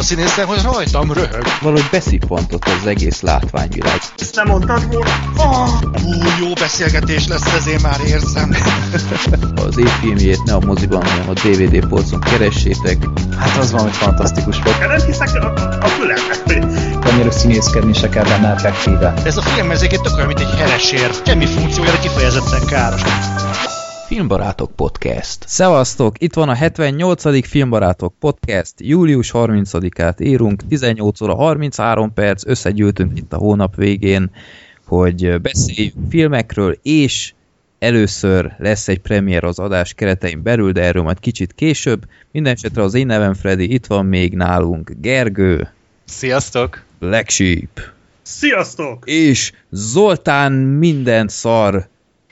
színészen, hogy rajtam röhög. Valahogy beszippantott az egész látványvilág. Ezt nem mondtad volna? Jó beszélgetés lesz, ezért már érzem. Az év filmjét ne a moziban, hanem a DVD polcon keressétek. Hát az valami fantasztikus volt. Nem hiszek a fülemnek. Annyira színészkedni se kell benne effektíve. Ez a film ezeket tök olyan, mint egy heresér. Semmi funkciójára kifejezetten káros. Filmbarátok Podcast. Szevasztok! Itt van a 78. Filmbarátok Podcast. Július 30-át írunk, 18 óra 33 perc, összegyűltünk itt a hónap végén, hogy beszéljünk filmekről, és először lesz egy premier az adás keretein belül, de erről majd kicsit később. Mindenesetre az én nevem Freddy, itt van még nálunk Gergő. Sziasztok! Black Sheep. Sziasztok! És Zoltán minden szar.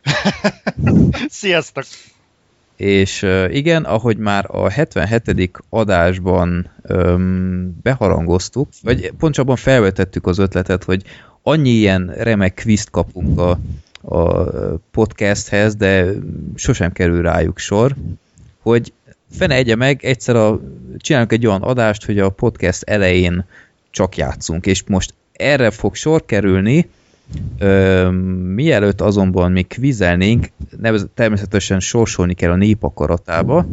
Sziasztok! És igen, ahogy már a 77. adásban beharangoztuk, vagy pontosabban felvetettük az ötletet, hogy annyi ilyen remek quizt kapunk a podcasthez, de sosem kerül rájuk sor, hogy fene egye meg, egyszer csinálunk egy olyan adást, hogy a podcast elején csak játszunk, és most erre fog sor kerülni, mielőtt azonban még kvizelnénk, természetesen sorsolni kell a nép akaratába,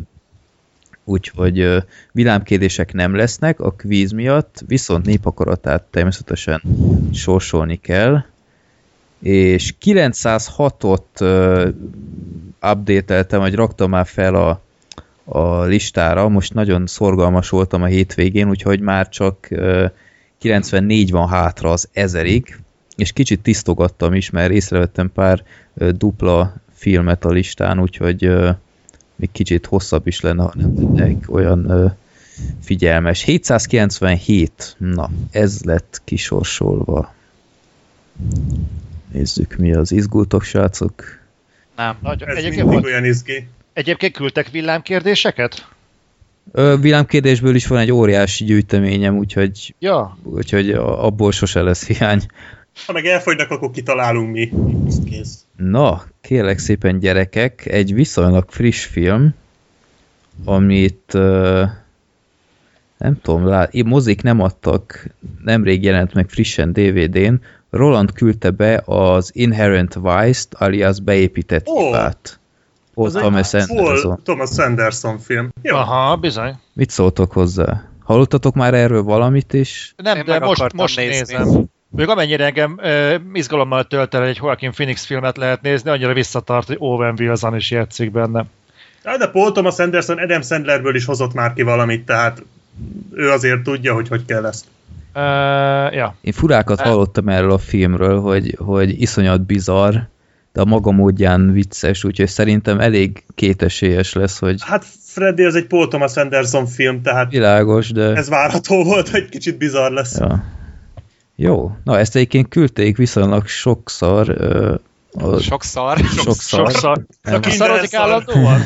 úgyhogy villámkérdések nem lesznek a kvíz miatt, viszont nép akaratát természetesen sorsolni kell, és 906-ot update-eltem, vagy raktam már fel a listára, most nagyon szorgalmas voltam a hétvégén, úgyhogy már csak 94 van hátra az 1000-ig, és kicsit tisztogattam is, mert észrevettem pár dupla filmet a listán, úgyhogy még kicsit hosszabb is lenne, ha nem lennék olyan figyelmes. 797, na, ez lett kisorsolva. Nézzük, mi az. Izgultok, srácok? Nem. Ez mindig olyan izgi. Egyébként küldtek villámkérdéseket? Villámkérdésből is van egy óriási gyűjteményem, úgyhogy abból sose lesz hiány. Ha meg elfogynak, akkor kitalálunk mi. Kész. Na, kérlek szépen gyerekek, egy viszonylag friss film, amit nem tudom, mozik nem adtak, nemrég jelent meg frissen DVD-n. Roland küldte be az Inherent Vice-t, alias beépített hibát. Thomas Anderson film. Jó. Aha, bizony. Mit szóltok hozzá? Hallottatok már erről valamit is? Nem, de most nézem. Még amennyire engem izgalommal tölt el, egy Joaquin Phoenix filmet lehet nézni, annyira visszatart, hogy Owen Wilson is játszik benne. De Paul Thomas Anderson Adam Sandlerből is hozott már ki valamit, tehát ő azért tudja, hogy kell ezt. Ja. Én furákat hallottam erről a filmről, hogy iszonyat bizarr, de a maga módján vicces, úgyhogy szerintem elég kétesélyes lesz, hogy... Hát Freddy, ez egy Paul Thomas Anderson film, tehát világos, de... ez várható volt, hogy kicsit bizarr lesz. Ja. Jó, na ezt egyébként küldték viszonylag sokszor. Sokszor. Aki szarodik állandóan?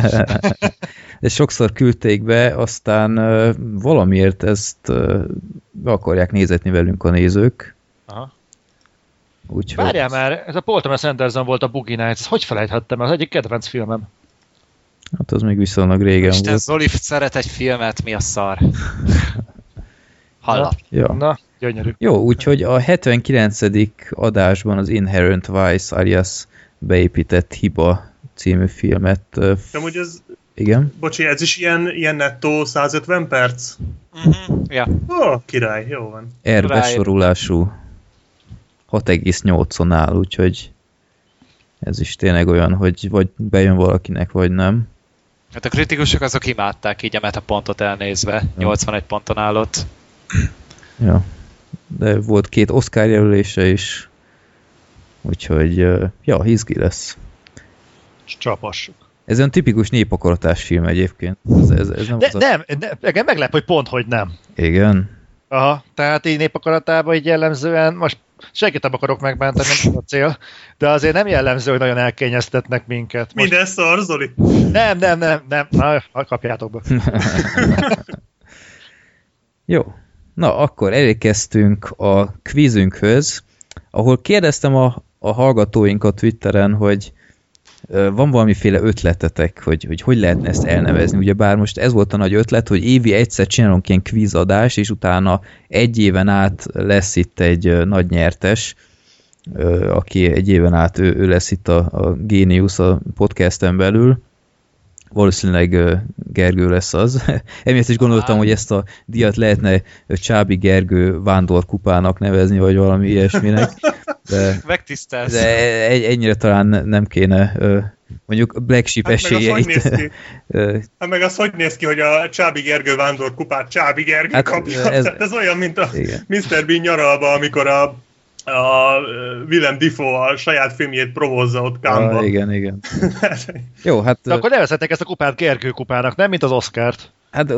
De sokszor küldték be, aztán valamiért ezt be akarják nézetni velünk a nézők. Aha. Úgyhogy... Várjál már, ez a Paul Thomas Anderson volt a Boogie Nights. Hogy felejthettem? Az egyik kedvenc filmem. Hát az még viszonylag régen Isten, volt. Zoli szeret egy filmet, mi a szar? Hallat. Ja. Na, gyönyörű. Jó, úgyhogy a 79. adásban az Inherent Vice, alias beépített hiba című filmet... Amúgy ez... Igen? Bocsi, ez is ilyen nettó 150 perc? Ja. Ó, király, jó van. R besorolású 6,8-on áll, úgyhogy ez is tényleg olyan, hogy vagy bejön valakinek, vagy nem. Hát a kritikusok azok imádták így a metapontot elnézve. 81 ponton állott. Ja. De volt 2 Oscar jelölése is, úgyhogy ja, izgi lesz. Csapassuk. Ez olyan tipikus népakaratás film egyébként. Ez nem, nem, engem meglep, hogy pont, hogy nem. Igen. Aha, tehát így népakaratában így jellemzően, most senkit nem akarok megbántani, nem a cél, de azért nem jellemző, hogy nagyon elkényeztetnek minket. Most... Minden szar, Zoli? Nem, na, kapjátok be. Jó. Na, akkor elérkeztünk a kvízünkhöz, ahol kérdeztem a hallgatóinkat Twitteren, hogy van valamiféle ötletetek, hogy lehetne ezt elnevezni. Ugyebár most ez volt a nagy ötlet, hogy évi egyszer csinálunk ilyen kvízadás, és utána egy éven át lesz itt egy nagy nyertes, aki egy éven át ő lesz itt a géniusz a podcasten belül. Valószínűleg Gergő lesz az. Emiatt is gondoltam, hogy ezt a díjat lehetne Csábi Gergő vándorkupának nevezni, vagy valami ilyesminek. Megtisztelsz. De ennyire talán nem kéne, mondjuk Black Sheep esélyeit. Hát meg az hogy néz ki, hogy a Csábi Gergő vándorkupát Csábi Gergő kapja? Ez olyan, mint a Mr. Bean nyaralba, amikor a Willem Dafoe a saját filmjét provózza ott Cannes-ban. Igen. Jó, hát... De akkor nevezhetnek ezt a kupát Gergő kupának, nem? Mint az Oscart. Hát...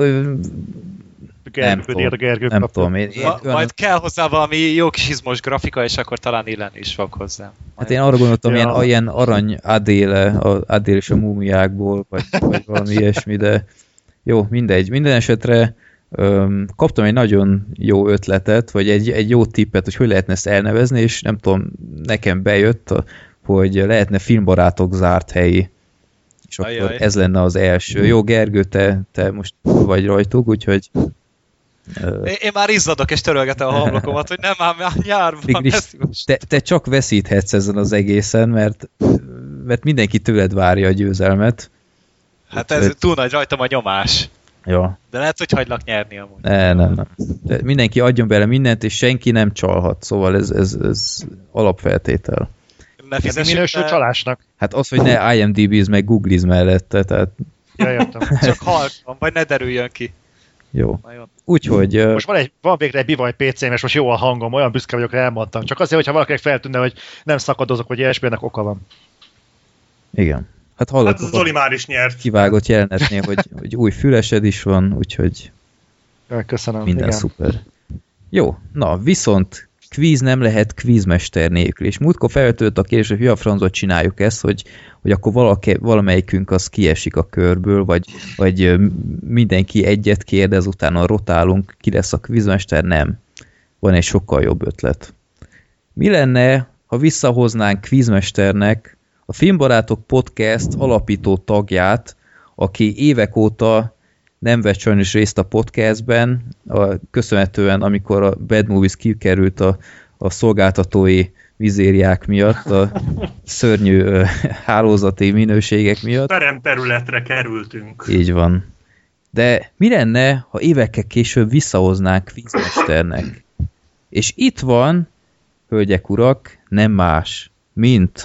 Nem tudom. Majd kell hozzá valami jó kis izmos grafika, és akkor talán illeni is fog hozzá. Hát én arra gondoltam, ilyen arany Adéle, Adél és a múmiákból, vagy valami ilyesmi, de jó, mindegy. Minden esetre kaptam egy nagyon jó ötletet, vagy egy jó tippet, hogy lehetne ezt elnevezni, és nem tudom, nekem bejött, hogy lehetne filmbarátok zárt helyi. És akkor ez lenne az első. Jó, Gergő, te most vagy rajtuk, úgyhogy... Én már izzadok és törölgetem a homlokomat, hogy nem ám nyár van. Te csak veszíthetsz ezen az egészen, mert mindenki tőled várja a győzelmet. Hát ez túl nagy rajtam a nyomás. Ja. De lehet, hogy hagylak nyerni amúgy. Nem. De mindenki adjon bele mindent, és senki nem csalhat. Szóval ez alapfeltétel. Ez minősül csalásnak. Hát az, hogy ne IMDb-z meg Google-z mellette, tehát... Ja, jöttem. Csak hallgatom, vagy ne derüljön ki. Jó. Úgyhogy... Most van végre egy bivaj PC-m, és most jó a hangom, olyan büszke vagyok, elmondtam. Csak azért, hogyha valakinek feltűnne, hogy nem szakadozok, vagy ilyesminek oka van. Igen. Hát hallottuk. Hát Zoli már is nyert. Kivágott jelenetnél, hogy új fülesed is van, úgyhogy köszönöm. Minden igen. szuper. Jó, na viszont kvíz nem lehet kvízmester nélkül, és múltkor felvetődött a kérdés, hogy a francot csináljuk ezt, hogy akkor valamelyikünk az kiesik a körből, vagy mindenki egyet kérdez, utána rotálunk, ki lesz a kvízmester, nem. Van egy sokkal jobb ötlet. Mi lenne, ha visszahoznánk kvízmesternek a Filmbarátok Podcast alapító tagját, aki évek óta nem vett sajnos részt a podcastben, köszönhetően, amikor a Bad Movies kikerült a szolgáltatói mizériák miatt, a szörnyű hálózati minőségek miatt. Peremterületre kerültünk. Így van. De mi lenne, ha évekkel később visszahoznánk kvízmesternek? És itt van, hölgyek, urak, nem más, mint...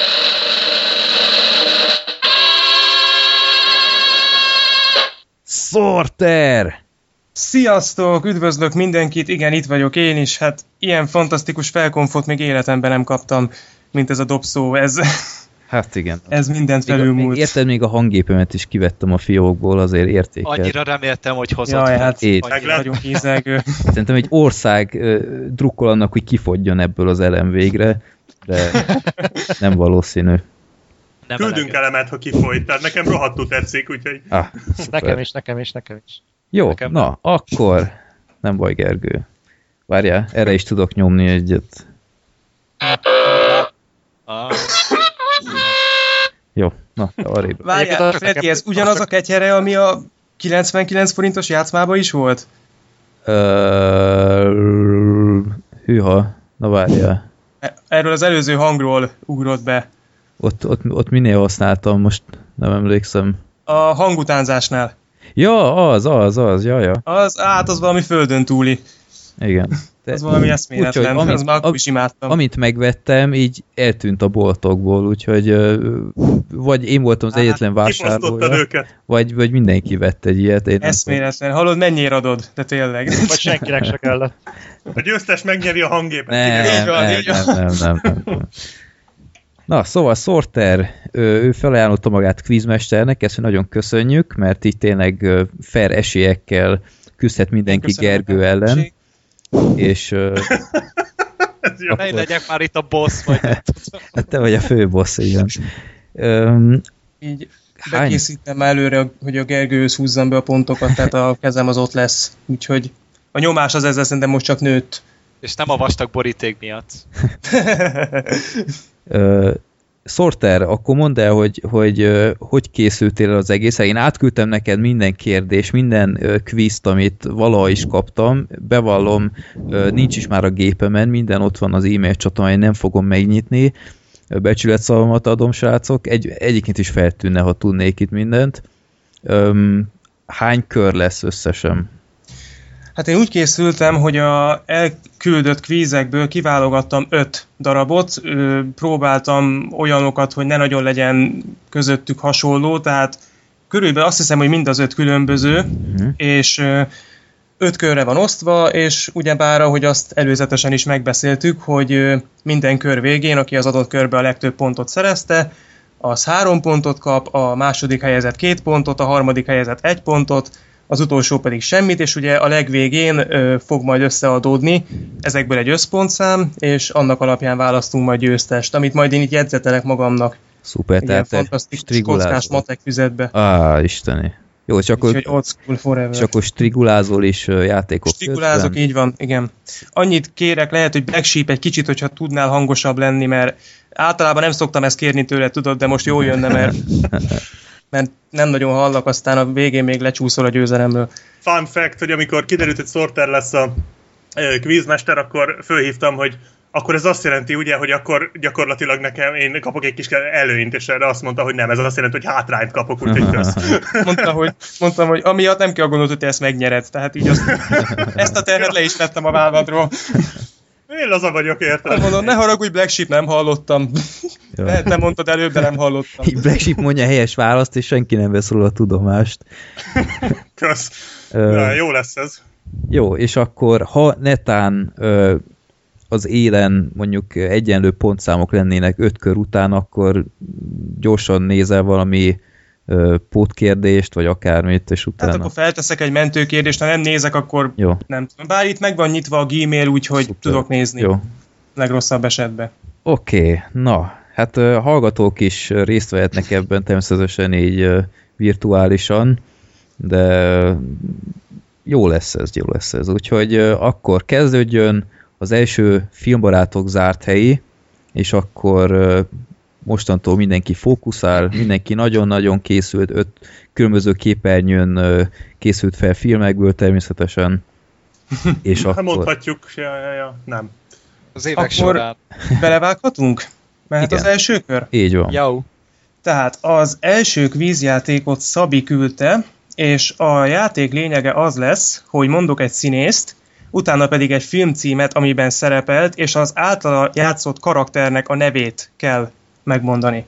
Sorter! Sziasztok! Üdvözlök mindenkit! Igen, itt vagyok én is. Hát ilyen fantasztikus felkonfot még életemben nem kaptam, mint ez a dobszó. Hát igen. Ez mindent felülmúlt. Érted, még a hanggépemet is kivettem a fiókból, azért értékelt. Annyira reméltem, hogy hozott. Jaj, hát nagyon ízelgő. Szerintem egy ország drukkol annak, hogy kifogjon ebből az elem végre, de nem valószínű. Nem küldünk elemet, ha kifolyt, tehát nekem rohadtul tetszik, úgyhogy... Nekem is. Jó, nekem na, akkor nem baj, Gergő. Várjál, erre is tudok nyomni egyet. Jó, na, arrébb. Várjál, Freddy, ez ugyanaz a ketyere, ami a 99 forintos játszmában is volt? Hűha, na várjál. Erről az előző hangról ugrott be. Ott minél használtam, most nem emlékszem. A hangutánzásnál. Ja, az, ja. Az valami földön túli. Igen. Az valami eszméletlen, az már akkor is imádtam. Amint megvettem, így eltűnt a boltokból, úgyhogy vagy én voltam az egyetlen vásárlója, vagy mindenki vett egy ilyet. Eszméletlen. Hallod, mennyire adod? De tényleg. Vagy senkinek se kellett. A győztes megnyeri a hanggépet. Nem. Na, szóval Sorter, ő felajánlotta magát kvízmesternek, ezt nagyon köszönjük, mert így tényleg fair esélyekkel küzdhet mindenki Gergő ellen. És... Ne legyek már itt a boss, vagy nem tudom. Hát te vagy a fő boss, igen. Így bekészítem előre, hogy a Gergőhöz húzzam be a pontokat, tehát a kezem az ott lesz. Úgyhogy a nyomás az ezzel szerintem most csak nőtt. És nem a vastag boríték miatt. Sorter, akkor mondd el, hogy készültél el az egészre. Én átküldtem neked minden kérdés, minden quizt, amit valaha is kaptam. Bevallom, nincs is már a gépemen, minden ott van az e-mail csatornán, nem fogom megnyitni. Becsületszavamat adom, srácok. Egyébként is feltűnne, ha tudnék itt mindent. Hány kör lesz összesen? Hát én úgy készültem, hogy a elküldött kvízekből kiválogattam 5 darabot, próbáltam olyanokat, hogy ne nagyon legyen közöttük hasonló, tehát körülbelül azt hiszem, hogy mind az 5 különböző, és 5 körre van osztva, és ugyebár, ahogy azt előzetesen is megbeszéltük, hogy minden kör végén, aki az adott körbe a legtöbb pontot szerezte, az 3 pontot kap, a második helyezett 2 pontot, a harmadik helyezett 1 pontot, az utolsó pedig semmit, és ugye a legvégén fog majd összeadódni ezekből egy összpontszám, és annak alapján választunk majd győztest, amit majd én itt jegyzetelek magamnak. Szuper, tehát fantasztikus kockás matek füzetbe. Isteni. Jó, csak akkor strigulázol is játékok. Strigulázok, így van, igen. Annyit kérek, lehet, hogy Black Sheep egy kicsit, hogyha tudnál hangosabb lenni, mert általában nem szoktam ezt kérni tőle, tudod, de most jól jönne, mert nem nagyon hallak, aztán a végén még lecsúszol a győzelemről. Fun fact, hogy amikor kiderült, hogy Sorter lesz a kvízmester, akkor fölhívtam, hogy akkor ez azt jelenti, ugye, hogy akkor gyakorlatilag nekem én kapok egy kis előnyt, és erre azt mondta, hogy nem, ez azt jelenti, hogy hátrányt kapok, úgyhogy kösz. Mondtam, hogy amiatt nem kell gondolni, hogy te ezt megnyered. Tehát így ezt a terhet le is vettem a válladról. Én laza vagyok, érted? Mondom, ne haragudj, Black Sheep, nem hallottam. Lehet, nem mondtad előbb, de nem hallottam. Black Sheep mondja helyes választ, és senki nem vesz róla a tudomást. Kösz. Na, jó lesz ez. Jó, és akkor, ha netán az élen mondjuk egyenlő pontszámok lennének 5 kör után, akkor gyorsan nézel valami pótkérdést, vagy akármit, és utána... Hát akkor felteszek egy mentőkérdést, ha nem nézek, akkor jó. Nem tudom. Bár itt meg van nyitva a Gmail, úgyhogy tudok nézni. Jó. Legrosszabb esetben. Oké, na, hát hallgatók is részt vehetnek ebben, természetesen így virtuálisan, de jó lesz ez. Úgyhogy akkor kezdődjön az első Filmbarátok zárt helyi, és akkor mostantól mindenki fókuszál, mindenki nagyon-nagyon készült, 5 különböző képernyőn készült fel filmekből természetesen. És akkor... Mondhatjuk, nem. Az évek akkor során. Belevághatunk? Mehet igen. Az első kör? Így van. Jó. Tehát az első kvízjátékot Szabi küldte, és a játék lényege az lesz, hogy mondok egy színészt, utána pedig egy filmcímet, amiben szerepelt, és az általa játszott karakternek a nevét kell megmondani.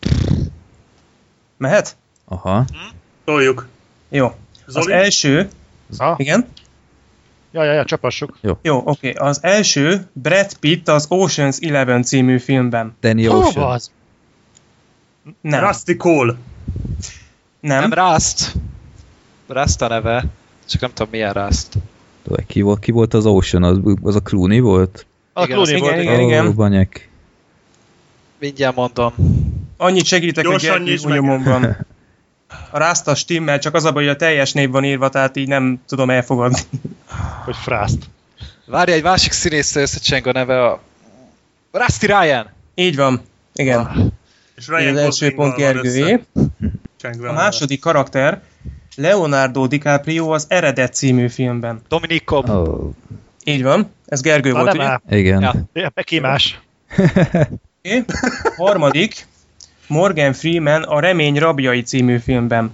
Mehet? Aha. Toljuk. Jó. Zoli? Az első... Igen? Ja, csapassuk. Jó, oké. Az első Brad Pitt az Ocean's 11 című filmben. Danny Ocean. Nem. Rusty Cole. Nem. Rust. Rust a neve. Csak nem tudom milyen Rust. Ki volt az Ocean? Az a Clooney volt? A Clooney volt. Igen. Banyek. Mindjárt mondom. Annyit segítek, hogy Gergő nyomon van. A Rust a stimmel, csak az a baj, hogy a teljes név van írva, tehát így nem tudom elfogadni. Hogy Frászt. Várja, egy másik színészre összecseng a neve a... Rusty Ryan! Így van. Igen. És az első pont Gergőé. A második karakter Leonardo DiCaprio az Eredet című filmben. Dominic Cobb. Oh. Így van. Ez Gergő volt, ugye? Igen. Ja, ki más. Okay. Harmadik Morgan Freeman a Remény rabjai című filmben.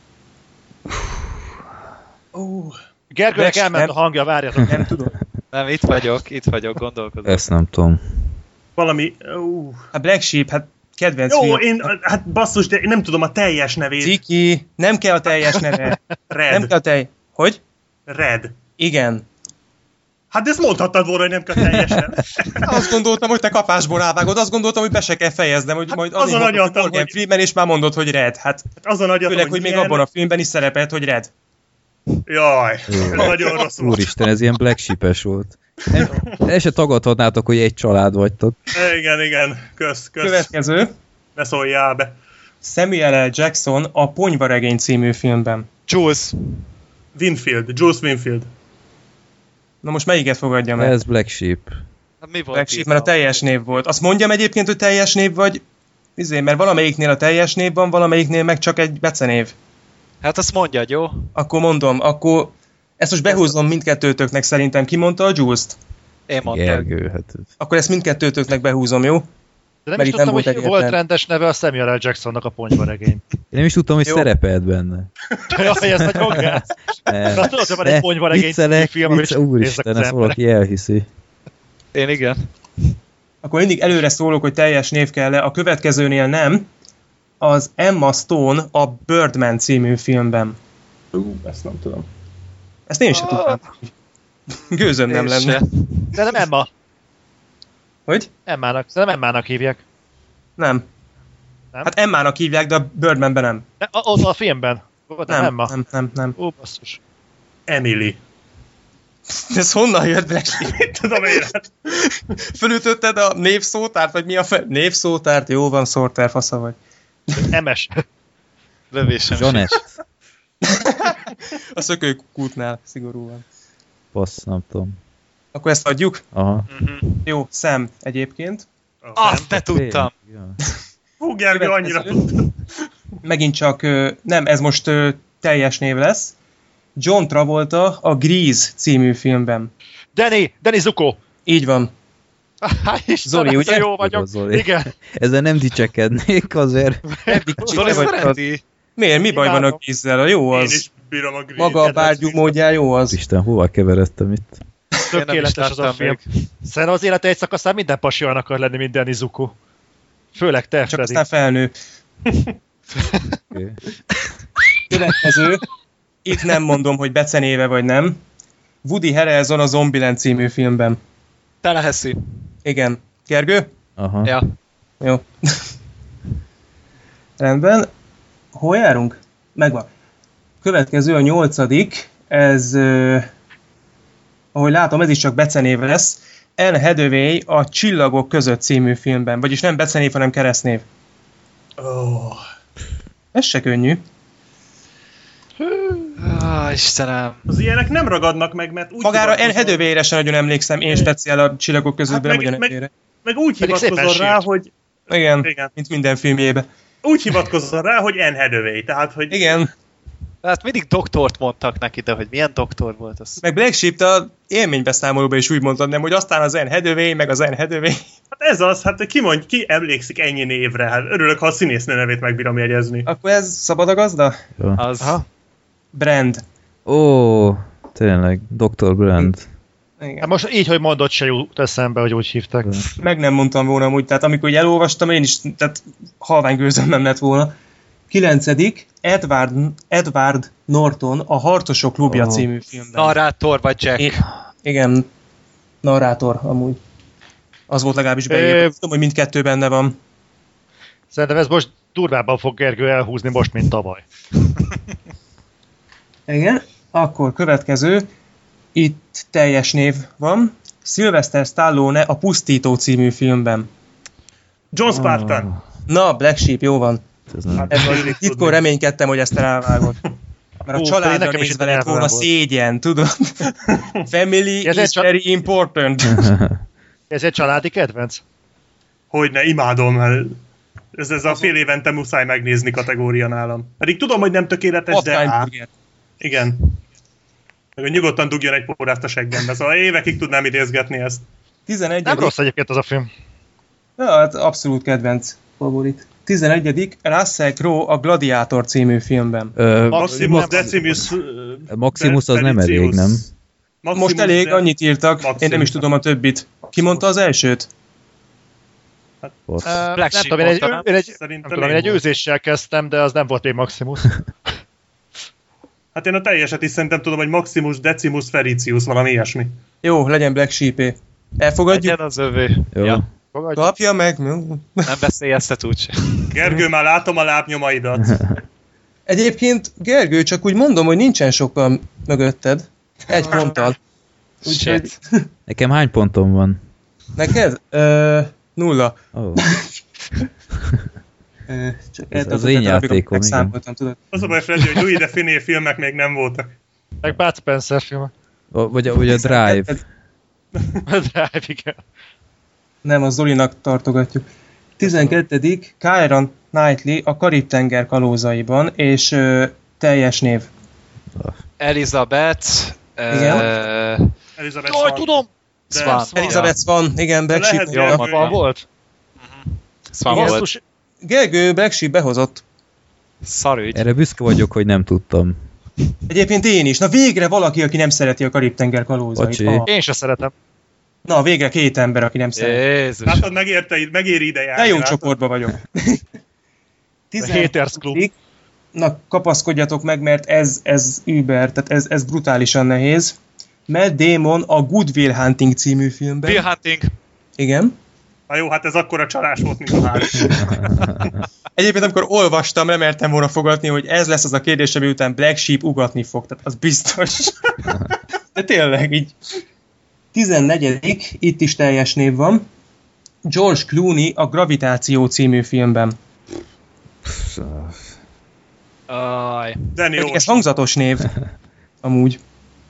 Gergőnek elment a hangja, várjatok. Nem tudom. Nem, itt vagyok, gondolkodom. Ezt nem tudom. Valami... A Black Sheep, hát kedvenc jó, film. hát basszus, de én nem tudom a teljes nevét. Ciki, nem kell a teljes neve. Red. Nem kell Hogy? Red. Igen. Hát de ezt mondhattad volna, hogy nem kell teljesen. Azt gondoltam, hogy te kapásból rávágod, azt gondoltam, hogy be se kell fejeznem, hogy hát majd azon agyaltam, Morgan Freeman, és már mondod, hogy Red. Hát azon agyaltam, főleg, hogy még abban a filmben is szerepelt, hogy Red. Jaj, nagyon rossz volt. Úristen, ez ilyen Black Sheep-es volt. El se tagadhatnátok, hogy egy család vagytok. Igen, kösz. Következő. Ne szóljál be. Samuel L. Jackson a Ponyvaregény című filmben. Jules Winfield. Na most melyiket fogadjam el? Ez Black Sheep. Hát mi volt Black Sheep, mert a teljes név volt. Azt mondjam egyébként, hogy teljes név, vagy mert valamelyiknél a teljes név van, valamelyiknél meg csak egy becenév. Hát azt mondjad, jó? Akkor mondom, ezt most behúzom mindkettőtöknek szerintem. Ki mondta a Jules-t? Én mondtam. Gergő, hát... Akkor ezt mindkettőtöknek behúzom, jó? De nem is tudtam, hogy volt rendes neve a Samuel L. Jacksonnak a ponyvaregény. Én nem is tudtam, hogy szerepelt benne. Jaj, ez nagyon gáz. Na tudod, hogy van egy ponyvaregény film, amit úristen, ezt valaki elhiszi. Én igen. Akkor mindig előre szólok, hogy teljes név kell le, a következőnél nem. Az Emma Stone a Birdman című filmben. Ezt nem tudom. Ezt én sem tudtam. Gőzöm nem lenne. De nem Emma. Hogy? Emmának hívják. Nem. Hát Emmának hívják, de a Birdmanben nem. Az a filmben. Nem Emma. Nem. Ó, basszus. Emily. Ez honnan jött, Black? Mit tudom én? Fölütötted a névszótárt, vagy mi a névszótárt? Jó van, Sorter, fasza vagy. Emes. Lövésem. Jeanette. A szökőkútnál, szigorúan. Passz, nem tudom. Akkor ezt adjuk? Aha. Jó, Sam egyébként. Azt te tudtam! Hú, Gergő, annyira tudtam. Megint csak, nem, ez most teljes név lesz. John Travolta a Grease című filmben. Danny Zuko! Így van. Zoli, ugye? Jó vagyok. Zoli. Igen. Ezzel nem dicsekednék azért. Zoli szereti. Miért? Mi baj van a Grease-zel? Jó az. Én is bírom a Grease. Maga a bárgyú módján jó az. Isten, hova keveredtem itt? Tökéletes az a film. Szerintem az élete egy szakaszán minden pasi olyan akar lenni, mint Danny Zuko. Főleg te, Csak Freddy. aztán felnő. Okay. Következő. Itt nem mondom, hogy becenéve vagy nem. Woody Harrelson a Zombieland című filmben. Tallahassee. Igen. Gergő? Aha. Ja. Jó. Rendben. Hol járunk? Megvan. Következő a 8. Ez, ahogy látom, ez is csak becenév lesz. Anne Hathaway a Csillagok között című filmben. Vagyis nem becenév, hanem keresztnév. Oh. Ez se könnyű. Istenem. Az ilyenek nem ragadnak meg, mert úgy magára Anne Hathaway-re sem nagyon emlékszem, én speciál a Csillagok között, hát meg úgy hivatkozol rá, hogy... Igen, mint minden filmjében. Úgy hivatkozol rá, hogy Anne Hathaway, tehát, hogy... Igen. Hát mindig doktort mondtak neki, de hogy milyen doktor volt az. Meg Black Sheep-t a élménybeszámolóban is úgy mondtad, nem, hogy aztán az Anne Hathaway, meg az Anne Hathaway. Hát ez az, hát ki emlékszik ennyi névre? Hát örülök, ha a színésznő nevét meg bírom jegyezni. Akkor ez szabad a gazda? Jó. Az. Aha. Brand. Ó, tényleg, Dr. Brand. Igen. Hát most így, hogy mondod, se jut eszembe, hogy úgy hívták. Meg nem mondtam volna amúgy, tehát amikor így elolvastam, én is, tehát halvány gőzöm nem lett volna. 9. Edward Norton a Harcosok klubja című filmben. Narrátor vagy Jack? Igen, narrátor amúgy. Az volt legalábbis beírva. Tudom, hogy mindkettő benne van. Szerintem ez most durvábban fog Gergő elhúzni most, mint tavaly. Igen, akkor következő. Itt teljes név van. Sylvester Stallone a Pusztító című filmben. John Spartan. Na, Black Sheep, jó van. Ez titkon reménykedtem, hogy ezt elvágod. Mert a családra nézve lett volna szégyen, tudod? Family is very important. Ez egy családi kedvenc? Hogyne, imádom. Ez a fél évente muszáj megnézni kategória nálam. Pedig tudom, hogy nem tökéletes, de igen. Nyugodtan dugjon egy pórázt a seggembe. Szóval évekig tudnám idézgetni ezt. 11. Nem rossz egyébként az a film. Ja, hát abszolút kedvenc favorit. 11. Russell Crowe a Gladiátor című filmben. Maximus Decimus... Maximus az nem elég, nem? Most elég, annyit írtak. Maximus. Én nem is tudom a többit. Ki mondta az elsőt? Nem tudom, én egy őzéssel kezdtem, de az nem volt még Maximus. Hát én a teljeset is szerintem tudom, hogy Maximus Decimus Fericius, valami ilyesmi. Jó, legyen Black Sheep-é. Elfogadjuk? Legyen az övé. Jó. Ja. Kapja meg. Nem beszélyeztet úgyse. Gergő, már látom a lábnyomaidat. Egyébként, Gergő, csak úgy mondom, hogy nincsen sokkal mögötted. Egy ponttal. Úgyhogy... Nekem hány pontom van? Neked? 0. Oh. Csak ez az én játékom, igen. Az a baj, Freddy, hogy Louis de Finé filmek még nem voltak. Meg Bud Spencer filmek. Vagy a Drive. A Drive, igen. Nem, a Zolinak tartogatjuk. 12. Keira Knightley a Karib-tenger kalózaiban, és teljes név. Elizabeth. Igen. Elizabeth Jaj, tudom! Swan. Elizabeth Swan, igen, Black Sheep. Van volt? Swan volt. Gergő Black Sheep behozott. Szarügy. Erre büszke vagyok, hogy nem tudtam. Egyébként én is. Na végre valaki, aki nem szereti a Karib-tenger kalózait. Én se szeretem. Na végre 2 ember, aki nem szereti. Jézus. Látod, megéri ide járni. De jó csoportban vagyok. 16. Na, kapaszkodjatok meg, mert ez über, tehát ez brutálisan nehéz. Matt Damon a Good Will Hunting című filmben. Will Hunting. Igen. Na jó, hát ez akkora csalás volt, mint a három. Egyébként amikor olvastam, nem mertem volna fogadni, hogy ez lesz az a kérdés, ami után Black Sheep ugatni fog, tehát az biztos. De tényleg így. 14. Itt is teljes név van. George Clooney a Gravitáció című filmben. Ez hangzatos név. Amúgy.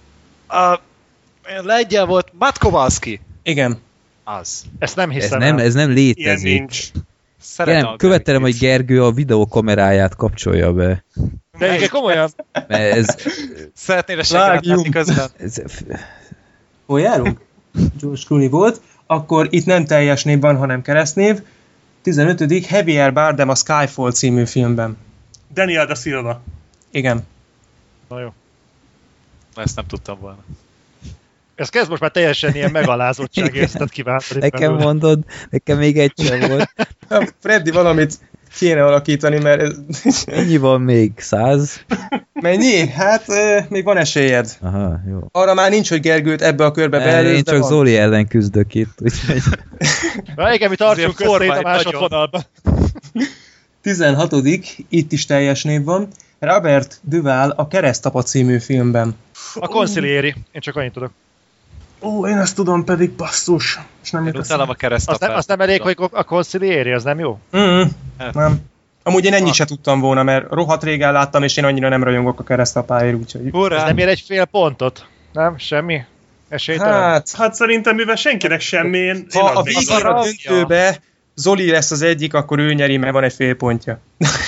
Lengyel volt, Matt Kowalski. Igen. Az. Ezt nem hiszem. Ez nem létezik. Ilyen nincs. Kérem, követelem, hogy Gergő a videókameráját kapcsolja be. De igen, komolyan. Szeretnél segíteni látni közben? Hol járunk? George Clooney volt. Akkor itt nem teljes név van, hanem keresztnév. 15. Javier Bardem a Skyfall című filmben. Daniel da Silva. Igen. Na jó. Ezt nem tudtam volna. Ez kezd most már teljesen ilyen megalázottság érztet kiváltani. Nekem mondod, nekem még egy sem volt. Freddy, valamit kéne alakítani, mert... Ennyi van még? 100? Mennyi? Hát még van esélyed. Aha, jó. Arra már nincs, hogy Gergőt ebbe a körbe beelőzd. Én csak Zoli ellen küzdök itt, úgyhogy... Igen, mi tartsunk össze itt a másodvonalban. 16. Itt is teljes név van. Robert Duvall a Keresztapa című filmben. A Consiglieri. Én csak annyit tudok. Én ezt tudom pedig, basszus. És nem Én utálom a Keresztapát. Az nem elég, hogy a Consiglieri, az nem jó? Nem. Amúgy én ennyit se tudtam volna, mert rohadt régen láttam, és én annyira nem rajongok a Keresztapáért, úgyhogy... Ez nem ér egy fél pontot? Nem? Semmi? Esélytelen? Hát szerintem, mivel senkinek semmi, ha a végén a döntőbe Zoli lesz az egyik, akkor ő nyeri, mert van egy fél pontja.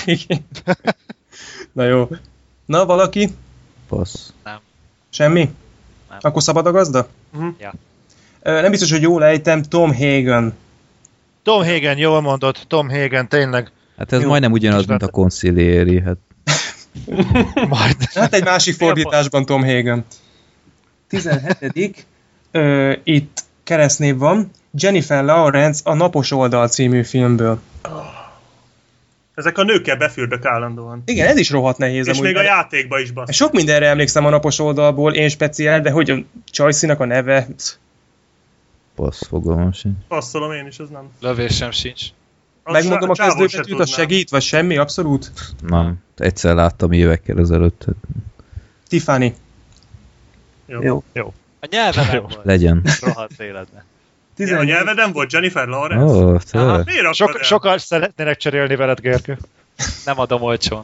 Na jó. Na, valaki? Passz. Nem. Semmi? Nem. Akkor szabad a gazda? Ja. Nem biztos, hogy jól ejtem, Tom Hagen. Tom Hagen, jól mondod, Tom Hagen, tényleg. Hát ez Jó. majdnem ugyanaz, mint a Consiglieri, hát... Majd. Hát egy másik fordításban Tom Hagen. 17. Itt keresztnév van. Jennifer Lawrence a Napos oldal című filmből. Ezek a nőkkel befürdök állandóan. Igen, ez is rohadt nehéz. És amúgy, még a játékba is bassz. sok mindenre emlékszem a Napos oldalból, én speciál, de hogy a Joyce-nak a neve... Passz, fogalmam sincs. Passzolom én is, ez nem. Lövésem sincs. Megmondom a csávó se kezdőbetűt, az tudnám. segít, vagy semmi, abszolút? Nem. Egyszer láttam évekkel ezelőtt. Tiffany. Jó. A nyelve nem volt. Legyen. Rohadt életben. A nyelveden volt Jennifer Lawrence? Ó, tényleg. Miért raktad el? Sokan szeretnének cserélni veled, Gergő. Nem adom olcsón.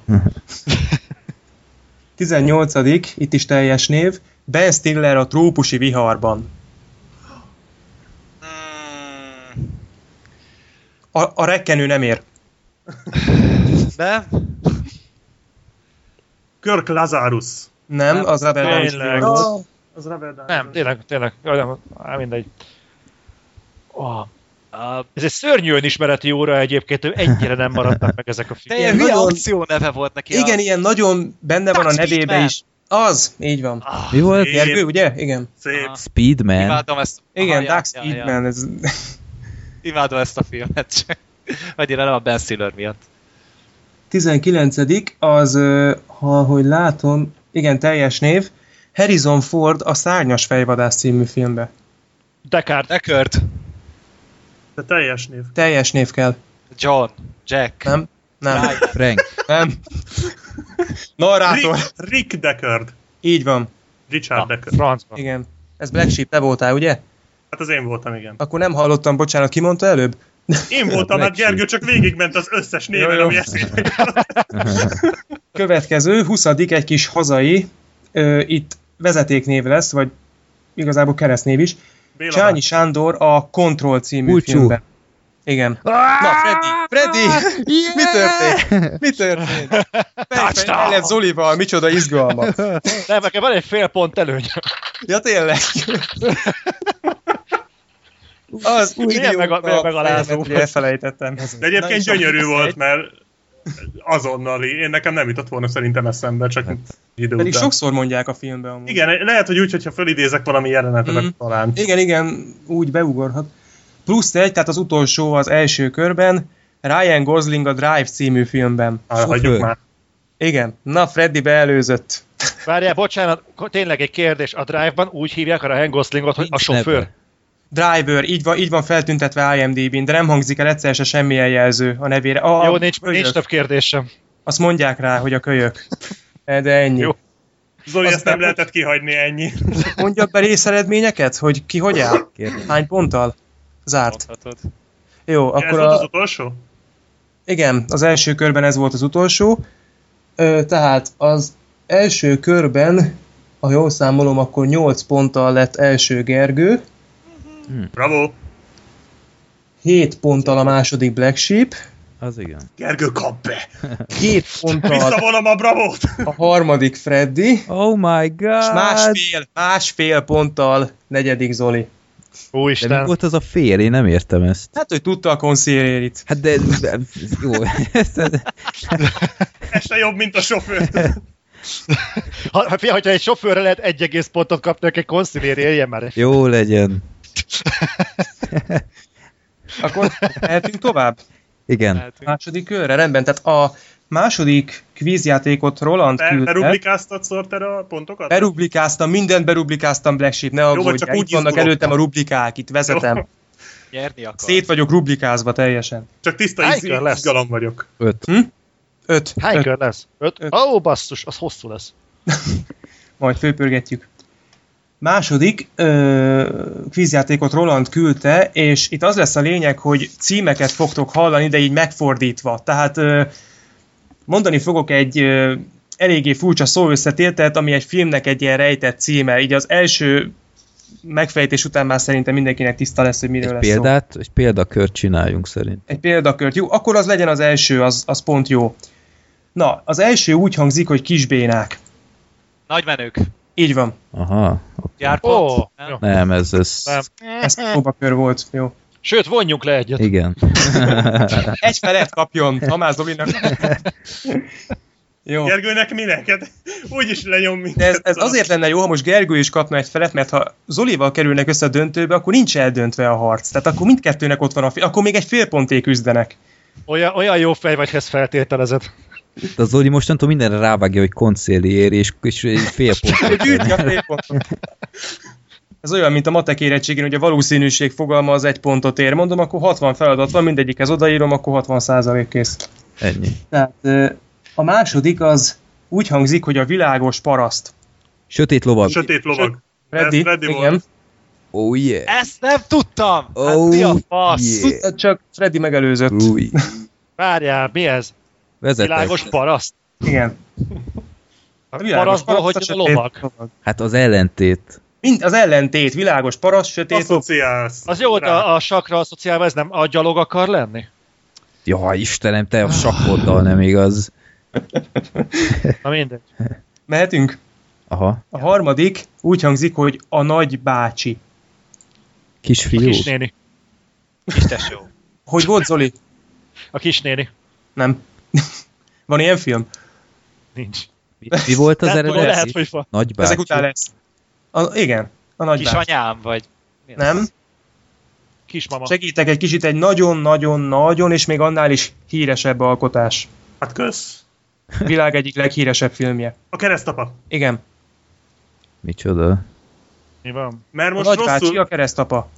18. Itt is teljes név. Ben Stiller a Trópusi viharban. A rekkenő nem ér. Nem? Kirk Lazarus. Nem, az Robert Downey Tényleg. Jr. volt. Az Robert Downey. Nem, tényleg. Mindegy. Ez egy szörnyűen ismereti óra egyébként, hogy ennyire nem maradtak meg ezek a filmek. De ilyen hülye akció neve volt neki. Igen, ilyen nagyon benne van a Tax nevébe Speedman. is. Az, így van. Mi volt? Szép. Gergő, ugye? Igen. Szép. Speedman. Imádom ezt. Igen, Aha, Doug Speedman. Ez... Imádom ezt a filmet. Annyira nem a Ben Stiller miatt. 19. az, hogy látom, igen, teljes név. Harrison Ford a Szárnyas fejvadász című filmbe. Deckard. De teljes név. Teljes név kell. John. Jack. Nem? Nem. Frank. Nem. Narrátor. Rick Deckard. Így van. Richard Deckard. Francban. Igen. Ez Black Sheep, te voltál, ugye? Hát az én voltam, igen. Akkor nem hallottam, bocsánat, ki mondta előbb? Én voltam, hát Gergő csak végigment az összes néven, Jó. ami eszébe. Következő, 20. egy kis hazai. Itt vezetéknév lesz, vagy igazából keresztnév is. Béla Csányi Sándor a Control című Kulcsú. filmben. Igen. Na, Freddy! Yeah! Mi történt? El lett Zolival, micsoda izgalmak. Nem, nekem van egy fél pont előny. Ja, tényleg. Az megalázó. Elfelejtettem. De egyébként gyönyörű volt, mert azonnali. Nekem nem jutott volna szerintem eszembe, csak idő pedig után. Sokszor mondják a filmben amúgy. Igen, lehet, hogy úgy, hogyha felidézek valami jelenetet, talán. Igen, úgy beugorhat. Plusz egy, tehát az utolsó az első körben, Ryan Gosling a Drive című filmben. Hagyjuk már. Igen, na Freddy beelőzött. Várjál, bocsánat, tényleg egy kérdés. A Drive-ban úgy hívják a Ryan Goslingot, hogy a sofőr? Driver, így van feltüntetve IMDb-n, de nem hangzik el egyszer se semmilyen jelző a nevére. Jó, nincs több kérdésem. Azt mondják rá, hogy a kölyök. De ennyi. Jó. Zoli, ezt nem lehetett kihagyni, ennyi. Mondjak be részeredményeket, hogy ki hogy áll? Hány ponttal? Zárt. Mondhatod. Jó, akkor ez volt az utolsó? Igen, az első körben ez volt az utolsó. Tehát az első körben, ha jól számolom, akkor 8 ponttal lett első Gergő. Bravo! 7 ponttal a második Black Sheep. Az igen. Gergő, kap be! 7 ponttal visszavonom a bravót! a harmadik Freddy. Oh my god! És másfél ponttal negyedik Zoli. Úristen. De mi volt az a fél? Én nem értem ezt. Hát, hogy tudta a conciergerit. Hát de jó. Ez se jobb, mint a sofőr. Ha egy sofőrre lehet 1,5 pontot kapni, egy konsziliér éljen már. Jó legyen. Akkor mehetünk tovább? Igen. Második körre, rendben. Tehát a második kvízjátékot Roland küldte. Berubrikáztad Sorter a pontokat? Berubrikáztam, mindent berubrikáztam, Black Sheep, ne aggódj, itt vannak előttem a rubrikák, itt vezetem. Nyerni akar. Szét vagyok rubrikázva teljesen. Csak tiszta izgalom vagyok. 5. Hány kör lesz? 5? Ó, basszus, az hosszú lesz. Majd főpörgetjük. Második kvízjátékot Roland küldte, és itt az lesz a lényeg, hogy címeket fogtok hallani, de így megfordítva. Tehát mondani fogok egy eléggé furcsa szóösszetételt, ami egy filmnek egy ilyen rejtett címe. Így az első megfejtés után már szerintem mindenkinek tiszta lesz, hogy miről lesz szó. Egy példakört csináljunk szerint. Egy példakört. Jó, akkor az legyen az első, az pont jó. Na, az első úgy hangzik, hogy kisbénák. Nagymenők. Így van. Aha. Járpont. Nem, ez... Nem. Ez próbakör volt, jó. Sőt, vonjunk le egyet. Igen. Egy felet kapjon, Tamás Zolinak. Jó. Gergőnek minek? Hát, úgyis lenyom minket. De ez azért lenne jó, ha most Gergő is kapna egy felet, mert ha Zolival kerülnek össze a döntőbe, akkor nincs eldöntve a harc. Tehát akkor mindkettőnek ott van akkor még egy fél ponté küzdenek. Olyan jó fej vagy, ha ezt feltételezed. De az Zoli mostantól mindenre rávágja, hogy koncéliér, és fél pont. Gyűjti a fél pontot. Ez olyan, mint a matek érettségén, hogy a valószínűség fogalma az 1 pontot ér. Mondom, akkor 60 feladat van, mindegyikhez odaírom, akkor 60% kész. Ennyi. Tehát a második az úgy hangzik, hogy a világos paraszt. Sötét lovag. Sötét lovag. Freddy, igen. Oh yeah. Ezt nem tudtam! Oh, hát mi a fasz? yeah. Csak Freddy megelőzött. Új. Várjál, mi ez? Vezetek. Világos paraszt? Igen. A parasztból, hogy a lovag? Hát az ellentét. Az ellentét, világos paraszt, sötét lovag. Asszociálsz. Az jó, a sakra asszociálva, ez nem a gyalog akar lenni? Jaj, Istenem, te a sakkoddal nem igaz. Na mindegy. Mehetünk? Aha. A harmadik úgy hangzik, hogy a nagybácsi. Kisfiú. A kisnéni. Kistesó. Hogy volt, Zoli? A kisnéni. Nem. Van ilyen film? Nincs. Mi volt az eredeti? Lehet, hogy van. Nagybácsi. Ezek után lesz. Igen, a nagybácsi. Kisanyám, vagy... Nem? Kismama. Segítek egy kicsit, egy nagyon-nagyon-nagyon, és még annál is híresebb alkotás. Hát kösz. Világ egyik leghíresebb filmje. A keresztapa. Igen. Micsoda? Mi van? Mert A most nagybácsi rosszul... a keresztapa.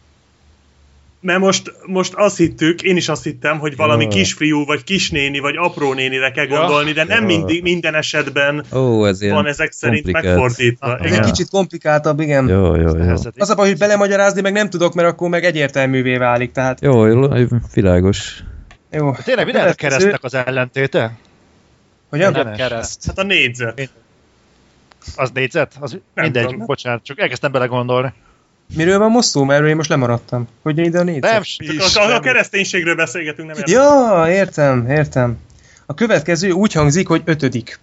Mert most azt hittük, én is azt hittem, hogy valami kisfiú, vagy kisnéni, vagy aprónénire kell gondolni, de nem mindig, minden esetben van ezek szerint megfordítva. Ez egy kicsit komplikáltabb, igen. Jó. Az a baj, hogy belemagyarázni meg nem tudok, mert akkor meg egyértelművé válik, tehát... Jó, világos. Jó. Tényleg minden a keresztnek az ellentéte? Hogyan? Nem kereszt. Hát a négyzet. Az négyzet? Az mindegy, tudom. bocsánat, csak elkezdtem belegondolni. Miről van most szó? Mert én most lemaradtam. Hogy ide a 400? Nem, a kereszténységről beszélgetünk, nem értem. Ja, értem. A következő úgy hangzik, hogy 5. 7.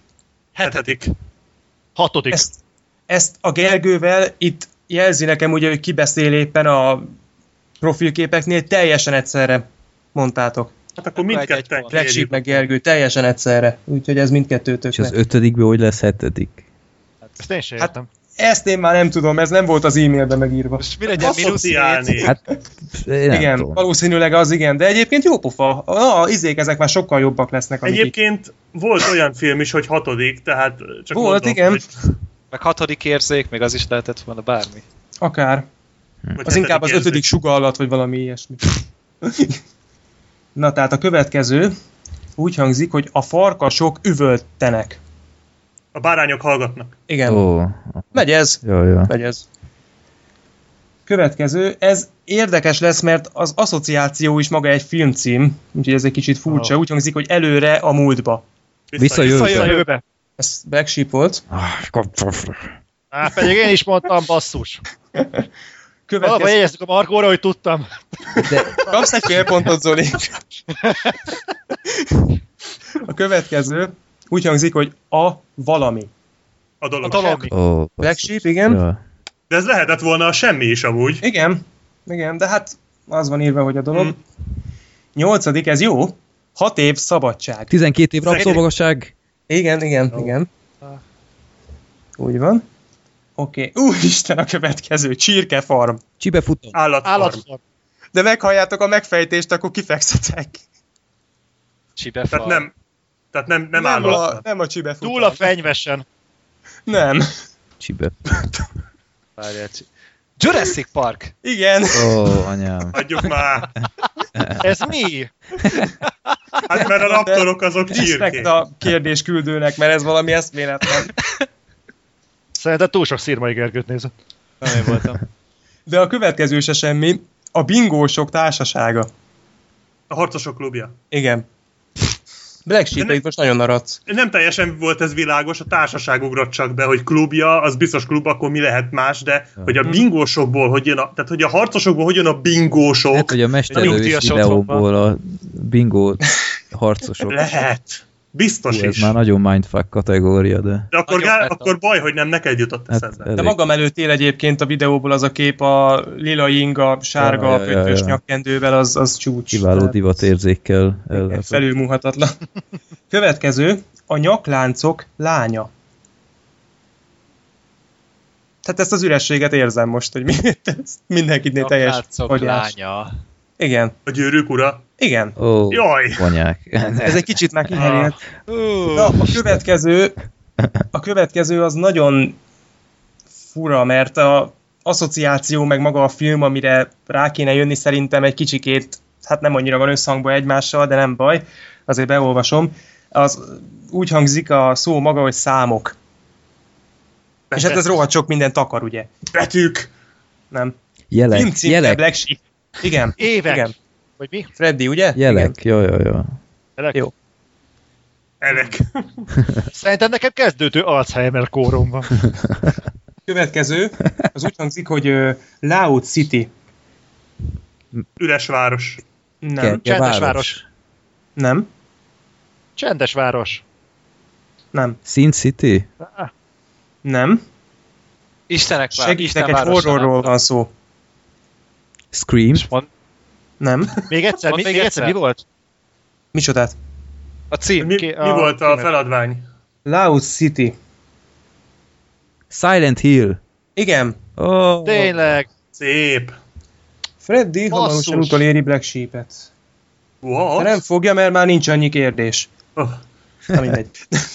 6. Ezt a Gergővel itt jelzi nekem ugye, hogy kibeszél éppen a profilképeknél, teljesen egyszerre mondtátok. Hát akkor mindketten Black Sheep meg Gergő, teljesen egyszerre. Úgyhogy ez mindkettőtöknek. És az 5-ből hogy lesz 7? Ezt én sem értem. Ezt én már nem tudom, ez nem volt az e-mailben megírva. Most mi legyen -7? Hát, igen, valószínűleg az igen, de egyébként jó pofa. Ezek már sokkal jobbak lesznek. Egyébként volt olyan film is, hogy 6, tehát csak volt, mondom, igen. hogy... Meg 6. érzék, még az is lehetett volna bármi. Akár. Vagy Az inkább az 5. érzék. sugallat, vagy valami ilyesmi. Na, tehát a következő úgy hangzik, hogy a farkasok üvöltenek. A bárányok hallgatnak. Igen. Oh. Megy ez. Jó. Megy ez. Következő, ez érdekes lesz, mert az asszociáció is maga egy filmcím, úgyhogy ez egy kicsit furcsa. Úgy hangzik, hogy előre a múltba. Visszajövőbe. Ez Black Sheep volt. Pedig én is mondtam, basszus. Valahol jegyezzük a Markóra, hogy tudtam. De... Kapsz egy fél pontot, Zoli. A következő úgy hangzik, hogy a valami. A dolog. Oh, Black Sheep, igen. Ja. De ez lehetett volna a semmi is amúgy. Igen, de hát az van írva, hogy a dolog. 8. ez jó. 6 év szabadság. 12 év rabszolgaság. Igen. Úgy van. Oké. Úristen, a következő. Csirkefarm. Csibefutam. Állatfarm. De meghalljátok a megfejtést, akkor kifekszetek. Csibefarm. Tehát nem állat. Nem a csibefutam. Túl a fenyvesen. Nem. Csibe. Várjál, Jurassic Park. Igen. Ó, anyám. Adjuk már. Ez mi? Hát mert a raptorok azok csirkék. Respekt a kérdésküldőnek, mert ez valami eszméletlen. Szerintem túl sok Szirmai Gergőt nézett. Nem én voltam. De a következő se semmi. A bingósok társasága. A harcosok klubja. Igen. Black Sheep, itt most nagyon naradsz. Nem teljesen volt ez világos, a társaság ugrott csak be, hogy klubja, az biztos klub, akkor mi lehet más, de hogy a bingósokból hogy jön tehát hogy a harcosokból hogy jön a bingósok. Hát, hogy a mesterlövés videóból a bingó harcosok. Lehet. Biztos ez is. már nagyon mindfuck kategória, de akkor baj, hogy nem neked jutott eszedbe. Hát, de magam előtt él egyébként a videóból az a kép, a lila inga, sárga, pöttyös nyakkendővel, az csúcs. Kiváló divatérzékkel. Felülmúlhatatlan. Következő, a nyakláncok lánya. Tehát ezt az ürességet érzem most, hogy mindenkinél teljes hagyás. Lánya. Igen. A gyűrűk ura? Igen. Ó, jaj! Vanyák. Ez egy kicsit már kiherélt. Na, a következő az nagyon fura, mert az asszociáció meg maga a film, amire rá kéne jönni, szerintem egy kicsikét, hát nem annyira van összhangban egymással, de nem baj, azért beolvasom. Az úgy hangzik a szó maga, hogy számok. És hát ez rohadt sok mindent akar, ugye? Betűk! Nem. Jelek. Black Sheep. Igen. Évek. Igen. Vagy mi? Freddy, ugye? Jelek. Jó. Elek. Jó. Elek. Szerintem nekem kezdődő Alzheimer kórom van. Következő, az úgy hangzik, hogy Loud City. Üres város. Nem. Csendes város. Nem. Csendes város. Nem. Sin City? Nem. Istenek segítek, egy horrorról van szó. Scream? Nem. Még egyszer, mi volt? Micsodát? A cím. Mi volt a feladvány? Loud City. Silent Hill. Igen. Oh. Tényleg. Szép. Freddy hamarosan utoléri Black Sheep-et. What? De nem fogja, mert már nincs annyi kérdés. Na mindegy.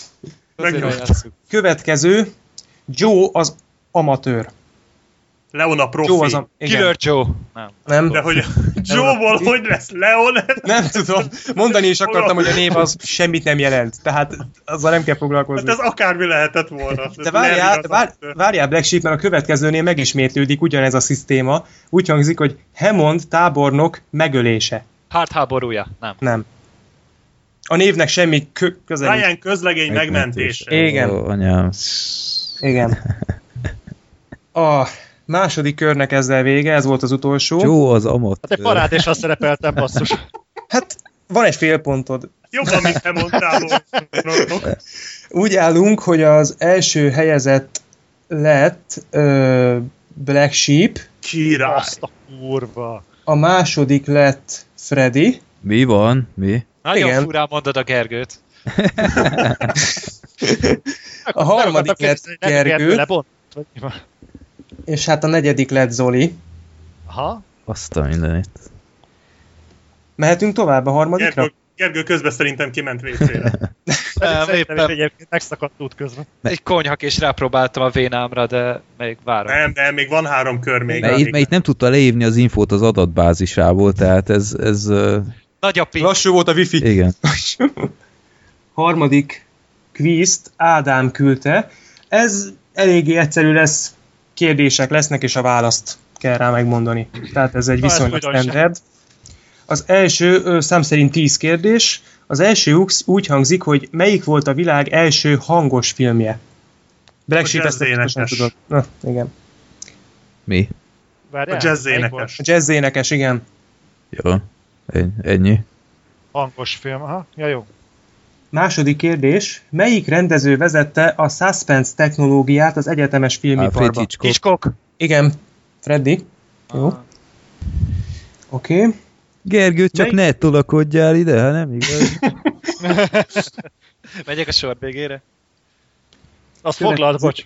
Következő. Joe az amatőr. Leon a profi. Joe az Killer Joe. Nem. De hogy Joe-ból hogy lesz Leon? Nem tudom. Mondani is akartam, hogy a név az semmit nem jelent. Tehát azzal nem kell foglalkozni. Hát ez akármi lehetett volna. De várjál Black Sheep, mert a következőnél megismétlődik ugyanez a szisztéma. Úgy hangzik, hogy Hammond tábornok megölése. Hard háborúja. Nem. A névnek semmi köze nincs. Ryan közlegény megmentése. Igen. Ó, anyám. Igen. Második körnek ezzel vége, ez volt az utolsó. Joe az amatőr. Hát egy parádésra szerepeltem, basszus. Hát van egy fél pontod. Jobban, mint te mondtál volna. Úgy állunk, hogy az első helyezett lett Black Sheep. Király. Azt a kurva. A második lett Freddy. Mi van? Mi? Nagyon Igen. furán mondod a Gergőt. A harmadik lett Gergő. És hát a negyedik lett Zoli. Aha. Azt a mindenit. Mehetünk tovább a harmadikra? Gergő közben szerintem kiment vécére. Nem, éppen Egyébként megszakadt út közben. egy konyhak és rápróbáltam a vénámra, de még várom. Nem, még van 3 kör még. Mert itt nem tudta leírni az infót az adatbázisából, tehát ez Nagy a ping. Lassú volt a wifi. igen. Harmadik kvízt Ádám küldte. Ez eléggé egyszerű lesz, kérdések lesznek, és a választ kell rá megmondani. Tehát ez egy viszonylag standard. Az első szám szerint 10 kérdés. Az első úgy hangzik, hogy melyik volt a világ első hangos filmje? Black Sheep ezt biztosan tudod. Na, igen. Mi? A jazz-énekes. A jazz-énekes, igen. Jó. Ennyi. Hangos film, aha. Ja, jó. Második kérdés. Melyik rendező vezette a suspense technológiát az egyetemes filmiparba? Hitchcock. Igen. Freddy. Jó. Oké. Gergő, csak ne tolakodjál ide, ha nem igaz? Megyek a sor végére. Azt foglalt, bocs.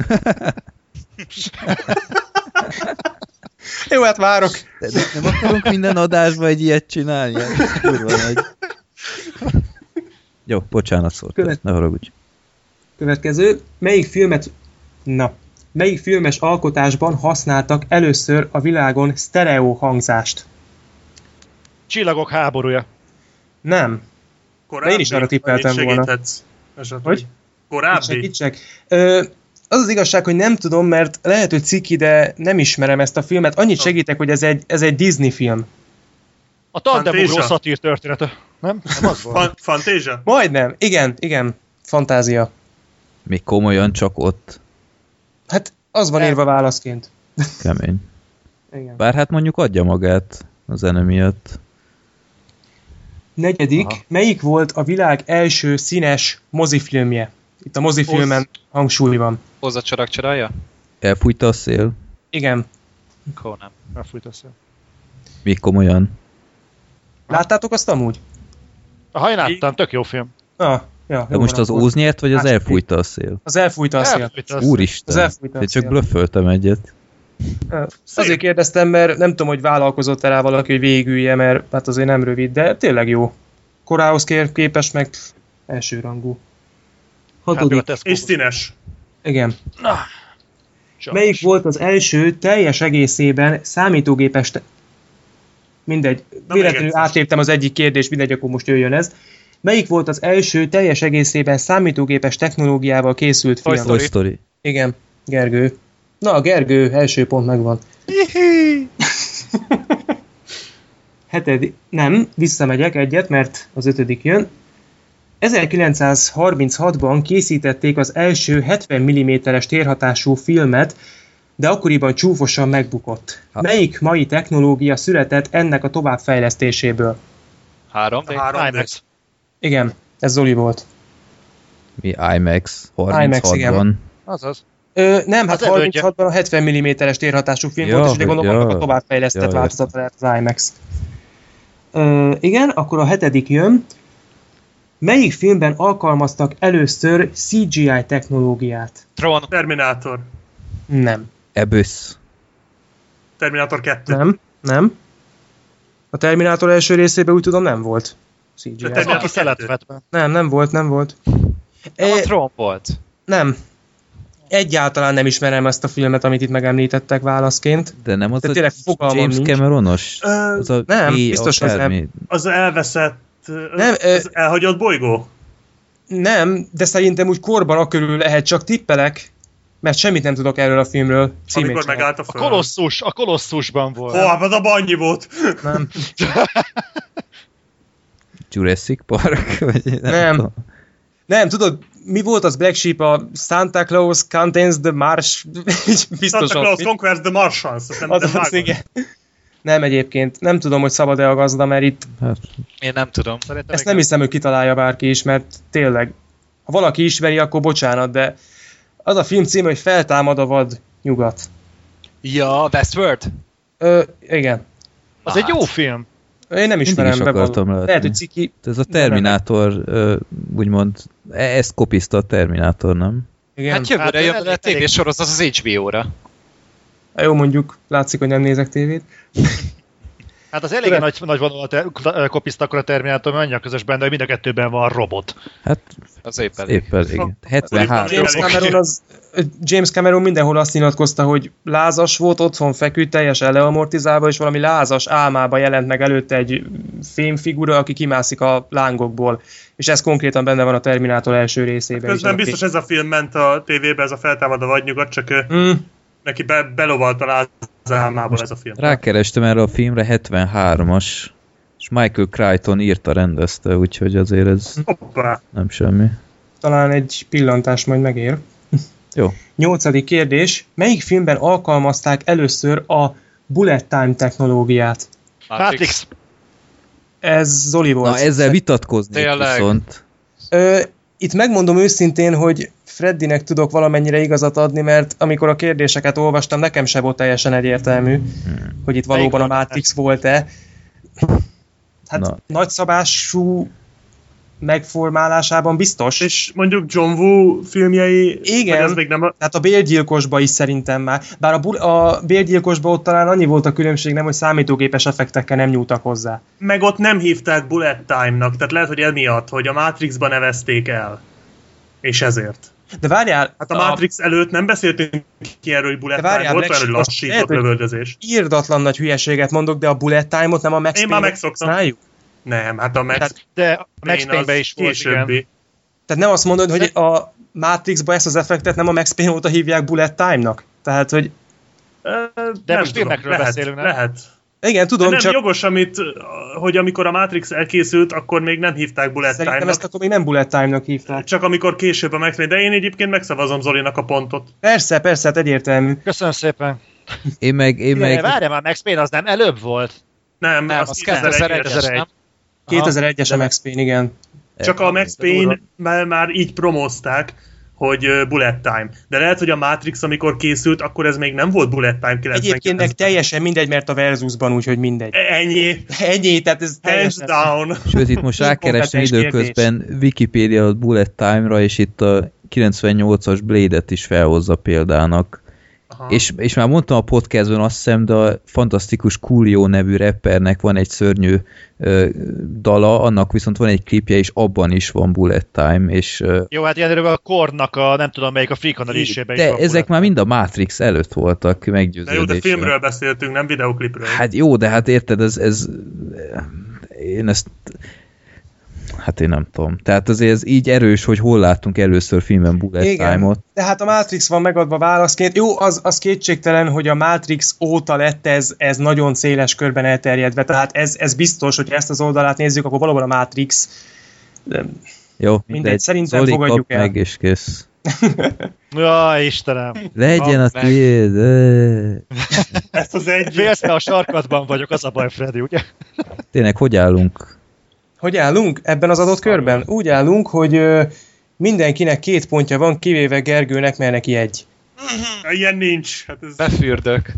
Jó, hát várok. De nem akarunk minden adásban egy ilyet csinálni? Kurva nagy. Jó, bocsánat szóltál, ne haragudj. Következő. Melyik filmes alkotásban használtak először a világon sztereó hangzást? Csillagok háborúja. Nem. Korábbi, de én is arra tippeltem volna. Hogy? Korábbi? Segítsek. Az az igazság, hogy nem tudom, mert lehet, hogy ciki, de nem ismerem ezt a filmet. Annyit segítek, hogy ez egy Disney film. A tandemugró szatír története. Nem? Nem az volt. Fantasia? Majdnem. Igen. Fantázia. Még komolyan csak ott. Hát az van írva válaszként. Kemény. Igen. Bár hát mondjuk adja magát a zene miatt. Negyedik. Aha. Melyik volt a világ első színes mozifilmje? Itt a mozifilmen hangsúly van. Hozza csarak csaralja? Elfújta a szél? Igen. Akkor nem. Elfújta a szél. Még komolyan. Láttátok azt amúgy? Aha, én láttam, tök jó film. De most az Óz nyert, vagy az elfújta a szél? Az elfújta a szél. Úristen, én csak blöfföltem egyet. Azért kérdeztem, mert nem tudom, hogy vállalkozott-e rá valaki, hogy végülje, mert hát azért nem rövid, de tényleg jó. Korához képest meg elsőrangú. Hatodik. Hát, és színes. Igen. Melyik volt az első teljes egészében számítógépes... Mindegy. Véletlenül átléptem az egyik kérdést, mindegy, akkor most jöjjön ez. Melyik volt az első teljes egészében számítógépes technológiával készült film? Toy Story. Igen, Gergő. Na, a Gergő első pont megvan. Hetedik. Nem, visszamegyek egyet, mert az ötödik jön. 1936-ban készítették az első 70 mm-es térhatású filmet, de akkoriban csúfosan megbukott. Melyik mai technológia született ennek a továbbfejlesztéséből? 3D? IMAX. Igen, ez Zoli volt. Mi IMAX? 36-ban? Azaz. Nem, hát 36-ban a 70 mm-es térhatású film volt, és ugye gondolom, a továbbfejlesztett változata lehet az IMAX. Igen, akkor a hetedik jön. Melyik filmben alkalmaztak először CGI technológiát? Tron. Terminátor. Nem. Abyss. Terminátor 2. Nem. A Terminátor első részében úgy tudom nem volt CGI. Aki szeletvetve. Nem volt. A Tron volt. Nem. Egyáltalán nem ismerem ezt a filmet, amit itt megemlítettek válaszként. De nem az de a James Cameronos? Nem, biztos, hogy nem. Az elveszett... az elhagyott bolygó? Nem, de szerintem úgy korban akörül lehet, csak tippelek, mert semmit nem tudok erről a filmről. Amikor megállt a föld. A Kolosszusban volt. Az abban annyi volt. Nem. Jurassic Park? Vagy nem, tudod, mi volt az Black Sheep? A Santa Claus contains the Marsh... Santa Claus conquers the Martians. Az igen. Nem egyébként. Nem tudom, hogy szabad-e a gazda, mert itt... Hát, én nem tudom. Ezt nem hiszem, hogy kitalálja bárki is, mert tényleg, ha valaki ismeri, akkor bocsánat, de az a film címe, hogy Feltámad a vad nyugat. Ja, Westworld? Igen. Az egy jó film. Én nem ismerem be. Lehet, hogy ciki... Ez a Terminátor, úgymond, ezt kopiszta a Terminátor, nem? Igen. Hát jövőre jön a tévésorozat az HBO-ra. Jó, mondjuk, látszik, hogy nem nézek tévét. Hát az elég nagy vonalat kopiszta akkor a Terminátor, mert annyi közös benne, hogy mind a kettőben van robot. Hát az épp elég. Igen. 73. James Cameron mindenhol azt nyilatkozta, hogy lázas volt, otthon feküdt, teljesen leamortizálva, és valami lázas álmába jelent meg előtte egy fémfigura, aki kimászik a lángokból. És ez konkrétan benne van a Terminátor első részében. Közben biztos ez a film ment a tévébe, ez a Feltámad a vadnyugat, csak neki belovalt a láz álmából ez a film. Rákerestem erre a filmre, 73-as, és Michael Crichton írta, rendezte, úgyhogy azért ez nem semmi. Talán egy pillantás majd megér. Jó. 8. kérdés. Melyik filmben alkalmazták először a bullet time technológiát? Matrix. Ez Zoli volt. Na, ezzel vitatkozni viszont. Itt megmondom őszintén, hogy Freddynek tudok valamennyire igazat adni, mert amikor a kérdéseket olvastam, nekem sem volt teljesen egyértelmű, hogy itt valóban a Matrix volt-e. Hát nagyszabású megformálásában biztos. És mondjuk John Woo filmjei... Igen, ez még nem tehát a Bélgyilkosba is szerintem már. Bár a Bélgyilkosba ott talán annyi volt a különbség, nem, hogy számítógépes effektekkel nem nyúltak hozzá. Meg ott nem hívták bullet time-nak, tehát lehet, hogy emiatt, hogy a Matrixba nevezték el. És ezért. De várjál... Hát a Matrix előtt nem beszéltünk ki erről, hogy bullet time volt, olyan, hogy lassított lövöldözés. Írdatlan nagy hülyeséget mondok, de a bullet time-ot nem a Max Payne-ot használjuk? Nem, hát a Max de a Max Payne-ben is volt, igen. Tehát nem azt mondod, hogy a Matrixba ezt az effektet nem a Max Payne óta hívják bullet time-nak? Tehát, hogy... De most filmekről beszélünk, nem? Lehet. Igen, tudom, nem csak... jogos, hogy amikor a Matrix elkészült, akkor még nem hívták bullet time-nak. Szerintem ezt akkor még nem bullet time-nak hívták. Csak amikor később a Max Payne, de én egyébként megszavazom Zolinak a pontot. Persze, hát egyértelmű. Köszönöm szépen. Én meg... Várjál már, Max Payne az nem előbb volt? Nem, az 2001-es, nem? 2001-es a Max Payne, igen. Csak a Max Payne már így promózták, hogy bullet time. De lehet, hogy a Matrix, amikor készült, akkor ez még nem volt bullet time 99. Egyébként teljesen mindegy, mert a Versusban úgyhogy mindegy. Ennyi, tehát ez hands down. Sőt, itt most rákerestem időközben Wikipedia bullet time-ra, és itt a 98-as Blade-et is felhozza példának. És már mondtam a podcastban, azt hiszem, de a fantasztikus Coolio nevű rappernek van egy szörnyű dala, annak viszont van egy klipje, és abban is van bullet time. És, jó, hát ilyenről a Kornak a nem tudom melyik a Freak-analysében is van. De ezek már mind a Matrix előtt voltak meggyőződésre. De jó, de filmről beszéltünk, nem videoklipről. Hát jó, de hát érted, én ezt... Hát én nem tudom. Tehát azért ez így erős, hogy hol láttunk először filmben bullet time-ot. De hát a Matrix van megadva válaszként. Jó, az kétségtelen, hogy a Matrix óta lett ez nagyon széles körben elterjedve. Tehát ez biztos, hogy ezt az oldalát nézzük, akkor valóban a Matrix. Jó, mindegy. Szerintem Zoli, fogadjuk el. Meg és kész. Jaj, Istenem. Legyen a tiéd. Ezt az egy. Félsz, a sarkadban vagyok, az a baj, Freddy, ugye? Tényleg, hogy állunk? Hogy állunk ebben az adott körben? Úgy állunk, hogy mindenkinek 2 pontja van, kivéve Gergőnek, mert neki 1. Ilyen nincs. Hát ez... Befürdök.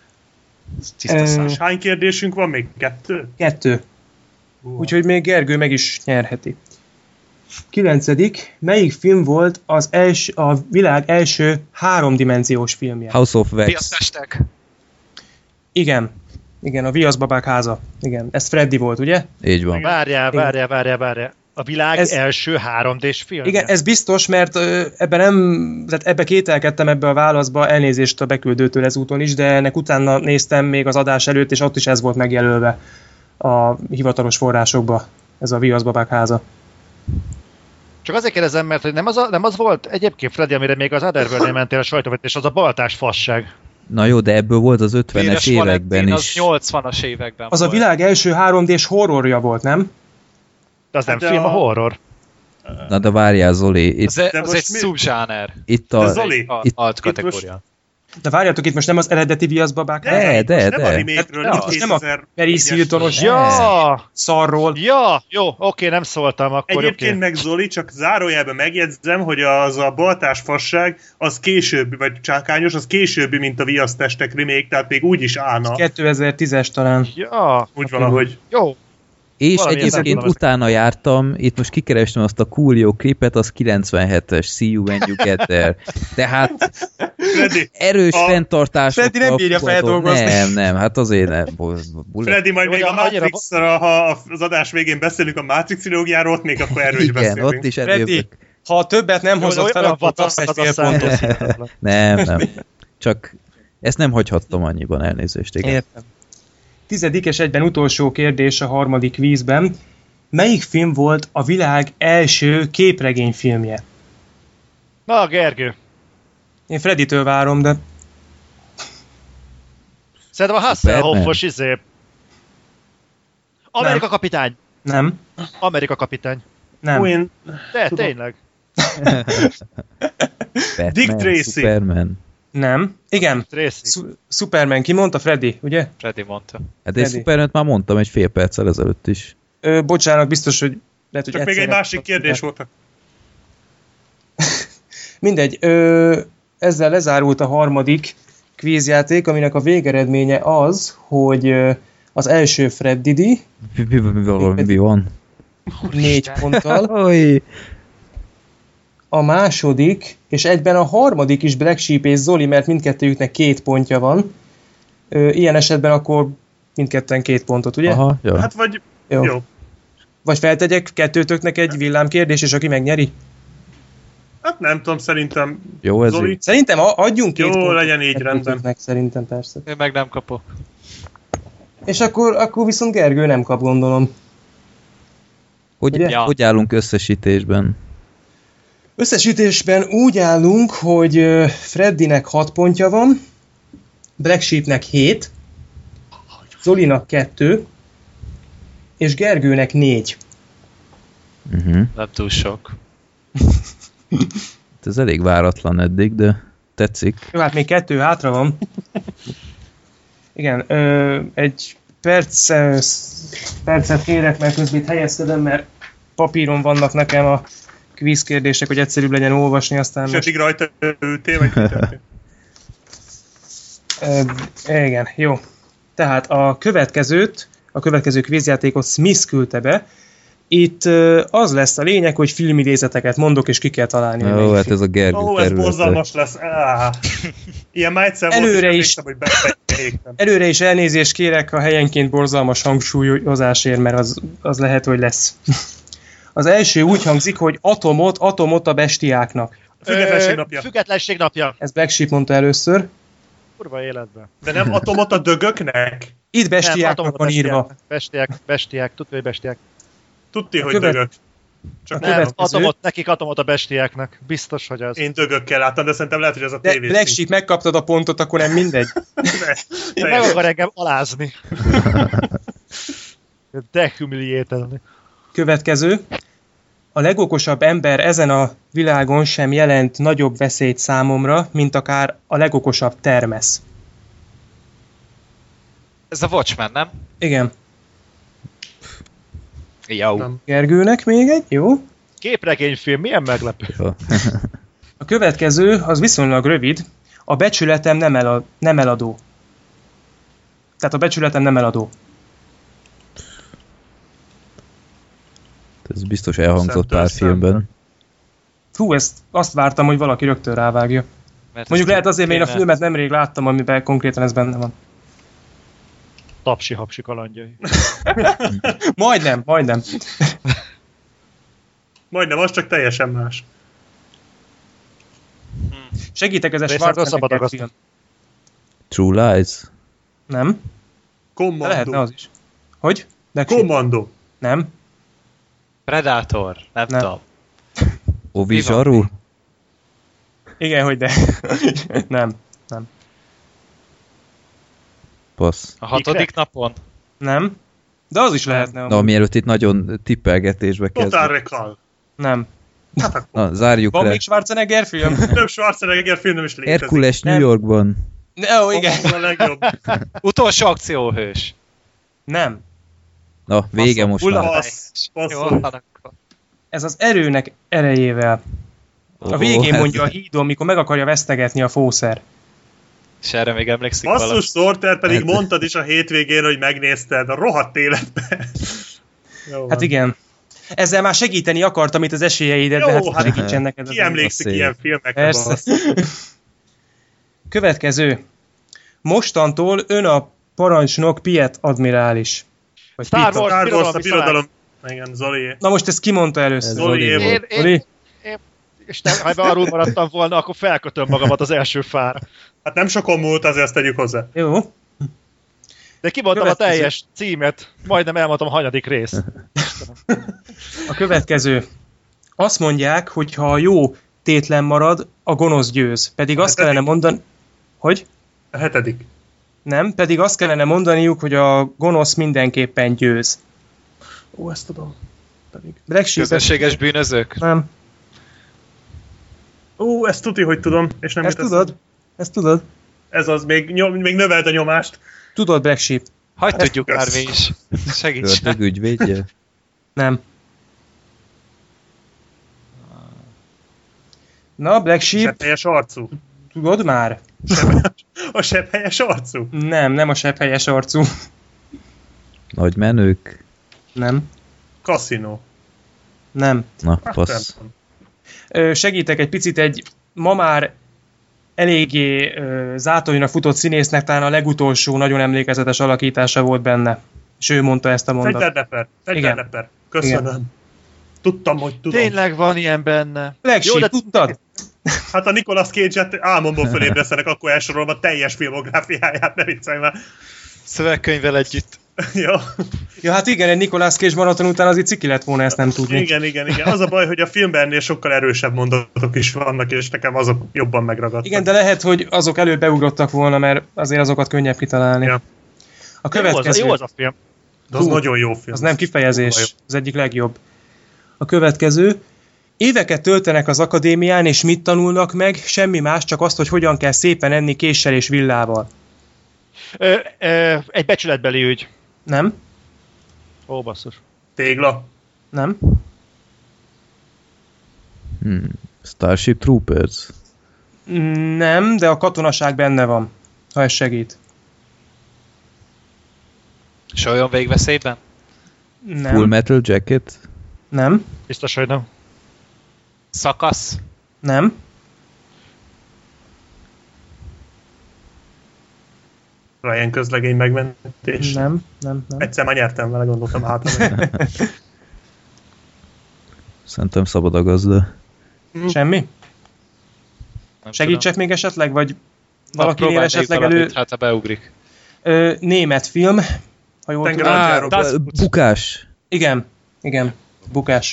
Hány kérdésünk van még? 2? 2. Úgyhogy még Gergő meg is nyerheti. 9. Melyik film volt a világ első 3-dimenziós filmje? House of Wax. Viasztestek. Igen, a Viaszbabák háza. Igen, ez Freddy volt, ugye? Így van. Várjál. A világ első 3D-s film. Igen, ez biztos, mert ebbe kételkedtem ebbe a válaszba, elnézést a beküldőtől ezúton is, de ennek utána néztem még az adás előtt, és ott is ez volt megjelölve a hivatalos forrásokba, ez a Viaszbabák háza. Csak azért kérdezem, mert hogy nem az volt egyébként, Freddy, amire még az Otherworld-nél mentél a sajtóvetés, az a baltás fasság. Na jó, de ebből volt az 50-es években is. Az 80-as években az volt. A világ első 3D-s horrorja volt, nem? De az nem film, a horror. Na de várjál, Zoli. Ez egy szubzsáner. Itt a... Zoli, alt kategória. De várjatok, itt most nem az eredeti viaszbabák. De. Nem animékről, nem a Paris Hiltonos szarról. Ja, jó, oké, nem szóltam, akkor egyébként meg Zoli, csak zárójelben megjegyzem, hogy az a baltás fasság, az későbbi, vagy csákányos, az későbbi, mint a viasztestek remake, tehát még úgy is állna. 2010-es talán. Ja. Úgy valahogy. Jó. És egyébként utána jártam, itt most kikerestem azt a Coolio klipet, az 97-es See You When You Get There. Tehát erős fenntartásokkal... Freddy nem bírja feldolgozni. Nem, hát azért nem. Freddy, majd még a Matrixra, ha az adás végén beszélünk a Matrix trilógiáról, ott még akkor erről is beszélünk. Igen, ott is Freddy, ha többet nem hozott fel, akkor kapsz egy fél pontot. Nem. Csak ezt nem hagyhattam annyiban, elnézést. Igen. Értem. 10. és egyben utolsó kérdés a harmadik kvízben. Melyik film volt a világ első képregényfilmje? Na, Gergő. Én Freddytől várom, de... Szerintem a Hasselhoffos Amerika kapitány. Nem. Amerika kapitány. Nem. De, tényleg. Dick Tracy. Superman. Nem. Igen. Superman. Ki mondta? Freddy, ugye? Freddy mondta. Hát én Superman-t már mondtam egy fél perccel ezelőtt is. Bocsánat, biztos, hogy... Lehet, hogy csak még egy másik kérdés volt. Mindegy. Ezzel lezárult a harmadik kvízjáték, aminek a végeredménye az, hogy az első Freddy Mi van? 4 ponttal. A második, és egyben a harmadik is Black Sheep és Zoli, mert mindkettőjüknek 2 pontja van. Ilyen esetben akkor mindketten 2 pontot, ugye? Aha, jó. Hát vagy... Jó. Vagy feltegyek kettőtöknek egy villámkérdés, és aki megnyeri? Hát nem tudom, szerintem... Jó ez Zoli? így. Szerintem adjunk 2 pontot. Jó, legyen így, rendben. Szerintem persze. Én meg nem kapok. És akkor viszont Gergő nem kap, gondolom. Hogy állunk összesítésben? Összesítésben úgy állunk, hogy Freddynek 6 pontja van, Black Sheepnek 7, Zolinak 2, és Gergőnek 4. Nem túl sok. Ez elég váratlan eddig, de tetszik. Jó, hát még 2 hátra van. Igen, egy percet kérek, mert közben itt helyezkedem, mert papíron vannak nekem a kvíz kérdések, hogy egyszerűbb legyen olvasni, aztán és eddig rajta ültél, vagy kitöltél? Igen, jó. Tehát a következő kvízjátékot Smith küldte be. Itt az lesz a lényeg, hogy filmidézeteket mondok, és ki kell találni. Jó, hát ez a Gergő területe. Ez borzalmas lesz. Ilyen már egyszer előre volt, és előre is elnézést kérek a helyenként borzalmas hangsúlyozásért, mert az lehet, hogy lesz. Az első úgy hangzik, hogy atomot a bestiáknak. Függetlenség napja. Függetlenség napja. Ez Black Sheep mondta először. Kurva életben. De nem atomot a dögöknek? Itt bestiáknak van írva. Bestiák, tudja, hogy bestiák. Tudti, hogy dögök. Csak nem, atomot a bestiáknak. Biztos, hogy az. Én dögökkel láttam, de szerintem lehet, hogy az a tévés. Black Sheep, megkaptad a pontot, akkor nem mindegy. Én meg akar engem alázni. Dehumiliételni. Következő. A legokosabb ember ezen a világon sem jelent nagyobb veszélyt számomra, mint akár a legokosabb termesz. Ez a Watchmen, nem? Igen. Jó. Gergőnek még egy, jó? Képregényfilm, milyen meglepő. A következő, az viszonylag rövid. A becsületem nem eladó. Tehát a becsületem nem eladó. Ez biztos elhangzott pár filmben. Hú, azt vártam, hogy valaki rögtön rávágja. Mert mondjuk lehet azért, mert én a filmet nemrég láttam, amiben konkrétan ez benne van. Tapsi-hapsi kalandjai. Majdnem. Majdnem, az csak teljesen más. Segítek, ez a Schwarzenegger film. True Lies? Nem. Commando. Lehetne az is. Hogy? Commando. Nem. Predator. Nem tudom. Ovi Zsaru? Igen, hogy de. Nem. Passz. A 6. napon? Nem. De az is lehetne. Na, mielőtt itt nagyon tippelgetésbe kezdünk. Total Recall. Nem. Na, zárjuk Van le. még Schwarzenegger film? Több Schwarzenegger film nem is létezik. Herkules New Yorkban. Ó, igen. A legjobb. Utolsó akcióhős. Nem. Na, vége most már. Jó, van akkor. Ez az erőnek erejével. A végén mondja a hídon, mikor meg akarja vesztegetni a fószer. És erre még emlékszik valami. Basszus, Sorter, pedig mondtad is a hétvégén, hogy megnézted a rohadt életben. Hát igen. Ezzel már segíteni akartam itt az esélyeidet, de hát segítsen neked. Ki emlékszik ilyen filmekre? Persze. Következő. Mostantól ön a parancsnok Piet admirális. Vagy Star Piet. Wars, a birodalom. Igen, Zoli. Na most ezt ki mondta először? Zoli volt. Zoli? És ha ebben arról maradtam volna, akkor felkötöm magamat az első fára. Hát nem sokon múlt, azért ezt tegyük hozzá. Jó. De kimondtam a teljes címet, majdnem elmondtam a hanyadik részt. A következő. Azt mondják, hogy ha a jó tétlen marad, a gonosz győz. Pedig azt kellene mondani... Hogy? A 7. Nem, pedig azt kellene mondaniuk, hogy a gonosz mindenképpen győz. Ó, ezt tudom. Pedig. Black Sheep... Közönséges bűnözők? Nem. Ó, ezt tudja, hogy tudom. És nem Ezt tudod? Ezt tudod? Ez az, még növelt a nyomást. Tudod, Black Sheep? Hagyd tudjuk már mi is. Segítsen. Ördög ügyvédje? Nem. Na, Black Sheep, Sepphelyes arcú. tudod már? A sepphelyes arcú? Nem a sepphelyes arcú. Nagy menők? Nem. Kaszinó. Nem. Na, Hát passz. Segítek egy picit, ma már eléggé zátonyra futott színésznek talán a legutolsó nagyon emlékezetes alakítása volt benne. És ő mondta ezt a mondatot. Fegyverneper. Köszönöm. Igen. Tudtam, hogy tudom. Tényleg van ilyen benne. Black Sheep, tudtad? Hát a Nicolas Cage-et álmomból fölébresztenek, akkor elsorolom a teljes filmográfiáját, ne viccelj már. Szövegkönyvvel együtt. Ja, hát igen, egy Nicolas Cage maraton után azért ciki lett volna ezt nem tudni. Igen. Az a baj, hogy a filmben ennél sokkal erősebb mondatok is vannak, és nekem azok jobban megragadtak. Igen, de lehet, hogy azok előbb beugrottak volna, mert azért azokat könnyebb kitalálni. Ja. A következő... Jó az a film. De az nagyon jó film. Az nem kifejezés, az egyik legjobb. A következő. Éveket töltenek az akadémián, és mit tanulnak meg? Semmi más, csak azt, hogy hogyan kell szépen enni késsel és villával. Egy becsületbeli ügy. Nem? Ó, basszus. Tégla. Nem? Starship Troopers? Nem, de a katonaság benne van, ha ez segít. És olyan végveszélyben? Nem. Full Metal Jacket? Nem. Biztos, hogy nem. Szakasz? Nem. Ryan közlegény megmentés. Nem. Egyszer már nyertem vele, gondoltam hátra. Szerintem szabad a gazda. Semmi? Nem Segítsek még esetleg, vagy valakinél próbálj esetleg valamit, elő... Hát, ha beugrik. Német film, ha jól tudom. Bukás. Igen, bukás.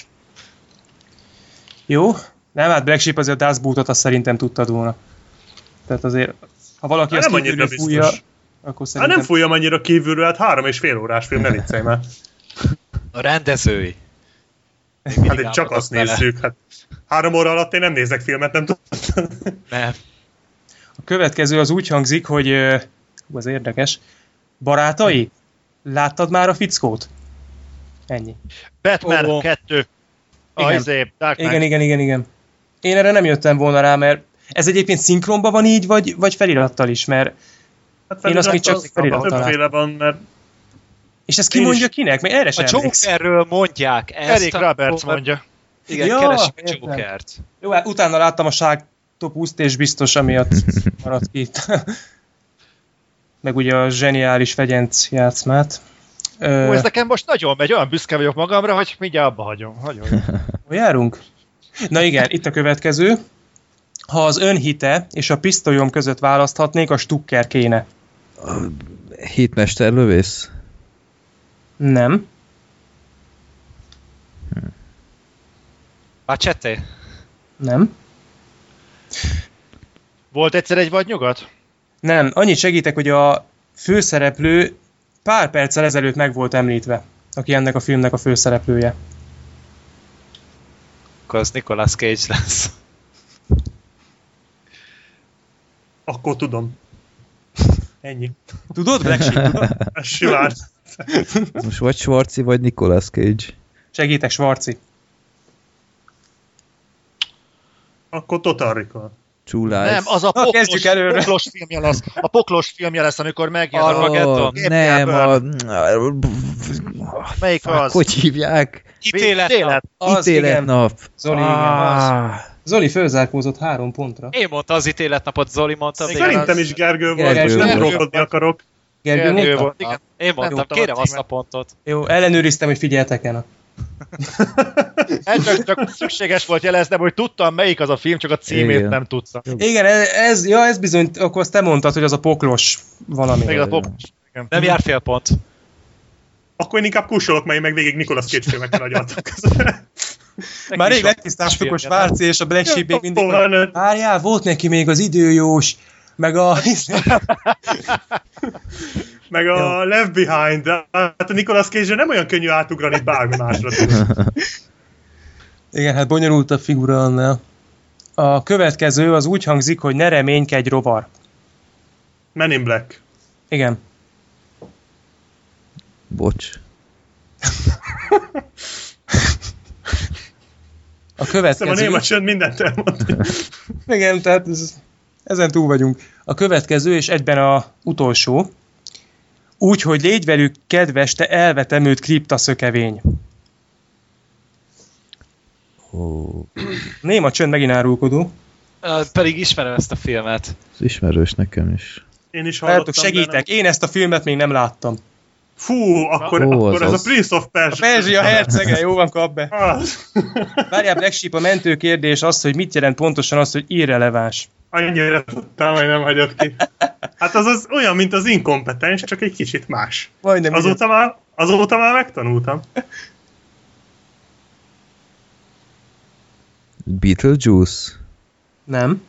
Jó? Nem, hát Black Sheep azért a Das Bootot azt szerintem tudtad volna. Tehát azért, ha valaki Hát azt nem kívülről annyira fújja, biztos. akkor szerintem... Hát nem fújjam annyira kívülről, hát 3,5 órás film, ne viccelj már. A rendezői. Hát én csak azt nézzük. Hát 3 óra alatt én nem nézek filmet, nem tudom. Nem. A következő az úgy hangzik, hogy... az érdekes. Barátai? Láttad már a fickót? Ennyi. Batman 2. Dark Knight. Igen. Én erre nem jöttem volna rá, mert ez egyébként szinkronban van így, vagy felirattal is, mert Hát én azt még csak felirattal többféle van, mert... És ezt ki mondja kinek? Meg erre sem A Jokerről mondják ezt. Eric Roberts mondja. Igen, Ja, keresik a értem. Jokert. Jó, hát utána láttam a Shark Top 20-t, és biztos amiatt maradt ki itt. Meg ugye a zseniális fegyenc játszmát. Ez nekem most nagyon megy, olyan büszke vagyok magamra, hogy mindjárt abba hagyom. Hol járunk? Na igen, itt a következő. Ha az önhite és a pisztolyom között választhatnék, a Stucker kéne. Hétmesterlövész? Nem. Machete? Nem. Volt egyszer egy vagy nyugat? Nem, annyit segítek, hogy a főszereplő pár perccel ezelőtt meg volt említve, aki ennek a filmnek a főszereplője. akkor az Nicolas Cage lesz. Akkor tudom. Ennyi. Tudod, Black Sheep? Tudod? Ez simán. Most vagy Schwarzi, vagy Nicolas Cage. Segítek, Schwarzi. Akkor Total Recall. True Lies. Nem, az a poklos filmje lesz. A poklos filmje lesz, amikor megjön Armageddon. Nem, Melyik az? hogy hívják? Ítéletnap. Zoli, igen, Zoli fölzárkózott 3 pontra. Én mondta az ítéletnapot, Zoli mondta. Szerintem is Gergő volt, és Gergő nem volt. rókodni akarok. Gergő mondta? Igen. Én mondtam, kérem azt a pontot. Jó, ellenőriztem, hogy figyeltek el. Csak szükséges volt jeleznem, hogy tudtam, melyik az a film, csak a címét Igen. nem tudtam. Igen, ez bizony, akkor azt te mondtad, hogy az a poklos valami. Még a poklos. Nem jár fél pont. Akkor én inkább kussolok, mert én meg végig Nicolas Cage filmekkel agyaltam. Már rég letisztáztuk a Schwarzi és a Black Sheep még mindig. Várjál, volt neki még az Időjós, meg a... meg a Left Behind, de hát a Nicolas Cage nem olyan könnyű átugrani bármi másra. Igen, hát bonyolultabb figura annál. A következő az úgy hangzik, hogy ne reménykedj, rovar. Men in Black. Igen. Bocs. A következő... Szóval a néma csönd mindent elmondani. Igen, tehát ezen túl vagyunk. A következő és egyben a utolsó. Úgy, hogy légy velük kedves, te elvetemült kriptaszökevény. Néma csönd megint árulkodó. Pedig ismerem ezt a filmet. Ez ismerős nekem is. Én is hallottam. Várjátok, segítek, én ezt a filmet még nem láttam. Fú, akkor ez a Prince of Persia. A Perzsia hercege, jó van, kap be. Várjál, Black Sheep, a mentő kérdés az, hogy mit jelent pontosan az, hogy irreleváns. Annyira tudtam, hogy nem hagyott ki. Hát az olyan, mint az inkompetens, csak egy kicsit más. Majdnem Azóta már megtanultam. Beetlejuice? Nem.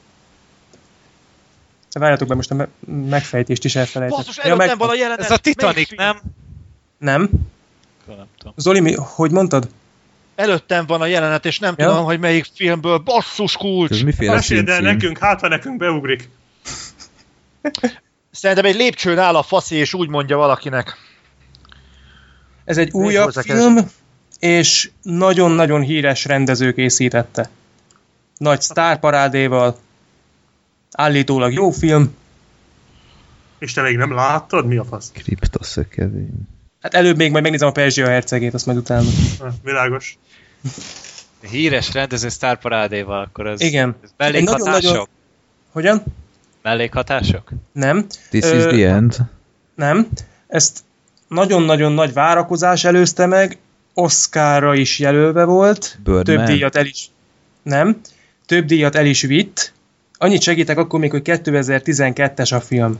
Várjátok be, most a megfejtést is elfelejtettem. Basszus, előttem van a jelenet. Ez a Titanic, nem? Nem. Nem tudom. Zoli, hogy mondtad? Előttem van a jelenet, és nem tudom, hogy melyik filmből. Basszus kulcs! Ez miféle Meséld el cím? nekünk, hát ha nekünk beugrik. Szerintem egy lépcsőn áll a faszi, és úgy mondja valakinek. Ez egy újabb film, és nagyon-nagyon híres rendező készítette. Nagy sztárparádéval. Állítólag jó film. És te még nem láttad? Mi a fasz? Kriptaszökevény. Hát előbb még majd megnézem a Perzsia hercegét, azt majd utána. Világos. Híres rendező sztárparádéval, akkor ez... Igen. Ez mellékhatások? Nagyon... Hogyan? Mellékhatások? Nem. This is the end. Nem. Ezt nagyon-nagyon nagy várakozás előzte meg. Oscarra is jelölve volt. Birdman. Több díjat el is... Nem. Több díjat el is vitt. Annyit segítek akkor még, hogy 2012-es a film.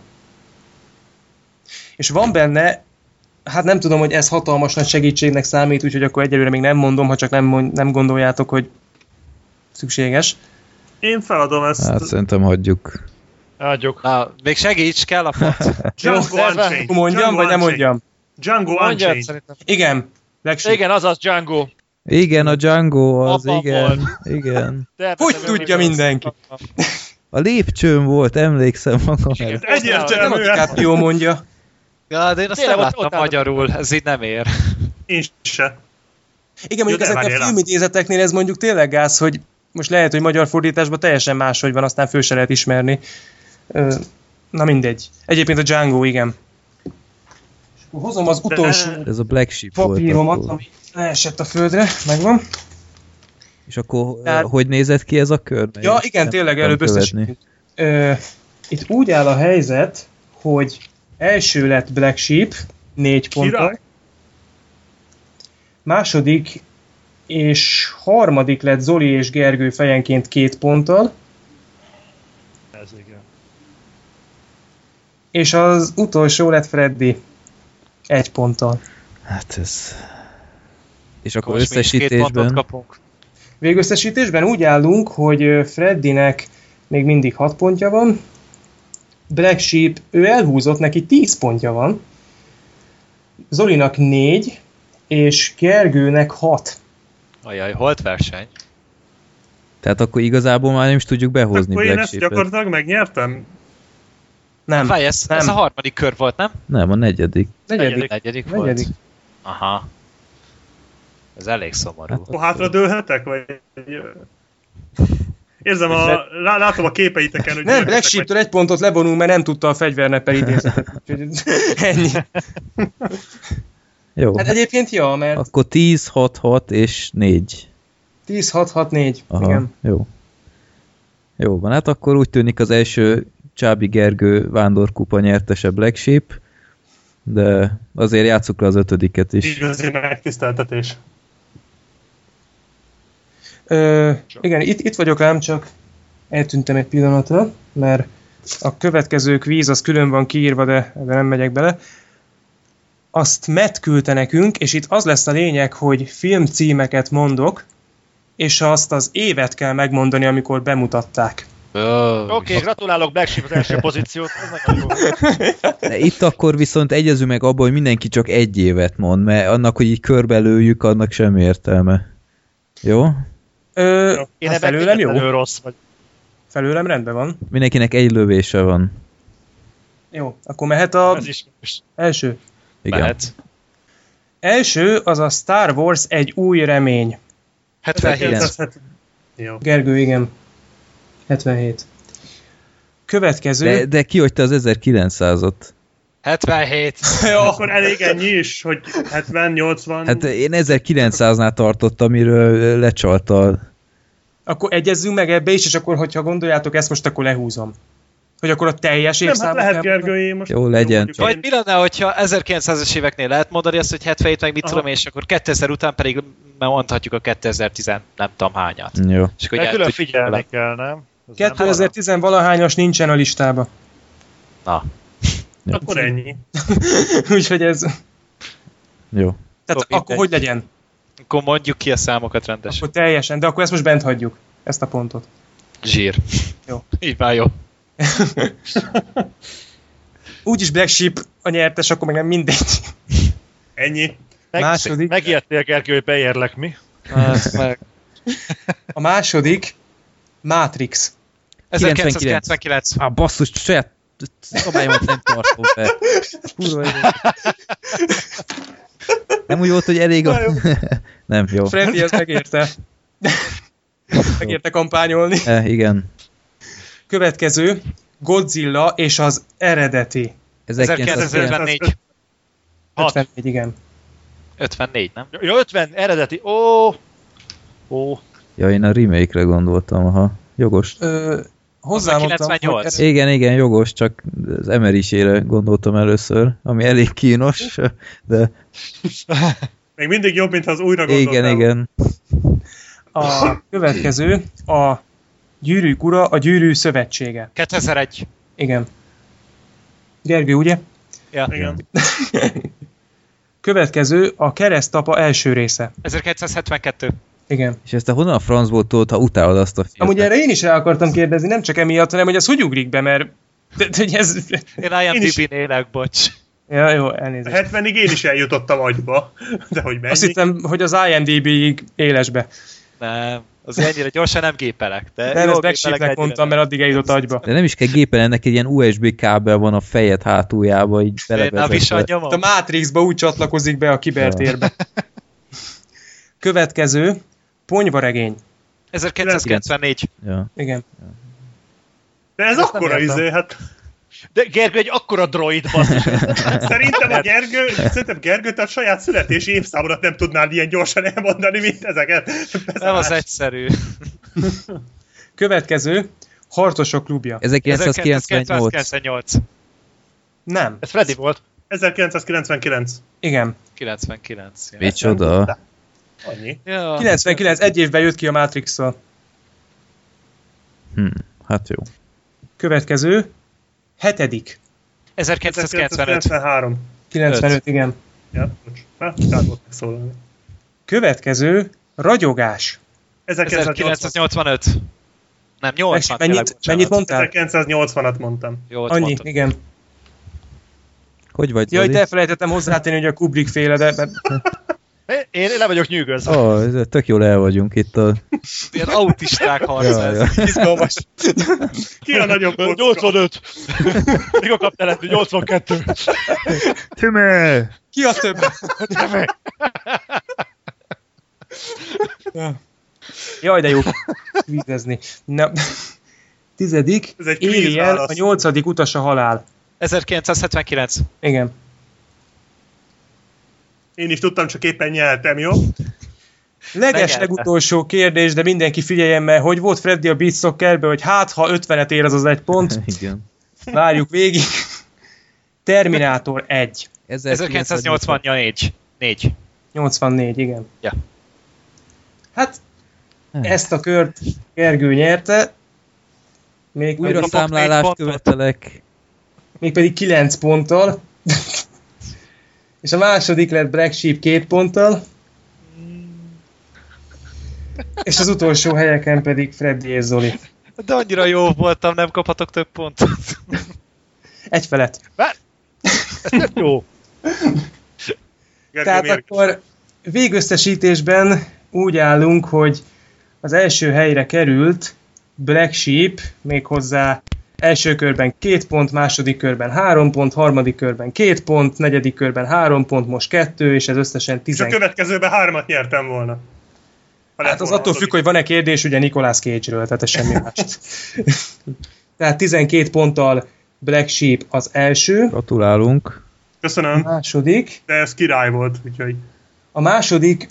És van benne, hát nem tudom, hogy ez hatalmas nagy segítségnek számít, úgyhogy akkor egyelőre még nem mondom, ha csak nem gondoljátok, hogy szükséges. Én feladom ezt. Hát szerintem hagyjuk. Adjuk. Na, még segíts, kell a pont. Django Unchained. Mondjam, vagy nem mondjam? Django Mondjad, Unchained. szerintem. Igen. Igen, azaz Django. Igen, a Django az, Apa igen. Igen. Hogy tudja mindenki? A lépcsőn volt, emlékszem magam. Igen. Nem a Egyértelműen. DiCaprio mondja. Ja, de én azt Tényleg, nem ott láttam áll- magyarul, ez így nem ér. Én se. Igen, mondjuk de ezeknél a várjál. filmidézeteknél ez mondjuk tényleg gáz, hogy most lehet, hogy magyar fordításban teljesen máshogy van, aztán föl se lehet ismerni. Na mindegy. Egyébként a Django, igen. És akkor hozom az utolsó Ez a Black Sheep volt. papíromat, akkor. ami leesett a földre, megvan. És akkor Tehát- hogy nézett ki ez a kör? Mert Ja, én igen, nem tényleg tudtam előbb követni. összesítjük. Itt úgy áll a helyzet, hogy első lett Black Sheep, 4 ponttal. Király. Második és harmadik lett Zoli és Gergő fejenként 2 ponttal. Ez igen. És az utolsó lett Freddy 1 ponttal. Hát ez... És akkor Most mi is 2 pontot összesítésben... kapunk. Végösszesítésben úgy állunk, hogy Freddynek még mindig 6 pontja van. Black Sheep, ő elhúzott, neki 10 pontja van. Zolinak 4, és Gergőnek 6. Ajaj, holt verseny. Tehát akkor igazából már nem is tudjuk behozni akkor Black én ezt Sheep-et. gyakorlatilag megnyertem? Nem. Várj, ez a harmadik kör volt, nem? Nem, a negyedik. Negyedik volt. Aha. Ez elég szomorú. Akkor hátra dőlhetek? Vagy... Érzem, látom a képeiteken, hogy... Nem, Black Sheep-től egy pontot levonunk, mert nem tudta a fegyvernepper idézetet. Ennyi. Jó. Hát egyébként ja, mert... Akkor 10, 6, 6 és 4. 10, 6, 6, 4. Aha, igen. jó. Jó van, hát akkor úgy tűnik az első Csábi Gergő vándorkupa nyertese Black Sheep, de azért játsszuk le az 5-et is. Igazi megtiszteltetés. Igen, itt vagyok ám, csak eltűntem egy pillanatra, mert a következő kvíz az külön van kiírva, de ebben nem megyek bele. Azt Matt küldte nekünk, és itt az lesz a lényeg, hogy filmcímeket mondok, és azt az évet kell megmondani, amikor bemutatták. Oké, gratulálok Black Sheep az első pozíciót, ez nagyon jó. De itt akkor viszont egyezünk meg abban, hogy mindenki csak egy évet mond, mert annak, hogy így körbelőjük, annak semmi értelme. Jó? Én hát felőlem jó? Rossz vagy. Felőlem rendben van. Mindenkinek egy lövése van. Jó, akkor mehet a Ez is. első. Igen. Mehet. Első az a Star Wars egy új remény. 77. Jó. Gergő, igen. 77. Következő. De kihagyta az 1900-ot. 77. Jó, akkor elég ennyi is, hogy 70-80... Hát én 1900-nál tartottam, amiről lecsalta. Akkor egyezzünk meg ebbe is, és akkor, hogyha gondoljátok ezt, most akkor lehúzom. Hogy akkor a teljes nem, hát évszámot lehet kell mondani? Gergőjé most. Jó, legyen. Vagy mi lenne, hogyha 1900-es éveknél lehet mondani azt, hogy 77 meg mit tudom, és akkor 2000 után pedig mondhatjuk a 2010 nem tudom hányat. Jó. És akkor De külön tudjuk figyelni vele. kell, nem? Ez 2010 valahányas nincsen a listába. Na. Akkor ennyi. Úgyhogy ez... Jó. Tehát Jó, akkor hogy legyen? Akkor mondjuk ki a számokat rendesen. Akkor teljesen, de akkor ezt most bent hagyjuk. Ezt a pontot. Zsír. Jó. Így már jó. Úgyis Black Sheep a nyertes, akkor meg nem mindegy. Ennyi. Második. Megijedtél, Gergő, hogy beérlek mi? Meg. A második Matrix. 1999. Basszus, saját szabályomat nem tartom be. Kurva jó. Nem úgy volt, hogy elég a... Nem, jó. Freddy ezt megérte. Megérte kampányolni. Igen. Következő Godzilla és az eredeti. 1954. 54, igen. 54, nem? Jó, 50, eredeti. Ó. Ja, én a remake-re gondoltam, aha. Jogos. Hozzámondtam, 98. Igen, jogos, csak az emerisére gondoltam először, ami elég kínos, de... Még mindig jobb, mint ha az újra gondoltál. Igen. A következő a Gyűrűk ura, a Gyűrű szövetsége. 2001. Igen. Gergő, ugye? Ja. Igen. Következő a Keresztapa első része. 1972. Igen. És ezt te honnan a francból tudod, ha utálod azt a filmet? Amúgy erre én is rá akartam kérdezni, nem csak emiatt, hanem hogy ez hogy ugrik be, mert... hogy ez... Én IMDb-n élek, bocs. Ja, jó, elnézést. 70-ig én is eljutottam agyba, de hogy mennyi? Azt hittem, hogy az IMDb-ig élesbe. Nem, azért ennyire gyorsan nem gépelek. De Nem, jól ezt Black gépelek Sheepnek ennyire mondtam, nem. mert addig eljutott agyba. De nem is kell gépen, ennek egy ilyen USB kábel van a fejed hátuljába, így Én a belevezetve. A Matrixba úgy csatlakozik be a kibertérbe. Következő Ponyvaregény. 1994. Ja. Igen. De ez Ezt nem akkora értem. hát De Gergő egy akkora droid, basszus. szerintem Gergő, te a saját születési évszámodat nem tudnál ilyen gyorsan elmondani, mint ezeket. Nem az egyszerű. Következő Harcosok klubja. 1998. 1998. Nem. Ez Freddy volt. 1999. Igen. 99. Ja. Micsoda? Annyi. Ja. 99, egy évben jött ki a Matrix-szal. Hát jó. Következő hetedik. 1995. 95, igen. Ja, bocs. Kár volt megszólalni. Következő Ragyogás. 1985. Nem, 80. Mennyit mondtál? 1980-at mondtam. Jó, Annyi, mondtad. igen. Hogy vagy, Jaj, Zoli? elfelejtettem hozzátenni, hogy a Kubrick féle, de... Én le vagyok nyűgözve. Tök jól el vagyunk itt a... Ilyen autisták harca ez. Izgalmas. Ki a nagyobb kocka? 85. Mikor kaptál ezt? 82. Tüme! Ki a több? Jaj, de jó vízezni. Na, 10. Ez egy Alien, a 8. utas a halál. 1979. Igen. Én is tudtam, csak éppen nyeltem, jó? Legutolsó kérdés, de mindenki figyeljen, mert hogy volt Freddy a Beat Soccerbe, hogy hát, ha 50-et ér, az az 1 pont. Igen. Várjuk végig. Terminátor 1. 1984. 4. 84, igen. Ja. Hát, ezt a kört Gergő nyerte. Még Újra számlálást követelek. Mégpedig 9 ponttal. És a második lett Black Sheep 2 ponttal. És az utolsó helyeken pedig Freddy és Zoli. De annyira jó voltam, nem kaphatok több pontot. Egy felett. Ez nem jó. Tehát akkor végösszesítésben úgy állunk, hogy az első helyre került Black Sheep, méghozzá első körben 2 pont, második körben 3 pont, harmadik körben 2 pont, negyedik körben 3 pont, most 2, és ez összesen 10. És a következőben 3-at nyertem volna. Hát az attól függ, hogy van-e kérdés ugye Nicolas Cage-ről, tehát ez semmi más. Tehát 12 ponttal Black Sheep az első. Gratulálunk. Köszönöm. A második. De ez király volt, úgyhogy... A második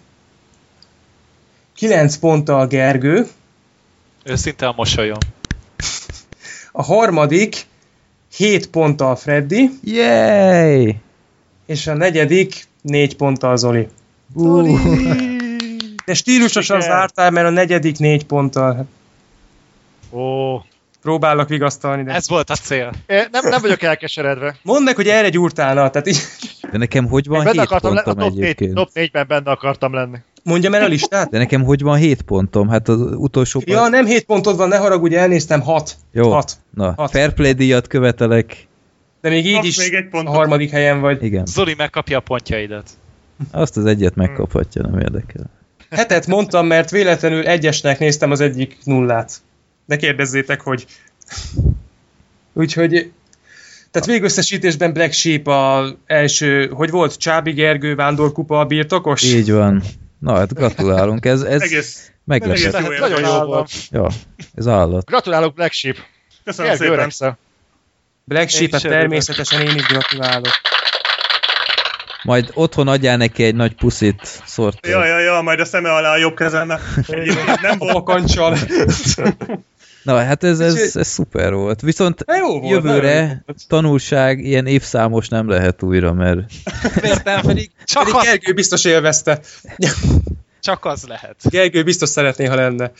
9 ponttal Gergő. Őszintén mosolyom. A harmadik 7 ponttal Freddy. Yay! És a negyedik 4 ponttal Zoli. De stílusosan zártál, mert a negyedik 4 ponttal. Ó. Próbálok vigasztalni, de... Ez volt a cél. Nem vagyok elkeseredve. Mondd meg, hogy erre gyúrtálna, tehát így... De nekem hogy van 7 pontom egyébként? Top 4-ben benne akartam lenni. Mondjam el a listát? De nekem hogy van 7 pontom? Hát az utolsó... Ja, nem 7 pontod van, ne haragudj, elnéztem, 6. Jó, 6. na, 6. fair play díjat követelek. De még így Kapsz is még egy a pontot. harmadik helyen vagy. Igen. Zoli megkapja a pontjaidat. Azt az egyet megkaphatja, nem érdekel. 7-et mondtam, mert véletlenül egyesnek néztem az egyik nullát. De kérdezzétek, hogy... Úgyhogy... Tehát végösszesítésben Black Sheep az első, hogy volt Csábi Gergő Vándorkupa a birtokos? Így van. Na, hát gratulálunk, ez Egész meglepett. Nagyon jó volt. Ja, ez állat. Gratulálok Black Sheep. Köszönöm szépen. Black Sheep-et természetesen én is gratulálok. Majd otthon adjál neki egy nagy puszit, Sorter. Ja, majd a szeme alá a jobb kezembe. Nem volt. Pakancsal. Na, hát ez szuper volt. Viszont volt, jövőre tanulság, ilyen évszámos nem lehet újra, mert... Miért nem? Pedig Gergő biztos élvezte. Csak az lehet. Gergő biztos szeretné, ha lenne.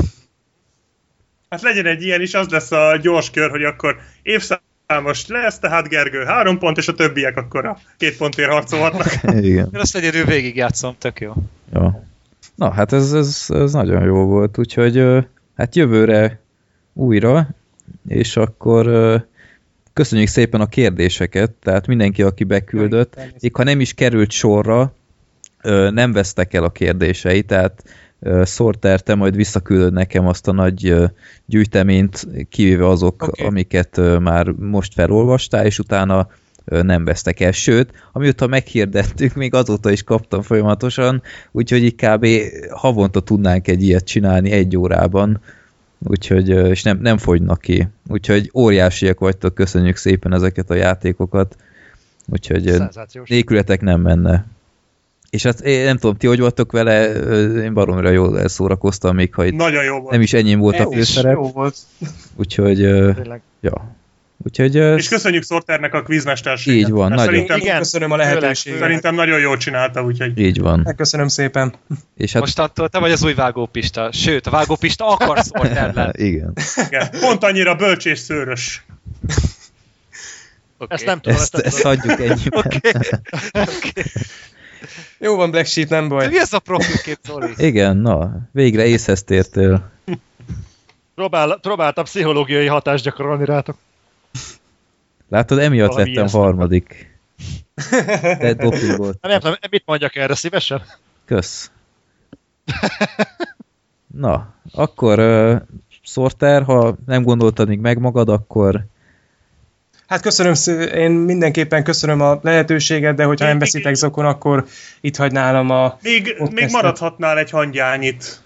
Hát legyen egy ilyen is, az lesz a gyors kör, hogy akkor évszámos lesz, tehát Gergő 3 pont, és a többiek akkor a 2 pontért harcolhatnak. Igen. Én azt legyen, ő végigjátszom, tök jó. Ja. Na, hát ez nagyon jó volt, úgyhogy hát jövőre újra, és akkor köszönjük szépen a kérdéseket, tehát mindenki, aki beküldött, még ha nem is került sorra, nem vesztek el a kérdéseit, tehát Sorter, te majd visszaküldöd nekem azt a nagy gyűjteményt, kivéve azok, amiket már most felolvastál, és utána nem vesztek el. Sőt, amióta meghirdettük, még azóta is kaptam folyamatosan, úgyhogy így kb. Havonta tudnánk egy ilyet csinálni 1 órában, úgyhogy, és nem fogynak ki. Úgyhogy óriásiak vagytok, köszönjük szépen ezeket a játékokat, úgyhogy nélkületek nem menne. És hát én nem tudom, ti hogy voltok vele, én baromira jól elszórakoztam, még ha nagyon jó volt. Nem is enyém volt a főszerep. Jó volt. Úgyhogy, ja. Úgyhogy, és köszönjük Sorternek a quizmesterséget. Így van, nagyon. Igen, köszönöm a lehetőséget. Szerintem nagyon jól csinálta, úgyhogy... Így van. Köszönöm szépen. És hát... Mostantól te vagy az új vágópista. Sőt, a vágópista akar Sorter lenni. Igen. Pont annyira bölcs és szőrös. Okay. Ezt nem tudom. Ezt adjuk ennyiben. Okay. Jó van, Black Sheep, nem baj. Mi ez a profilkép, Zoli? Igen, na, végre észhez tértél. Próbáltam pszichológiai hatást gyakorolni rátok. Látod, emiatt valami lettem harmadik. De doping volt. Nem tudom, mit mondjak erre szívesen? Kösz. Na, akkor Sorter, ha nem gondoltad még meg magad, akkor... Hát köszönöm, én mindenképpen köszönöm a lehetőséget, de hogyha nem veszitek zokon, akkor itt hagy nálam a... Még maradhatnál egy hangyányit.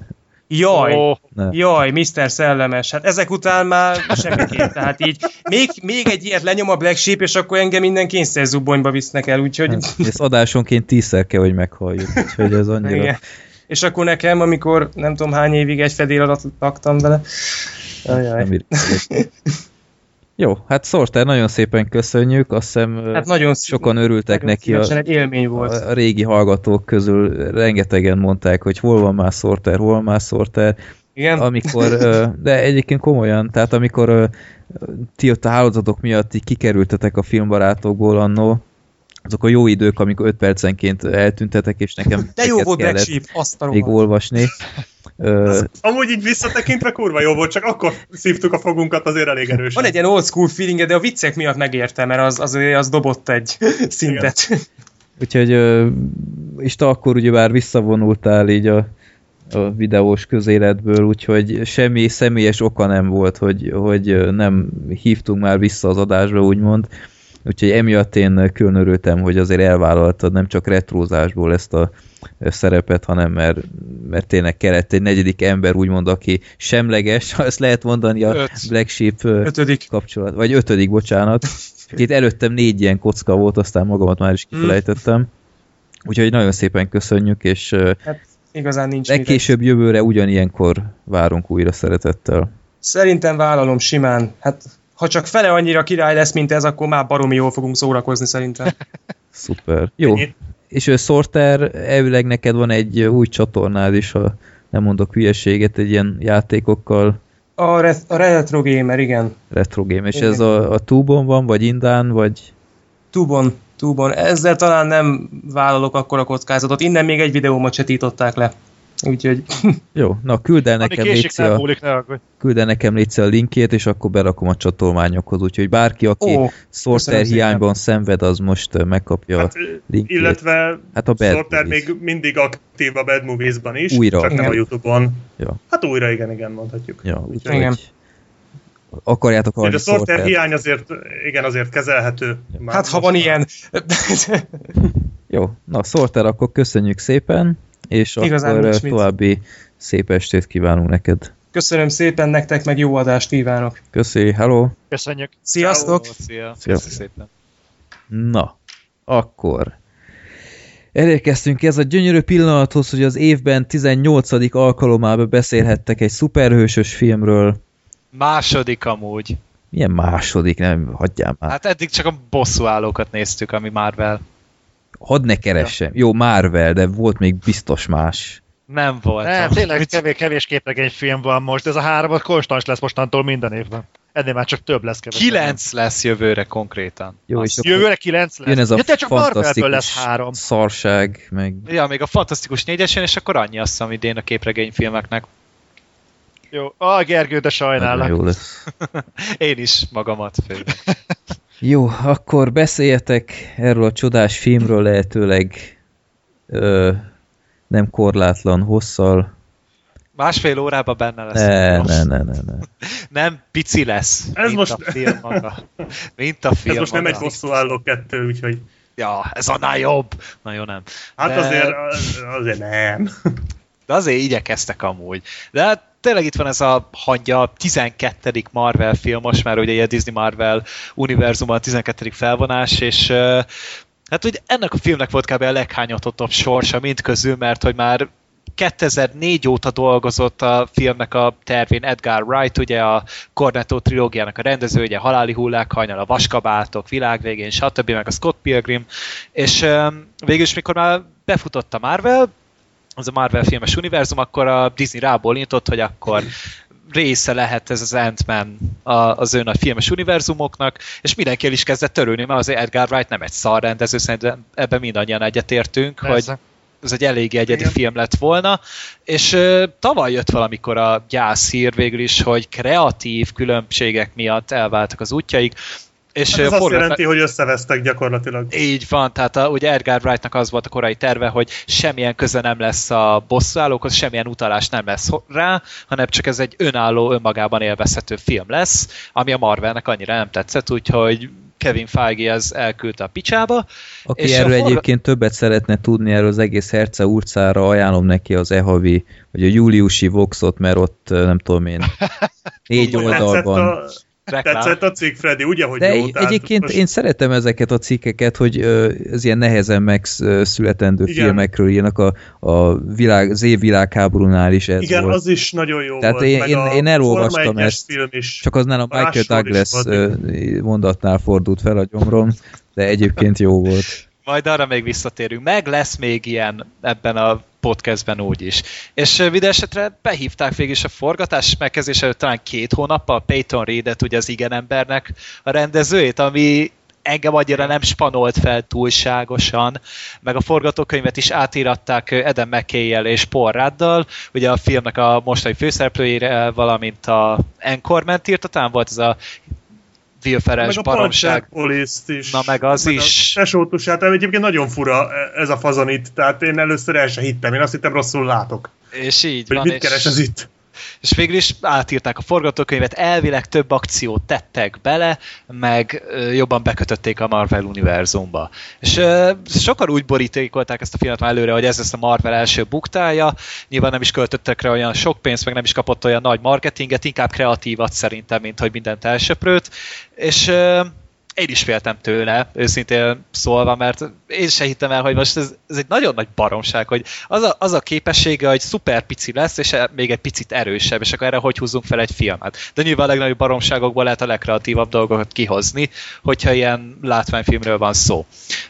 Jaj, Mr. Szellemes, hát ezek után már semmiképp, tehát így még egy ilyet lenyom a Black Sheep, és akkor engem minden kényszerzubbonyba visznek el, úgyhogy... Ez adásonként 10-szer kell, hogy meghalljuk, úgyhogy ez annyira... Igen. És akkor nekem, amikor nem tudom hány évig egy fedél alatt laktam vele... Jó, hát Sorter, nagyon szépen köszönjük, azt hiszem hát nagyon sokan örültek neki, egy élmény volt. A régi hallgatók közül rengetegen mondták, hogy hol van már Sorter, igen. Amikor, de egyébként komolyan, tehát amikor ti ott a hálózatok miatt így kikerültetek a filmbarátokból annó, azok a jó idők, amikor 5 percenként eltüntetek, és nekem de jó volt Black Sheep, azt még olvasni. Amúgy így visszatekintve kurva jó volt, csak akkor szívtuk a fogunkat azért elég erősen. Van egy ilyen old school feeling, de a viccek miatt megérte, mert az dobott egy szintet. Igen. Úgyhogy és te akkor ugyebár visszavonultál így a videós közéletből, úgyhogy semmi személyes oka nem volt, hogy nem hívtunk már vissza az adásba, úgymond. Úgyhogy emiatt én külön örültem, hogy azért elvállaltad nem csak retrózásból ezt a szerepet, hanem mert tényleg kellett egy negyedik ember, úgymond, aki semleges, ha ezt lehet mondani a Black Sheep kapcsolat, vagy 5., bocsánat. Itt előttem 4 ilyen kocka volt, aztán magamat már is kifelejtettem. Úgyhogy nagyon szépen köszönjük, és hát igazán nincs legkésőbb jövőre ugyanilyenkor várunk újra szeretettel. Szerintem vállalom simán. Hát ha csak fele annyira király lesz, mint ez, akkor már baromi jól fogunk szórakozni szerintem. Szuper. Jó. És Sorter, elvileg neked van egy új csatornád is, ha nem mondok hülyeséget, egy ilyen játékokkal. A Retro Gamer, igen. Retro Gamer. És ez a Tube-on van, vagy Indán, vagy... Tube-on. Ezzel talán nem vállalok akkora kockázatot. Innen még egy videómat csetították le. Úgyhogy... Jó, na küld el nekem légy a linkjét, és akkor berakom a csatolmányokhoz, úgyhogy bárki, aki Sorter hiányban szenved, az most megkapja a linkjét. Illetve a Sorter még mindig aktív a Bad Movies-ban is, újra. Csak nem a YouTube-on. Ja. Hát újra, igen, mondhatjuk. Ja, úgyhogy akarjátok hallani a Sorter hiány azért kezelhető. Hát ha van ilyen. Jó, na Sorter, akkor köszönjük szépen. És igazán akkor további szép estét kívánunk neked. Köszönöm szépen nektek, meg jó adást kívánok. Köszi, hello. Köszönjük. Sziasztok. Szia. Szépen. Na, akkor elérkeztünk ez a gyönyörű pillanathoz, hogy az évben 18. alkalommal beszélhettek egy szuperhősös filmről. Második amúgy. Milyen második? Nem, hagyjál már. Hát eddig csak a bosszúállókat néztük, ami Marvel. Hadd ne keressem. Jó, Marvel, de volt még biztos más. Nem volt. Nem, tényleg kevés képregényfilm van most, ez a 3 konstans lesz mostantól minden évben. Ennél már csak több lesz kevesebb. 9 lesz jövőre konkrétan. Jó, és jövőre 9 lesz? Jön ez a csak Marvelből lesz 3. szarság, meg... Ja, még a Fantasztikus 4-es jön, és akkor annyi azt hiszem idén a képregényfilmeknek. Jó, Gergő, de sajnálok. Jó lesz. Én is magamat főleg. Jó, akkor beszéljetek erről a csodás filmről lehetőleg nem korlátlan hosszal. 1,5 órában benne lesz. Ne. Nem pici lesz, ez mint most... a film maga. Mint a film ez most maga. nem egy bosszúálló 2, úgyhogy... Ja, ez annál jobb. Na jó, nem. Hát azért nem. De azért igyekeztek amúgy. De hát tényleg itt van ez a hangja, 12. Marvel film most már, ugye a Disney Marvel univerzumban a 12. felvonás, és hát ugye ennek a filmnek volt kb. A leghányatottabb sorsa mind közül, mert hogy már 2004 óta dolgozott a filmnek a tervén Edgar Wright, ugye a Cornetto trilógiának a rendező, ugye Haláli hullák, Hajnal a vaskabátok, Világvégén, stb. Meg a Scott Pilgrim, és végülis mikor már befutott a Marvel, az a Marvel filmes univerzum, akkor a Disney rábólintott, hogy akkor része lehet ez az Ant-Man az ő nagy filmes univerzumoknak, és mindenki el is kezdett törülni, mert azért Edgar Wright nem egy szar rendező, szerintem ebben mindannyian egyetértünk, hogy ez egy eléggé egyedi film lett volna, és tavaly jött valamikor a gyászhír végül is, hogy kreatív különbségek miatt elváltak az útjaik, És ez azt jelenti, hogy összevesztek gyakorlatilag. Így van, tehát ugye Edgar Wrightnak az volt a korai terve, hogy semmilyen köze nem lesz a bosszúállókhoz, semmilyen utalás nem lesz rá, hanem csak ez egy önálló, önmagában élvezhető film lesz, ami a Marvelnek annyira nem tetszett, úgyhogy Kevin Feige az elküldte a picsába. Aki erről egyébként többet szeretne tudni erről az egész Herce utcára, ajánlom neki az e-havi, vagy a júliusi Voxot, mert ott nem tudom én 4 oldalban. Tetszett a cikk, Freddy, ugye, hogy de jó? Egyébként most... én szeretem ezeket a cikkeket, hogy ez ilyen nehezen megszületendő filmekről írnak, az év világháborúnál is ez igen, volt. Az is nagyon jó tehát volt. Én elolvastam ezt, csak aznál a Michael Douglas mondatnál fordult fel a gyomrom, de egyébként jó volt. Majd arra még visszatérünk. Meg lesz még ilyen ebben a podcastben úgyis. És videóesetre behívták végig is a forgatás megkezdése előtt talán 2 hónappal Peyton Reedet, ugye az Igen embernek a rendezőjét, ami engem annyira nem spanolt fel túlságosan, meg a forgatókönyvet is átíratták Adam McKay-jel és Paul Ruddal, ugye a filmnek a mostani főszereplőjére, valamint a Anchorman-t írta, talán volt ez a Will Ferrell baromság. Is. Na meg az is. Tesótusát, egyébként nagyon fura ez a fazonit, tehát én először el sem hittem, én azt hittem rosszul látok. És így hogy van. Mit keres ez itt? És végül is átírták a forgatókönyvet, elvileg több akciót tettek bele, meg jobban bekötötték a Marvel univerzumba. És sokan úgy borítékolták ezt a filmet már előre, hogy ez lesz a Marvel első buktája, nyilván nem is költöttek rá olyan sok pénzt, meg nem is kapott olyan nagy marketinget, inkább kreatívat szerintem, mint hogy mindent elsöprőt, és én is féltem tőle, őszintén szólva, mert én sem hittem el, hogy most ez egy nagyon nagy baromság, hogy az a képessége, hogy szuper pici lesz, és még egy picit erősebb, és akkor erre hogy húzzunk fel egy filmet. De nyilván a legnagyobb baromságokból lehet a legkreatívabb dolgokat kihozni, hogyha ilyen látványfilmről van szó.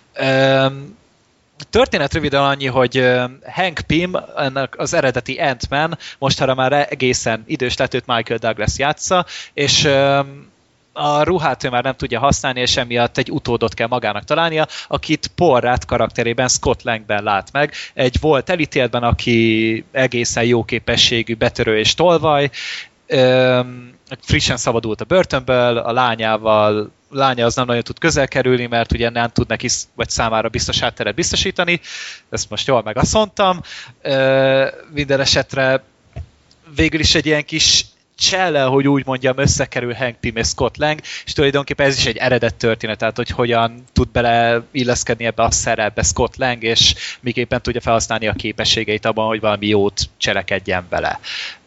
Történet röviden annyi, hogy Hank Pym, ennek az eredeti Ant-Man, mostanra már egészen idős lett, őt Michael Douglas játsza, és a ruhát ő már nem tudja használni, és emiatt egy utódot kell magának találnia, akit Paul Rudd karakterében Scott Langben lát meg. Egy volt elítéltben, aki egészen jó képességű betörő és tolvaj, frissen szabadult a börtönből, a lánya az nem nagyon tud közel kerülni, mert ugye nem tud neki vagy számára biztos hátteret biztosítani. Ezt most jól meg azt mondtam. Minden esetre végül is egy ilyen kis csellel, hogy úgy mondjam, összekerül Hank Pym és Scott Lang, és tulajdonképpen ez is egy eredet történet, tehát hogy hogyan tud beleilleszkedni ebbe a szerepbe Scott Lang, és miképpen tudja felhasználni a képességeit abban, hogy valami jót cselekedjen vele.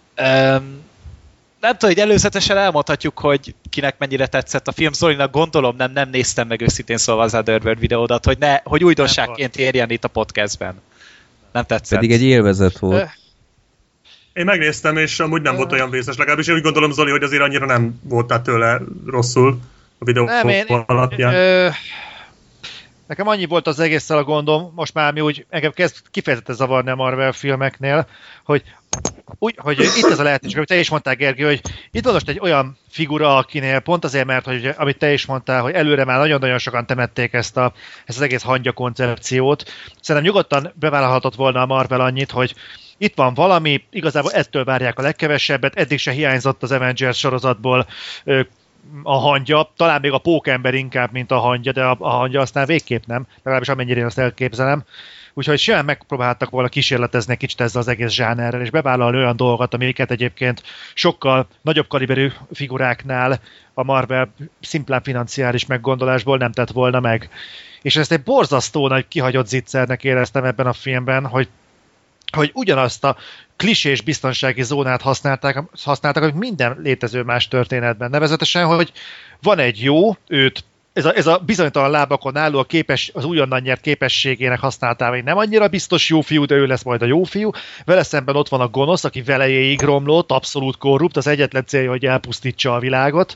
Nem tudom, hogy előzetesen elmondhatjuk, hogy kinek mennyire tetszett a film. Zolinak gondolom nem néztem meg őszintén szólva az Otherworld videódat, hogy újdonságként érjen itt a podcastben. Nem tetszett. Pedig egy élvezet volt. Én megnéztem, és amúgy nem volt olyan vészes, legalábbis én úgy gondolom, Zoli, hogy azért annyira nem voltál tőle rosszul a videó alapján. Nekem annyi volt az egésszel a gondom, most már mi úgy, engem kezd kifejezetten zavarni a Marvel filmeknél, hogy itt ez a lehetőség, amit te is mondtál, Gergő, hogy itt van most egy olyan figura, akinél pont azért, mert hogy, amit te is mondtál, hogy előre már nagyon-nagyon sokan temették ezt az egész hangya koncepciót. Szerintem nyugodtan bevállalhatott volna a Marvel annyit, hogy itt van valami, igazából ettől várják a legkevesebbet, eddig se hiányzott az Avengers sorozatból a hangya, talán még a pókember inkább, mint a hangya, de a hangya aztán végképp nem, legalábbis amennyire én azt elképzelem. Úgyhogy simán megpróbáltak volna kísérletezni egy kicsit ezzel az egész zsánerrel, és bevállalni olyan dolgokat, amiket egyébként sokkal nagyobb kaliberű figuráknál a Marvel szimplán financiális meggondolásból nem tett volna meg. És ezt egy borzasztó nagy kihagyott zicsernek éreztem ebben a filmben, hogy ugyanazt a klisés biztonsági zónát használták, hogy minden létező más történetben. Nevezetesen, hogy van egy jó, őt ez a bizonytalan lábakon álló az újonnan nyert képességének használtával, hogy nem annyira biztos jó fiú, de ő lesz majd a jó fiú. Vele szemben ott van a gonosz, aki velejéig romlott, abszolút korrupt, az egyetlen célja, hogy elpusztítsa a világot.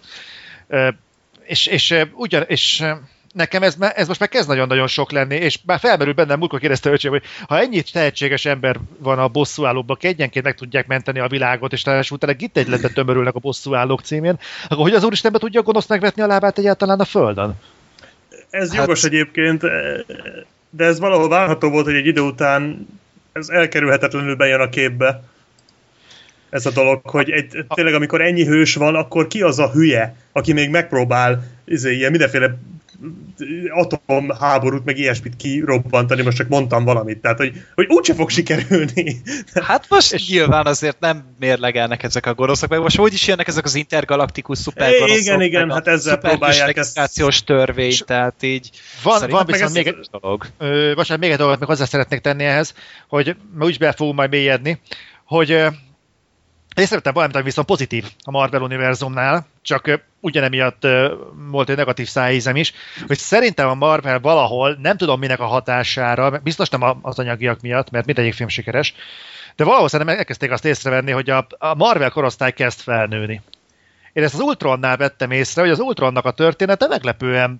És nekem ez most már kezd nagyon-nagyon sok lenni, és már felmerül bennem, múltkor kérdezte öcsém, hogy ha ennyi tehetséges ember van a bosszúállókban, aki egyenként meg tudják menteni a világot, és ráadásul utána itt egy lettet tömörülnek a bosszúállók címén, akkor hogy az Úristenbe tudja a gonosz megvetni a lábát egyáltalán a földön? Ez jogos egyébként, de ez valahol várható volt, hogy egy idő után ez elkerülhetetlenül bejön a képbe. Ez a dolog, hogy tényleg amikor ennyi hős van, akkor ki az a hülye, aki még megpróbál ilyen mindenféle atomháborút, meg ilyesmit kirobbantani, most csak mondtam valamit, tehát hogy úgyse fog sikerülni. Hát most nyilván azért nem mérlegelnek ezek a gonoszok, meg most hogy is jönnek ezek az intergalaktikus szupergonoszok, igen, hát ezzel próbálják ezt. Törvény, tehát így... Van viszont még egy dolog. Bocsánat, még egy dolgot még hozzá szeretnék tenni ehhez, hogy úgy be fogunk majd mélyedni, hogy észrevettem valamit, ami viszont pozitív a Marvel univerzumnál, csak ugyanemiatt volt egy negatív szájízem is, hogy szerintem a Marvel valahol, nem tudom minek a hatására, biztos nem az anyagiak miatt, mert mindegyik film sikeres, de valahol szerintem elkezdték azt észrevenni, hogy a Marvel korosztály kezd felnőni. Én ezt az Ultronnál vettem észre, hogy az Ultronnak a története meglepően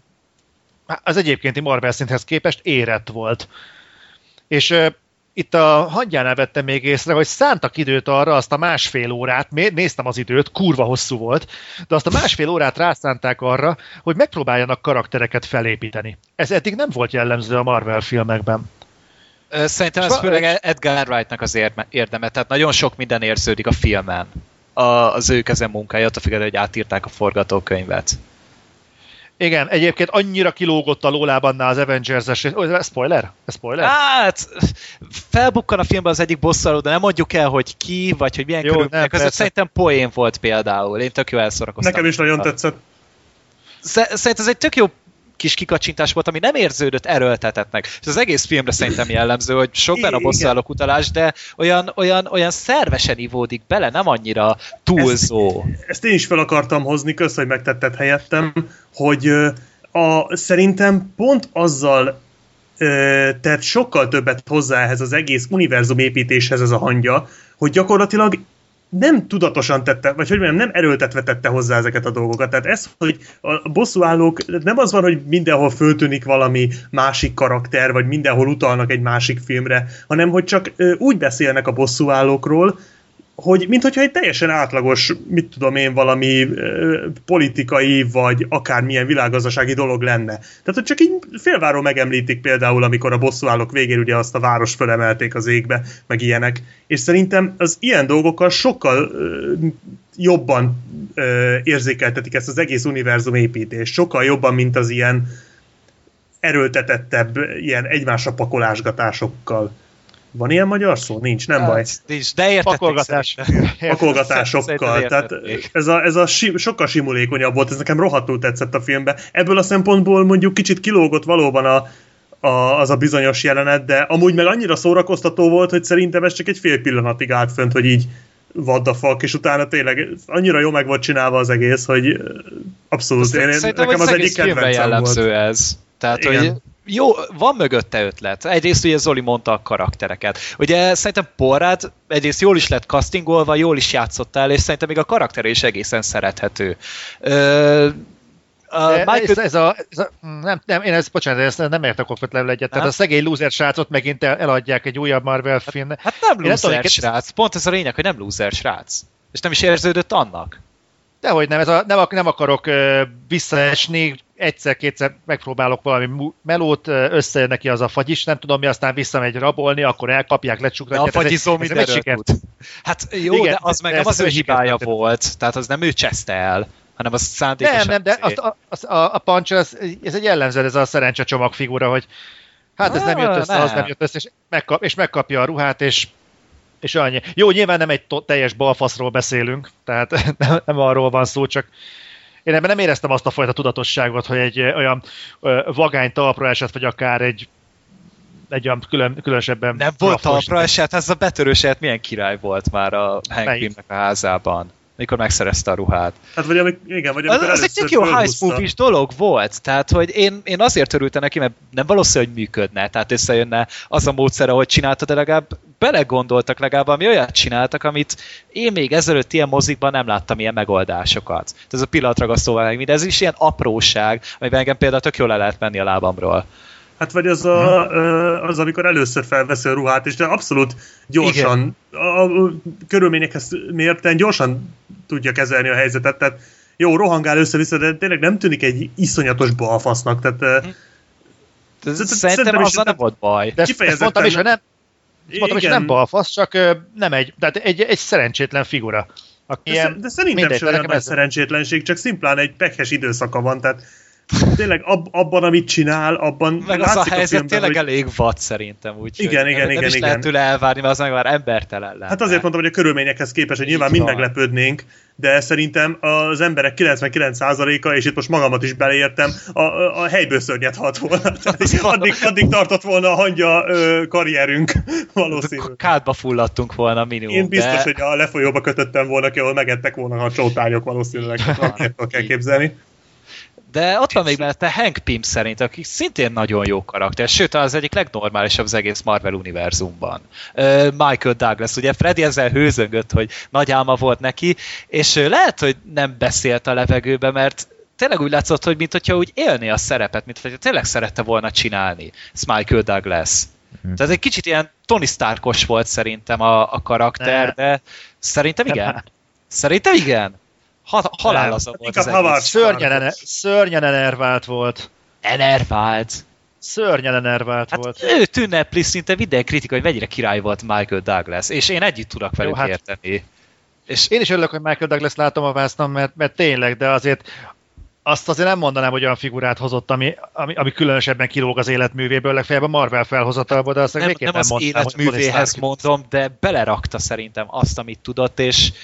az egyébkénti Marvel szinthez képest érett volt. És itt a hangyánál vettem még észre, hogy szántak időt arra, azt a másfél órát, néztem az időt, kurva hosszú volt, de azt a másfél órát rászánták arra, hogy megpróbáljanak karaktereket felépíteni. Ez eddig nem volt jellemző a Marvel filmekben. Szerintem ez főleg Edgar Wrightnak az érdeme, tehát nagyon sok minden érződik a filmen. Az ő keze munkája, attól függően, hogy átírták a forgatókönyvet. Igen, egyébként annyira kilógott a lólában az Avengers-es... Spoiler? Hát, felbukkan a filmben az egyik bosszaló, de nem mondjuk el, hogy ki, vagy hogy milyen körülmények között. Szerintem poén volt például. Én tök jó elszorakoztam. Nekem is nagyon tetszett. Szerintem ez egy tök jó kis kikacsintás volt, ami nem érződött erőltetetnek. És az egész filmre szerintem jellemző, hogy sok benne a bosszúállók utalás, de olyan szervesen ivódik bele, nem annyira túlzó. Ezt én is fel akartam hozni, kösz, hogy megtetted helyettem, hogy szerintem pont azzal tett sokkal többet hozzá ehhez az egész univerzum építéshez ez a hangya, hogy gyakorlatilag nem tudatosan tette, vagy hogy mondjam, nem erőltetve tette hozzá ezeket a dolgokat. Tehát ez, hogy a bosszúállók nem az van, hogy mindenhol föltűnik valami másik karakter, vagy mindenhol utalnak egy másik filmre, hanem hogy csak úgy beszélnek a bosszúállókról, hogy minthogyha egy teljesen átlagos, mit tudom én, valami politikai, vagy akármilyen világgazdasági dolog lenne. Tehát, hogy csak így félváról megemlítik például, amikor a bosszúállók végén ugye azt a város fölemelték az égbe, meg ilyenek. És szerintem az ilyen dolgokkal sokkal jobban érzékeltetik ezt az egész univerzum építést. Sokkal jobban, mint az ilyen erőltetettebb, ilyen egymásra pakolásgatásokkal. Van ilyen magyar szó? Nincs, nem baj. Nincs, de értették. Pakolgatásokkal. Tehát ez a sokkal simulékonyabb volt, ez nekem rohadtul tetszett a filmben. Ebből a szempontból mondjuk kicsit kilógott valóban az a bizonyos jelenet, de amúgy meg annyira szórakoztató volt, hogy szerintem ez csak egy fél pillanatig állt fönt, hogy így what the fuck, és utána tényleg annyira jó meg volt csinálva az egész, hogy abszolút. Nekem az egyik kedvencem volt. Ez. Tehát, igen. Hogy jó, van mögötte ötlet. Egyrészt ugye Zoli mondta a karaktereket. Ugye szerintem Porrád egyrészt jól is lett castingolva, jól is játszottál, és szerintem még a karakter is egészen szerethető. Bocsánat, ezt nem értek okvetlenül egyet. Tehát a szegény loser srácot megint eladják egy újabb Marvel filmnek. Hát nem loser srác. Pont ez a lényeg, hogy nem loser srác. És nem is érződött annak. Dehogy nem, nem akarok visszaesni, egyszer-kétszer megpróbálok valami melót, összejön neki az a fagyis, nem tudom mi, aztán visszamegy rabolni, akkor elkapják, lecsukratják. A fagyizó mindenről tud. Hát jó, igen, de az meg nem az ő hibája volt, tehát az nem ő cseszte el, hanem az szándékosan. Nem, de a Punch, ez egy jellemző, ez a szerencsecsomag figura, hogy hát ez nem jött össze, az nem jött össze, és megkapja a ruhát, és annyi. Jó, nyilván nem egy teljes balfaszról beszélünk, tehát nem arról van szó, csak én ebben nem éreztem azt a fajta tudatosságot, hogy egy olyan vagány talpra esett, vagy akár egy olyan különösebben... Nem volt talpra esett, ez a betörős eset milyen király volt már a Hank Pymnek a házában, mikor megszerezte a ruhát. Hát vagy amikor az egy tök jó high movie-s dolog volt, tehát hogy én azért örültem neki, mert nem valószínű, hogy működne, tehát összejönne az a módszer, ahogy csináltad, de legalább belegondoltak, legalább ami olyat csináltak, amit én még ezelőtt ilyen mozikban nem láttam ilyen megoldásokat. Tehát ez a pillanatragasztóval meg minden, ez is ilyen apróság, amiben engem például tök jól le lehet menni a lábamról. Hát vagy az, amikor először felveszi a ruhát, és de abszolút gyorsan, a körülményekhez mérten gyorsan tudja kezelni a helyzetet, tehát jó, rohangál össze-vissza, de tényleg nem tűnik egy iszonyatos balfasznak, tehát... Szerintem azzal nem volt baj. De ezt mondtam is, hogy nem balfasz, csak nem tehát egy szerencsétlen figura. De szerintem sem olyan nagy szerencsétlenség, csak szimplán egy pekhes időszaka van, tehát tényleg abban, amit csinál, abban meg az a helyzet tényleg hogy... elég vad szerintem, úgyhogy igen. Nem is lehet tőle elvárni, mert az meg már embertelen lenne. Hát azért mondtam, hogy a körülményekhez képest, hogy nyilván mind meglepődnénk, de szerintem az emberek 99%-a, és itt most magamat is beleértem, a helyből szörnyet halt volna. Addig tartott volna a hangya karrierünk valószínűleg. Kádba fulladtunk volna minimum. Én biztos, hogy a lefolyóba kötöttem volna ki, ahol megettek volna a csótányok valószínűleg. Rakéttal kell képzelni. De ott van még mellette Hank Pym szerint, aki szintén nagyon jó karakter, sőt az egyik legnormálisabb az egész Marvel univerzumban. Michael Douglas, ugye Freddy ezzel hőzöngött, hogy nagy álma volt neki, és lehet, hogy nem beszélt a levegőbe, mert tényleg úgy látszott, hogy mintha úgy élné a szerepet, mintha tényleg szerette volna csinálni. Ez Michael Douglas. Tehát egy kicsit ilyen Tony Starkos volt szerintem a karakter, de szerintem igen. Szerintem igen. Halálaza volt az egész. Szörnyen enervált volt. Szörnyen enervált volt. Őt ünnepli szinte minden kritika, hogy mennyire király volt Michael Douglas, és én együtt tudok velük érteni. És én is örülök, hogy Michael Douglas látom a vásznon, mert tényleg, de azért azt azért nem mondanám, hogy olyan figurát hozott, ami különösebben kilóg az életművéből, legfeljebb a Marvel felhozatalból, de azt nem az életművéhez mondom, de belerakta szerintem azt, amit tudott,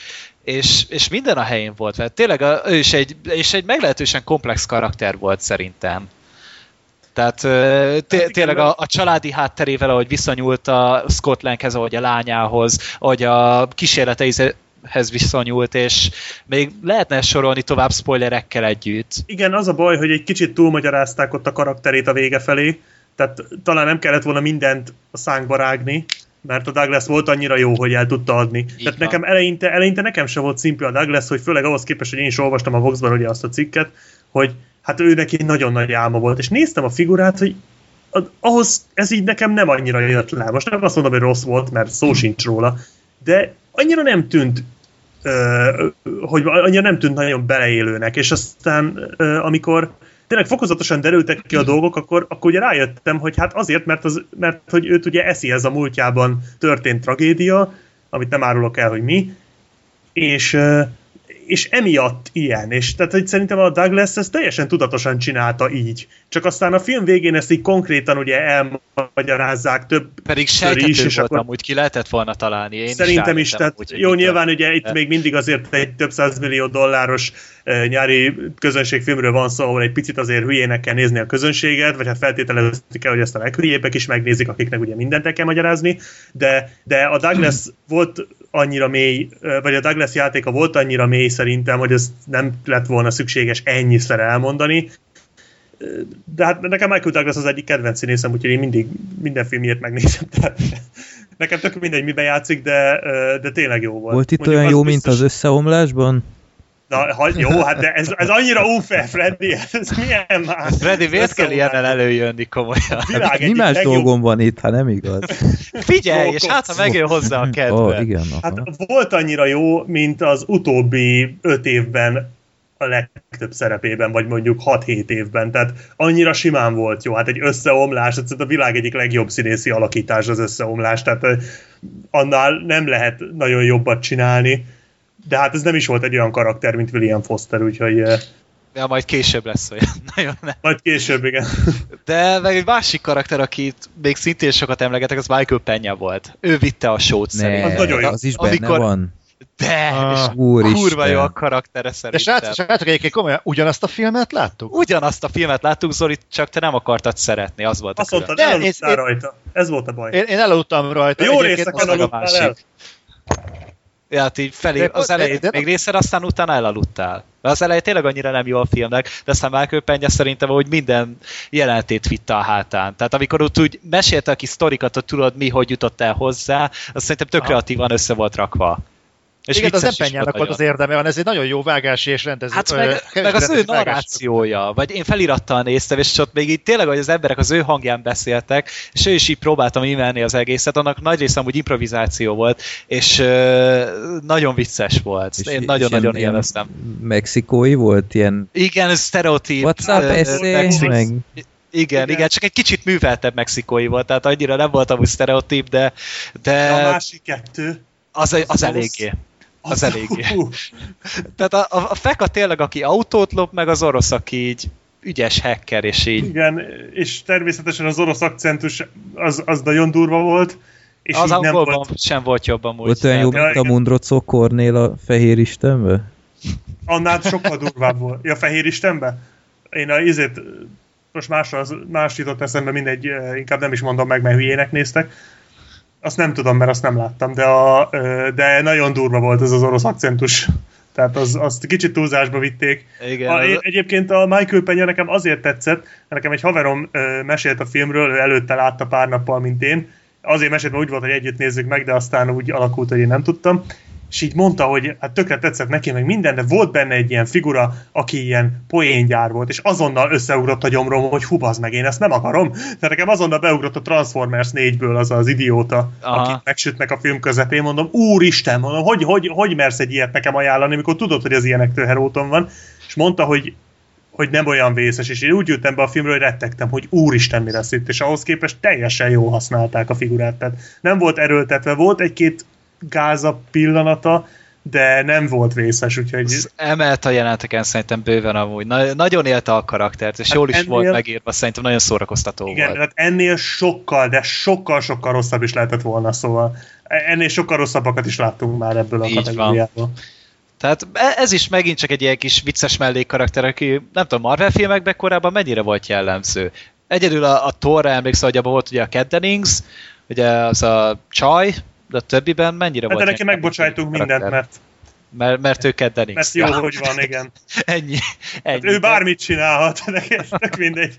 és minden a helyén volt, mert tényleg ő is egy meglehetősen komplex karakter volt szerintem. Tehát tényleg a családi hátterével, ahogy viszonyult a Scott Langhez, ahogy a lányához, ahogy a kísérleteihez viszonyult, és még lehetne sorolni tovább spoilerekkel együtt. Igen, az a baj, hogy egy kicsit túlmagyarázták ott a karakterét a vége felé, tehát talán nem kellett volna mindent a szánkba rágni, mert a Douglas volt annyira jó, hogy el tudta adni. Tehát nekem eleinte nekem sem volt szimpli a Douglas, hogy főleg ahhoz képest, hogy én is olvastam a Voxban ugye azt a cikket, hogy hát ő neki nagyon nagy álma volt, és néztem a figurát, hogy ahhoz ez így nekem nem annyira jött le. Most nem azt mondom, hogy rossz volt, mert szó sincs róla, de annyira nem tűnt annyira nem tűnt nagyon beleélőnek, és aztán amikor tényleg fokozatosan derültek ki a dolgok, akkor ugye rájöttem, hogy hát azért, mert hogy őt ugye eszi ez a múltjában történt tragédia, amit nem árulok el, hogy mi, és emiatt ilyen, és tehát hogy szerintem a Douglas ezt teljesen tudatosan csinálta így. Csak aztán a film végén ezt így konkrétan ugye elmagyarázzák több pedig sejthető volt, akkor amúgy ki lehetett volna találni. Én szerintem is, tehát jó, nyilván ugye itt még mindig azért egy több $100 millió nyári közönségfilmről van szó, ahol egy picit azért hülyének kell nézni a közönséget, vagy hát feltételezni kell, hogy ezt a leghülyébbek is megnézik, akiknek ugye mindent el kell magyarázni, de a Douglas volt annyira mély, vagy a Douglas játéka volt annyira mély szerintem, hogy ez nem lett volna szükséges ennyiszer elmondani. De hát nekem Michael Douglas az egyik kedvenc színészem, úgyhogy én mindig minden filmjét megnézem. Tehát nekem tök mindegy, miben játszik, de tényleg jó volt. Volt itt mondjuk olyan jó, biztos... mint az Összeomlásban? Na, jó, hát de ez annyira unfair, Freddy, ez milyen más? Freddy, miért kell ilyennel előjönni komolyan? Hát, mi más dolgom van itt, ha nem igaz? Figyelj, és hát ha megjön hozzá a kedve. Igen, hát volt annyira jó, mint az utóbbi 5 évben a legtöbb szerepében, vagy mondjuk 6-7 évben, tehát annyira simán volt jó. Hát egy összeomlás, ez a világ egyik legjobb színészi alakítás az összeomlás, tehát annál nem lehet nagyon jobbat csinálni. De hát ez nem is volt egy olyan karakter, mint William Foster, úgyhogy... Ja, majd később lesz olyan. Nagyon nem. Majd később, igen. De meg egy másik karakter, akit még szintén sokat emlegetek, az Michael Pena volt. Ő vitte a sót szerintem. Az nagyon jó. Az is benne van. De, és kurva jó a karaktere szerintem. De srácok, egyébként komolyan ugyanazt a filmet láttuk? Ugyanazt a filmet láttuk, Zoli, csak te nem akartad szeretni, az volt a külön. Azt mondtad, elaludtál rajta. Ez volt a baj. Én elaludtam rajta. Jó részeken aludtál el. Ja, hát így felé, az elején még részed, aztán utána elaludtál. Az elején tényleg annyira nem jó a filmnek, de aztán Michael Pena szerintem, hogy minden jelentét vitte a hátán. Tehát amikor ott úgy mesélte a kis sztorikat, hogy tudod mi, hogy jutott el hozzá, az szerintem tök kreatívan össze volt rakva. És igen, az nem Penyának volt az érdeme, hanem ez egy nagyon jó vágási és rendező. Hát meg az ő narrációja, vagy én felirattal néztem, és ott még így tényleg, hogy az emberek az ő hangján beszéltek, és ő is így próbáltam imelni az egészet, annak nagy része amúgy improvizáció volt, és nagyon vicces volt. És én nagyon-nagyon élveztem. Mexikói volt ilyen... Igen, sztereotíp. WhatsApp eszé, meg... Igen, csak egy kicsit műveltebb mexikói volt, tehát annyira nem volt amúgy sztereotíp, de... A másik kettő... Az eléggé. Az eléggé. Tehát a feka tényleg, aki autót lop, meg az orosz, aki így ügyes hacker, és így... Igen, és természetesen az orosz akcentus az nagyon durva volt. És az angolban sem volt jobb amúgy. Volt olyan jobb, mint a Mundrocó Kornél a Fehér Istenbe? Annál sokkal durvább volt. Ja, Fehér Istenbe? Én most más jutott eszembe, mindegy, inkább nem is mondom meg, mert hülyének néztek. Azt nem tudom, mert azt nem láttam, de nagyon durva volt ez az orosz akcentus. Tehát azt kicsit túlzásba vitték. Igen, egyébként a Michael Peña nekem azért tetszett, mert nekem egy haverom mesélt a filmről, ő előtte látta pár nappal, mint én. Azért mesélt, mert úgy volt, hogy együtt nézzük meg, de aztán úgy alakult, hogy én nem tudtam. És így mondta, hogy hát tökre tetszett neki, meg minden, de volt benne egy ilyen figura, aki ilyen poéngyár volt, és azonnal összeugrott a gyomrom, hogy hú, bazd meg, én ezt nem akarom. Tehát nekem azonnal beugrott a Transformers 4-ből az idióta, akit megsütnek a film közepén. Mondom, úristen, mondom, hogy mersz egy ilyet nekem ajánlani, amikor tudod, hogy az ilyenektől heróton van. És mondta, hogy nem olyan vészes, és én úgy ültem be a filmről, hogy rettegtem, hogy úristen, mi lesz itt, és ahhoz képest teljesen jól használták a figurát. Tehát nem volt erőltetve, volt egy-két gáza pillanata, de nem volt vészes, úgyhogy... Emelt a jeleneteken szerintem bőven amúgy. Nagyon élte a karaktert, és hát jól is volt megírva, szerintem nagyon szórakoztató volt. Igen, hát ennél sokkal rosszabb is lehetett volna, szóval ennél sokkal rosszabbakat is láttunk már ebből a kategóriából. Tehát ez is megint csak egy ilyen kis vicces mellékkarakter, aki nem tudom, Marvel filmekben korábban mennyire volt jellemző. Egyedül a Thorra emlékszel, hogy abban volt ugye a Kat Dennings, ugye az a csaj, de a többiben mennyire volt? De neki megbocsájtunk mindent, mert ő Kat Dennings. Mert jó, hogy van, igen. Ennyi. Hát ő bármit csinálhat, de mindegy.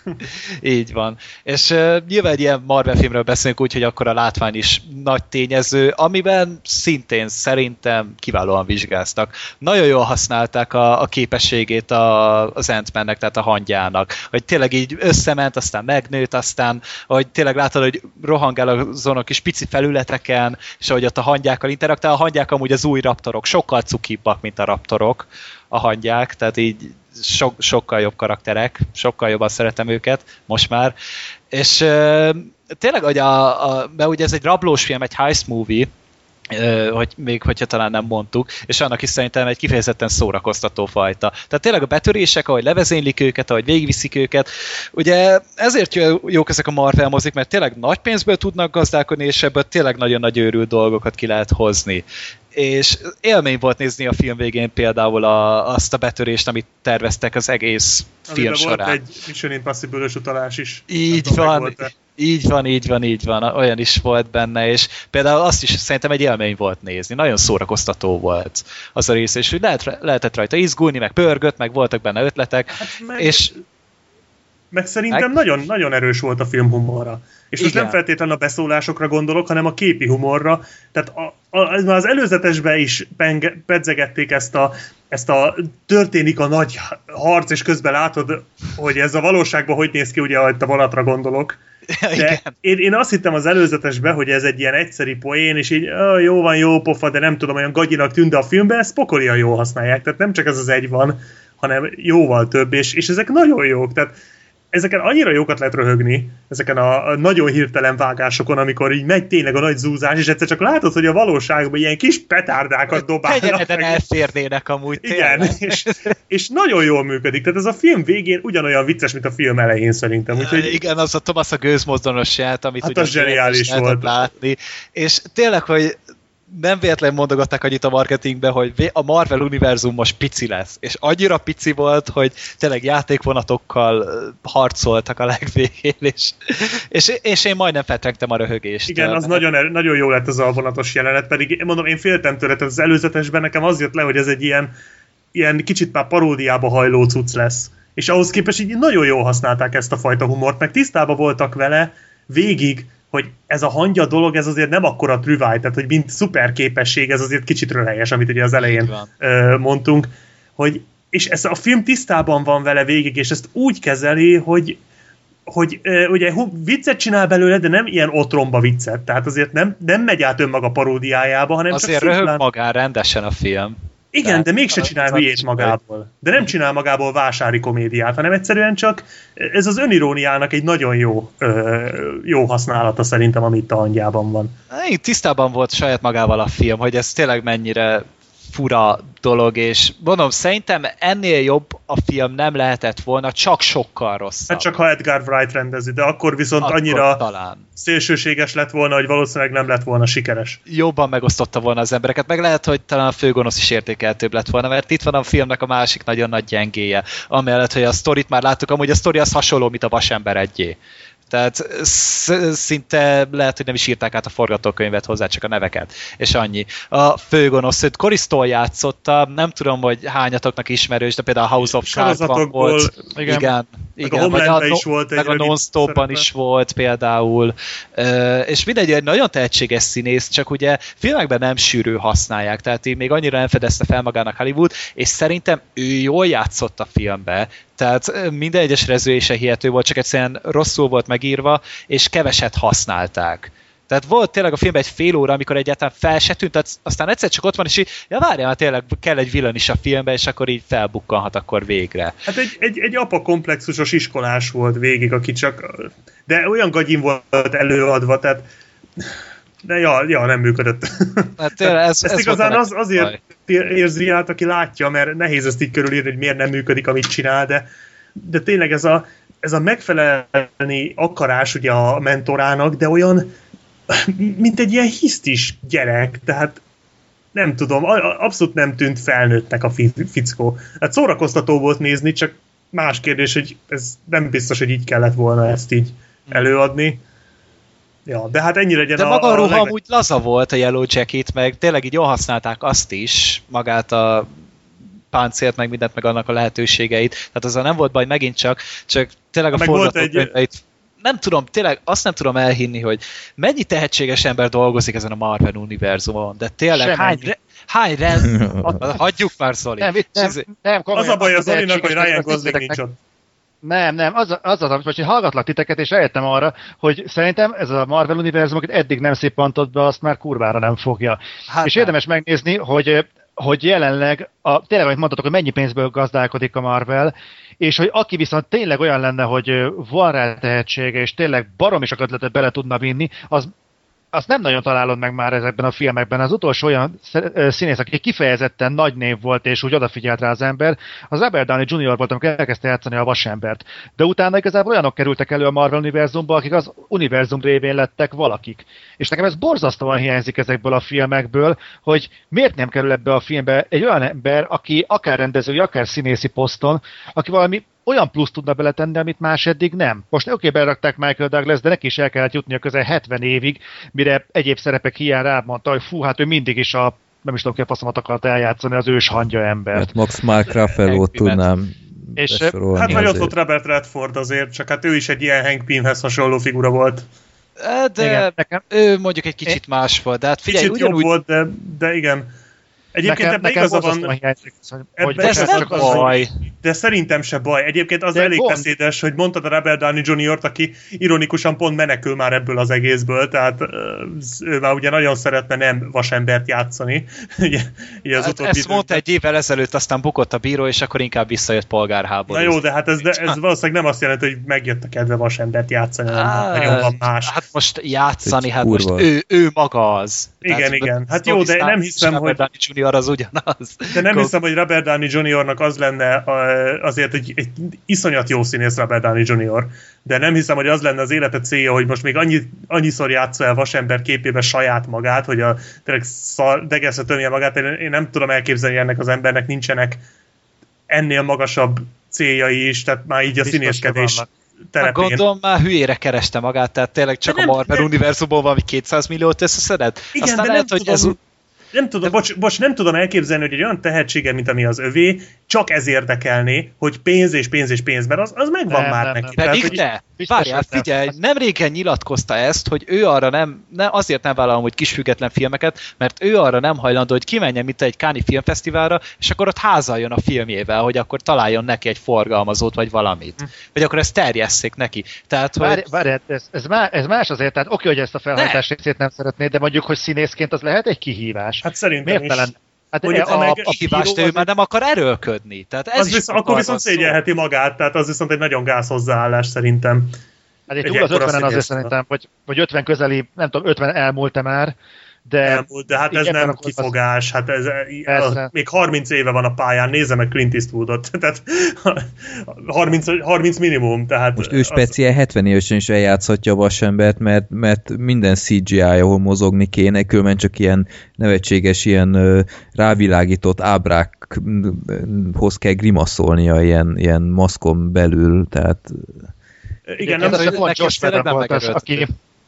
Így van. És nyilván egy ilyen Marvel filmről beszélünk úgy, hogy akkor a látvány is nagy tényező, amiben szintén szerintem kiválóan vizsgáztak. Nagyon jól használták a képességét az Ant-Mannek, tehát a hangyának. Hogy tényleg így összement, aztán megnőtt, aztán hogy tényleg látod, hogy rohangál azon a kis pici felületeken, és ahogy ott a hangyákkal interaktál, a hangyák amúgy az új raptorok, sokkal cukibbak, mint a raptorok, a hangyák, tehát így sokkal jobb karakterek, sokkal jobban szeretem őket, most már. És tényleg, hogy mert ugye ez egy rablós film, egy heist movie, hogy még hogyha talán nem mondtuk, és annak is szerintem egy kifejezetten szórakoztató fajta. Tehát tényleg a betörések, ahogy levezénylik őket, ahogy végigviszik őket, ugye ezért jók ezek a Marvel mozik, mert tényleg nagy pénzből tudnak gazdálkodni, és ebből tényleg nagyon nagy őrült dolgokat ki lehet hozni. És élmény volt nézni a film végén például azt a betörést, amit terveztek az egész film során. Volt egy Mission Impossible-ös utalás is. Így van, olyan is volt benne, és például azt is szerintem egy élmény volt nézni, nagyon szórakoztató volt az a rész, és úgy lehetett rajta izgulni, meg pörgött, meg voltak benne ötletek, meg szerintem nagyon, nagyon erős volt a film humorra. És most nem feltétlenül a beszólásokra gondolok, hanem a képi humorra. Tehát az előzetesben is pedzegették ezt a történik a nagy harc, és közben látod, hogy ez a valóságban hogy néz ki, ugye, ahogy a vonatra gondolok. De én azt hittem az előzetesben, hogy ez egy ilyen egyszeri poén, és így jó van, jó pofa, de nem tudom, olyan gagyinak tűnt, de a filmben ezt pokolian jól használják. Tehát nem csak ez az egy van, hanem jóval több, és ezek nagyon jók. Tehát ezeken annyira jókat lehet röhögni, ezeken a nagyon hirtelen vágásokon, amikor így megy tényleg a nagy zúzás, és egyszer csak látod, hogy a valóságban ilyen kis petárdákat dobálnak. Kegyelmeden elférnének amúgy. Igen, és nagyon jól működik. Tehát ez a film végén ugyanolyan vicces, mint a film elején szerintem. Úgyhogy... Igen, az a Thomas a gőzmozdonos ját, amit hát az zseniális volt. Látni. És tényleg, hogy nem véletlen mondogatták annyit a marketingben, hogy a Marvel univerzum most pici lesz. És annyira pici volt, hogy tényleg játékvonatokkal harcoltak a legvégén, és én majdnem feltrengtem a röhögést. Igen, az nagyon jó lett az a vonatos jelenet, pedig mondom, én féltem tőle, tehát az előzetesben nekem az jött le, hogy ez egy ilyen kicsit már paródiába hajló cucc lesz. És ahhoz képest így nagyon jól használták ezt a fajta humort, meg tisztában voltak vele végig, hogy ez a hangya dolog, ez azért nem akkora trüváj, tehát hogy mint szuper képesség, ez azért kicsit röhelyes, amit ugye az elején mondtunk, és ez a film tisztában van vele végig, és ezt úgy kezeli, hogy ugye viccet csinál belőle, de nem ilyen otromba viccet, tehát azért nem megy át önmaga paródiájába, hanem azért csak röhög magán rendesen a film. Igen, de mégse csinál hülyét magából. De nem csinál magából vásári komédiát, hanem egyszerűen csak ez az öniróniának egy nagyon jó használata szerintem, amit a hangjában van. Tisztában volt saját magával a film, hogy ez tényleg mennyire fura dolog, és mondom, szerintem ennél jobb a film nem lehetett volna, csak sokkal rosszabb. Hát csak ha Edgar Wright rendezi, de akkor viszont annyira szélsőséges lett volna, hogy valószínűleg nem lett volna sikeres. Jobban megosztotta volna az embereket, meg lehet, hogy talán a főgonosz is értékeltőbb lett volna, mert itt van a filmnek a másik nagyon nagy gyengéje. Amellett, hogy a sztorit már láttuk, amúgy a sztori az hasonló, mint a Vasember 1. Tehát szinte lehet, hogy nem is írták át a forgatókönyvet hozzá, csak a neveket. És annyi. A főgonosz, őt Korisztól játszotta, nem tudom, hogy hányatoknak ismerős, de például a House of Cards-ban volt. Igen. Meg a Homelandben is volt. Meg a Non-Stopban is volt például. És mindegy, egy nagyon tehetséges színész, csak ugye filmekben nem sűrű használják, tehát így még annyira nem fedezte fel magának Hollywood, és szerintem ő jól játszott a filmbe, tehát minden egyes rezülése hihető volt, csak egyszerűen rosszul volt megírva, és keveset használták. Tehát volt tényleg a filmben egy fél óra, amikor egyáltalán fel se tűnt, tehát aztán egyszer csak ott van, és így, ja várjál, tényleg kell egy villan is a filmben, és akkor így felbukkanhat akkor végre. Hát egy apa komplexusos iskolás volt végig, aki csak... De olyan gagyin volt előadva, tehát... De nem működött. Hát tényleg, ezt igazán azért érzi át, aki látja, mert nehéz ezt így körülírni, hogy miért nem működik, amit csinál, de tényleg ez a megfelelni akarás ugye a mentorának, de olyan, mint egy ilyen hisztis gyerek, tehát nem tudom, abszolút nem tűnt felnőttnek a fickó. Hát szórakoztató volt nézni, csak más kérdés, hogy ez nem biztos, hogy így kellett volna ezt így előadni. Ja, de hát ennyi legyen. De maga a ruha amúgy laza volt, a Yellow Jacket, meg tényleg így jól használták azt is, magát a páncélt, meg mindent, meg annak a lehetőségeit. Tehát azzal nem volt baj, megint csak tényleg a forgatókönyveit. Nem tudom, tényleg azt nem tudom elhinni, hogy mennyi tehetséges ember dolgozik ezen a Marvel univerzumon, de tényleg hagyjuk már, Zoli. Nem, az a baj az Zolinak, hogy Ryan Gosling nincs ott. Nem, az, hogy én hallgatlak titeket, és eljöttem arra, hogy szerintem ez a Marvel univerzum, akit eddig nem szippantott be, azt már kurvára nem fogja. Hát és érdemes megnézni, hogy jelenleg, tényleg, amit mondtatok, hogy mennyi pénzből gazdálkodik a Marvel, és hogy aki viszont tényleg olyan lenne, hogy van rá tehetsége, és tényleg baromi sok ötletet bele tudna vinni, azt nem nagyon találod meg már ezekben a filmekben. Az utolsó olyan színész, aki kifejezetten nagy név volt, és úgy odafigyelt rá az ember, az Robert Downey Jr. volt, amikor elkezdte játszani a Vasembert. De utána igazából olyanok kerültek elő a Marvel univerzumba, akik az univerzum révén lettek valakik. És nekem ez borzasztóan hiányzik ezekből a filmekből, hogy miért nem kerül ebbe a filmbe egy olyan ember, aki akár rendezői, akár színészi poszton, aki valami olyan plusz tudna beletenni, amit más eddig nem. Most oké, berakták Michael Douglas, de neki is el kellett jutnia közel 70 évig, mire egyéb szerepek hiány rámondta, hogy fú, hát ő mindig is nem is tudom ki a faszomat akart eljátszani, az ős hangya embert. Hát Max Mark Ruffalo-t tudnám besorolni. Hát vagy ott volt Robert Redford azért, csak hát ő is egy ilyen Hank Pymhez hasonló figura volt. De igen, nekem ő mondjuk egy kicsit más volt, de hát figyelj, kicsit ugyanúgy... jobb volt, de igen. Egyébként ebben igaza van, de szerintem se baj. Egyébként az elég beszédes, hogy mondtad a Robert Downey Jr.-t, aki ironikusan pont menekül már ebből az egészből, tehát ő már ugye nagyon szeretne nem vasembert játszani. Ugye az hát ezt mondta egy évvel ezelőtt, aztán bukott a bíró, és akkor inkább visszajött polgárháború. Na jó, de hát ez valószínűleg nem azt jelenti, hogy megjött a kedve vasembert játszani, nagyon van más. Hát most játszani, hát most ő maga az. Igen. Hát jó, de nem hiszem, hogy az ugyanaz. De nem hiszem, hogy Robert Downey Jr.-nak az lenne azért egy iszonyat jó színész Robert Downey Jr., de nem hiszem, hogy az lenne az élete célja, hogy most még annyiszor játsza el vasember képébe saját magát, hogy tényleg degeszre tömje magát. Én nem tudom elképzelni, hogy ennek az embernek nincsenek ennél magasabb céljai is, tehát már így a színészkedés terepén. Gondolom már hülyére kereste magát, tehát tényleg csak a Marvel univerzumból valami 200 milliót összeszedett. Igen, aztán de lehet, hogy nem tudom, nem tudom elképzelni, hogy egy olyan tehetsége, mint ami az övé, csak ez érdekelné, hogy pénz és pénz és pénz, mert az megvan már neki. Pedig te, várjál, figyelj, nem régen nyilatkozta ezt, hogy ő arra azért nem vállalom, hogy kis független filmeket, mert ő arra nem hajlandó, hogy kimenjen mint egy Cannes filmfesztiválra, és akkor ott házaljon a filmjével, hogy akkor találjon neki egy forgalmazót, vagy valamit. Vagy akkor ezt terjesszék neki. Tehát, várj, ez más azért, tehát oké, hogy ezt a felhajtás részét nem szeretnéd, de mondjuk, hogy színészként az lehet egy kihívás. Hát szerintem is. Hát a hibás, ő már nem akar erőlködni. Tehát ez akkor viszont szégyelheti magát, tehát az viszont egy nagyon gáz hozzáállás szerintem. Hát egy túl az 50-en azért szerintem, vagy 50 közeli, nem tudom, 50 elmúlt-e már, de hát ez nem kifogás, hát ez még 30 éve van a pályán, nézze meg Clint Eastwoodot, tehát 30 minimum, tehát... Most ő speciál 70 évesen is eljátszhatja a vasembert, mert minden CGI, ahol mozogni kéne, különben csak ilyen nevetséges, ilyen rávilágított ábrákhoz kell grimaszolnia ilyen maszkon belül, tehát... Igen, nem pont Josh Whedon volt az, aki...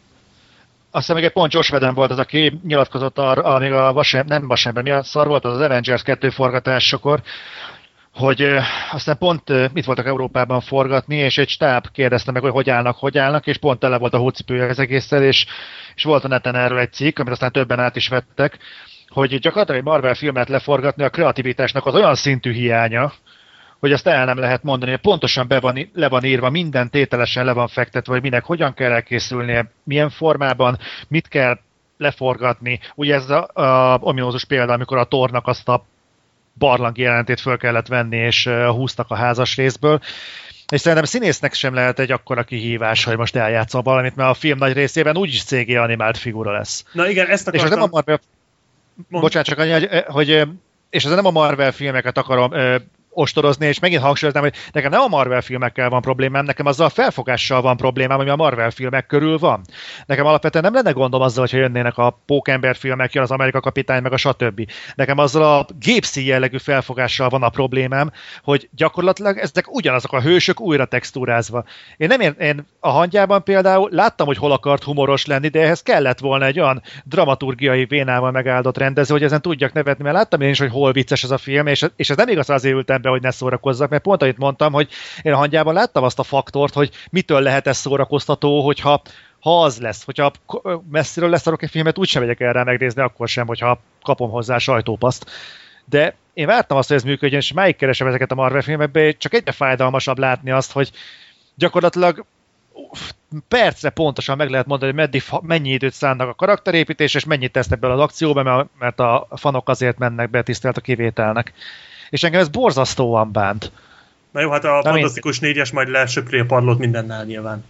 Azt hiszem, még pont Josh Whedon volt az, aki nyilatkozott arra, még nem Vasember, mi a szar volt az Avengers 2 forgatásakor, hogy aztán pont itt voltak Európában forgatni, és egy stáb kérdezte meg, hogy állnak, és pont tele volt a hócipője az egésszel, és volt a neten erről egy cikk, amit aztán többen át is vettek, hogy gyakorlatilag egy Marvel filmet leforgatni a kreativitásnak az olyan szintű hiánya, hogy azt el nem lehet mondani, hogy pontosan le van írva, minden tételesen le van fektetve, hogy minek hogyan kell elkészülnie, milyen formában, mit kell leforgatni. Ugye ez az ominózus példa, amikor a Thornak azt a barlangi jelentét föl kellett venni, és húztak a házas részből. És szerintem színésznek sem lehet egy akkora kihívás, hogy most eljátszom valamit, mert a film nagy részében úgyis CG animált figura lesz. Na igen, ezt akartam... És az nem a Marvel... Bocsánat, csak annyi, hogy és ez nem a Marvel filmeket akarom ostorozni, és megint hangsúlyoznám, hogy nekem nem a Marvel filmekkel van problémám, nekem azzal a felfogással van problémám, ami a Marvel filmek körül van. Nekem alapvetően nem lenne gondom azzal, hogyha jönnének a Pókember filmek, jön az Amerika Kapitány, meg a stb. Nekem azzal a gépszíj jellegű felfogással van a problémám, hogy gyakorlatilag ezek ugyanazok a hősök újra textúrázva. Én a Hangyában például láttam, hogy hol akart humoros lenni, de ehhez kellett volna egy olyan dramaturgiai vénával megáldott rendező, hogy ezen tudjak nevetni, mert láttam én is, hogy hol vicces ez a film, és ez nem igaz, azért ültem be, hogy ne szórakozzak, mert pont amit mondtam, hogy én a Hangyában láttam azt a faktort, hogy mitől lehet ez szórakoztató, hogyha az lesz, hogyha messziről leszarok egy filmet, úgysem megyek el rá megnézni, akkor sem, hogyha kapom hozzá sajtópaszt. De én vártam azt, hogy ez működjön, és máig keresem ezeket a Marvel filmekbe, csak egyre fájdalmasabb látni azt, hogy gyakorlatilag percre pontosan meg lehet mondani, hogy mennyi időt szánnak a karakterépítésre, és mennyit tesznek bele az akcióba, mert a fanok azért mennek be, tisztelt a kivételnek. És engem ez borzasztóan bánt. Na jó, hát a Fantasztikus 4-es majd lesöpri a padlót mindennel nyilván.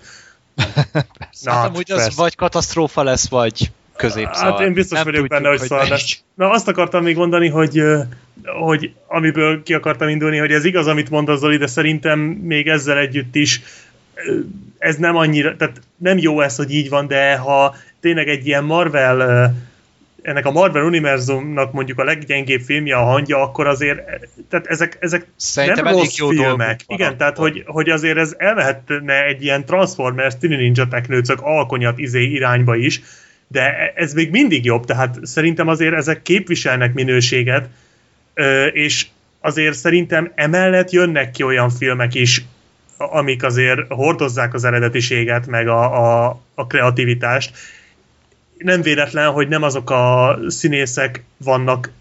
Na, úgy az vagy katasztrófa lesz, vagy középszar. Hát én biztos nem vagyok benne, hogy szar lesz. Na azt akartam még mondani, hogy amiből ki akartam indulni, hogy ez igaz, amit mondasz, Zoli, de szerintem még ezzel együtt is ez nem annyira, tehát nem jó ez, hogy így van, de ha tényleg egy ilyen Marvel, ennek a Marvel univerzumnak mondjuk a leggyengébb filmje a Hangya, akkor azért, tehát ezek szerintem nem rossz filmek. Igen, tehát hogy azért ez elmehetne egy ilyen Transformers, Tini Ninja Teknőcök alkonyat irányba is, de ez még mindig jobb, tehát szerintem azért ezek képviselnek minőséget, és azért szerintem emellett jönnek ki olyan filmek is, amik azért hordozzák az eredetiséget, meg a kreativitást. Nem véletlen, hogy nem azok a színészek vannak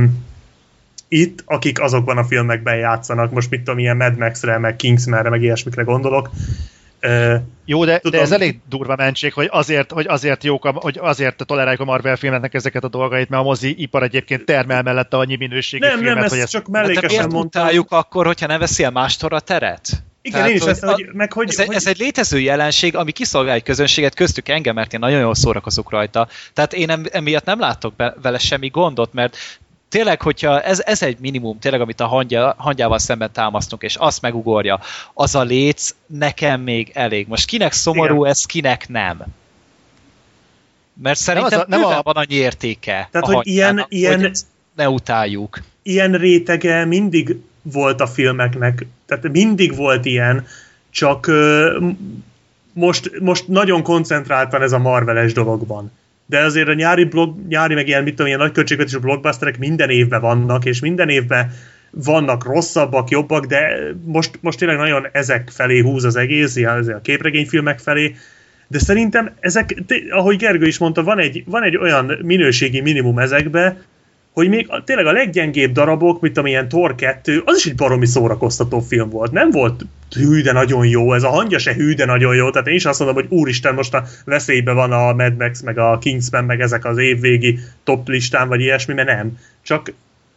itt, akik azokban a filmekben játszanak. Most mit tudom, ilyen Mad Max-re, meg Kingsman-re, meg ilyesmikre gondolok. Jó, de ez elég durva mentség, hogy azért jók, hogy azért toleráljuk a Marvel filmeknek ezeket a dolgait, mert a mozi ipar egyébként termel mellette annyi minőségi filmet, nem, hogy ezt csak mellékesen mondtam. Miért akkor, hogyha ne veszi mástól a teret? Igen, tehát, én is ezt, ez egy létező jelenség, ami kiszolgál egy közönséget, köztük engem, mert én nagyon jól szórakozok rajta. Tehát én emiatt nem látok vele semmi gondot, mert tényleg, hogyha ez egy minimum, tényleg, amit a Hangyával szemben támasztunk, és azt megugorja, az a léc nekem még elég. Most kinek szomorú ez, kinek nem? Mert szerintem nem van annyi értéke. Tehát, hogy ilyen ne utáljuk. Ilyen rétege mindig volt a filmeknek, tehát mindig volt ilyen, csak most nagyon koncentráltan ez a Marvel-es dologban. De azért a nyári meg ilyen, mit tudom, ilyen nagy költségvetésű blockbusterek minden évben vannak, és minden évben vannak rosszabbak, jobbak, de most tényleg nagyon ezek felé húz az egész, a képregényfilmek felé, de szerintem ezek, ahogy Gergő is mondta, van egy olyan minőségi minimum ezekbe, hogy még tényleg a leggyengébb darabok, mint amilyen Thor 2, az is egy baromi szórakoztató film volt. Nem volt hű, de nagyon jó, ez a Hangya se hű, de nagyon jó, tehát én is azt mondom, hogy úristen, most a veszélyben van a Mad Max, meg a Kingsman, meg ezek az évvégi top listán, vagy ilyesmi, mert nem. Csak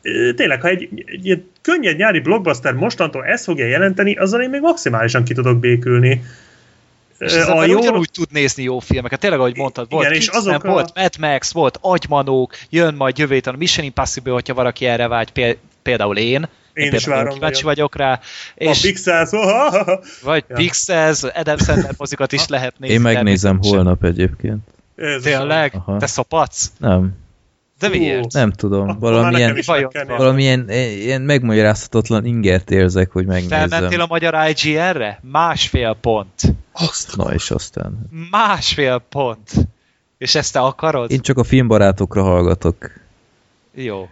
tényleg, ha egy könnyed nyári blockbuster mostantól ezt fogja jelenteni, azzal én még maximálisan ki tudok békülni. És ezzel ugyanúgy tud nézni jó filmeket. Tényleg, ahogy mondtad, volt igen, Kingsman, volt Mad Max, volt Agymanók, jön majd jövő héten a Mission Impossible, hogyha valaki erre vágy, például én is várom. Kíváncsi vagyok rá. És a Pixels, vagy Pixels, Adam Sandler mozikat is lehet nézni. Én megnézem holnap egyébként. Tényleg? Te szopadsz? Nem. De miért? Nem tudom. Valamilyen ilyen megmagyarázhatatlan ingert érzek, hogy megnézzem. Felmentél a magyar IGN-re? 1,5 pont. Na és aztán. 1,5 pont. És ezt te akarod? Én csak a filmbarátokra hallgatok. Jó.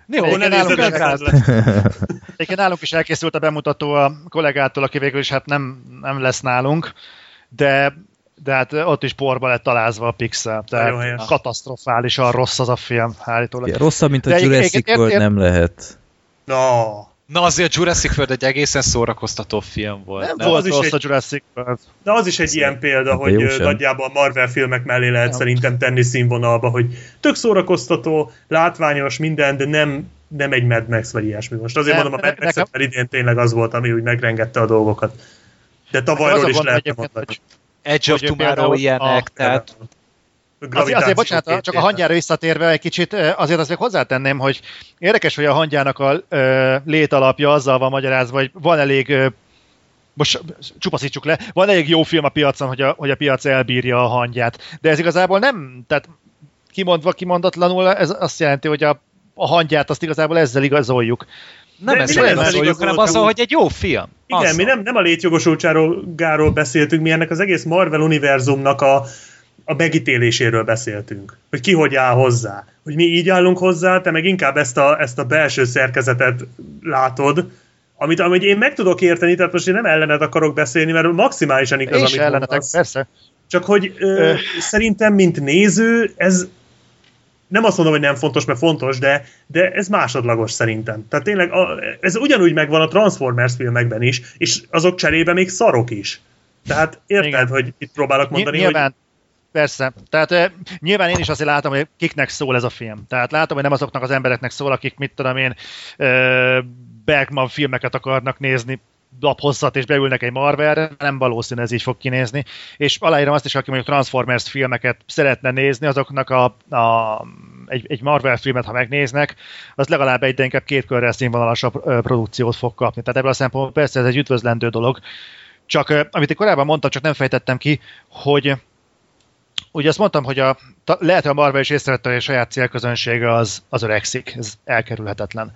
Egyébként nálunk is elkészült a bemutató a kollégától, aki végül is hát nem lesz nálunk, de hát ott is porba lett találzva a Pixel. Tehát katasztrofálisan rossz az a film, állítólag. Ja, rosszabb, mint a Jurassic World nem lehet. Na azért a Jurassic World egy egészen szórakoztató film volt. Nem volt rossz a Jurassic World. De az is egy ilyen példa, hogy nagyjából a Marvel filmek mellé lehet szerintem tenni színvonalba, hogy tök szórakoztató, látványos minden, de nem egy Mad Max vagy ilyesmi. Most azért mondom, a Mad Max-et, mert idén tényleg az volt, ami úgy megrengette a dolgokat. De tavalyról is lehetne mondani. Edge of Tomorrow ilyenek, tehát... Azért bocsánat, csak a hangyára visszatérve egy kicsit, azért azt még hozzátenném, hogy érdekes, hogy a hangyának a létalapja azzal van magyarázva, hogy van elég, most csupaszítsuk le, van elég jó film a piacon, hogy a piac elbírja a hangyát. De ez igazából nem, tehát kimondatlanul ez azt jelenti, hogy a hangyát azt igazából ezzel igazoljuk. Nem ezzel igazoljuk, hanem azzal, hogy egy jó film. Igen, azzal. Mi nem a létjogosultságáról beszéltünk, mi ennek az egész Marvel univerzumnak a megítéléséről beszéltünk. Hogy ki hogy áll hozzá. Hogy mi így állunk hozzá, te meg inkább ezt a belső szerkezetet látod, amit én meg tudok érteni, tehát most én nem ellened akarok beszélni, mert maximálisan igaz, amit ellenetek, mondasz. Persze. Csak hogy szerintem, mint néző, ez nem azt mondom, hogy nem fontos, mert fontos, de ez másodlagos szerintem. Tehát tényleg ez ugyanúgy megvan a Transformers filmekben is, és azok cserébe még szarok is. Tehát érted, igen, hogy itt próbálok mondani, nyilván, hogy... Persze. Tehát nyilván én is azért látom, hogy kiknek szól ez a film. Tehát látom, hogy nem azoknak az embereknek szól, akik, mit tudom én, Bergman filmeket akarnak nézni laphosszat, és beülnek egy Marvelre, nem valószínű ez így fog kinézni. És aláírom azt is, aki mondjuk Transformers filmeket szeretne nézni, azoknak egy Marvel filmet, ha megnéznek, az legalább egy, de inkább 2 körrel színvonalasabb produkciót fog kapni. Tehát ebből a szempontból persze ez egy üdvözlendő dolog. Csak, amit én korábban mondtam, csak nem fejtettem ki, hogy ugye azt mondtam, hogy lehet, hogy a Marvel is észrevette, hogy a saját célközönsége az öregszik, ez elkerülhetetlen.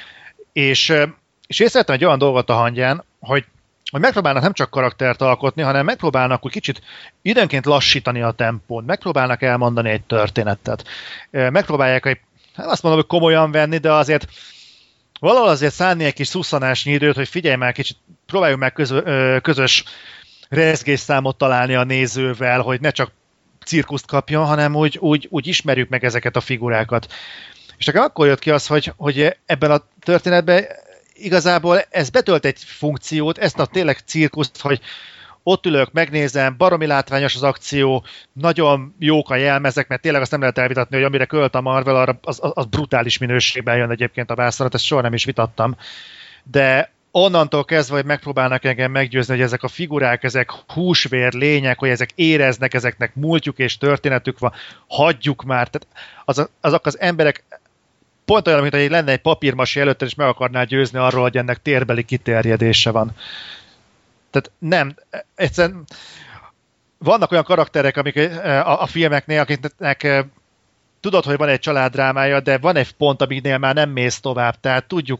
És észrevettem egy olyan dolgot a hangyán, hogy megpróbálnak nem csak karaktert alkotni, hanem megpróbálnak úgy kicsit időnként lassítani a tempót, megpróbálnak elmondani egy történetet. Megpróbálják, hát azt mondom, hogy komolyan venni, de azért valahol azért szánni egy kis szusszanásnyi időt, hogy figyelj már kicsit, próbáljunk meg közös rezgésszámot találni a nézővel, hogy ne csak cirkuszt kapjon, hanem úgy ismerjük meg ezeket a figurákat. És nekem akkor jött ki az, hogy ebben a történetben igazából ez betölt egy funkciót, ezt a tényleg cirkuszt, hogy ott ülök, megnézem, baromi látványos az akció, nagyon jók a jelmezek, mert tényleg azt nem lehet elvitatni, hogy amire költ a Marvel, arra az brutális minőségben jön egyébként a vászonat, ezt soha nem is vitattam. De onnantól kezdve, hogy megpróbálnak engem meggyőzni, hogy ezek a figurák, ezek húsvér lények, hogy ezek éreznek, ezeknek múltjuk és történetük van, hagyjuk már. Tehát azok az emberek pont olyan, mint hogy lenne egy papírmasi előtte, és meg akarnál győzni arról, hogy ennek térbeli kiterjedése van. Tehát nem, egyszerűen vannak olyan karakterek, amik a filmeknél, akiknek tudod, hogy van egy családdrámája, de van egy pont, amiknél már nem mész tovább. Tehát tudjuk,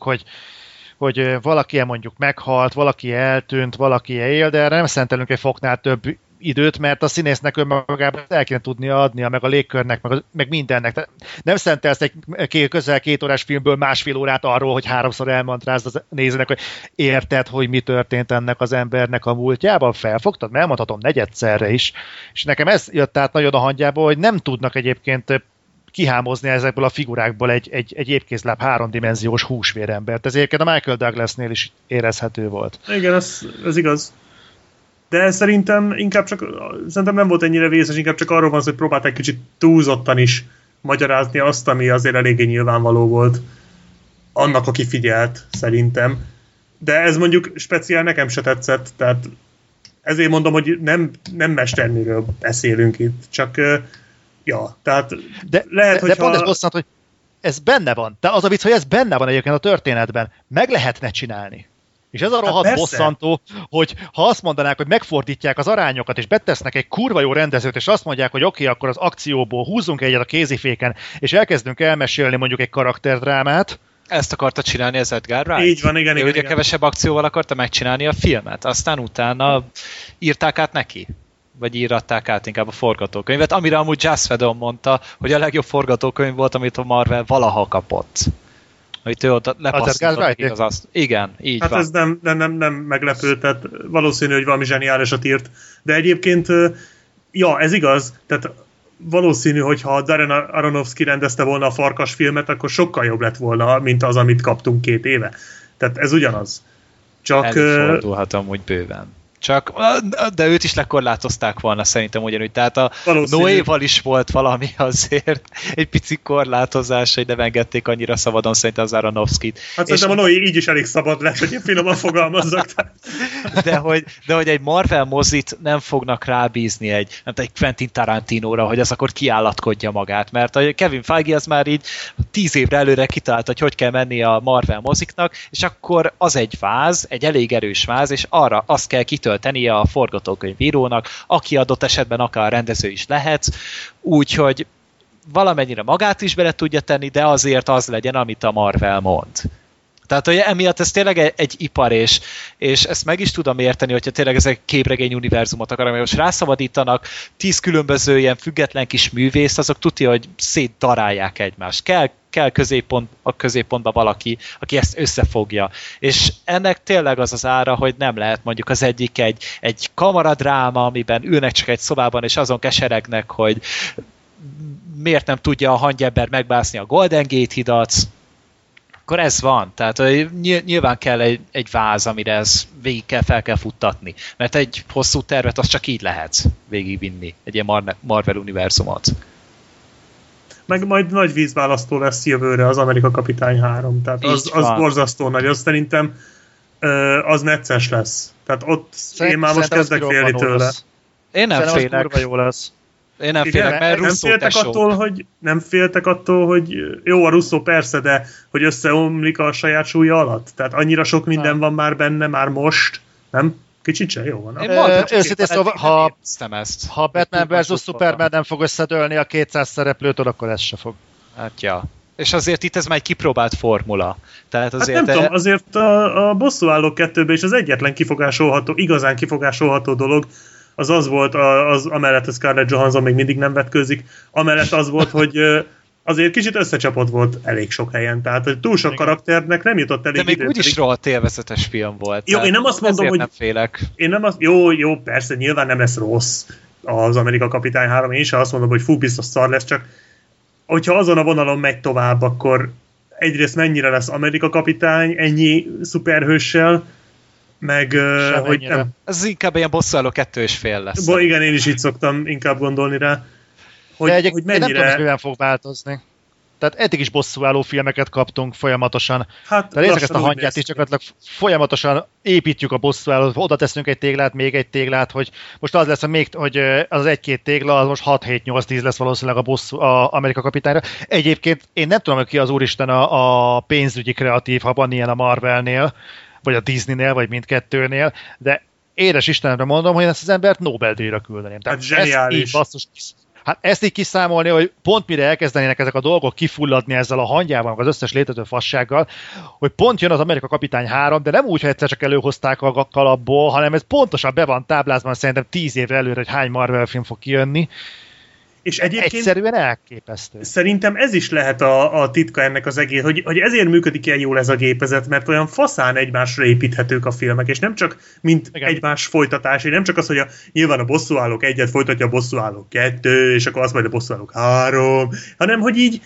hogy valaki mondjuk meghalt, valaki eltűnt, valaki él, de erre nem szentelünk egy foknál több időt, mert a színésznek önmagában el kéne tudnia adnia, meg a légkörnek, meg mindennek. Tehát nem szentelsz egy közel 2 órás filmből 1,5 órát arról, hogy 3-szor elmontrázd a nézőnek, hogy érted, hogy mi történt ennek az embernek a múltjában? Felfogtad? Mert elmondhatom negyedszerre is. És nekem ez jött át nagyon a hangyából, hogy nem tudnak egyébként kihámozni ezekből a figurákból egy épkézláb 3-dimenziós húsvérembert. Ez egyébként a Michael Douglasnél is érezhető volt. Igen, ez igaz. De szerintem nem volt ennyire vészes, inkább csak arról van szó, hogy próbálták kicsit túlzottan is magyarázni azt, ami azért eléggé nyilvánvaló volt. annak, aki figyelt, szerintem. De ez mondjuk speciál nekem se tetszett, tehát ezért mondom, hogy nem mesterműről beszélünk itt, csak tehát lehet, hogy pont ez bosszant, hogy ez benne van. De az a vicc, hogy ez benne van egyébként a történetben. Meg lehetne csinálni. És ez a rohadt bosszantó, hogy ha azt mondanák, hogy megfordítják az arányokat, és betesznek egy kurva jó rendezőt, és azt mondják, hogy oké, akkor az akcióból húzzunk egyet a kéziféken, és elkezdünk elmesélni mondjuk egy karakterdrámát. Ezt akarta csinálni az Edgar Wright. Így van, igen. Ugye kevesebb akcióval akarta megcsinálni a filmet, aztán utána írták át neki. Vagy íratták át inkább a forgatókönyvet, amire amúgy Joss Whedon mondta, hogy a legjobb forgatókönyv volt, amit a Marvel valaha kapott. Hogy ő ott lepasszított az azt. Igen, így hát van. Ez nem meglepő, tehát valószínű, hogy valami zseniálisat írt. De egyébként, ez igaz, tehát valószínű, hogy ha Darren Aronofsky rendezte volna a Farkasfilmet, akkor sokkal jobb lett volna, mint az, amit kaptunk 2 éve. Tehát ez ugyanaz. Csak... Előfordulhat amúgy bőven. De őt is lekorlátozták volna szerintem ugyanúgy. Tehát a Noéval is volt valami azért egy pici korlátozás, hogy nem engedték annyira szabadon szerintem az Aronofskit. Hát szerintem a Noé így is elég szabad lett, hogy én finoman fogalmazzak. De hogy egy Marvel mozit nem fognak rábízni egy Quentin Tarantinóra, hogy az akkor kiállatkodja magát, mert a Kevin Feige az már így 10 évre előre kitalálta, hogy kell menni a Marvel moziknak, és akkor az egy váz, egy elég erős váz, és arra azt kell kitöltenie a forgatókönyvírónak, aki adott esetben akár rendező is lehet, úgyhogy valamennyire magát is bele tudja tenni, de azért az legyen, amit a Marvel mond. Tehát, hogy emiatt ez tényleg egy ipar, és ezt meg is tudom érteni, hogyha tényleg ezek képregény univerzumot akar, mert most rászabadítanak 10 különböző ilyen független kis művészt, azok tudja, hogy szétdarálják egymást. Kell a középpontba valaki, aki ezt összefogja. És ennek tényleg az az ára, hogy nem lehet mondjuk az egyik egy kamaradráma, amiben ülnek csak egy szobában, és azon keseregnek, hogy miért nem tudja a hangyember megbászni a Golden Gate hidat, akkor ez van. Tehát nyilván kell egy váz, amire ez fel kell futtatni. Mert egy hosszú tervet az csak így lehet végigvinni, egy ilyen Marvel univerzumot. Meg majd nagy vízválasztó lesz jövőre az Amerika Kapitány 3. Tehát az borzasztó nagy. Az szerintem az necces lesz. Tehát ott én már most kezdek félni tőle. Én nem félek. Jó lesz. Én nem félek, mert nem féltek attól, hogy jó, a Russo persze, de hogy összeomlik a saját súlya alatt? Tehát annyira sok minden van már benne, már most, nem? Kicsit se jó van. Őszintén szóval, ha Batman vs. Superman nem fog összedőlni a 200 szereplőtől, akkor ez se fog. Hát ja. És azért itt ez már egy kipróbált formula. Tehát azért hát nem tudom, azért a Bosszúállók 2-ben is az egyetlen igazán kifogásolható dolog, az volt, amellett a Scarlett Johansson még mindig nem vetkőzik, amellett az volt, hogy azért kicsit összecsapott volt elég sok helyen, tehát hogy túl sok karakternek nem jutott elég idő. De még úgyis rohadt élvezetes film volt. Jó, én nem azt mondom, hogy... nem félek. Jó, persze, nyilván nem lesz rossz az Amerika Kapitány 3, én sem azt mondom, hogy fú, biztos szar lesz, csak hogyha azon a vonalon megy tovább, akkor egyrészt mennyire lesz Amerika Kapitány ennyi szuperhőssel, meg hogy nem. Ez inkább ilyen Bosszúálló 2,5 lesz. Igen, én is így szoktam inkább gondolni rá. Hogy mennyire... nem tudom, hogy mivel fog változni. Tehát eddig is bosszúálló filmeket kaptunk folyamatosan. Hát, tehát ezeket a hangját is gyakorlatilag folyamatosan építjük a bosszúállót, oda teszünk egy téglát, még egy téglát, hogy most az lesz, hogy az 1-2 tégla, az most 6-7-8-10 lesz valószínűleg a Amerika Kapitányra. Egyébként én nem tudom, hogy ki az úristen a pénzügyi kreatív, ha van ilyen a Marvelnél, vagy a Disneynél, vagy mindkettőnél, de édes Istenemre mondom, hogy ezt az embert Nobel-díjra küldeném. Hát zseniális. Ezt így kiszámolni, hogy pont mire elkezdenének ezek a dolgok kifulladni ezzel a hangyával, az összes létező fassággal, hogy pont jön az Amerika Kapitány 3, de nem úgy, hogy egyszer csak előhozták a kalapból, hanem ez pontosan be van táblázva, szerintem 10 évre előre, hogy hány Marvel film fog kijönni. És egyszerűen elképesztő. Szerintem ez is lehet a titka ennek az egész, hogy ezért működik ilyen jól ez a gépezet, mert olyan faszán egymásra építhetők a filmek, és nem csak mint egymás folytatás, és nem csak az, hogy nyilván a Bosszúállók 1-et folytatja a Bosszúállók 2, és akkor az majd a Bosszúállók 3, hanem hogy így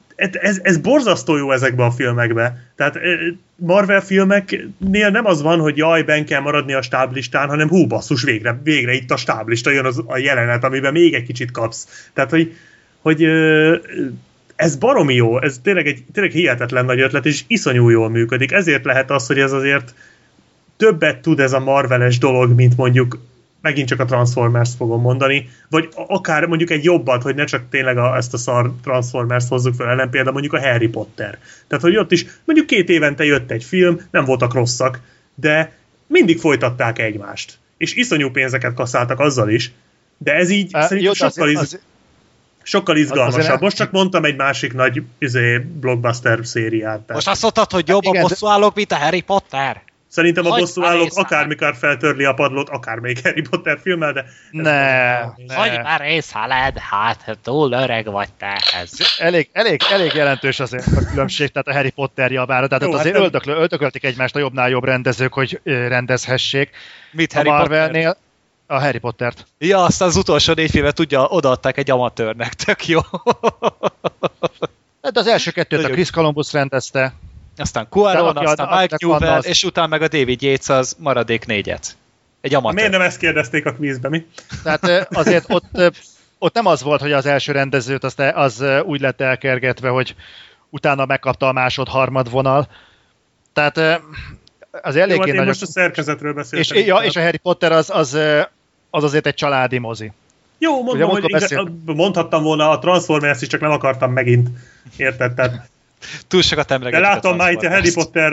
ez borzasztó jó ezekben a filmekben. Tehát Marvel filmeknél nem az van, hogy jaj, benn kell maradni a stáblistán, hanem hú basszus, végre itt a stáblista, jön a jelenet, amiben még egy kicsit kapsz. Tehát, hogy ez baromi jó, ez tényleg hihetetlen nagy ötlet, és iszonyú jól működik. Ezért lehet az, hogy ez azért többet tud ez a Marvel-es dolog, mint mondjuk megint csak a Transformers fogom mondani, vagy akár mondjuk egy jobbat, hogy ne csak tényleg ezt a szar Transformers-t hozzuk fel ellen, például mondjuk a Harry Potter. Tehát, hogy ott is mondjuk 2 évente jött egy film, nem voltak rosszak, de mindig folytatták egymást. És iszonyú pénzeket kasszáltak azzal is, de ez így szerintem sokkal izgalmasabb. Most csak mondtam egy másik nagy blockbuster szériát. Tehát. Most azt mondtad, hogy jobb a bosszúállók, mint a Harry Potter? Szerintem a bosszúállók akármikor feltörli a padlót, akármelyik Harry Potter filmmel, de... Hogy már észhaled, hát túl öreg vagy te ez. Elég jelentős azért a különbség, tehát a Harry Potter javára, tehát jó, azért öldökölték egymást a jobbnál jobb rendezők, hogy rendezhessék. Mit Harry Marvelnél? A Harry Pottert. Ja, aztán az utolsó 4 filmet tudja, odaadták egy amatőrnek, tök jó. De az első 2-t a Chris Columbus rendezte. Aztán Cuarón, aztán Mike Newell, és utána meg a David Yates az maradék 4-et. Egy amatőr. Miért nem ezt kérdezték a kvízbe, mi? Tehát azért ott nem az volt, hogy az első rendezőt az úgy lett elkergetve, hogy utána megkapta a másod-harmad vonal. Tehát az eléggé nagyon... most a szerkezetről beszéltem. És a Harry Potter az azért egy családi mozi. Jó, mondom, hogy mondhattam volna a Transformers is, csak nem akartam megint. Érted? Tehát... Túl sokat emlegetik. De látom, már itt a Harry Potter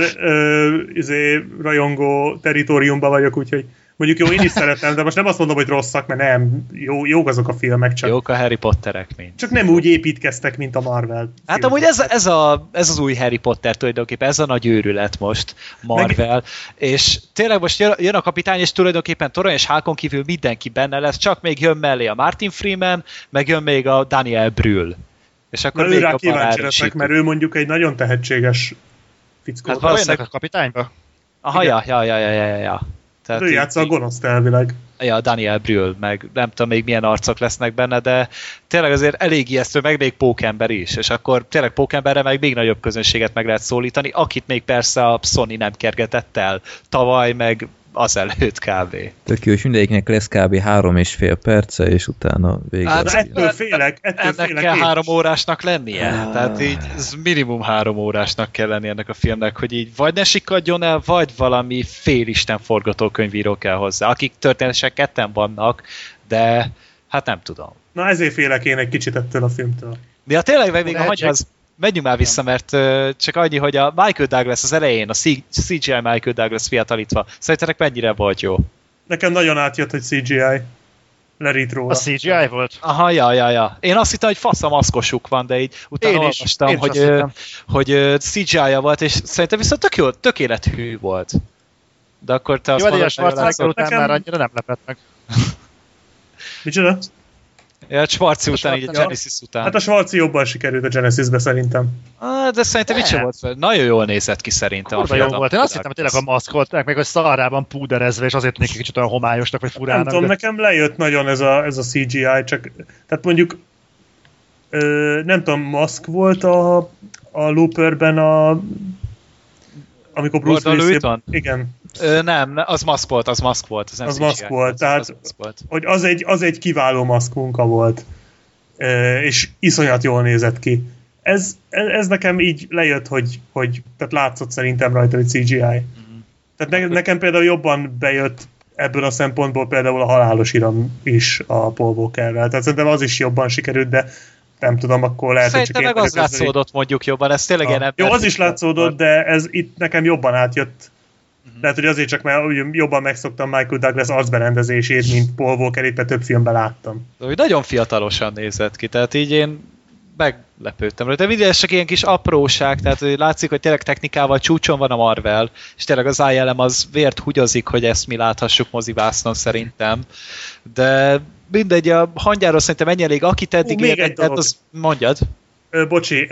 rajongó territóriumban vagyok, úgyhogy mondjuk jó, én is szeretem, de most nem azt mondom, hogy rosszak, mert nem, jók azok a filmek, csak... Jók a Harry Potterek, mint. Csak nem úgy építkeztek, mint a Marvel. Hát amúgy ez az új Harry Potter tulajdonképpen, ez a nagy őrület most, Marvel, és tényleg most jön a kapitány, és tulajdonképpen Torony és Hákon kívül mindenki benne lesz, csak még jön mellé a Martin Freeman, meg jön még a Daniel Brühl. És akkor ő rá kíváncsi leszek, mert ő mondjuk egy nagyon tehetséges fickó. Hát valószínűleg a kapitányba? Aha, ja. Tehát ő játsza a gonoszt elvileg. Ja, Daniel Brühl, meg nem tudom még milyen arcok lesznek benne, de tényleg azért elég ijesztő, meg még Pókember is, és akkor tényleg Pókemberre meg még nagyobb közönséget meg lehet szólítani, akit még persze a Sony nem kergetett el tavaly, meg azelőtt kb. Tök jó, és mindegyiknek lesz kb. 3,5 perce, és utána végül. Hát ettől félek. Ennek kell 3 órásnak lennie. Tehát így ez minimum 3 órásnak kell lennie ennek a filmnek, hogy így vagy ne sikadjon el, vagy valami félisten forgatókönyvíró kell hozzá. Akik történetesen ketten vannak, de hát nem tudom. Na ezért félek én egy kicsit ettől a filmtől. De tényleg még a hagyaz, menjünk már vissza, mert csak annyi, hogy a Michael Douglas az elején, a CGI Michael Douglas fiatalítva, szerintetek mennyire volt jó? Nekem nagyon átjött, hogy CGI. Lerít róla. A CGI volt? Aha, ja. Én azt hittem, hogy fasz a maszkosuk van, de így utána olvastam, hogy CGI-ja volt, és szerintem viszont tök élethű volt. De akkor te azt mondod, hogy a Schwarzenegger után már annyira nem lepett meg. Micsoda? Ja, Schwarzi után, így a Genesis után. Hát a Schwarzi jobban sikerült a Genesisbe szerintem. De szerintem mit sem volt fel. Nagyon jól nézett ki szerintem. Kurva jó volt. Én azt hittem, hogy tényleg a maszkolták, meg hogy szarrában púderezve, és azért tűnik kicsit olyan homályosnak, vagy furának. Nem tudom, nekem lejött nagyon ez a CGI, csak tehát mondjuk nem tudom, Musk volt a Looperben amikor Bruce Willis... Igen. Nem, az Musk volt. Az Musk volt, tehát hogy az egy kiváló Musk munka volt, és iszonyat jól nézett ki. Ez nekem így lejött, hogy tehát látszott szerintem rajta, hogy CGI. Mm-hmm. Tehát nekem például jobban bejött ebből a szempontból például a Halálos Iram is a Paul Walkerrel. Tehát szerintem az is jobban sikerült, de nem tudom, akkor lehet, hogy csak meg az látszódott mondjuk jobban, ez tényleg ilyen jó, az is látszódott, de ez itt nekem jobban átjött. Lehet, hogy azért csak, mert jobban megszoktam Michael Douglas arcberendezését, mint Paul Walker-ét, mert több filmben láttam. Nagyon fiatalosan nézett ki, tehát így én meglepődtem rá. De mindegy, ez csak ilyen kis apróság, tehát látszik, hogy tényleg technikával csúcson van a Marvel, és tényleg az ILM az vért hugyozik, hogy ezt mi láthassuk mozivásznon szerintem. De mindegy, a hangyáról szerintem ennyi elég, akit eddig érdektett, az mondjad. Bocsi,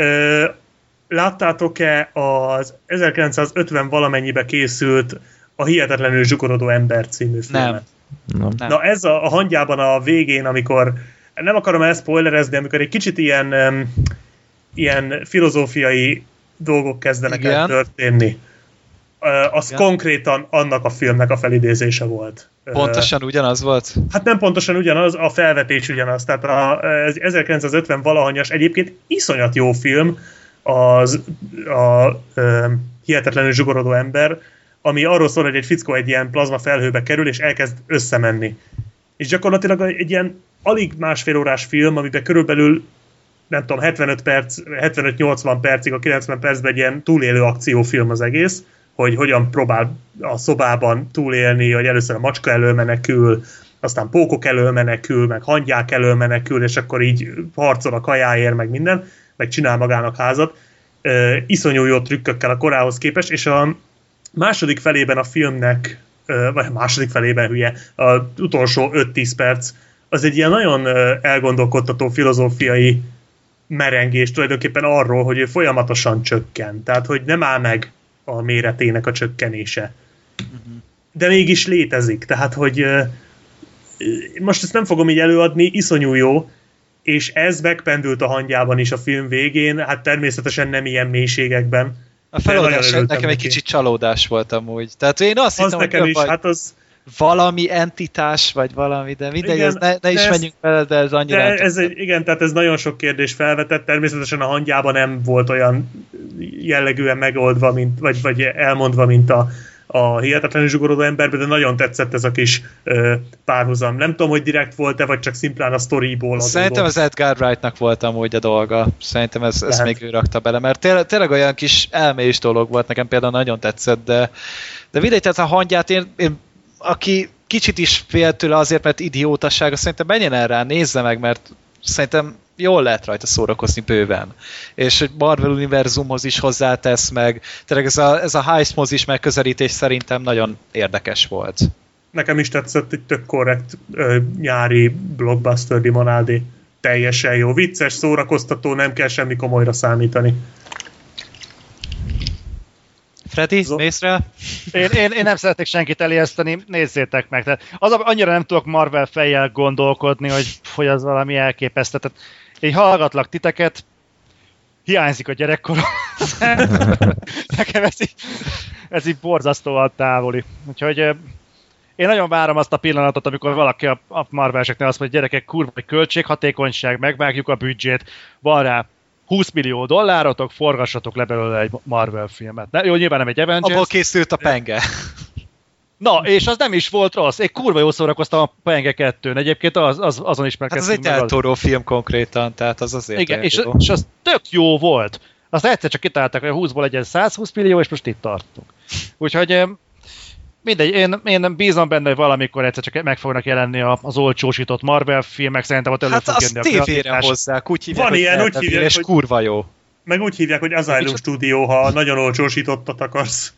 láttátok-e az 1950 valamennyibe készült A hihetetlenül zsugorodó ember című filmet? Nem. Na ez a hangyában a végén, amikor, nem akarom elspoilerezni, amikor egy kicsit ilyen filozófiai dolgok kezdenek el történni. az konkrétan annak a filmnek a felidézése volt. Pontosan ugyanaz volt? Hát nem pontosan ugyanaz, a felvetés ugyanaz. Tehát az 1950 valahanyas egyébként iszonyat jó film, a hihetetlenül zsugorodó ember, ami arról szól, hogy egy fickó egy ilyen plazma felhőbe kerül, és elkezd összemenni. És gyakorlatilag egy ilyen alig másfél órás film, amiben körülbelül nem tudom, 75-80 percig, a 90 percben egy ilyen túlélő akciófilm az egész, hogy hogyan próbál a szobában túlélni, hogy először a macska elől menekül, aztán pókok elől menekül, meg hangyák elől menekül, és akkor így harcol a kajáért, meg minden, meg csinál magának házat. Iszonyú jó trükkökkel a korához képest, és a második felében a filmnek, vagy második felében hülye, az utolsó 5-10 perc, az egy ilyen nagyon elgondolkodtató filozófiai merengés tulajdonképpen arról, hogy ő folyamatosan csökken. Tehát, hogy nem áll meg a méretének a csökkenése. De mégis létezik. Tehát, hogy most ezt nem fogom így előadni, iszonyú jó, és ez megpendült a hangyában is a film végén, hát természetesen nem ilyen mélységekben. A feloldás nekem egy kicsit csalódás volt amúgy. Tehát én azt hittem, hogy is, hát az... valami entitás, vagy valami, de mindegy, igen, ne is menjünk vele, de ez annyira... Igen, tehát ez nagyon sok kérdés felvetett, természetesen a hangyában nem volt olyan jellegűen megoldva, vagy elmondva, mint a hihetetlenül zsugorodó emberben, de nagyon tetszett ez a kis párhuzam. Nem tudom, hogy direkt volt-e, vagy csak szimplán a sztoriból. Szerintem az Edgar Wrightnak volt amúgy a dolga. Szerintem ez még ő rakta bele, mert tényleg olyan kis elmélys dolog volt, nekem például nagyon tetszett, de mindegy, tehát a hangyát én aki kicsit is fél tőle azért, mert idiótassága, szerintem menjen el rá, nézze meg, mert szerintem jól lehet rajta szórakozni bőven. És egy Marvel univerzumhoz is hozzátesz meg, tényleg ez a heist mozis megközelítés szerintem nagyon érdekes volt. Nekem is tetszett, egy tök korrekt nyári blockbuster limonádé. Teljesen jó, vicces, szórakoztató, nem kell semmi komolyra számítani. Freddy, mész rá? Én nem szeretnék senkit elijeszteni, nézzétek meg. Tehát annyira nem tudok Marvel fejjel gondolkodni, hogy az valami elképesztő. Tehát én hallgatlak titeket, hiányzik a gyerekkorom. Nekem ez így borzasztóan távoli. Úgyhogy én nagyon várom azt a pillanatot, amikor valaki a Marvel-eseknél azt mondja, hogy gyerekek, kurva költséghatékonyság, megvágjuk a büdzsét, van rá $20 millió, forgassatok le belőle egy Marvel filmet. Jó, nyilván nem egy Avengers. Abból készült a penge. Na, és az nem is volt rossz. Én kurva jól szórakoztam a Penge 2-n. Egyébként azon ismerkedtünk. Hát az egy Del Toro film konkrétan, tehát az azért igen, és az tök jó volt. Azt egyszer csak kitalálták, hogy a 20-ból legyen 120 millió, és most itt tartunk. Úgyhogy mindegy, én bízom benne, hogy valamikor egyszer csak meg fognak jelenni az olcsósított Marvel filmek, szerintem ott elő fog jönni a kreativitás. Hát azt tévére hozzák, úgy hívják, van ilyen, úgy hívják, és kurva jó. Meg úgy hívják, hogy Asylum Studio, ha nagyon olcsósítottat akarsz.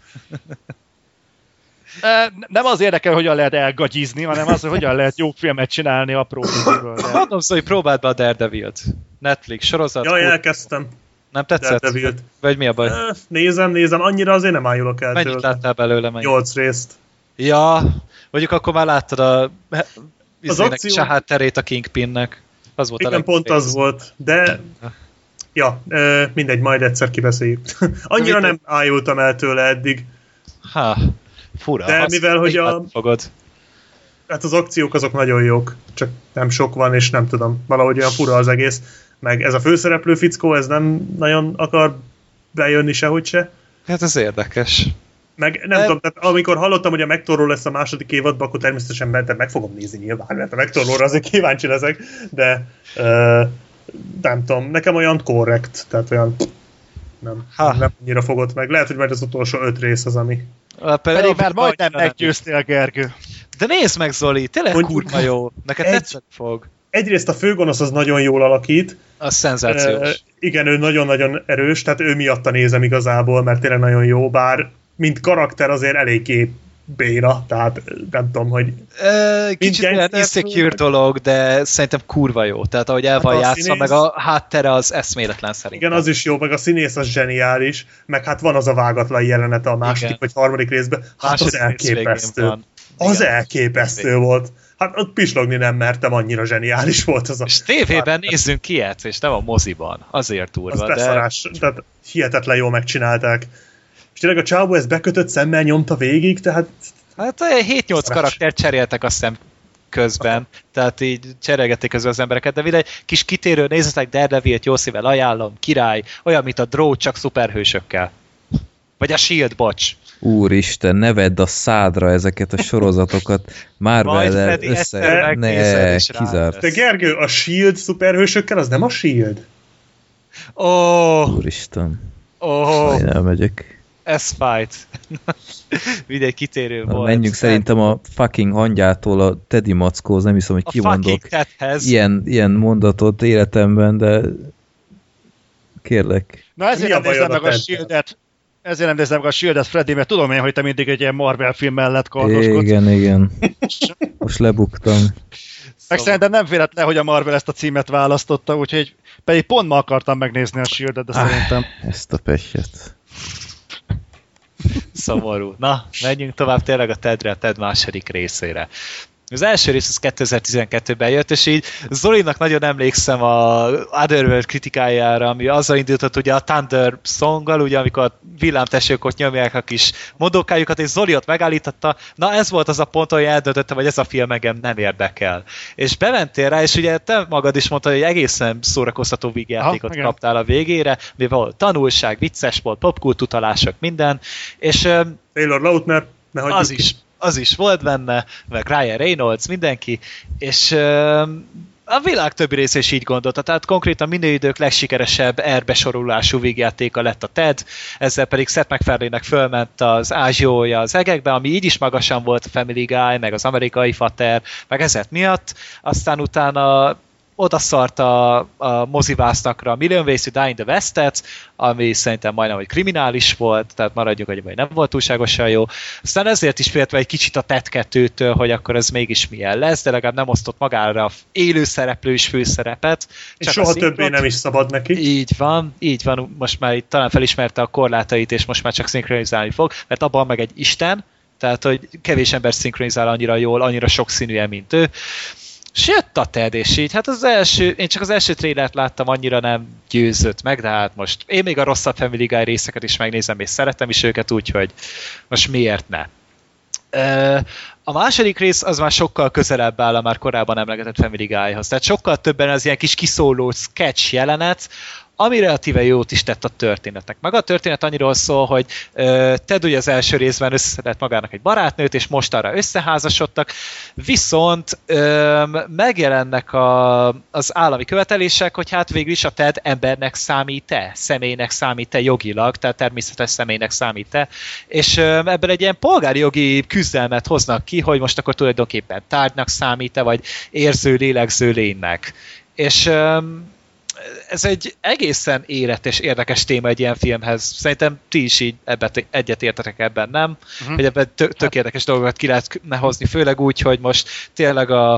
Nem az érdekel, hogyan lehet elgagyizni, hanem az, hogy hogyan lehet jó filmet csinálni apró filmből. Mondom szó, hogy próbáld be a Daredevil-t. Netflix sorozat. Jaj, elkezdtem. Nem tetszett? Daredevil-t. Vagy mi a baj? Nézem, annyira azért nem ájulok el mennyit tőle. láttál belőle? 8 részt. Ja, mondjuk akkor már láttad az akció... se hátterét a Kingpinnek. Az volt igen, pont az volt, de... Ja, mindegy, majd egyszer kibeszéljük. Annyira nem ájultam el tőle eddig. Fura. De mivel, hogy fogod. Hát az akciók azok nagyon jók, csak nem sok van, és nem tudom, valahogy olyan fura az egész. Meg ez a főszereplő fickó, ez nem nagyon akar bejönni sehogy se. Hát ez érdekes. Meg nem tudom, tehát amikor hallottam, hogy a Megtorról lesz a második évadban, akkor természetesen meg fogom nézni nyilván, mert a Megtorról azért kíváncsi leszek, de nem tudom, nekem olyan korrekt, tehát olyan nem annyira fogott meg. Lehet, hogy majd az utolsó 5 rész az, ami... Pedig már majdnem meggyőztél, Gergő. De nézd meg, Zoli, tényleg kurva jó. Neked tetszeni fog. Egyrészt a főgonosz az nagyon jól alakít. Az szenzációs. Igen, ő nagyon-nagyon erős, tehát ő miatta nézem igazából, mert tényleg nagyon jó, bár mint karakter azért eléggé béna, tehát nem tudom, hogy... Kicsit olyan insecure dolog, de szerintem kurva jó. Tehát ahogy el van játszva, meg a háttere az eszméletlen szerintem. Igen, az is jó, meg a színész az zseniális, meg hát van az a vágatlan jelenete a második vagy harmadik részben. Hát az elképesztő. Az elképesztő volt. Hát ott pislogni nem mertem, annyira zseniális volt az a... És tévében nézzünk ilyet, és nem a moziban. Azért durva. Az beszarás, tehát hihetetlen jól megcsinálták. És tényleg a csávó ezt bekötött szemmel nyomta végig, tehát... Hát 7-8 karaktert cseréltek azt hiszem közben, tehát így cserélgették közben az embereket, de mindegy, kis kitérő, nézzetek Daredevilt, jó szívvel ajánlom, király, olyan, mint a Draw, csak szuperhősökkel. Vagy a S.H.I.E.L.D., bocs. Úristen, ne vedd a szádra ezeket a sorozatokat. Marvel-el kizárt. De Gergő, a S.H.I.E.L.D. szuperhősökkel, az nem a S.H.I.E.L.D.? Úristen. Én elmegyek. Ez fight. Mindegy kitérő volt. Menjünk szerintem a fucking hangyától a Teddy mackóhoz, nem hiszem, hogy kimondok ilyen mondatot életemben, de kérlek. Na ezért nem nézem meg a S.H.I.E.L.D.-et. Ezért nem nézem meg a S.H.I.E.L.D.-et, Freddy, mert tudom én, hogy te mindig egy ilyen Marvel film mellett kardoskodsz. Igen. Most lebuktam. Meg szerintem nem véletlen, hogy a Marvel ezt a címet választotta, úgyhogy pedig pont ma akartam megnézni a S.H.I.E.L.D.-et, de szerintem... Ezt a pecset. Szomorú. Na, menjünk tovább tényleg a Tedre, a Ted második részére. Az első rész az 2012-ben jött, és így Zolinak nagyon emlékszem a Otherworld kritikájára, ami azzal indított ugye a Thunder Songgal, ugye amikor a villámtesők ott nyomják a kis modókájukat, és Zoli ott megállította, na ez volt az a pont, hogy eldöntöttem, hogy ez a film engem nem érdekel. És bementél rá, és ugye te magad is mondtad, hogy egészen szórakoztató vígjátékot kaptál a végére, mivel volt tanulság, vicces volt, popkultutalások, minden, és... Taylor Lautner, ne hagyjuk az is volt benne, meg Ryan Reynolds, mindenki, és a világ többi része is így gondolta, tehát konkrétan minden idők legsikeresebb R-besorolású vígjátéka lett a Ted, ezzel pedig Seth MacFarlane-nek fölment az ázsiója az egekbe, ami így is magasan volt a Family Guy, meg az Amerikai Fater, meg ezért miatt, aztán utána odaszart a mozivásztakra a Million Ways to Die in the West-et, ami szerintem majdnem, hogy kriminális volt, tehát maradjunk, hogy nem volt túlságosan jó. Aztán ezért is féltve egy kicsit a Ted 2-től, hogy akkor ez mégis milyen lesz, de legalább nem osztott magára élő szereplős főszerepet. És soha többé nem is szabad neki. Így van, most már itt talán felismerte a korlátait, és most már csak szinkronizálni fog, mert abban meg egy isten, tehát hogy kevés ember szinkronizál annyira jól, annyira sokszínűen, mint ő. És jött a Ted, és így, hát én csak az első trailert láttam, annyira nem győzött meg, de hát most én még a rosszabb Family Guy részeket is megnézem, és szeretem is őket, úgyhogy most miért ne? A második rész az már sokkal közelebb áll a már korábban emlegetett Family Guy-hoz, tehát sokkal többen az ilyen kis kiszóló sketch jelenet, ami relatíve jót is tett a történetnek. Maga a történet annyiról szól, hogy Ted ugye az első részben összeszedett magának egy barátnőt, és most arra összeházasodtak, viszont megjelennek az állami követelések, hogy hát végül is a Ted embernek számít-e, személynek számít-e jogilag, tehát természetes személynek számít-e, és ebből egy ilyen polgári jogi küzdelmet hoznak ki, hogy most akkor tulajdonképpen tárgynak számít-e, vagy érző, lélegző lénynek. És ez egy egészen élet és érdekes téma egy ilyen filmhez. Szerintem ti is így egyet értetek ebben, nem? Hogy ebben tök érdekes dolgokat ki lehetne hozni, főleg úgy, hogy most tényleg a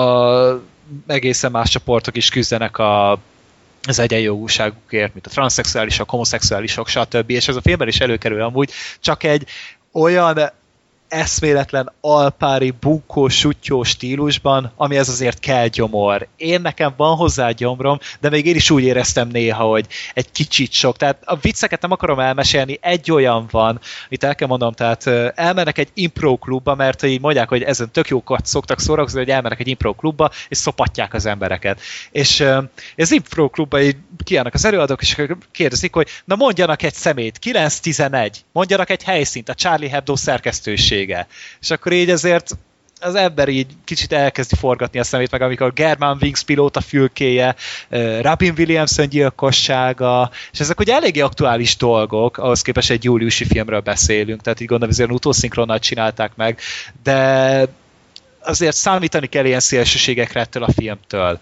egészen más csoportok is küzdenek az egyenjogúságukért, mint a transzszexuálisok, homoszexuálisok, stb. És ez a filmben is előkerül amúgy, csak egy olyan eszméletlen alpári, bunkó, suttyó stílusban, ami ez azért kell gyomor. Nekem van hozzá gyomrom, de még én is úgy éreztem néha, hogy egy kicsit sok. Tehát a vicceket nem akarom elmesélni, egy olyan van, amit el kell mondanom, tehát elmennek egy impro klubba, mert így mondják, hogy ezen tök jókat szoktak szórakozni, hogy elmennek egy impro klubba, és szopatják az embereket. És az impro klubba így kiállnak az előadók, és kérdezik, hogy na mondjanak egy szemét, 9-11, mondjanak egy helyszínt, a Charlie Hebdo szerkesztőség. És akkor így ezért az ember így kicsit elkezdi forgatni a szemét, meg amikor German Wings pilóta fülkéje, Robin Williamson gyilkossága, és ezek ugye eléggé aktuális dolgok, ahhoz képest egy júliusi filmről beszélünk, tehát így gondolom, azért utószinkronnal csinálták meg, de azért számítani kell ilyen szélsőségekre ettől a filmtől.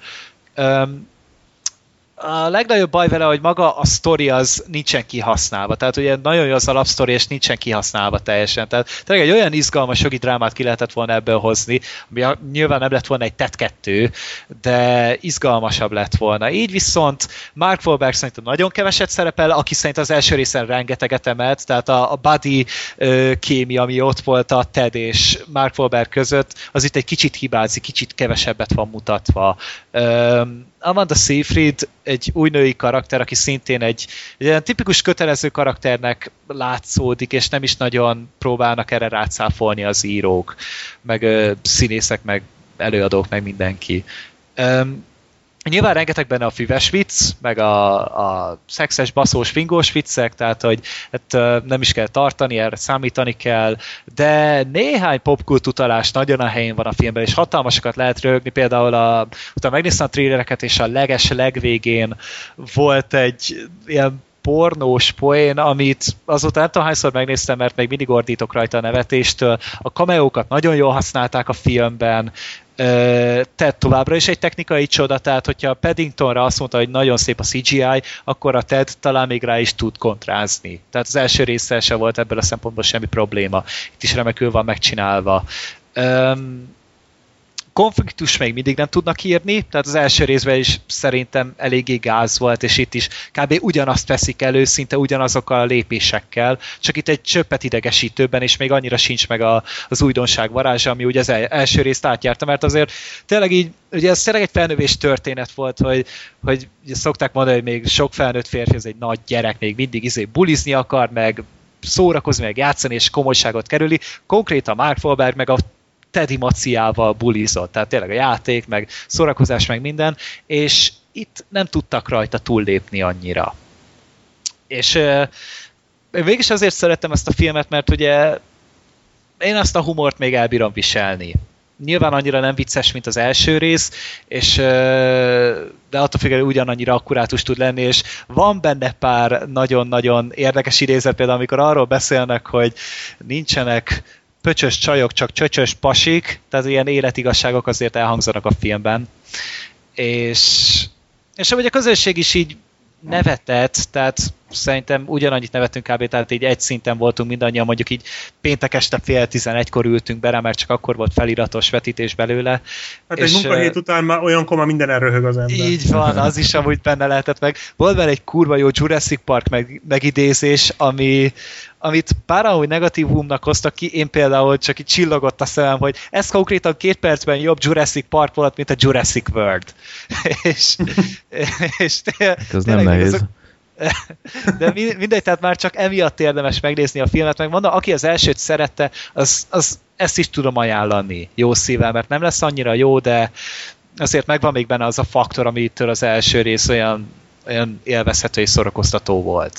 A legnagyobb baj vele, hogy maga a sztori az nincsen kihasználva. Tehát ugye nagyon jó az alapsztori, és nincsen kihasználva teljesen. Tehát tényleg egy olyan izgalmas jogi drámát ki lehetett volna ebből hozni, ami nyilván nem lett volna egy Ted 2, de izgalmasabb lett volna. Így viszont Mark Wahlberg szerintem nagyon keveset szerepel, aki szerint az első részen rengeteget emelt, tehát a buddy kémia, ami ott volt a Ted és Mark Wahlberg között, az itt egy kicsit hibázik, kicsit kevesebbet van mutatva. Amanda Seyfried egy új női karakter, aki szintén egy ilyen tipikus kötelező karakternek látszódik, és nem is nagyon próbálnak erre rácáfolni az írók, meg színészek, meg előadók, meg mindenki. Nyilván rengeteg benne a füves vicc, meg a szexes, baszós, fingós viccek, tehát hogy hát, nem is kell tartani, erre számítani kell, de néhány popkult utalás nagyon a helyén van a filmben, és hatalmasokat lehet röhögni, például utána megnéztem a trailereket, és a legvégén volt egy ilyen pornós poén, amit azóta nem tudom hányszor megnéztem, mert még mindig ordítok rajta a nevetéstől. A cameókat nagyon jól használták a filmben, Ted továbbra is egy technikai csoda, tehát hogyha Paddingtonra azt mondta, hogy nagyon szép a CGI, akkor a Ted talán még rá is tud kontrázni. Tehát az első résszel se volt ebből a szempontból semmi probléma. Itt is remekül van megcsinálva. Konfliktus még mindig nem tudnak írni, tehát az első részben is szerintem eléggé gáz volt, és itt is kb. Ugyanazt veszik elő, szinte ugyanazokkal a lépésekkel, csak itt egy csöppet idegesítőbben, és még annyira sincs meg az újdonság varázsa, ami ugye az első részt átjárta, mert azért tényleg így, ugye ez tényleg egy felnövés történet volt, hogy ugye szokták mondani, hogy még sok felnőtt férfi, ez egy nagy gyerek, még mindig bulizni akar, meg szórakozni, meg játszani, és komolyságot kerüli. Konkrétan Mark Wahlberg meg a Teddy Maciával bulizott, tehát tényleg a játék, meg szórakozás, meg minden, és itt nem tudtak rajta túllépni annyira. És mégis azért szerettem ezt a filmet, mert ugye én azt a humort még elbírom viselni. Nyilván annyira nem vicces, mint az első rész, és, de attól függően ugyanannyira akkurátus tud lenni, és van benne pár nagyon-nagyon érdekes idézet, például amikor arról beszélnek, hogy nincsenek pöcsös csajok, csak csöcsös pasik, tehát ilyen életigazságok azért elhangzanak a filmben. És ahogy a közönség is így nevetett, tehát szerintem ugyanannyit nevettünk kb. Tehát így egy szinten voltunk mindannyian, mondjuk így péntek este 10:30-kor ültünk be rá, mert csak akkor volt feliratos vetítés belőle. Hát egy munkahét után már olyankor már minden elröhög az ember. Így van, az is amúgy benne lehetett meg. Volt benne egy kurva jó Jurassic Park megidézés, amit bár ahogy negatívumnak hoztak ki, én például csak így csillogott a szemem, hogy ez konkrétan 2 percben jobb Jurassic Park volt, mint a Jurassic World. és ez nem nehéz. De mindegy, tehát már csak emiatt érdemes megnézni a filmet, meg mondom, aki az elsőt szerette, az ezt is tudom ajánlani jó szívvel, mert nem lesz annyira jó, de azért megvan még benne az a faktor, amitől az első rész olyan élvezhető és szórakoztató volt.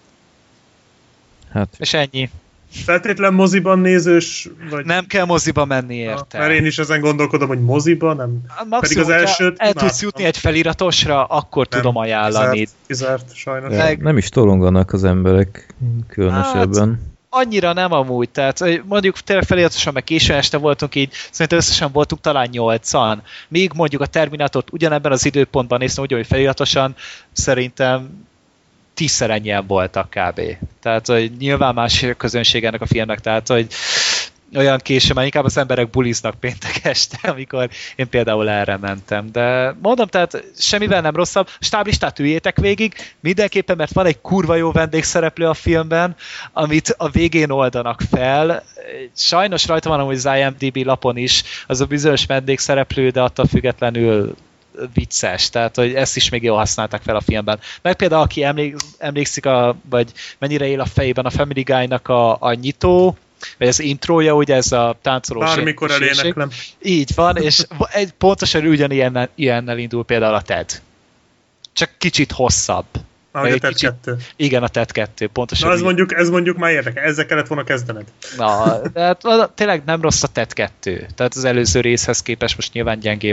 Hát. És ennyi. Feltétlen moziban nézős? Vagy... Nem kell moziba menni érte. Mert én is ezen gondolkodom, hogy moziba, nem. Maximum, pedig az elsőt el tudsz jutni egy feliratosra, akkor nem, tudom ajánlani. Kizárt sajnos. Nem is tolonganak az emberek különösebben. Hát, annyira nem amúgy, tehát mondjuk tényleg feliratosan, meg későn este voltunk így, szerintem összesen voltunk talán 8-an. Míg mondjuk a Terminátort ugyanebben az időpontban néztem, úgy, hogy feliratosan szerintem 10-szer ennyien voltak kb. Tehát, hogy nyilván más közönség ennek a filmnek, tehát, hogy olyan későn, mert inkább az emberek buliznak péntek este, amikor én például erre mentem. De mondom, tehát semmivel nem rosszabb. Stáblistát üljétek végig, mindenképpen, mert van egy kurva jó vendégszereplő a filmben, amit a végén oldanak fel. Sajnos rajta van amúgy az IMDb lapon is az a bizonyos vendégszereplő, de attól függetlenül vicces, tehát hogy ezt is még jól használták fel a filmben. Meg például, aki emlékszik, vagy mennyire él a fejében a Family Guy-nak a nyitó, vagy az intrója, ugye ez a táncolós... Bármikor eléneklem. Így van, és pontosan ugyanilyennel indul például a Ted. Csak kicsit hosszabb. Ahogy a Ted 2. Igen, a Ted 2, pontosan. Na, ez mondjuk már érdekel, ezzel kellett volna kezdened. Na, de hát tényleg nem rossz a Ted 2. Tehát az előző részhez képest most nyilván gyengébb,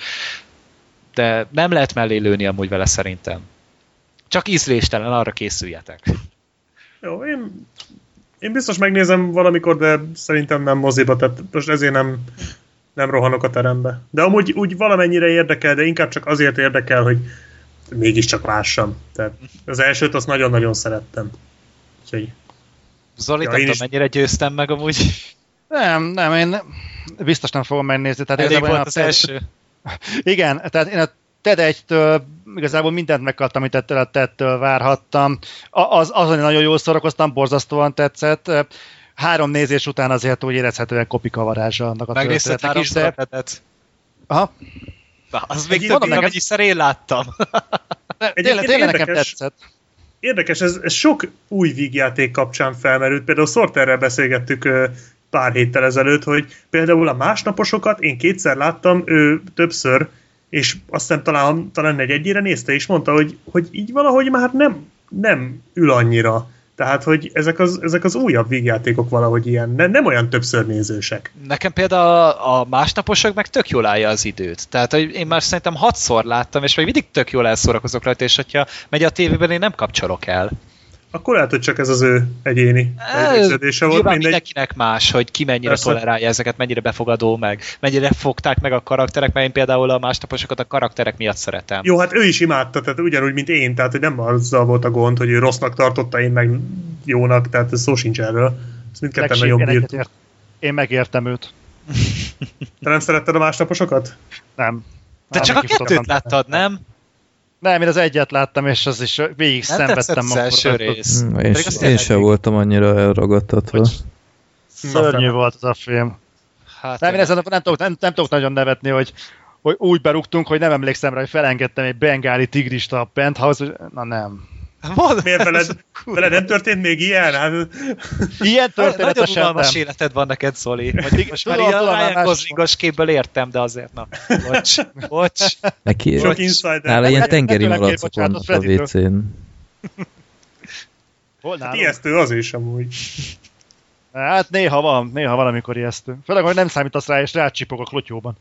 de nem lehet mellé lőni amúgy vele szerintem. Csak ízléstelen, arra készüljetek. Jó, én biztos megnézem valamikor, de szerintem nem moziba, tehát most ezért nem rohanok a terembe. De amúgy úgy valamennyire érdekel, de inkább csak azért érdekel, hogy mégiscsak lássam. Tehát az elsőt azt nagyon-nagyon szerettem. Úgyhogy... Zoli, nem tudom, mennyire győztem meg amúgy? Nem, én biztos nem fogom megnézni. Tehát elég volt az első. Igen, tehát én a Ted 1-től igazából mindent megkaptam, amit ettől a Tedtől várhattam. Azon nagyon jól szórakoztam, borzasztóan tetszett. 3 nézés után azért úgy érezhetően kopik a varázsa annak a történetnek is, de... Aha. Na, az még több, nekem is én láttam. Tényleg nekem tetszett. Érdekes, ez sok új vígjáték kapcsán felmerült. Például Sorterrel beszélgettük pár héttel ezelőtt, hogy például a másnaposokat én 2-szer láttam, ő többször, és aztán talán egyére nézte, és mondta, hogy így valahogy már nem ül annyira. Tehát, hogy ezek az újabb vígjátékok valahogy ilyen, nem olyan többször nézősek. Nekem például a másnaposok meg tök jól állja az időt. Tehát, hogy én már szerintem 6-szor láttam, és még mindig tök jól elszórakozok rajta, és hogyha megy a tévében, én nem kapcsolok el. Akkor lehet, hogy csak ez az ő egyéni elképzelése volt. Mindenkinek más, hogy ki mennyire tolerálja ezeket, mennyire befogadó meg, mennyire fogták meg a karakterek, mert én például a másnaposokat a karakterek miatt szeretem. Jó, hát ő is imádta, tehát ugyanúgy, mint én, tehát hogy nem azzal volt a gond, hogy ő rossznak tartotta, én meg jónak, tehát ez szó sincs erről. Ezt mindketten nagyon bírtuk. Én megértem őt. Te nem szeretted a másnaposokat? Nem. Te csak a 2-t láttad, nem? Nem, én az 1-et láttam, és az is végig szenvedtem. Az első rész. Én sem voltam annyira elragadtatva. Szörnyű volt az a film. Hát nem, én ezen nem tudok nagyon nevetni, hogy úgy berúgtunk, hogy nem emlékszem rá, hogy felengedtem egy bengáli tigrista a penthouse, na nem. Miért veled nem történt még ilyen? Hát... Ilyen történetesen nagyon unalmas életed van neked, Zoli. Most már ilyen Ryan Goslingos képből értem, de azért na. Bocs. Sok insider. Nála ilyen tengeri malacok vannak a WC-n. Hát ijesztő az is amúgy. Hát néha van, amikor ijesztő. Főleg, hogy nem számítasz rá, és rácsipog a klotyóban.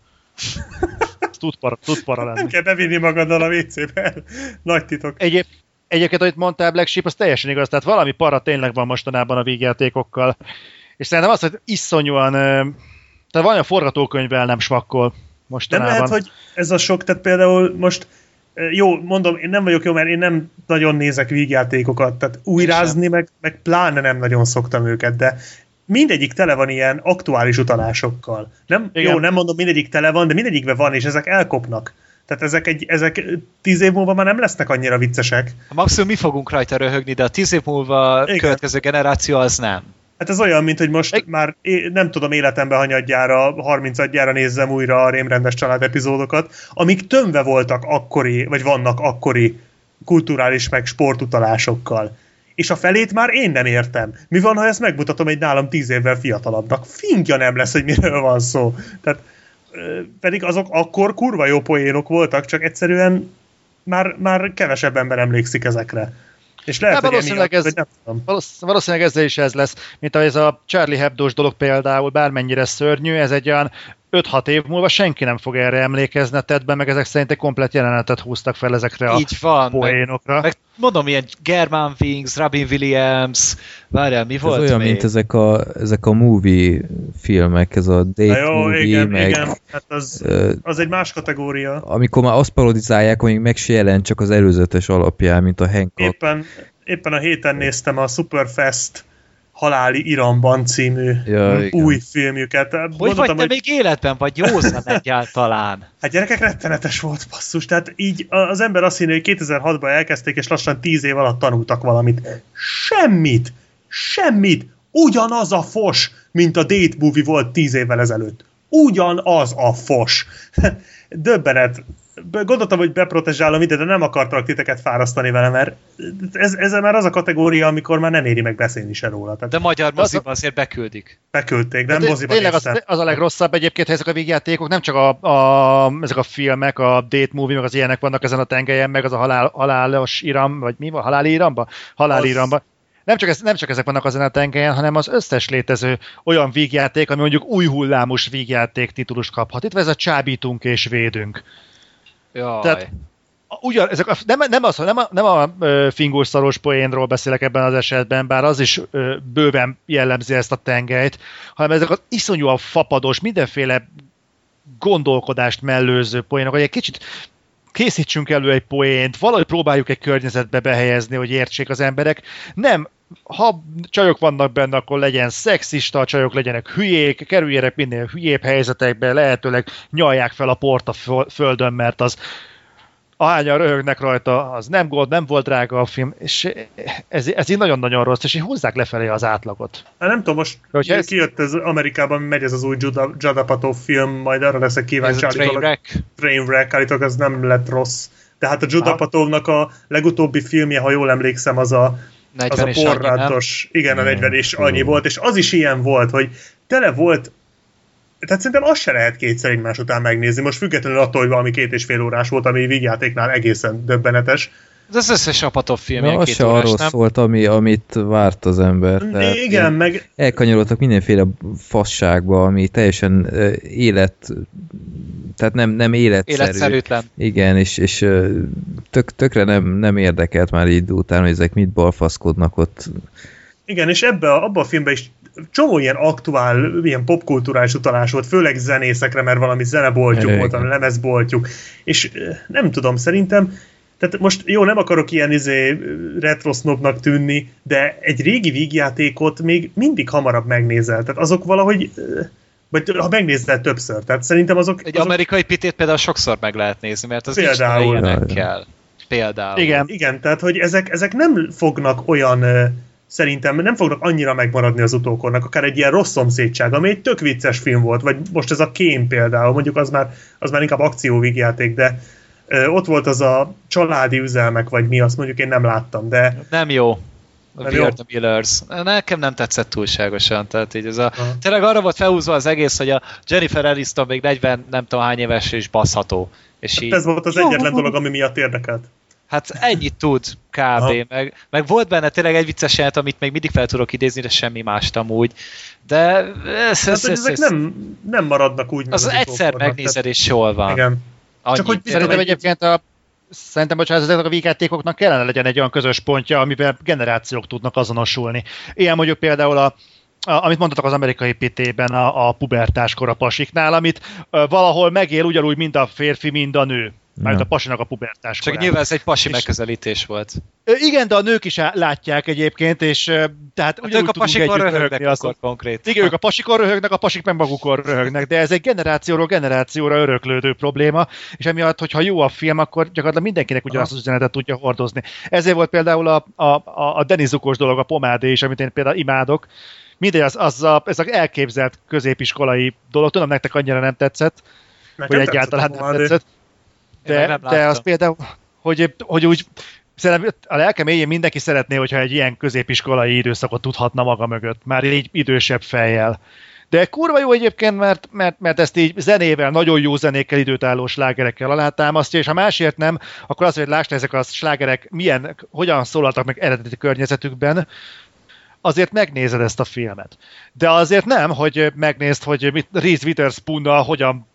Tud para lenni. Nem kell bevinni magaddal a WC-be. Nagy titok. Egyébként, amit mondtál, Black Sheep, az teljesen igaz, tehát valami para tényleg van mostanában a vígjátékokkal. És szerintem az, hogy iszonyúan, tehát valami a forgatókönyvvel nem smakkol mostanában. Nem lehet, hogy ez a sok, tehát például most, jó, mondom, én nem vagyok jó, mert én nem nagyon nézek vígjátékokat, tehát újrázni, meg pláne nem nagyon szoktam őket, de mindegyik tele van ilyen aktuális utalásokkal. Jó, nem mondom, mindegyik tele van, de mindegyikben van, és ezek elkopnak. Tehát ezek 10 év múlva már nem lesznek annyira viccesek. Maximum mi fogunk rajta röhögni, de a 10 év múlva a következő generáció az nem. Hát ez olyan, mint hogy most már nem tudom, életemben hanyadjára, 30-adjára nézzem újra a Rémrendes család epizódokat, amik tömve voltak akkori, vagy vannak akkori kulturális meg sportutalásokkal. És a felét már én nem értem. Mi van, ha ezt megmutatom egy nálam 10 évvel fiatalabbnak? Fingja nem lesz, hogy miről van szó. Tehát pedig azok akkor kurva jó poénok voltak, csak egyszerűen már kevesebb ember emlékszik ezekre. És lehet, hogy valószínűleg ezzel is ez lesz, mint ahogy ez a Charlie Hebdo-s dolog például, bármennyire szörnyű, ez egy olyan 5-6 év múlva senki nem fog erre emlékezni a tettben, meg ezek szerint egy komplet jelenetet húztak fel ezekre a poénokra. Meg mondom, ilyen German Wings, Robin Williams, várjál, mi volt ez olyan, még? mint ezek a movie filmek, ez a date movie, igen, meg... Igen. Hát az egy más kategória. Amikor már azt parodizálják, hogy meg se jelent csak az előzetes alapján, mint a Hancock. Éppen a héten néztem a Superfest Haláli Iramban című új filmjüket. Hogy vagy te még életben vagy józan egyáltalán? Hát gyerekek, rettenetes volt, basszus. Tehát így az ember azt hinné, hogy 2006-ban elkezdték, és lassan 10 év alatt tanultak valamit. Semmit! Ugyanaz a fos, mint a Date Movie volt 10 évvel ezelőtt. Ugyanaz a fos. Döbbenet. Gondoltam, hogy beprotezsálom ide, de nem akartalak titeket fárasztani vele, mert ez már az a kategória, amikor már nem éri meg beszélni se róla. Tehát de magyar moziba azért beküldik. Beküldték, de nem moziba tényleg az a legrosszabb egyébként, hogy ezek a vígjátékok, nem csak ezek a filmek, a Date Movie, meg az ilyenek vannak ezen a tengelyen, meg az a halálos iram, vagy mi van? Haláli iramba? Haláli iramba. Nem csak ezek vannak ezen a tengelyen, hanem az összes létező olyan vígjáték, ami mondjuk új hullámos vígjáték titulust kaphat. Itt ez a csábítunk és védünk. Jaj. Tehát nem a fingurszaros poénról beszélek ebben az esetben, bár az is bőven jellemzi ezt a tengelyt, hanem ezek az iszonyúan fapados, mindenféle gondolkodást mellőző poénok, hogy egy kicsit készítsünk elő egy poént, valahogy próbáljuk egy környezetbe behelyezni, hogy értsék az emberek. Nem, ha csajok vannak benne, akkor legyen szexista, a csajok legyenek hülyék, kerüljenek minél hülyébb helyzetekbe, lehetőleg nyalják fel a port a földön, mert az ahányan röhögnek rajta, az nem volt drága a film, és ez így nagyon-nagyon rossz, és így húzzák lefelé az átlagot. Hát nem tudom, most kijött ez Amerikában, megy ez az új Judd Apatow film, majd arra leszek kíváncsi. Trainwreck? Trainwreck, állítólag az nem lett rossz. Tehát a Judd Apatownak a legutóbbi filmje, ha jól emlékszem, az a porratos, igen, a 40 és annyi volt, és az is ilyen volt, hogy tele volt, tehát szerintem azt se lehet kétszer egymás után megnézni, most függetlenül attól, hogy valami 2,5 órás volt, ami vígjátéknál egészen döbbenetes. De az összes Apatow film ilyen 2 órás, arról nem? Szólt, amit várt az ember. Igen, meg... Elkanyarodtak mindenféle fasságba, ami teljesen tehát nem életszerű. Életszerűtlen. Igen, és tökre nem érdekelt már így utána, hogy ezek mit balfaszkodnak ott. Igen, és abban a filmben is csomó ilyen aktuál, ilyen popkulturális utalás volt, főleg zenészekre, mert valami zeneboltjuk volt, valami lemezboltjuk. És nem tudom, szerintem tehát most jó, nem akarok ilyen retrosznobnak tűnni, de egy régi vígjátékot még mindig hamarabb megnézel. Tehát azok valahogy, vagy ha megnézel többször. Tehát szerintem azok... amerikai pitét például sokszor meg lehet nézni, mert az például, nincs ilyenekkel. Például. Igen, tehát hogy ezek nem fognak olyan... Szerintem nem fognak annyira megmaradni az utókornak, akár egy ilyen Rossz szomszédság, ami egy tök vicces film volt, vagy most ez a Kém például, mondjuk az már inkább akcióvígjáték, de ott volt az a családi üzelmek, vagy mi, azt mondjuk én nem láttam, de... Nem jó. We Are the Millers. Nekem nem tetszett túlságosan, tehát így ez tényleg arra volt felhúzva az egész, hogy a Jennifer Aniston még 40 nem tudom hány éves és baszható. És így... Ez volt az egyetlen dolog, ami miatt érdekelt. Hát ennyit tud kb. Meg volt benne tényleg egy vicces jelent, amit még mindig fel tudok idézni, de semmi mást amúgy. De ezek nem maradnak úgy, az egyszer megnézed, és jól van. Igen. Csak hogy szerintem egyébként ezeknek a vígjátékoknak kellene legyen egy olyan közös pontja, amiben generációk tudnak azonosulni. Ilyen mondjuk például amit mondtatok az amerikai pitében, a pubertáskor a pasiknál, amit valahol megél ugyanúgy mind a férfi, mind a nő. Mert a pasinak a pubertás korán. Csak nyilván ez egy pasi megközelítés volt. Igen, de a nők is látják egyébként, és tehát ugyanúgy tudunk együtt röhögni. Konkrét. Igen, ők a pasikon röhögnek, a pasik meg magukon röhögnek, de ez egy generációról generációra öröklődő probléma, és emiatt, hogyha jó a film, akkor gyakorlatilag mindenkinek ugyanazt az üzenetet tudja hordozni. Ezért volt például a Denis Zuko-s dolog, a pomádé is, amit én például imádok. Mindegy, ez az elképzelt középiskolai dolog, tudom, nektek annyira nem tetszett, nekem hogy egyáltalán nem tetszett. De az például, hogy úgy szerintem a lelkem éjjén mindenki szeretné, hogyha egy ilyen középiskolai időszakot tudhatna maga mögött, már így idősebb fejjel. De kurva jó egyébként, mert ezt így zenével, nagyon jó zenékkel, időtálló slágerekkel alátámasztja, és ha másért nem, akkor az, hogy lásd, ezek a slágerek hogyan szólaltak meg eredeti környezetükben, azért megnézed ezt a filmet. De azért nem, hogy megnézd, hogy Reese Witherspoon-nal hogyan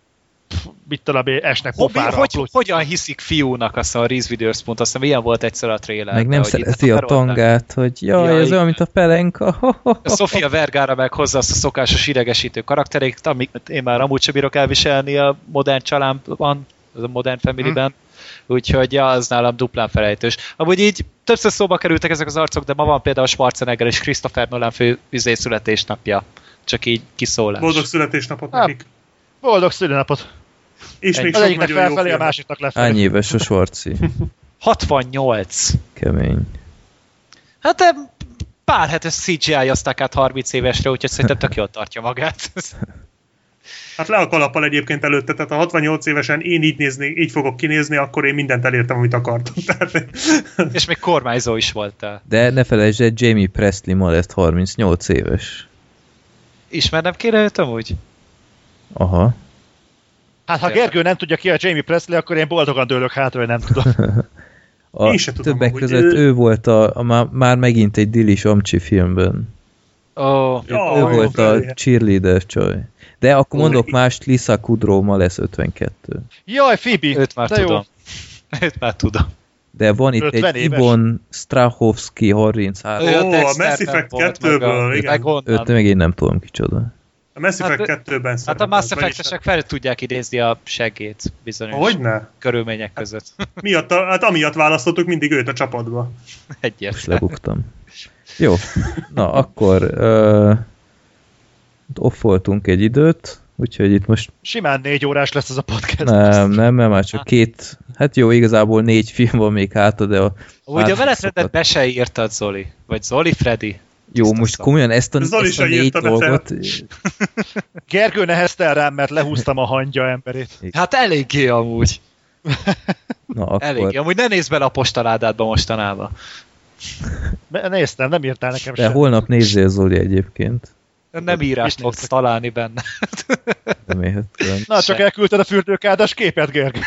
esnek pofára. Hogyan hiszik fiúnak azt a Reese Witherspoon-t, azt ilyen volt egyszer a trailer. Meg nem szereti a tangát, hogy jaj, ez olyan, mint a pelenka. Sofia Vergara meg hozza azt a szokásos idegesítő karakterét, amit én már amúgy sem bírok elviselni a modern családban, a modern familyben. Úgyhogy az nálam duplán felejtős. Amúgy így többször szóba kerültek ezek az arcok, de ma van például Schwarzenegger és Christopher Nolan fő születésnapja. Csak így kiszólás. Boldog születésnapot nekik. Boldog szülinapot. És még az sok egyiknek nagyon felfelé, jó a másiknak lefelé. Hány éves a Schwarzi? 68. Kemény. Hát pár hetes CGI-azták át 30 évesre, úgyhogy szerintem tök jól tartja magát. Hát le a kalappal egyébként előtte, tehát a 68 évesen én így fogok kinézni, akkor én mindent elértem, amit akartam. És még kormányzó is voltál. De ne felejtsd, hogy Jamie Presley ma lesz 38 éves. Ismernem kéne őt amúgy? Aha. Hát ha Gergő nem tudja ki a Jamie Presley, akkor én boldogan dőlök hátra, hogy nem tudom. Én sem tudom, többek között ő volt már megint egy Dilis Amcsi filmben. Ő volt a cheerleader csaj. De akkor mondok mást, Lisa Kudrow ma lesz 52. Jaj, Phoebe! Őt már tudom. Őt már tudom. De van itt egy Ivon Strahovski 33. A Mass Effect 2-ből, igen. Őt meg én nem tudom kicsoda. A Mass Effect 2-ben hát a Mass Effect-esek fel tudják idézni a seggét bizonyos körülmények között. Hát amiatt választottuk mindig őt a csapatba. Egyértelmű. Most lebuktam. Jó, na akkor offoltunk egy időt, úgyhogy itt most... Simán 4 órás lesz ez a podcast. Nem, mert már csak 2... Hát jó, igazából 4 film van még hátra, de a... Ugye a menetrendet be se írtad, Zoli? Vagy Zoli, Freddy? Jó, most komolyan ezt a 4 dolgot... Gergő nehezte rám, mert lehúztam a hangya emberét. Hát eléggé amúgy. Na, akkor... Elég. Amúgy ne nézz bele a postaládádba mostanában. Néztem, nem írtál nekem de holnap nézzél, Zoli, egyébként. Nem írást fogsz találni benne. Remélhetően. Na, csak elküldted a fürdőkádás képet, Gergő.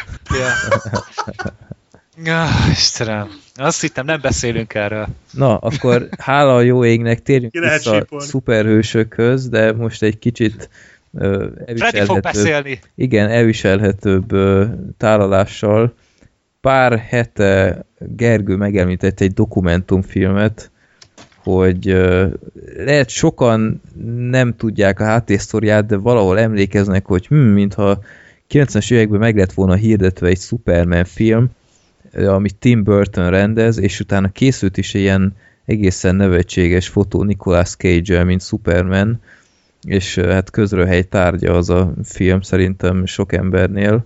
Istenem. Azt hittem, nem beszélünk erről. Na, akkor hála a jó égnek, térjünk vissza a szuperhősökhöz, de most egy kicsit Freddy fog beszélni. Igen, elviselhetőbb tálalással. Pár hete Gergő megemlített egy dokumentumfilmet, hogy lehet sokan nem tudják a háttérsztoriát, de valahol emlékeznek, hogy mintha 90-es években meg lett volna hirdetve egy Superman film, amit Tim Burton rendez, és utána készült is ilyen egészen nevetséges fotó Nicolas Cage-el, mint Superman, és hát közröhely tárgya az a film szerintem sok embernél,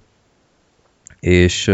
és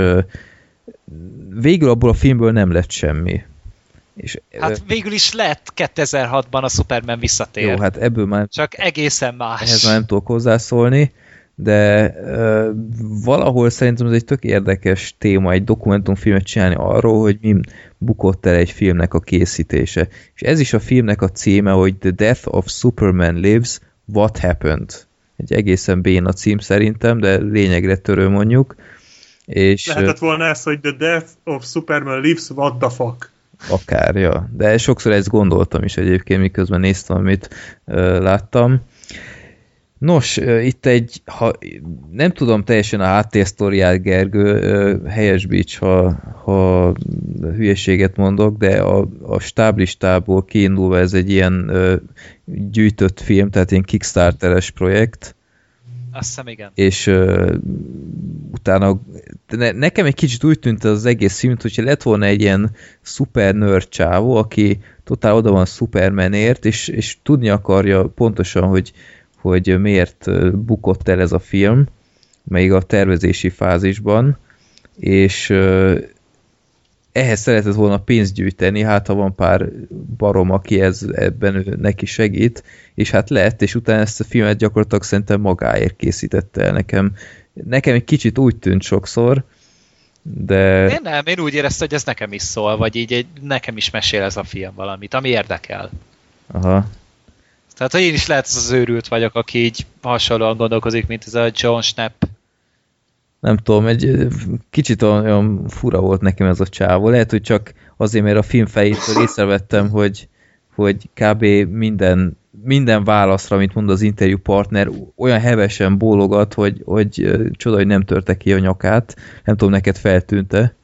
végül abból a filmből nem lett semmi. És, hát végül is lett 2006-ban a Superman visszatér. Jó, hát ebből már... Csak egészen más. Ehhez már nem tudok hozzászólni, de valahol szerintem ez egy tök érdekes téma, egy dokumentumfilmet csinálni arról, hogy mi bukott el egy filmnek a készítése. És ez is a filmnek a címe, hogy The Death of Superman Lives, What Happened. Egy egészen béna cím szerintem, de lényegre törő mondjuk. És lehetett volna ez, hogy The Death of Superman Lives, What the fuck. Akár, ja. De sokszor ezt gondoltam is egyébként, miközben néztem, amit láttam. Nos, itt nem tudom teljesen a háttérsztoriát, Gergő, helyesbíts, ha hülyeséget mondok, de a stáblistából kiindulva ez egy ilyen gyűjtött film, tehát ilyen Kickstarteres projekt. Azt hiszem, igen. És utána nekem egy kicsit úgy tűnt az egész film, hogyha lett volna egy ilyen szuper nerd csávó, aki totál oda van Supermanért, és tudni akarja pontosan, hogy miért bukott el ez a film, még a tervezési fázisban, és ehhez szeretett volna pénzt gyűjteni, hát ha van pár barom, aki ebben neki segít, és hát lett, és utána ezt a filmet gyakorlatilag szerintem magáért készítette el nekem egy kicsit úgy tűnt sokszor, de... Én úgy éreztem, hogy ez nekem is szól, vagy így nekem is mesél ez a film valamit, ami érdekel. Aha. Tehát, hogy én is lehet az őrült vagyok, aki így hasonlóan gondolkozik, mint ez a John Schnapp. Nem tudom, egy kicsit olyan fura volt nekem ez a csávó. Lehet, hogy csak azért, mert a film fejétől észrevettem, hogy kb. minden válaszra, amit mond az interjú partner, olyan hevesen bólogat, hogy csoda, hogy nem törte ki a nyakát. Nem tudom, neked feltűnt-e?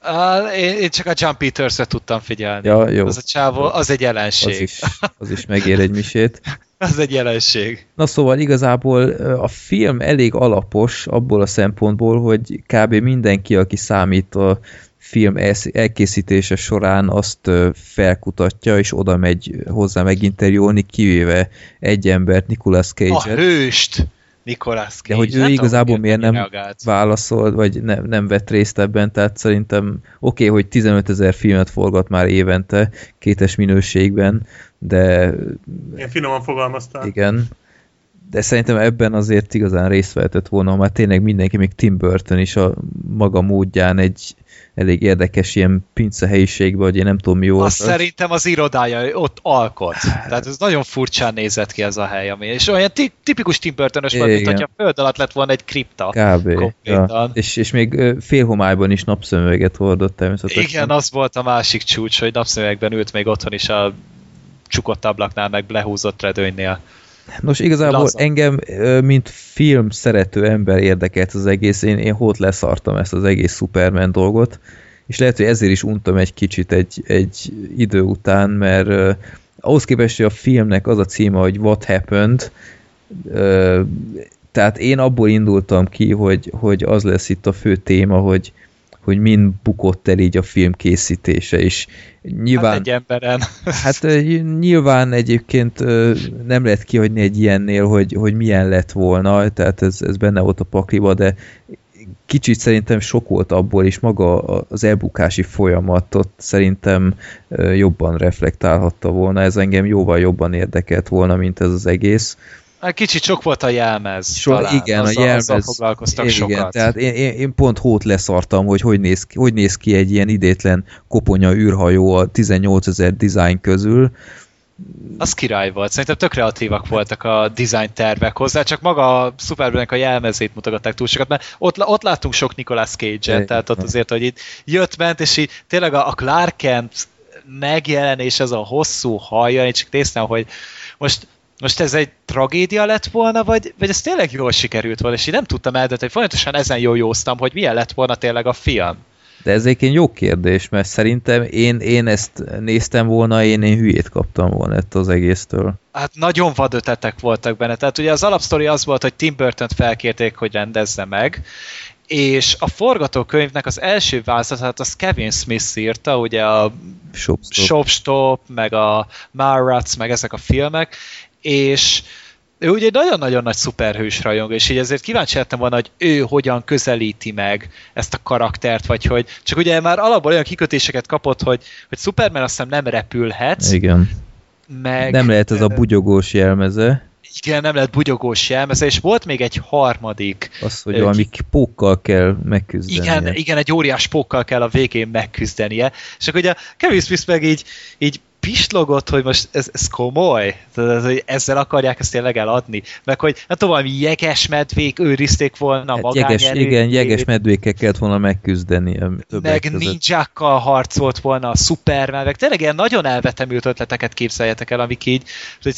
Én csak a John Peters-re tudtam figyelni. Ja, jó. Az a csávó, az egy jelenség. Az is megér egy misét. Az egy jelenség. Na szóval igazából a film elég alapos abból a szempontból, hogy kb. Mindenki, aki számít a film elkészítése során, azt felkutatja, és oda megy hozzá meginterjúolni, kivéve egy embert, Nicolas Cage-et. A hőst! Nicolas Cage. De hogy ő igazából miért nem válaszolt, vagy nem vett részt ebben, tehát szerintem oké, hogy 15 000 filmet forgat már évente, 2-es minőségben, de... Ilyen finoman fogalmaztál. Igen. De szerintem ebben azért igazán részt vehetett volna, már tényleg mindenki, még Tim Burton is a maga módján egy elég érdekes ilyen pince helyiségben, hogy én nem tudom mi volt. Azt szerintem az irodája ott alkot. Tehát ez nagyon furcsán nézett ki ez a hely, ami. És olyan tipikus Tim Burton-ös volt, mint hogyha föld alatt lett volna egy kripta. Kb. Ja. És még félhomályban is napszemüveget hordott természetesen. Igen, az volt a másik csúcs, hogy napszemüvegben ült még otthon is a csukott ablaknál, meg lehúzott redőnynél. Nos, igazából engem, mint film szerető ember érdekelt az egész, én hót leszartam ezt az egész Superman dolgot, és lehet, hogy ezért is untam egy kicsit egy idő után, mert ahhoz képest, hogy a filmnek az a címe, hogy What Happened, tehát én abból indultam ki, hogy az lesz itt a fő téma, hogy mind bukott el így a film készítése, és nyilván... Hát egy emberen. Hát nyilván egyébként nem lehet kihagyni egy ilyennél, hogy milyen lett volna, tehát ez benne volt a pakliba, de kicsit szerintem sok volt abból, és maga az elbukási folyamatot szerintem jobban reflektálhatta volna, ez engem jóval jobban érdekelt volna, mint ez az egész, Kicsit sok volt a jelmez. Igen, a jelmez. Azzal foglalkoztak igen, sokat. Tehát én pont hót leszartam, hogy néz ki egy ilyen idétlen koponya űrhajó a 18 000 design közül. Az király volt. Szerintem tök kreatívak voltak a design tervek hozzá, csak maga a Supermannek a jelmezét mutogatták túl sokat, mert ott láttunk sok Nicolas Cage-et, tehát ott azért, hogy itt jött-ment, és így tényleg a Clark Kent megjelenés, ez a hosszú hajja, én csak néztem, hogy most ez egy tragédia lett volna, vagy ez tényleg jól sikerült volna, és én nem tudtam eldönteni, folyamatosan ezen józtam, hogy milyen lett volna tényleg a film. De ez egyébként jó kérdés, mert szerintem én ezt néztem volna, én hülyét kaptam volna ettől az egésztől. Hát nagyon vad ötletek voltak benne. Tehát ugye az alapsztori az volt, hogy Tim Burtont felkérték, hogy rendezze meg, és a forgatókönyvnek az első változatát az Kevin Smith írta, ugye a Shopstop, meg a Mallrats, meg ezek a filmek, és ő ugye egy nagyon-nagyon nagy szuperhős rajongó, és így ezért kíváncsi lettem volna, hogy ő hogyan közelíti meg ezt a karaktert, vagy hogy csak ugye már alapból olyan kikötéseket kapott, hogy Superman azt hiszem nem repülhet. Igen. Meg, nem lehet ez a bugyogós jelmeze. Igen, nem lehet bugyogós jelmeze, és volt még egy harmadik. Az, hogy valami pókkal kell megküzdenie. Igen, egy óriás pókkal kell a végén megküzdenie. És akkor ugye Kevin Smith meg így pislogott, hogy most ez komoly? Tehát, hogy ezzel akarják ezt tényleg eladni? Meg hogy nem tudom, valami jegesmedvék őrizték volna a magányerőt. Igen, jegesmedvékkel kellett volna megküzdeni. Meg ninjákkal harcolt volna a Superman, meg tényleg ilyen nagyon elvetemült ötleteket képzeljetek el, amik így egy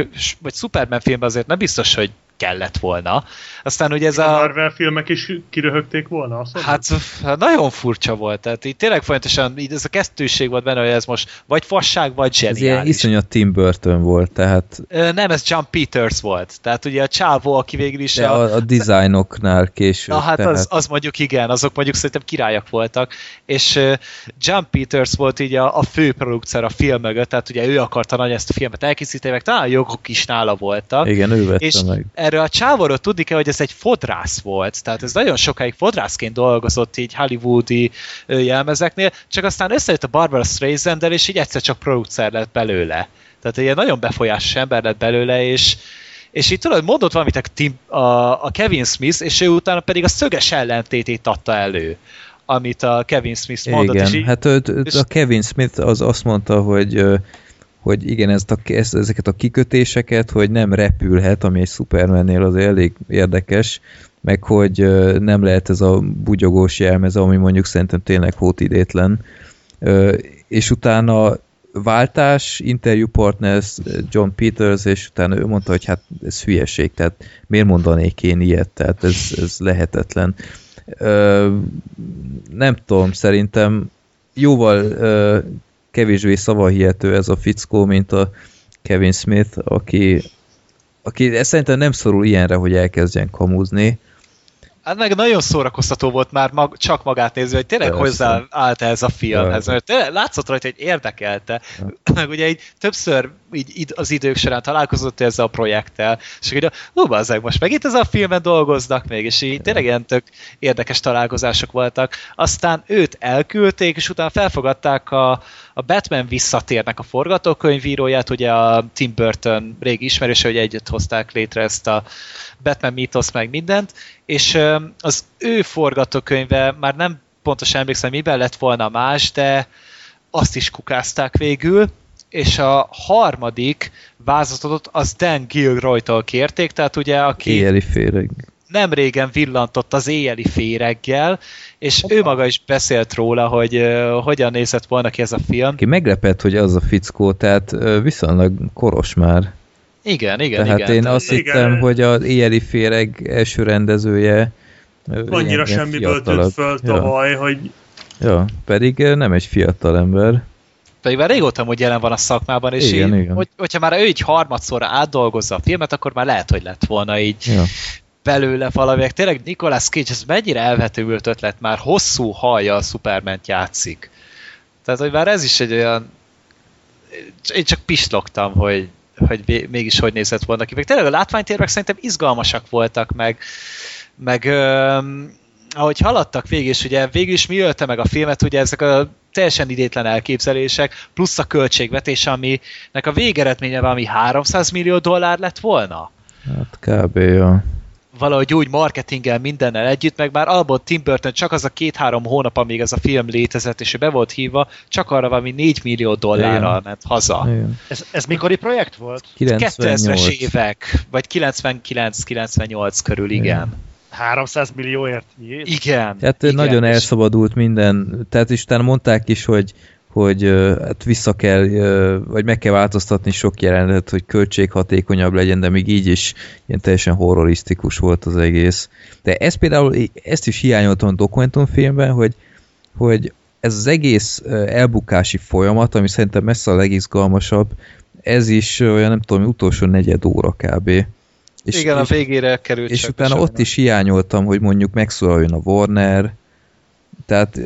Superman filmben azért nem biztos, hogy kellett volna. Aztán ugye ez a Marvel filmek is kiröhögték volna? Hát nagyon furcsa volt. Tehát így tényleg folyamatosan így ez a kettőség volt benne, hogy ez most vagy fasság, vagy zseniális. Ez ilyen iszonyat Tim Burton volt, tehát... Nem, ez John Peters volt. Tehát ugye a csávó, aki végül is... De a dizájnoknál később. Hát tehát... az mondjuk igen, azok mondjuk szerintem királyak voltak. És John Peters volt így a fő producer a film mögött, tehát ugye ő akarta nagyon ezt a filmet elkészíteni, meg talán jogok is nála voltak. Igen, ő vette meg. Erről a csávóról tudni kell, hogy ez egy fodrász volt, tehát ez nagyon sokáig fodrászként dolgozott így hollywoodi jelmezeknél, csak aztán összejött a Barbara Streisand-del, és így egyszer csak producer lett belőle. Tehát ilyen nagyon befolyásos ember lett belőle, és így tudod, mondott valamit a Kevin Smith, és ő utána pedig a szöges ellentétét adta elő, amit a Kevin Smith mondott. Igen, és így, hát a Kevin Smith az azt mondta, hogy igen, ezeket a kikötéseket, hogy nem repülhet, ami egy Supermannél az elég érdekes, meg hogy nem lehet ez a bugyogós jelmeze, ami mondjuk szerintem tényleg hótidétlen. És utána váltás, interview partners John Peters, és utána ő mondta, hogy hát ez hülyeség, tehát miért mondanék én ilyet, tehát ez lehetetlen. Nem tudom, szerintem jóval kevésbé szavahihető ez a fickó, mint a Kevin Smith, aki szerintem nem szorul ilyenre, hogy elkezdjen kamuzni. Hát meg nagyon szórakoztató volt már csak magát nézve, hogy tényleg hozzáállt ez a filmhez. Látszott rajta, hogy érdekelte. Meg ugye így többször így az idők során találkozott ezzel a projekttel, és ugye, bazzeg, most megint ez a filmen dolgoznak még, és így tényleg ilyen tök érdekes találkozások voltak. Aztán őt elküldték, és utána felfogadták a Batman visszatérnek a forgatókönyvíróját, ugye a Tim Burton régi ismerőse, hogy együtt hozták létre ezt a Batman mítosz meg mindent, és az ő forgatókönyve, már nem pontosan emlékszem, miben lett volna más, de azt is kukázták végül, és a harmadik vázatot az Dan Gilroy-tól kérték, tehát ugye aki éjjeli féreg. Nem régen villantott az éjjeli féreggel, és ő maga is beszélt róla, hogy hogyan nézett volna ki ez a film. Ki meglepett, hogy az a fickó, tehát viszonylag koros már. Igen. Tehát én azt hittem, hogy az éjjeli féreg első rendezője annyira semmiből tűnt föl tavaly, hogy... Ja, pedig nem egy fiatal ember. Pedig már régóta, hogy jelen van a szakmában, és igen. Hogyha már ő így harmadszorra átdolgozza a filmet, akkor már lehet, hogy lett volna így belőle valami. Tényleg Nicolas Cage, ez mennyire elvetőült ötlet, már hosszú hajjal a Supermant játszik. Tehát, hogy már ez is egy olyan... Én csak pislogtam, hogy mégis hogy nézett volna ki. Meg tényleg a látványtérvek szerintem izgalmasak voltak, meg ahogy haladtak végig, és ugye végül is mi ölte meg a filmet, ugye ezek a teljesen idétlen elképzelések, plusz a költségvetés, aminek a végeredménye valami $300 millió lett volna. Hát kb. Ja. Valahogy úgy marketinggel mindennel együtt, meg már alapból Tim Burton csak az a 2-3 hónap, amíg ez a film létezett, és ő be volt hívva, csak arra valami $4 millió ment haza. Ez mikori projekt volt? 2000-es évek, vagy 99-98 körül, igen. 300 millióért? Igen. Hát igen, nagyon elszabadult minden, tehát is utána mondták is, hogy hát vissza kell, vagy meg kell változtatni sok jelenetet, hogy költséghatékonyabb legyen, de még így is ilyen teljesen horrorisztikus volt az egész. De ez például, ezt is hiányoltam a dokumentumfilmben, hogy ez az egész elbukási folyamat, ami szerintem messze a legizgalmasabb, ez is olyan, nem tudom, utolsó 4 óra kb. Igen, a végére került. És utána ott is hiányoltam, hogy mondjuk megszólaljon a Warner, tehát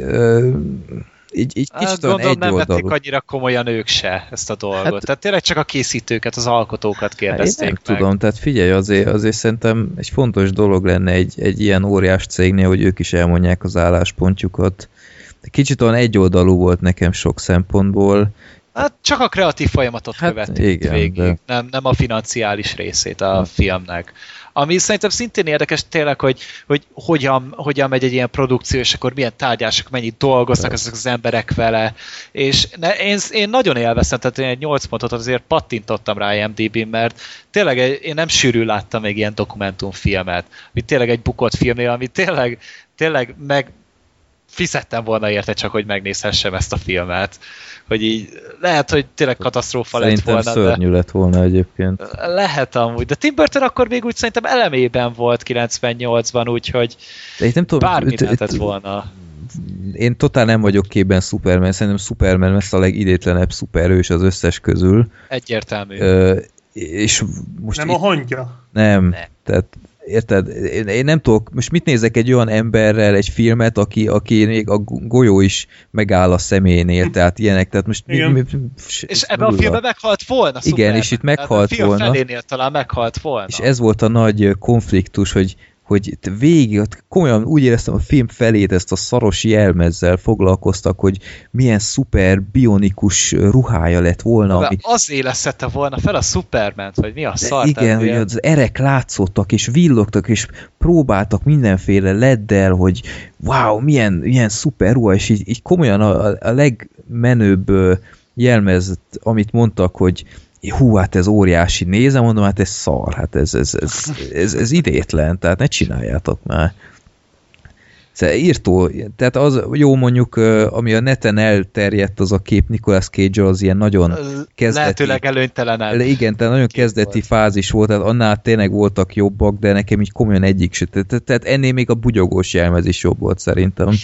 így kicsit olyan egy nem vették annyira komolyan ők se ezt a dolgot. Hát, tehát tényleg csak a készítőket, az alkotókat kérdezték meg. Nem tudom, tehát figyelj, azért szerintem egy fontos dolog lenne egy ilyen óriás cégnél, hogy ők is elmondják az álláspontjukat. Kicsit olyan egyoldalú volt nekem sok szempontból. Hát csak a kreatív folyamatot követték végig, nem a financiális részét a filmnek. Ami szerintem szintén érdekes tényleg, hogy hogyan megy egy ilyen produkció, és akkor milyen tárgyások, mennyit dolgoznak ezek az emberek vele. És én nagyon élveztem, tehát én egy 8 pontot azért pattintottam rá IMDb-n, mert tényleg én nem sűrű láttam még ilyen dokumentumfilmet, mint tényleg egy bukott filmnél, ami tényleg meg fizettem volna érte csak, hogy megnézhessem ezt a filmet. Hogy így lehet, hogy tényleg katasztrófa lett volna. Szerintem szörnyű lett volna egyébként. Lehet amúgy, de Tim Burton akkor még úgy szerintem elemében volt 98-ban, úgyhogy bármit lehetett volna. Én totál nem vagyok képben Superman, szerintem Superman lesz a legidétlenebb szuperhős az összes közül. Egyértelmű. És most nem a hangja? Nem. Tehát érted? Én nem tudok, most mit nézek egy olyan emberrel egy filmet, aki még a golyó is megáll a személynél, tehát ilyenek, tehát most és ebben a filmben meghalt volna, igen, szuper. És itt meghalt volna. A film felénél talán meghalt volna. És ez volt a nagy konfliktus, hogy végig, komolyan úgy éreztem, a film felét ezt a szaros jelmezzel foglalkoztak, hogy milyen szuper bionikus ruhája lett volna. Ami... Az éleszette volna fel a Superman-t, vagy mi a szart? Igen, hogy az erek látszottak, és villogtak, és próbáltak mindenféle leddel, hogy wow, milyen szuper ruha, és így komolyan a legmenőbb jelmez, amit mondtak, hogy hú, hát ez óriási, nézem, mondom, hát ez szar, hát ez idétlen, tehát ne csináljátok már. Szóval írtó, tehát az jó mondjuk, ami a neten elterjedt, az a kép Nicolas Cage-al, az ilyen nagyon kezdeti... Lehetőleg előnytelenebb. Igen, tehát nagyon kezdeti fázis volt, tehát annál tényleg voltak jobbak, de nekem így komolyan egyik se. Tehát ennél még a bugyogós jelmez is jobb volt szerintem.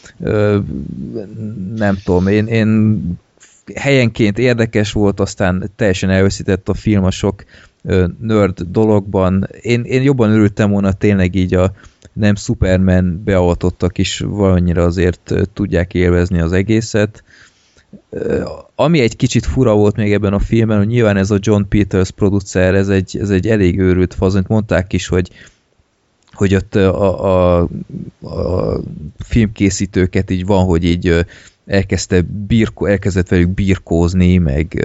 Nem tudom, én helyenként érdekes volt, aztán teljesen elveszített a film a sok nerd dologban. Én jobban örültem volna, tényleg így a nem Superman beavatottak is valannyira azért tudják élvezni az egészet. Ami egy kicsit fura volt még ebben a filmben, hogy nyilván ez a John Peters producer, ez egy elég őrült fazon, mondták is, hogy ott a filmkészítőket így van, hogy így elkezdett velük birkózni, meg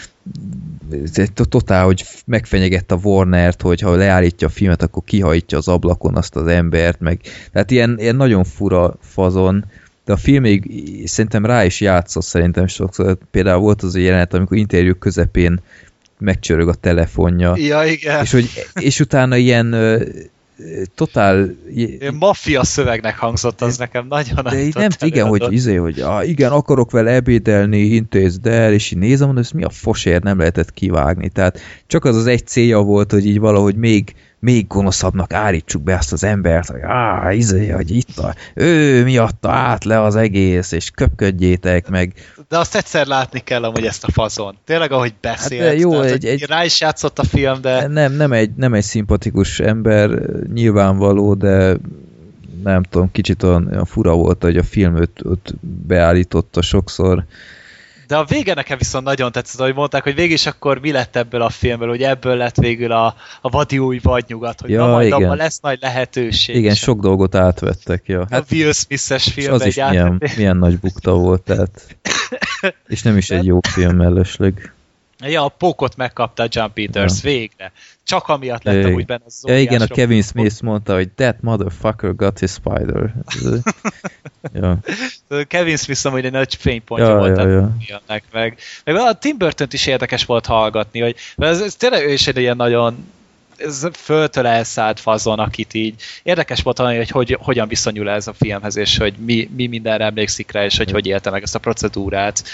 totál, hogy megfenyegette a Warnert, hogy ha leállítja a filmet, akkor kihajtja az ablakon azt az embert, meg tehát ilyen nagyon fura fazon, de a film még szerintem rá is játszott szerintem sokszor. Például volt az a jelenet, amikor interjú közepén megcsörög a telefonja. Ja, igen. És utána ilyen totál... Maffia szövegnek hangzott az nekem nagyon. De így nem, igen, hogy igen, akarok vele ebédelni, intézd el, és így nézem, mondom, ez mi a fosért nem lehetett kivágni. Tehát csak az egy célja volt, hogy így valahogy még gonoszabbnak állítsuk be azt az embert, hogy itt ő miatta át le az egész, és köpködjétek meg. De azt egyszer látni kell amúgy ezt a fazon. Tényleg, ahogy beszélt. Hát jó, rá is játszott a film, de... Nem egy szimpatikus ember, nyilvánvaló, de nem tudom, kicsit olyan fura volt, hogy a film őt beállította sokszor. De a vége nekem viszont nagyon tetszett, ahogy mondták, hogy végig is akkor mi lett ebből a filmből, hogy ebből lett végül a vadi új vadnyugat, hogy na majd abban lesz nagy lehetőség. Igen, sok dolgot átvettek. Ja. Hát, a Will Smith-es film. Az is milyen nagy bukta volt, tehát. És nem is egy jó film mellesleg. Ja, a pókot megkapta John Peters, végre. Csak amiatt lettem úgy benne az ja, igen, a Kevin Smith mondta, hogy that motherfucker got his spider. Ja. Kevin Smith amúgy egy nagy fénypontja volt ennek, meg a Tim Burton-t is érdekes volt hallgatni, hogy ez tényleg ő is egy ilyen nagyon földtől elszállt fazon, akit így érdekes volt hallani, hogy hogyan viszonyul ez a filmhez, és hogy mi mindenre emlékszik rá, és hogy élte meg ezt a procedúrát.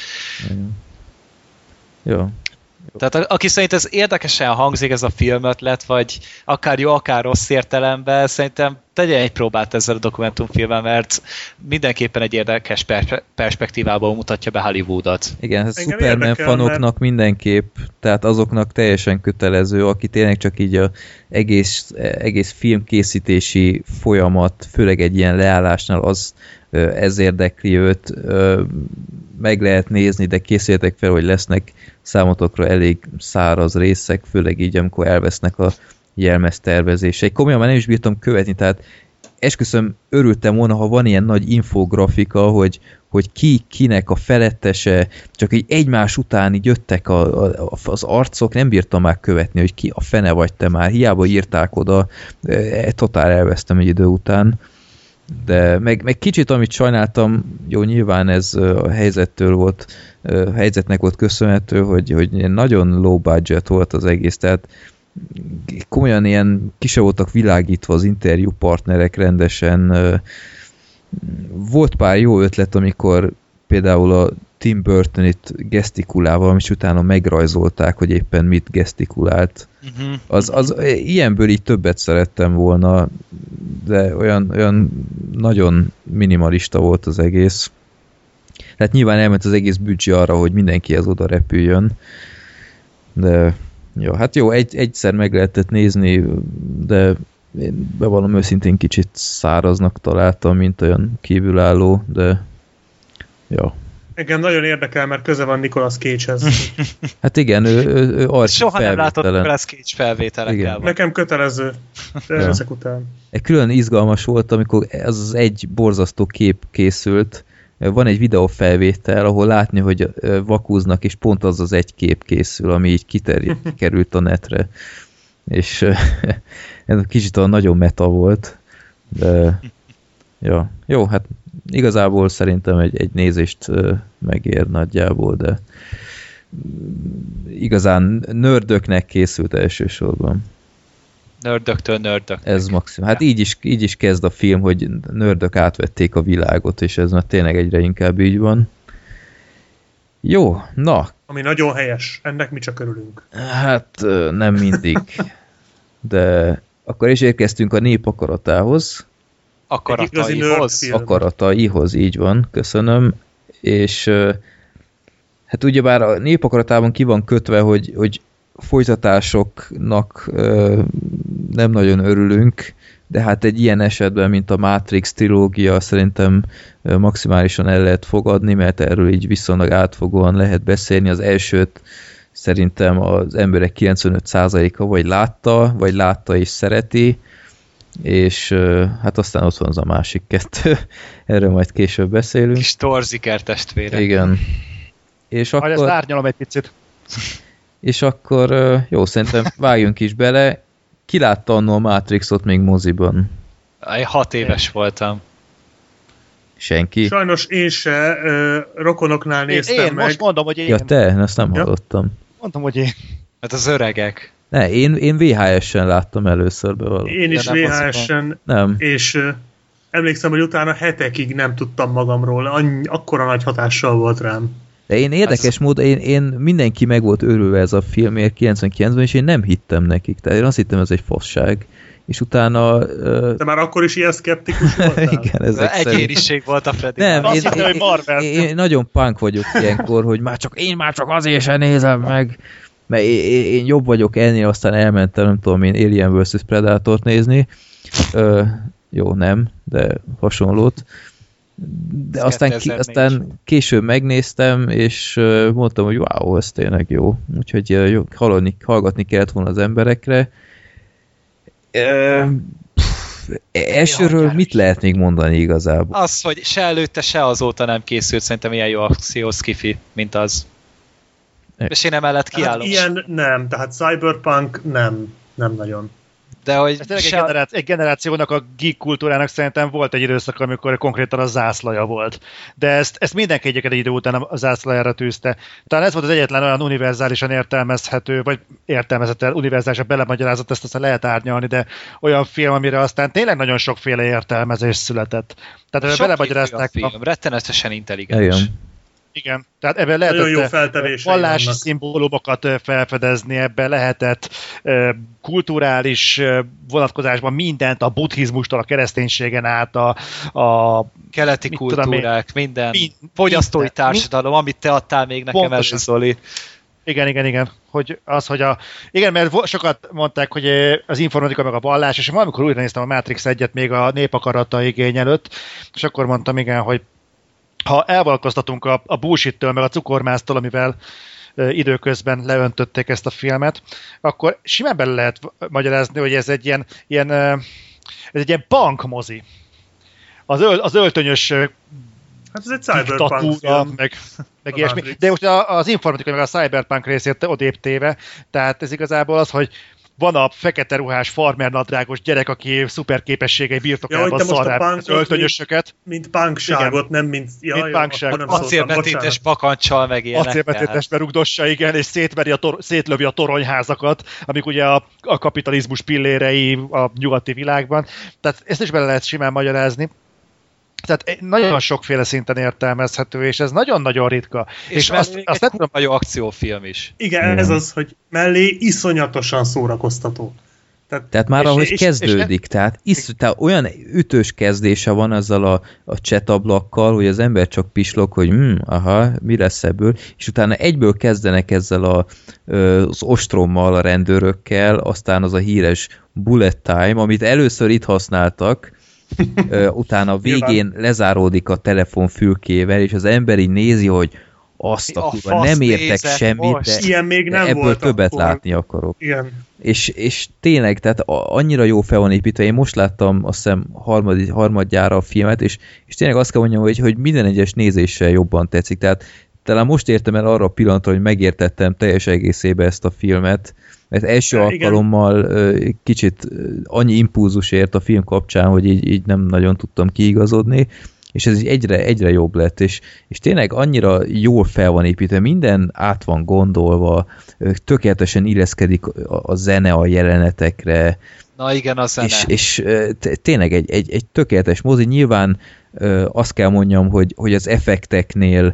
Jó. Tehát aki szerint ez érdekesen hangzik, ez a filmötlet, vagy akár jó, akár rossz értelemben, szerintem tegyen egy próbát ezzel a dokumentumfilmen, mert mindenképpen egy érdekes perspektívából mutatja be Hollywoodot. Igen, ez Superman fanoknak mindenképp, tehát azoknak teljesen kötelező, aki tényleg csak így az egész filmkészítési folyamat, főleg egy ilyen leállásnál ez érdekli őt, meg lehet nézni, de készüljetek fel, hogy lesznek számotokra elég száraz részek, főleg így, amikor elvesznek a jelmeztervezések. Komolyan már nem is bírtam követni, tehát esküszöm, örültem volna, ha van ilyen nagy infografika, hogy ki kinek a felettese, csak így egymás után így jöttek az arcok, nem bírtam már követni, hogy ki a fene vagy te már, hiába írták oda, totál elvesztem egy idő után. De meg kicsit, amit sajnáltam, jó, nyilván ez a helyzetnek volt köszönhető, hogy nagyon low budget volt az egész, tehát komolyan ilyen ki se voltak világítva az interjú partnerek rendesen. Volt pár jó ötlet, amikor például a Tim Burton itt gesztikulával, és utána megrajzolták, hogy éppen mit gesztikulált. Az ilyenből így többet szerettem volna, de olyan nagyon minimalista volt az egész. Tehát nyilván elment az egész büdzsé arra, hogy mindenkihez oda repüljön. De jó, hát jó, egyszer meg lehetett nézni, de én bevallom őszintén kicsit száraznak találtam, mint olyan kívülálló, de jó. Engem nagyon érdekel, mert köze van Nicolas Cage-hez. Hát igen, ő arc soha nem látott Nicolas Cage felvételekkel. Nekem kötelező. Ezek után. Egy külön izgalmas volt, amikor az egy borzasztó kép készült. Van egy videófelvétel, ahol látni, hogy vakúznak, és pont az egy kép készül, ami így kikerült a netre. És ez kicsit olyan nagyon meta volt. De ja. Jó, hát igazából szerintem egy nézést megér nagyjából, de igazán nördöknek készült elsősorban. Nördöktől nördök. Ez maximum. Hát így is kezd a film, hogy nördök átvették a világot, és ez már tényleg egyre inkább így van. Jó, na. Ami nagyon helyes. Ennek mi csak örülünk. Hát nem mindig. De akkor is érkeztünk a nép akaratához. Akarataihoz, így van, köszönöm. És hát ugyebár a nép akaratában ki van kötve, hogy folytatásoknak nem nagyon örülünk, de hát egy ilyen esetben, mint a Matrix trilógia, szerintem maximálisan el lehet fogadni, mert erről így viszonylag átfogóan lehet beszélni. Az elsőt szerintem az emberek 95%-a vagy látta és szereti, és hát aztán ott van az a másik kettő. Erről majd később beszélünk. Kis Torziker testvére. Igen. És akkor... Majd ezt árnyalom egy picit. És akkor jó, szerintem vágjunk is bele. Ki látta annól a Matrixot még moziban? 6 éves voltam. Senki? Sajnos én se rokonoknál néztem én meg. Most mondom, hogy én. Ja, te? Ezt nem hallottam. Mondtam, hogy én. Hát az öregek. Ne, én VHS-en láttam először bevallom. Én is VHS-en. Nem. És emlékszem, hogy utána hetekig nem tudtam magamról. Akkora nagy hatással volt rám. De én érdekes módon, én mindenki meg volt őrülve ez a filmért 99-ben, és én nem hittem nekik. Tehát én azt hittem, ez egy fasság. És utána... Te már akkor is ilyen szkeptikus voltál? Igen, ezek egyéniség volt a Freddy. Nem, én nagyon punk vagyok ilyenkor, hogy én már csak azért sem nézem meg, mert én jobb vagyok ennél, aztán elmentem, nem tudom én, Alien vs. Predatort nézni. Jó, nem, de hasonlót. De aztán később megnéztem, és mondtam, hogy wow, ez tényleg jó. Úgyhogy hallgatni kellett volna az emberekre. Elsőről mit lehet még mondani igazából? Az, hogy se előtte, se azóta nem készült szerintem ilyen jó akció skifi, mint az. És én emellett kiállom. Hát ilyen nem, tehát Cyberpunk nem nagyon. De hogy egy generációnak, a geek kultúrának szerintem volt egy időszak, amikor konkrétan a zászlaja volt. De ezt mindenki egyébként egy idő után a zászlajára tűzte. Talán ez volt az egyetlen olyan univerzálisan értelmezhető, vagy értelmezhető, univerzálisan belemagyarázott, ezt aztán lehet árnyalni, de olyan film, amire aztán tényleg nagyon sokféle értelmezés született. Tehát belemagyarázták. Rettenetesen intelligens. Igen, tehát ebben lehetett vallási szimbólumokat felfedezni, ebben lehetett kulturális vonatkozásban mindent, a buddhizmustól a kereszténységen át, a keleti kultúrák, minden fogyasztói társadalom, amit te adtál még nekem első, Zoli. Igen. Igen, mert sokat mondták, hogy az informatika meg a vallás, és valamikor újra néztem a Matrix 1-et még a népakarata igény előtt, és akkor mondtam, igen, hogy ha elvalkoztatunk a bullshit-től, meg a cukormásztól, amivel időközben leöntötték ezt a filmet, akkor simán bele lehet magyarázni, hogy ez egy ilyen punk mozi. Az öltönyös hát ez egy cyberpunk film. meg ilyesmi. De most az informatika meg a cyberpunk részét odébb téve, tehát ez igazából az, hogy van a fekete ruhás farmernadrágos gyerek, aki szuper képességei birtokában szarrá öltönyösköket. Mint punkságot, nem mint punkság. Acélbetétes bakancsal meg ilyenek. Acélbetétes berugdossa, igen, és szétlövi a toronyházakat, amik ugye a kapitalizmus pillérei a nyugati világban. Tehát ezt is bele lehet simán magyarázni. Tehát nagyon sokféle szinten értelmezhető, és ez nagyon-nagyon ritka. És azt nem tudom, hogy akciófilm is. Igen, ez az, hogy mellé iszonyatosan szórakoztató. Tehát már ahogy kezdődik, tehát olyan ütős kezdése van azzal a csetablakkal, hogy az ember csak pislog, hogy mi lesz ebből, és utána egyből kezdenek ezzel az ostrommal, a rendőrökkel, aztán az a híres bullet time, amit először itt használtak, utána a végén lezáródik a telefonfülkével, és az ember így nézi, hogy azt a kurva, nem értek semmit, de ebből többet látni akarok. Igen. És tényleg, tehát annyira jó fel van építve. Én most láttam azt hiszem harmadjára a filmet, és tényleg azt kell mondjam, hogy minden egyes nézéssel jobban tetszik. Tehát talán most értem el arra a pillanatra, hogy megértettem teljes egészébe ezt a filmet, mert első alkalommal kicsit annyi impulzus ért a film kapcsán, hogy így nem nagyon tudtam kiigazodni, és ez így egyre jobb lett, és tényleg annyira jól fel van építve, minden át van gondolva, tökéletesen illeszkedik a zene a jelenetekre. Na igen, a zene. És tényleg egy tökéletes mozi. Nyilván azt kell mondjam, hogy az effekteknél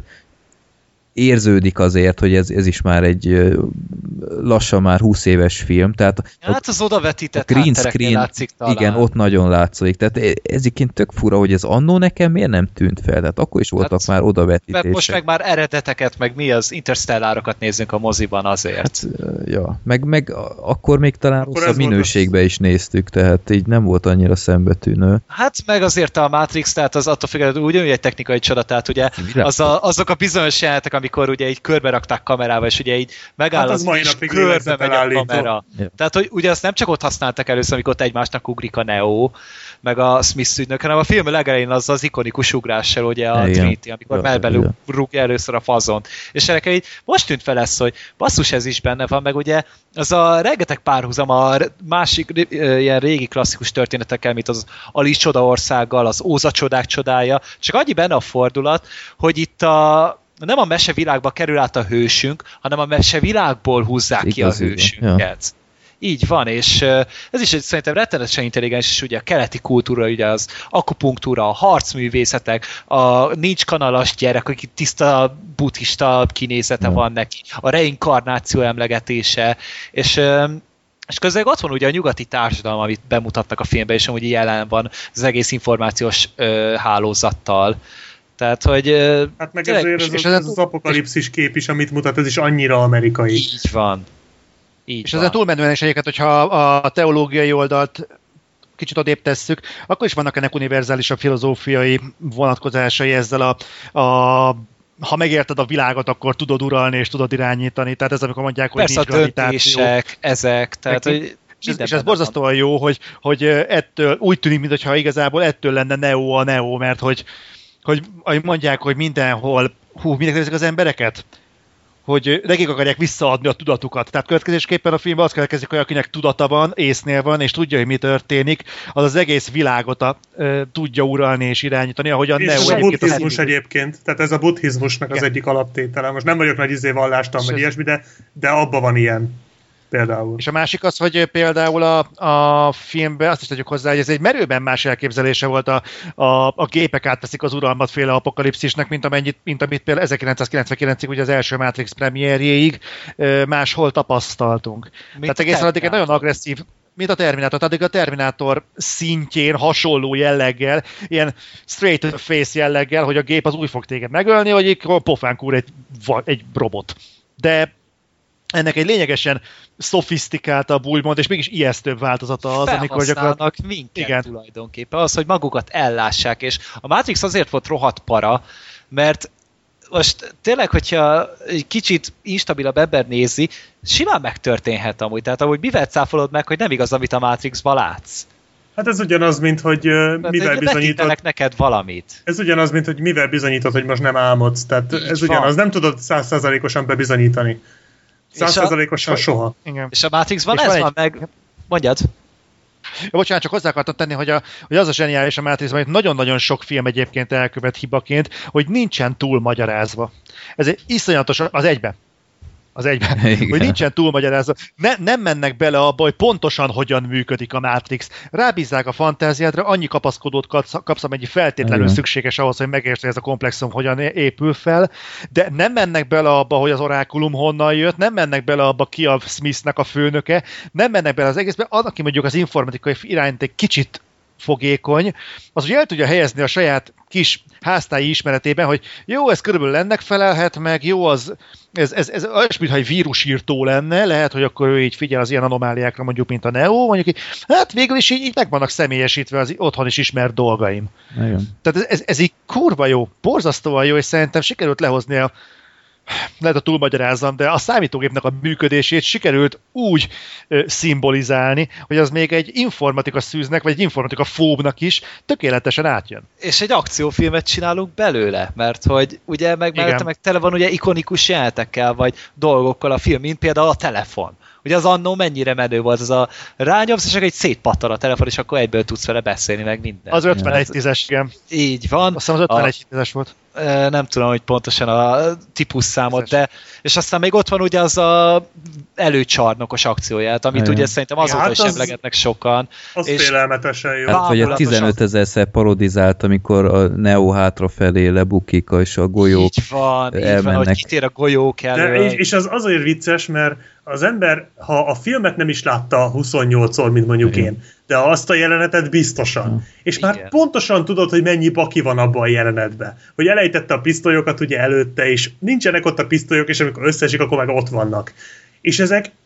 érződik azért, hogy ez is már egy lassan már 20 éves film. Tehát hát az odavetített green screen, látszik talán. Igen, ott nagyon látszik. Tehát ez egyébként tök fura, hogy ez annó nekem miért nem tűnt fel. Tehát akkor is voltak már odavetítések. Mert most meg már eredeteket, meg mi az interstellárokat nézzünk a moziban azért. Hát, ja, meg akkor még talán akkor rosszabb minőségben is néztük, tehát így nem volt annyira szembetűnő. Hát meg azért a Matrix, tehát az attól függően ugyanúgy egy technikai csoda, tehát ugye azok a bizonyos jelenetek, amikor ugye így körbe rakták kamerával, és ugye így megáll az és körbe megy a kamera. Ja. Tehát, hogy ugye azt nem csak ott használtak először, amikor ott egymásnak ugrik a Neo, meg a Smith ügynök, hanem a film legelején az ikonikus ugrással, ugye a Trinity, amikor melbe rúgja először a fazont. És nekem így most tűnt fel ez, hogy basszus, ez is benne van, meg ugye az a rengeteg párhuzam a másik ilyen régi klasszikus történetekkel, mint az Alice csodaországgal, az Óza csodák csodája, csak annyi benne a fordulat, hogy itt nem a mesevilágba kerül át a hősünk, hanem a mesevilágból húzzák ki a hősünket. Ja. Így van, és ez is szerintem rettenetesen intelligens, és ugye a keleti kultúra, ugye az akupunktúra, a harcművészetek, a nincs kanalas gyerek, aki tiszta buddhista kinézete van neki, a reinkarnáció emlegetése, és közben ott van ugye a nyugati társadalom, amit bemutatnak a filmben, és amúgy jelen van az egész információs hálózattal. Tehát, hogy... Hát meg ezért ez az apokalipszis kép is, amit mutat, ez is annyira amerikai. Így van. És ezen túlmenően is egyébként, hogyha a teológiai oldalt kicsit odébb tesszük, akkor is vannak ennek univerzálisabb filozófiai vonatkozásai ezzel ha megérted a világot, akkor tudod uralni és tudod irányítani. Tehát ez, amikor mondják, hogy persze nincs gravitáció. Ezek, tehát, hogy és ez borzasztóan jó, hogy ettől úgy tűnik, mintha igazából ettől lenne Neo a Neo, mert hogy mondják, hogy mindenhol, mindenki nézik az embereket, hogy nekik akarják visszaadni a tudatukat. Tehát következésképpen a filmben az következik, hogy akinek tudata van, észnél van, és tudja, hogy mi történik, az egész világot tudja uralni és irányítani, ahogyan és ez a buddhizmus egyébként, tehát ez a buddhizmusnak az egyik alaptétele. Most nem vagyok nagy vallástan, vagy ilyesmi, de abban van ilyen. Például. És a másik az, hogy például a filmben, azt is tegyük hozzá, hogy ez egy merőben más elképzelése volt a gépek átveszik az uralmat féle apokalipszisnek, mint amit például 1999-ig, ugye az első Matrix premierjéig máshol tapasztaltunk. Tehát egészen addig egy nagyon agresszív, mint a Terminátor, tehát a Terminátor szintjén hasonló jelleggel, ilyen straight to face jelleggel, hogy a gép az úgy fog téged megölni, hogy így pofán kúr egy robot. De ennek egy lényegesen szofisztikáltabb, úgymond, és mégis ijesztőbb változata az, amikor gyakorlatilag minket tulajdonképpen, az, hogy magukat ellássák, és a Matrix azért volt rohadt para, mert most tényleg, hogyha egy kicsit instabilabb ember nézi, simán megtörténhet amúgy. Tehát amúgy mivel cáfolod meg, hogy nem igaz, amit a Matrixban látsz? Hát ez ugyanaz, mint hogy mivel bizonyítod... neked valamit. Ez ugyanaz, mint hogy mivel bizonyítod, hogy most nem álmodsz. Tehát ez ugyanaz, nem tudod 100%-osan bebizonyítani. 100%-osan soha. Igen. És a Matrixban ez van meg... Mondjad. Ja, bocsánat, csak hozzá akartam tenni, hogy az a zseniális a Matrixban, hogy nagyon-nagyon sok film egyébként elkövet hibaként, hogy nincsen túl magyarázva. Ez egy iszonyatos, az egyben, hogy nincsen túlmagyarázva. Nem mennek bele abba, hogy pontosan hogyan működik a Matrix. Rábízzák a fantáziádra, annyi kapaszkodót kapsz, amennyi feltétlenül szükséges ahhoz, hogy megértsd, hogy ez a komplexum hogyan épül fel, de nem mennek bele abba, hogy az orákulum honnan jött, nem mennek bele abba, ki a Smithnek a főnöke, nem mennek bele az egészbe, aki mondjuk az informatikai irányt egy kicsit fogékony, az ugye el tudja helyezni a saját kis háztáji ismeretében, hogy jó, ez körülbelül ennek felelhet meg, jó, ez olyasmi, mintha egy vírusírtó lenne, lehet, hogy akkor ő így figyel az ilyen anomáliákra, mondjuk, mint a Neo, mondjuk így, hát végül is így meg vannak személyesítve az otthon is ismert dolgaim. Igen. Tehát ez így kurva jó, borzasztóan jó, és szerintem sikerült lehozni lehet, a túlmagyarázzam, de a számítógépnek a működését sikerült úgy szimbolizálni, hogy az még egy informatika szűznek, vagy egy informatika fóbnak is tökéletesen átjön. És egy akciófilmet csinálunk belőle, mert hogy ugye meg tele van ugye ikonikus jelenetekkel, vagy dolgokkal a film, mint például a telefon. Ugye az annó mennyire menő volt, az a rányomsz, és egy szétpattan a telefon, és akkor egyből tudsz vele beszélni, meg minden. Az 51-10-es, igen. Így van. Azt hiszem az 51-10-es volt. Nem tudom, hogy pontosan a típusszámot, de és aztán még ott van ugye az a előcsarnokos akcióját, amit ugye szerintem azóta is emlegetnek sokan. Az félelmetesen jó. Hát, hogy a 15 000-szer parodizált, amikor a Neo hátrafelé lebukik, és a golyók így van, hogy kitér a golyók elől. És az azért vicces, mert az ember, ha a filmet nem is látta 28-szor, mint mondjuk én, de azt a jelenetet biztosan. És már pontosan tudod, hogy mennyi baki van abban a jelenetben. Hogy elejtette a pisztolyokat ugye előtte, és nincsenek ott a pisztolyok, és amikor összeesik, akkor meg ott vannak. És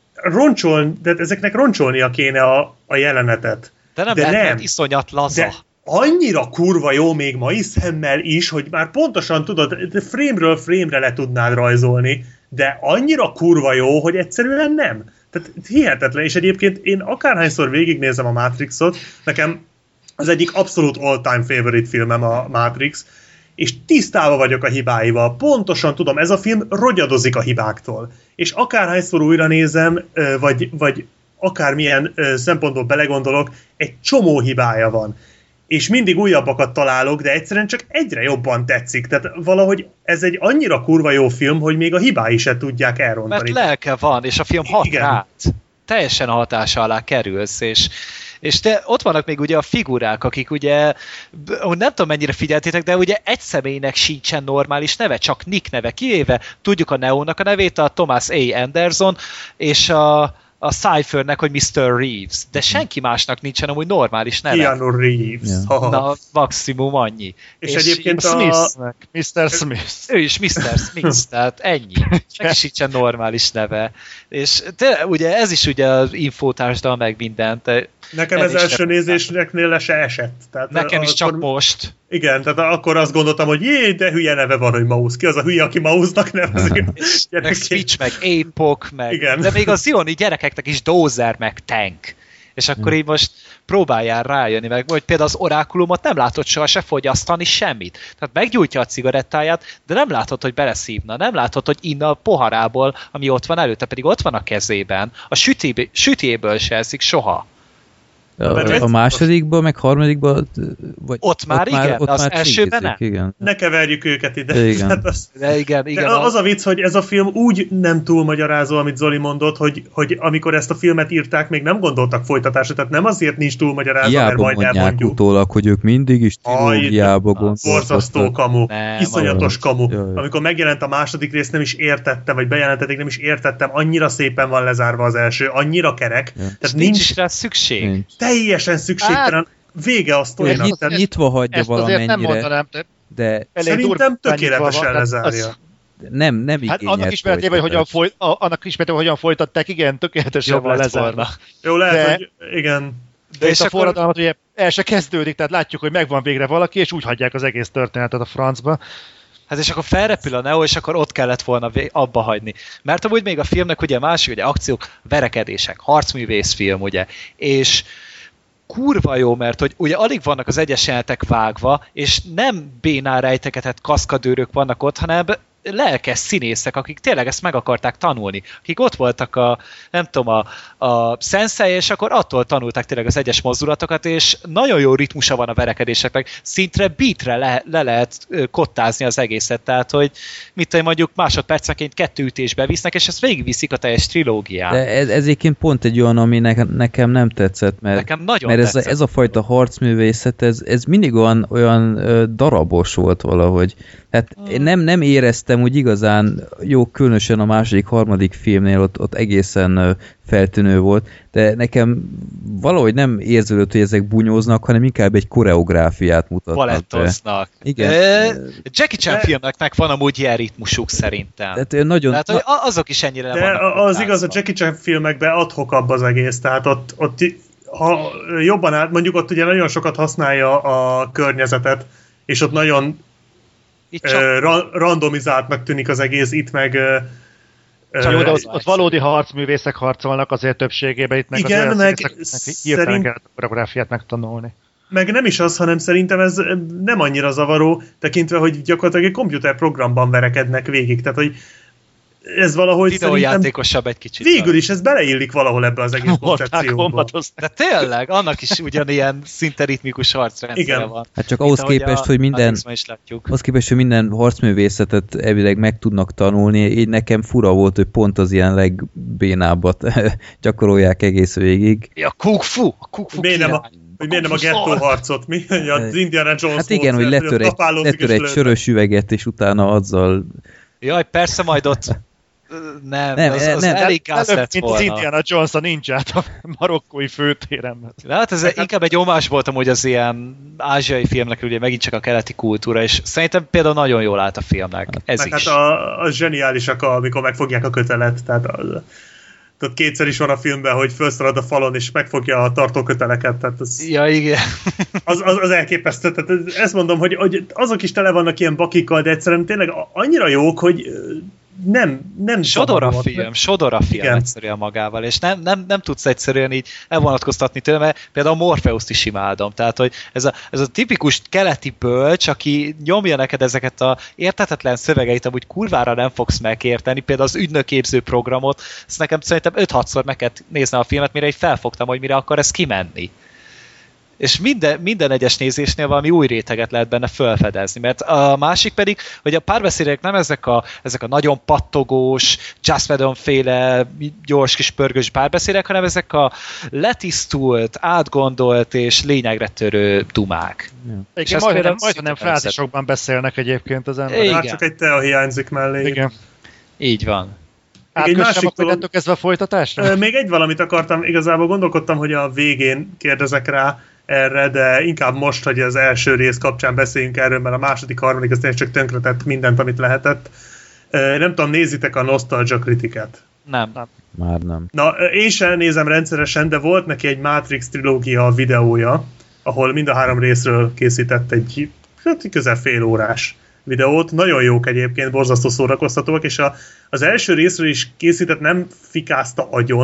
ezeknek roncsolnia kéne a jelenetet. De nem. Iszonyat laza. De annyira kurva jó még mai szemmel is, hogy már pontosan tudod, frame-ről frame-re le tudnád rajzolni, de annyira kurva jó, hogy egyszerűen nem. Tehát hihetetlen, és egyébként én akárhányszor végignézem a Matrixot, nekem az egyik abszolút all-time favorite filmem a Matrix, és tisztában vagyok a hibáival, pontosan tudom, ez a film rogyadozik a hibáktól. És akárhányszor újra nézem, vagy akármilyen szempontból belegondolok, egy csomó hibája van. És mindig újabbakat találok, de egyszerűen csak egyre jobban tetszik. Tehát valahogy ez egy annyira kurva jó film, hogy még a hibái se tudják elrontani. Mert lelke van, és a film hat rád. Teljesen a hatása alá kerülsz, és te, ott vannak még ugye a figurák, akik ugye, nem tudom mennyire figyeltétek, de ugye egy személynek sincsen normális neve, csak Nick neve kivéve. Tudjuk a Neónak a nevét, a Thomas A. Anderson, és a Cyphernek, hogy Mr. Reeves, de senki másnak nincsen amúgy normális neve. Keanu Reeves. Yeah. Na, maximum annyi. És egyébként Smithnek, Mr. Smith. Ő is Mr. Smith, tehát ennyi. Senki sincsen normális neve. És ugye ez is ugye az infótársadalom meg mindent. Nekem ez első nézésnél le se esett. Tehát nekem is csak most. Igen, tehát akkor azt gondoltam, hogy jé, de hülye neve van, hogy Mouse. Ki az a hülye, aki Mouse-nak nevezik? Meg Switch, meg Apoc, meg... Igen. De még a zioni gyerekeknek is Dozer, meg Tank. És akkor így most próbáljál rájönni meg, hogy például az orákulumot nem látod soha se fogyasztani semmit. Tehát meggyújtja a cigarettáját, de nem látod, hogy beleszívna, nem látod, hogy inna a poharából, ami ott van előtte, pedig ott van a kezében. A sütjéből se eszik soha. A másodikban, meg harmadikban... Vagy ott már igen, ott az már elsőben nem. Igen. Ne keverjük őket ide. Igen. Igen. Az a vicc, hogy ez a film úgy nem túl magyarázó, amit Zoli mondott, hogy amikor ezt a filmet írták, még nem gondoltak folytatásra, tehát nem azért nincs túl magyarázó, mert majd elmondjuk. Utólag, hogy ők mindig is trilógiába gondoltak. Borzasztó kamu, iszonyatos kamu. Jaj. Amikor megjelent a második rész, nem is értettem, vagy bejelentették, nem is értettem, annyira szépen van lezárva az első, annyira kerek. Tehát nincs is rá szükség. Teljesen szükségtelen. Vége a sztorinak. Nyitva hagyja valamennyire. Nem mondanám, de szerintem tökéletesen lezárja. Nem igényelt annak ismeretében, hogy hogyan folytatták, igen, tökéletesen van lezárva. Jó, lehet, hogy igen. De és a forradalmat ugye el se kezdődik, tehát látjuk, hogy megvan végre valaki, és úgy hagyják az egész történetet a francba. Hát és akkor felrepül a Neo, és akkor ott kellett volna abba hagyni. Mert amúgy még a filmnek ugye másik, ugye akciók, verekedések, harcművészfilm, ugye, és kurva jó, mert hogy ugye alig vannak az egyes jelenetek vágva, és nem bénán rejtegetett kaszkadőrök vannak ott, hanem lelkes színészek, akik tényleg ezt meg akarták tanulni. Akik ott voltak a sensei, és akkor attól tanulták tényleg az egyes mozdulatokat, és nagyon jó ritmusa van a verekedéseknek. Szintre beatre le lehet kottázni az egészet, tehát hogy mondjuk másodpercenként 2 ütésbe visznek, és ezt végigviszik a teljes trilógiát. De ez egyébként pont egy olyan, ami nekem nem tetszett, mert ez a fajta harcművészet, ez mindig olyan darabos volt valahogy. Hát én nem éreztem úgy igazán jó, különösen a második, harmadik filmnél ott egészen feltűnő volt, de nekem valahogy nem érződött, hogy ezek bunyóznak, hanem inkább egy koreográfiát mutatnak. Balettoznak. Igen. Jackie Chan filmeknek van amúgy ilyen ritmusuk szerintem. Tehát hogy azok is ennyire nem vannak. Az igaz, a Jackie Chan filmekben ad-hoc az egész, tehát ott ha jobban át, mondjuk ott ugye nagyon sokat használja a környezetet, és ott nagyon randomizáltnak tűnik az egész, itt meg... Jó, de ott valódi harcművészek harcolnak azért többségében, itt meg igen, az meg hirtelen kell a koreográfiát megtanulni. Meg nem is az, hanem szerintem ez nem annyira zavaró, tekintve, hogy gyakorlatilag egy komputerprogramban verekednek végig, tehát hogy ez valahogy videójátékosabb egy kicsit. Végül is ez beleillik valahol ebbe az egész koncepcióba. De tényleg, annak is ugyanilyen szinte ritmikus harcrendszere van. Hát csak ahhoz képest, hogy minden harcművészetet elvileg meg tudnak tanulni, így nekem fura volt, hogy pont az ilyen legbénábbat gyakorolják egész végig. A kung fu miért nem a gettó harcot? Mi? Az Indiana Jones. Hát igen, hogy letör egy sörös üveget, és utána azzal... Jaj, persze majd ott... Nem, elég gáz lett volna. Mint az Indiana Jones a ninját a marokkói főtéren. Hát ez inkább egy omás volt amúgy az ilyen ázsiai filmnek, ugye megint csak a keleti kultúra, és szerintem például nagyon jól állt a filmnek. Ez is. Hát a zseniálisak, amikor megfogják a kötelet, tehát kétszer is van a filmben, hogy felszalad a falon, és megfogja a tartóköteleket. Tehát ja, igen. Az elképesztő. Tehát ezt mondom, hogy azok is tele vannak ilyen bakikkal, de egyszerűen tényleg annyira jók, hogy nem Sodor a film egyszerűen magával, és nem tudsz egyszerűen így elvonatkoztatni tőle, mert például a Morpheus-t is imádom. Tehát, hogy ez a tipikus keleti bölcs, aki nyomja neked ezeket a érthetetlen szövegeit, amúgy kurvára nem fogsz megérteni, például az ügynöképző programot, ezt nekem szerintem 5-6-szor meg kell nézni a filmet, mire így felfogtam, hogy mire akar ez kimenni. És minden egyes nézésnél valami új réteget lehet benne felfedezni, mert a másik pedig, hogy a párbeszédek nem ezek a nagyon pattogós, Joss Whedon-féle gyors kis pörgős párbeszédek, hanem ezek a letisztult, átgondolt és lényegre törő dumák. Ja. És majdnem frázisokban beszélnek egyébként az emberek. Hát csak egy tea hiányzik mellé. Igen. Így van. Átkössem akkor ettől kezdve a folytatásra? Még egy valamit akartam, igazából gondolkodtam, hogy a végén kérdezek rá erre, de inkább most, hogy az első rész kapcsán beszéljünk erről, mert a második, harmadik, azt csak tönkretett mindent, amit lehetett. Nem tudom, nézitek a Nostalgia Critic-et? Nem. Már nem. Na, én sem nézem rendszeresen, de volt neki egy Matrix trilógia videója, ahol mind a 3 részről készített egy közel fél órás videót. Nagyon jók egyébként, borzasztó szórakoztatóak, és az első részről is készített, nem fikázta agyon,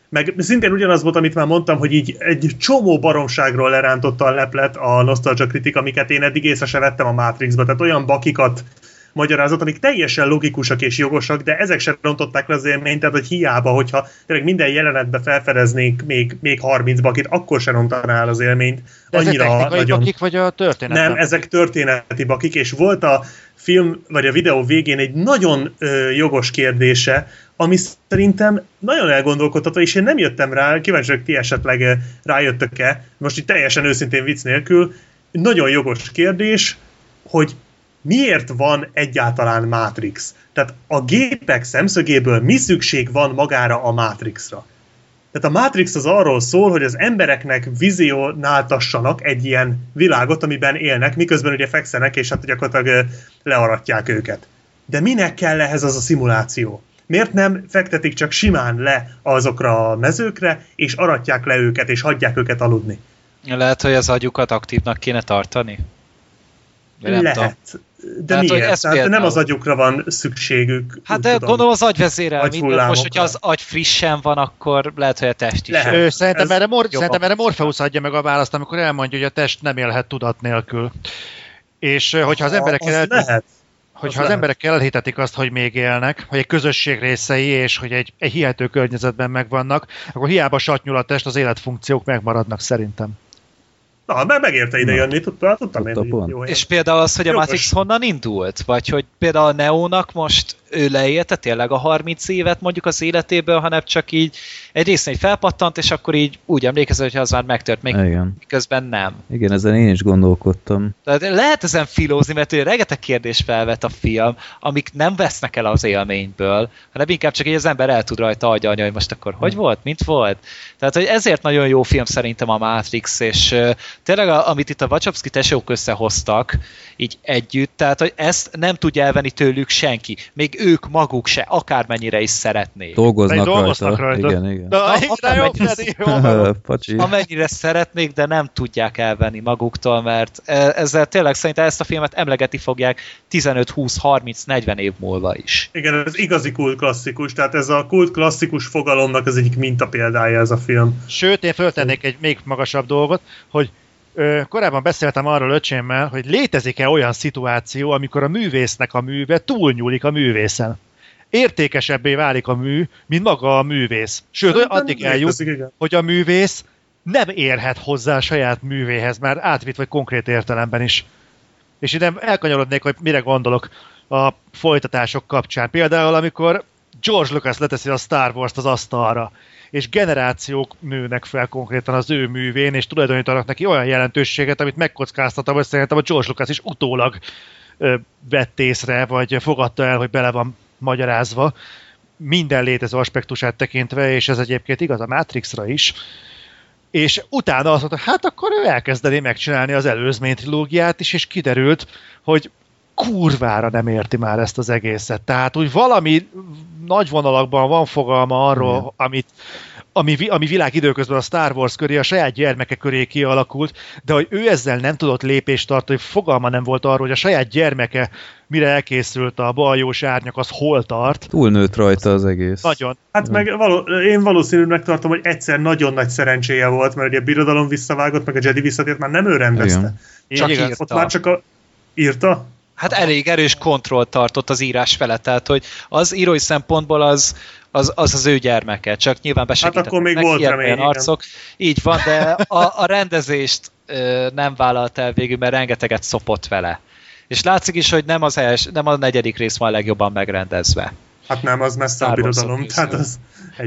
Meg szintén ugyanaz volt, amit már mondtam, hogy így egy csomó baromságról lerántotta a leplet a Nostalgia Critic, amiket én eddig észre se vettem a Matrixba. Tehát olyan bakikat magyarázott, amik teljesen logikusak és jogosak, de ezek sem rontották le az élményt, tehát hogy hiába, hogyha tényleg minden jelenetbe felfedeznénk még 30 bakit, akkor sem rontaná el az élményt. De annyira ezek technikai nagyon... bakik, vagy a történet? Nem, ezek történeti bakik, és volt a film, vagy a videó végén egy nagyon jogos kérdése, ami szerintem nagyon elgondolkodtató, és én nem jöttem rá, kíváncsi vagyok, ti esetleg rájöttök-e, most így teljesen őszintén vicc nélkül, nagyon jogos kérdés, hogy miért van egyáltalán Matrix? Tehát a gépek szemszögéből mi szükség van magára a Matrixra? Tehát a Matrix az arról szól, hogy az embereknek vizionáltassanak egy ilyen világot, amiben élnek, miközben ugye fekszenek, és hát gyakorlatilag learatják őket. De minek kell ehhez az a szimuláció? Miért nem fektetik csak simán le azokra a mezőkre, és aratják le őket, és hagyják őket aludni? Lehet, hogy az agyukat aktívnak kéne tartani? Lehet. De tehát, miért? Tehát nem az agyukra van szükségük. Hát de gondolom az agyvezérel mindent. Most, hogyha az agy frissen van, akkor lehet, hogy a test is. Szerintem erre Morpheus adja meg a választ, amikor elmondja, hogy a test nem élhet tudat nélkül. És hogyha az emberek elhitetik azt, hogy még élnek, hogy egy közösség részei, és hogy egy hihető környezetben megvannak, akkor hiába satnyul a test, az életfunkciók megmaradnak szerintem. Na, megérte ide jönni, tudtam én. Jó, és például az, hogy a Matrix honnan indult? Vagy hogy például a Neónak most ő leélte tényleg a 30 évet mondjuk az életéből, hanem csak így egy részén felpattant, és akkor így úgy emlékezett, hogy az már megtört, még miközben nem. Igen, ezen én is gondolkodtam. Tehát lehet ezen filózni, mert rengeteg kérdés felvet a film, amik nem vesznek el az élményből, hanem inkább csak így az ember el tud rajta agyalni, hogy most akkor hogy volt, mint volt. Tehát, hogy ezért nagyon jó film szerintem a Matrix, és tényleg, amit itt a Wachowski tesók összehoztak, így együtt, tehát, hogy ezt nem tudja elvenni tőlük senki. Még ők maguk se, akármennyire is szeretnék. Dolgoznak rajta. Igen. Amennyire szeretnék, de nem tudják elvenni maguktól, mert ezzel tényleg szerintem ezt a filmet emlegeti fogják 15, 20, 30, 40 év múlva is. Igen, ez igazi kult klasszikus, tehát ez a kult klasszikus fogalomnak az egyik mintapéldája ez a film. Sőt, én föltennék egy még magasabb dolgot, hogy korábban beszéltem arról öcsémmel, hogy létezik-e olyan szituáció, amikor a művésznek a műve túlnyúlik a művészen. Értékesebbé válik a mű, mint maga a művész. Sőt, addig eljut, hogy a művész nem érhet hozzá a saját művéhez, már átvitt vagy konkrét értelemben is. És ide elkanyarodnék, hogy mire gondolok a folytatások kapcsán. Például, amikor George Lucas leteszi a Star Wars-t az asztalra, és generációk nőnek fel konkrétan az ő művén, és tulajdonítanak neki olyan jelentőséget, amit megkockáztatom, hogy szerintem a George Lucas is utólag vett észre, vagy fogadta el, hogy bele van magyarázva, minden létező aspektusát tekintve, és ez egyébként igaz a Matrixra is. És utána azt mondta, hát akkor ő elkezdeni megcsinálni az előzmény trilógiát is, és kiderült, hogy kurvára nem érti már ezt az egészet. Tehát úgy valami nagy vonalakban van fogalma arról, ami világ időközben a Star Wars köré, a saját gyermeke köré kialakult, de hogy ő ezzel nem tudott lépést tartani, hogy fogalma nem volt arról, hogy a saját gyermeke, mire elkészült a baljós árnyak, az hol tart. Túlnőtt rajta az egész. Nagyon. Hát meg én valószínűleg tartom, hogy egyszer nagyon nagy szerencséje volt, mert ugye a Birodalom visszavágott, meg a Jedi visszatért, már nem ő rendezte. Csak írta. Ott már csak írta? Hát elég erős kontrollt tartott az írás felett, tehát hogy az írói szempontból az ő gyermeke, csak nyilván besegített. Hát akkor még volt remény, arcok. Így van, de a rendezést nem vállalt el végül, mert rengeteget szopott vele. És látszik is, hogy nem a negyedik rész van a legjobban megrendezve. Hát nem, az messze a Birodalom. Tehát az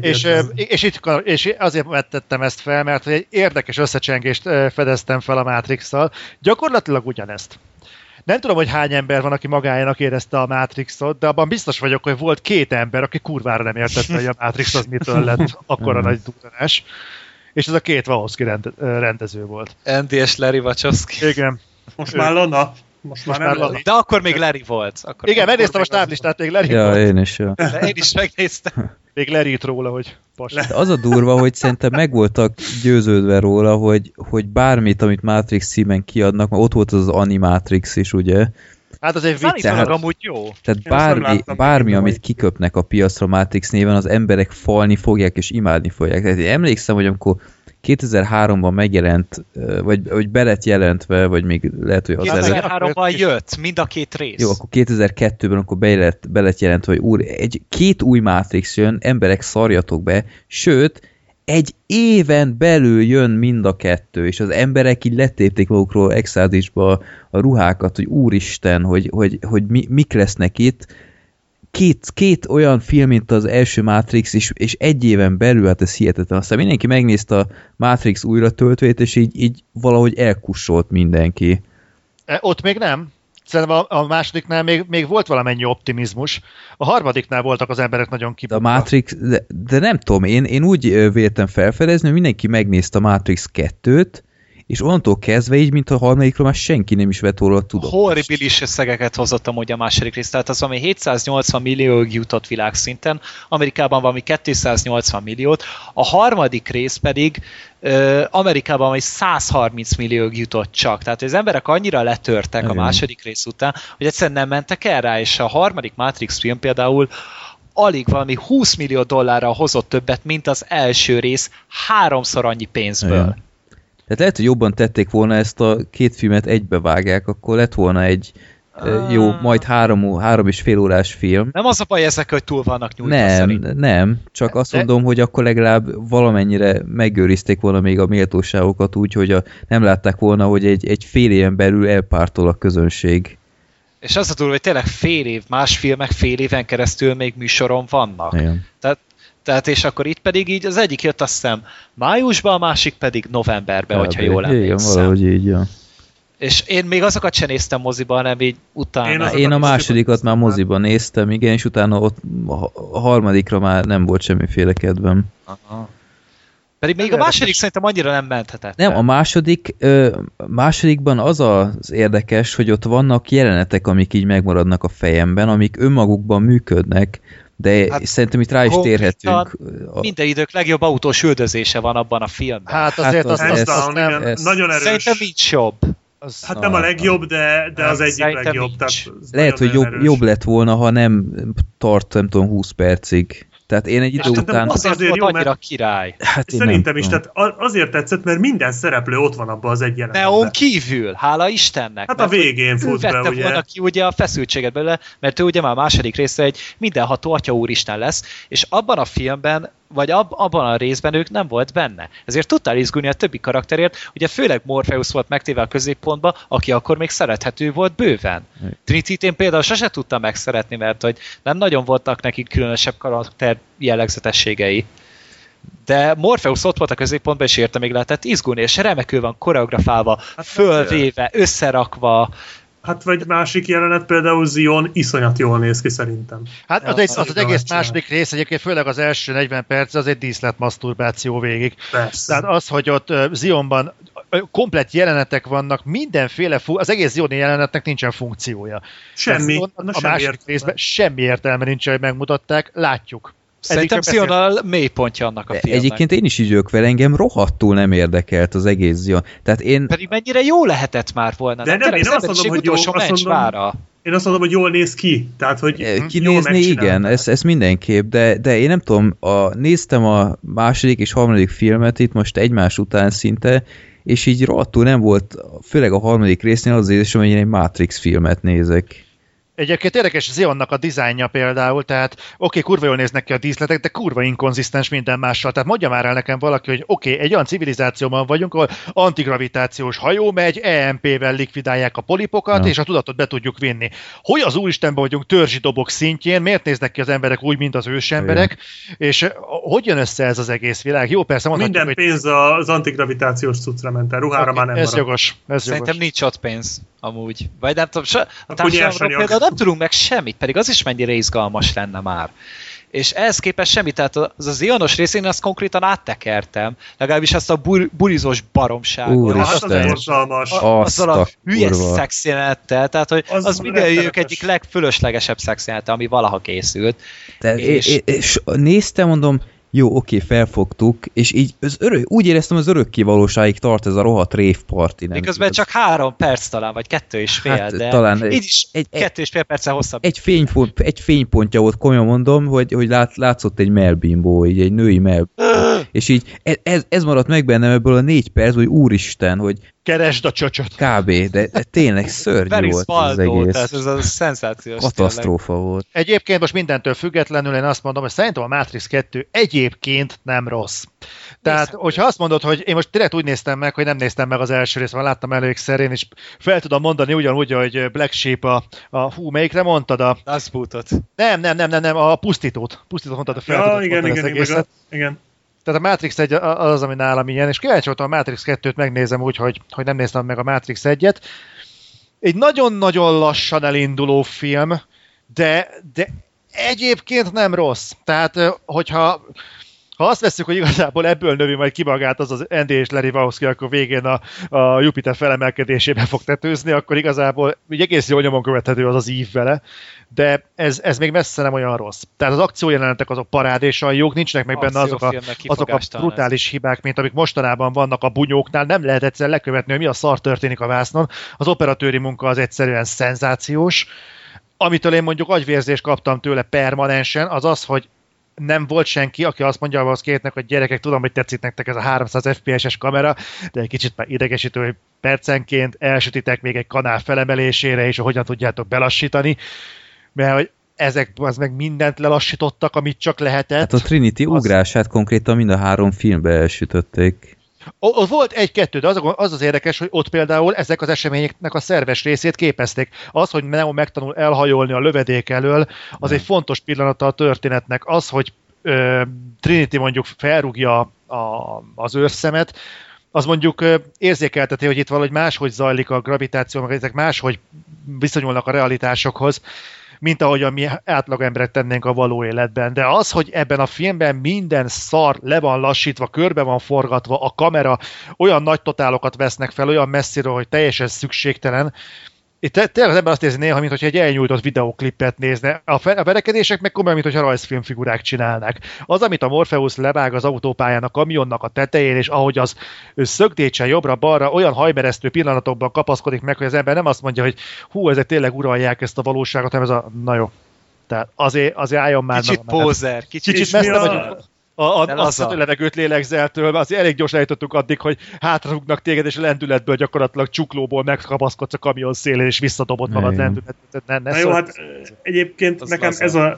és azért vettettem ezt fel, mert egy érdekes összecsengést fedeztem fel a Matrix-szal. Gyakorlatilag ugyanezt. Nem tudom, hogy hány ember van, aki magájának érezte a Matrixot, de abban biztos vagyok, hogy volt 2 ember, aki kurvára nem értette, hogy a Matrix az mitől lett akkora nagy durranás. És ez a 2 Wachowski rendező volt. Andy és Larry Wachowski. Igen. Most már Lana. Most már nem Lana. De akkor még Larry volt. Igen, megnéztem a stáblistát, még Larry volt. Én is. Ja. Én is megnéztem. Még Larry-t róla, hogy pas. Az a durva, hogy szerintem meg voltak győződve róla, hogy bármit, amit Matrix címen kiadnak, mert ott volt az Animatrix is, ugye, Hát az egy vicc. Tehát amúgy jó. Tehát bármi amit kiköpnek a piacra Matrix néven, az emberek falni fogják és imádni fogják. Tehát én emlékszem, hogy amikor 2003-ban megjelent, vagy be lett jelentve, vagy még lehet, hogy az 2003-ban jött, mind a két rész. Jó, akkor 2002-ben akkor be lett jelentve, hogy két új Matrix jön, emberek szarjatok be, sőt, egy éven belül jön mind a kettő, és az emberek így letépték magukról extázisba a ruhákat, hogy úristen, hogy mik lesznek itt. Két olyan film, mint az első Matrix, és egy éven belül, hát ez hihetetlen. Aztán mindenki megnézte a Matrix újratöltvét, és így valahogy elkussolt mindenki. Ott még nem. Szerintem a másodiknál még volt valamennyi optimizmus. A harmadiknál voltak az emberek nagyon kibukva. A Matrix, de nem tudom, én úgy véltem felfedezni, hogy mindenki megnézte a Matrix 2-t, és onnantól kezdve így, mint a harmadikról már senki nem is vett róla tudomást. Horribilis összegeket hozott amúgy a második rész, tehát az, ami 780 millióig jutott világszinten, Amerikában valami 280 milliót, a harmadik rész pedig Amerikában valami 130 millióig jutott csak. Tehát az emberek annyira letörtek a második rész után, hogy egyszerűen nem mentek el rá, és a harmadik Matrix film például alig valami 20 millió dollárral hozott többet, mint az első rész 3-szor annyi pénzből. Igen. Tehát lehet, hogy jobban tették volna ezt a két filmet egybevágják, akkor lett volna egy jó, majd 3,5 órás film. Nem az a baj ezek, hogy túl vannak nyújtva Nem, csak azt mondom, hogy akkor legalább valamennyire megőrizték volna még a méltóságokat úgy, hogy nem látták volna, hogy egy fél éven belül elpártol a közönség. És az a túl, hogy tényleg fél év, más filmek fél éven keresztül még műsoron vannak. Igen. Tehát és akkor itt pedig így az egyik jött azt hiszem májusban, a másik pedig novemberben, hogyha jól emlékszem. Igen, valahogy így, ja. És én még azokat sem néztem moziban, hanem így utána. Én a másodikat már moziban néztem, igen, és utána ott a harmadikra már nem volt semmiféle kedvem. Aha. Pedig még a második szerintem annyira nem menthetett. Nem, a másodikban az érdekes, hogy ott vannak jelenetek, amik így megmaradnak a fejemben, amik önmagukban működnek, de szerintem itt rá is térhetünk. Minden idők legjobb autós üldözése van abban a filmben. Hát azért az nagyon erős. Szerintem nincs jobb. Hát nem a legjobb, de az egyik legjobb. Lehet, hogy jobb lett volna, ha nem tart, nem tudom, 20 percig. Tehát én egy idő után... Azért volt annyira király. Hát szerintem is, tehát azért tetszett, mert minden szereplő ott van abban az egy jelenetben. Neon kívül, hála Istennek. Hát a végén fut be, ugye. Vette volna ki ugye a feszültséget belőle, mert ő ugye már a második részre egy mindenható Atya Úristen lesz, és abban a filmben, vagy abban a részben ők nem volt benne. Ezért tudtál izgulni a többi karakterért, ugye főleg Morpheus volt megtéve a középpontba, aki akkor még szerethető volt bőven. Trinity-t én például sose tudtam megszeretni, mert hogy nem nagyon voltak nekik különösebb karakter jellegzetességei. De Morpheus ott volt a középpontban, és érte még lehetett izgulni, és remekül van koreografálva, fölvéve, összerakva. Hát vagy másik jelenet, például Zion iszonyat jól néz ki szerintem. Hát az egész második rész egyébként, főleg az első 40 perc, az egy díszlet maszturbáció végig. Persze. Tehát az, hogy ott Zionban komplett jelenetek vannak, mindenféle, az egész Zioni jelenetnek nincsen funkciója. Semmi. A második részben semmi értelme nincs, hogy megmutatták, látjuk. Szerintem Zion a mélypontja annak a filmnek. Egyébként én is így vagyok vele, engem rohadtul nem érdekelt az egész Zion. Tehát én... Pedig mennyire jó lehetett már volna. De nem, én azt mondom, hogy jó, én azt mondom, hogy jól néz ki. Tehát, hogy kinézni, igen, ez mindenképp, de én nem tudom, néztem a második és harmadik filmet itt most egymás után szinte, és így rohadtul nem volt, főleg a harmadik résznél az érzésem, hogy én egy Matrix filmet nézek. Egyébként érdekes Zionnak a dizájnja például, tehát kurva jól néznek ki a díszletek, de kurva inkonzisztens minden mással. Tehát mondja már el nekem valaki, hogy egy olyan civilizációban vagyunk, ahol antigravitációs hajó megy, EMP-vel likvidálják a polipokat, és a tudatot be tudjuk vinni. Hogy az úristenben vagyunk törzsi dobok szintjén, miért néznek ki az emberek úgy, mint az ősemberek, és hogy jön össze ez az egész világ? Jó, persze mondhatjuk, minden pénz az antigravitációs cuccra ment el, ruhára már nem ez jogos. Szerintem nincs ott pénz, amúgy. Vagy nem tudom, a társadalomról például nem tudunk meg semmit, pedig az is mennyire izgalmas lenne már. És ehhez képest semmit, tehát az Zionos részén azt konkrétan áttekertem, legalábbis azt a bulizós baromságot. Úristen, azzal a hülye szexjelenettel, tehát hogy az mindenjük egyik legfölöslegesebb szexjelenete, ami valaha készült. És néztem, mondom, jó, oké, felfogtuk, és így úgy éreztem, az örökké valóságig tart ez a rohadt rave party. Miközben csak 3 perc talán, vagy 2,5, hát, de talán így is 2,5 perccel hosszabb. Egy fénypontja volt, komolyan mondom, hogy látszott egy melbimbó, így egy női melbimbó. És így ez maradt meg bennem ebből a 4 perc, hogy úristen, hogy keresd a csöcsöt. Kb. De tényleg szörnyű volt az egész. Tehát ez a szenzációs. Katasztrófa volt. Egyébként most mindentől függetlenül én azt mondom, hogy szerintem a Matrix 2 egyébként nem rossz. Tehát, hogyha azt mondod, hogy én most direkt úgy néztem meg, hogy nem néztem meg az első részt, mert láttam először én, és fel tudom mondani ugyanúgy, hogy Black Sheep melyikre mondtad? A Rasputot. Nem, a pusztítót. Pusztítót mondtad, a fel igen. Tehát a Matrix 1 az, ami nálam ilyen, és kíváncsi voltam a Matrix 2-t megnézem úgy, hogy nem néztem meg a Matrix 1-et. Egy nagyon-nagyon lassan elinduló film, de egyébként nem rossz. Tehát, hogyha azt vesszük, hogy igazából ebből növi majd ki magát az Andy és Larry Wachowski, akkor végén a Jupiter felemelkedésében fog tetőzni, akkor igazából egész jól nyomon követhető az ív vele, de ez még messze nem olyan rossz. Tehát az akciójelenetek azok parádésan jók, nincsenek meg benne azok a brutális hibák, mint amik mostanában vannak a bunyóknál, nem lehet egyszer lekövetni, hogy mi a szar történik a vásznon. Az operatőri munka az egyszerűen szenzációs. Amitől én mondjuk agyvérzést kaptam tőle permanensen, az az, hogy nem volt senki, aki azt mondja az kétnek, hogy gyerekek, tudom, hogy tetszik nektek ez a 300 FPS-es kamera, de egy kicsit már idegesítő, hogy percenként elsütitek még egy kanál felemelésére, és hogyan tudjátok belassítani, mert hogy ezek az meg mindent lelassítottak, amit csak lehetett. Hát a Trinity ugrását konkrétan mind a 3 filmbe elsütötték. Ott volt 1-2, de az érdekes, hogy ott például ezek az eseményeknek a szerves részét képezték. Az, hogy Neo megtanul elhajolni a lövedék elől, az egy fontos pillanata a történetnek. Az, hogy Trinity mondjuk felrúgja az őrszemet, az mondjuk érzékelteti, hogy itt valahogy máshogy zajlik a gravitáció, meg ezek máshogy viszonyulnak a realitásokhoz, mint ahogyan mi átlagemberek tennénk a való életben. De az, hogy ebben a filmben minden szar le van lassítva, körbe van forgatva, a kamera olyan nagy totálokat vesznek fel, olyan messziről, hogy teljesen szükségtelen. Itt tényleg ebben azt érzi néha, mintha egy elnyújtott videóklipet nézne. A verekedések meg komolyan, mintha rajzfilmfigurák csinálnak. Az, amit a Morpheus levág az autópályán a kamionnak a tetején, és ahogy az szögdécsen jobbra-balra, olyan hajmeresztő pillanatokban kapaszkodik meg, hogy az ember nem azt mondja, hogy hú, ezek tényleg uralják ezt a valóságot, hanem ez a, na jó. Tehát azért álljon már. Kicsit pózer. Kicsit messze vagyunk. Azt a levegőt lélegzeltől, azért elég gyorsan eljutottunk addig, hogy hátrarúgnak téged, és a lendületből gyakorlatilag csuklóból megkapaszkodsz a kamion szélén, és visszadobod magad lendületet. Na jó, hát egyébként nekem ez a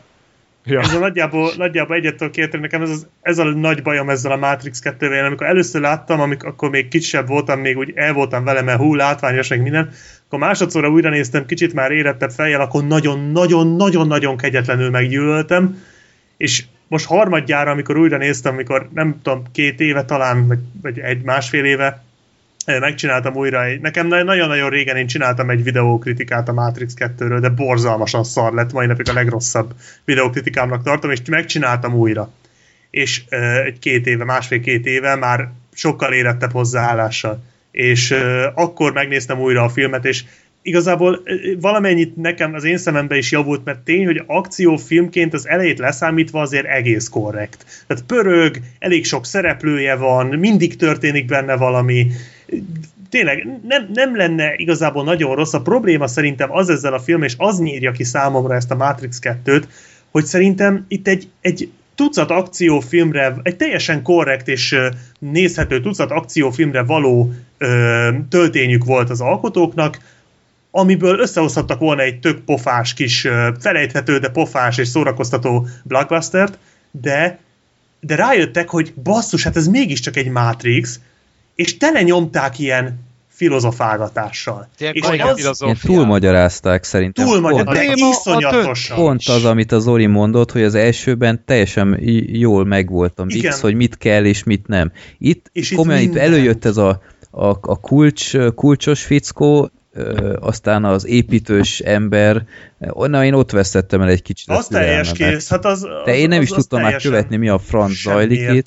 nagyjából egyet tudok érteni, nekem ez a nagy bajom ezzel a Matrix 2-vel, amikor először láttam, akkor még kisebb voltam, még úgy el voltam vele, mert látványos, meg minden, akkor másodszorra újra néztem, kicsit már érettebb fejjel, akkor nagyon-nagyon-nagyon-nagyon kegyetlenül meggyűlöltem, és most harmadjára, amikor újra néztem, amikor nem tudom, 2 éve talán, vagy 1-1,5 éve megcsináltam újra. Nekem nagyon-nagyon régen én csináltam egy videókritikát a Matrix 2-ről, de borzalmasan szar lett, mai napig a legrosszabb videókritikámnak tartom, és megcsináltam újra. És egy 2 éve, 1,5-2 éve már sokkal érettebb hozzáállással. És akkor megnéztem újra a filmet, és igazából valamennyit nekem az én szememben is javult, mert tény, hogy akciófilmként az elejét leszámítva azért egész korrekt. Tehát pörög, elég sok szereplője van, mindig történik benne valami. Tényleg nem lenne igazából nagyon rossz. A probléma szerintem az ezzel a film, és az nyírja ki számomra ezt a Matrix 2-t, hogy szerintem itt egy tucat akciófilmre, egy teljesen korrekt és nézhető tucat akciófilmre való töltényük volt az alkotóknak, amiből összehozhattak volna egy tök pofás kis, felejthető, de pofás és szórakoztató blockbustert, de rájöttek, hogy basszus, hát ez mégiscsak egy Matrix, és tele nyomták ilyen filozofálgatással. És túlmagyarázták szerintem. Iszonyatosan. Pont az, amit az Zoli mondott, hogy az elsőben teljesen jól megvolt a mix, hogy mit kell és mit nem. Itt komolyan itt előjött ez a kulcsos fickó, aztán az építős ember, én ott vesztettem el egy kicsit az teljes kész, hát de én nem is tudtam már követni, mi a franc zajlik itt.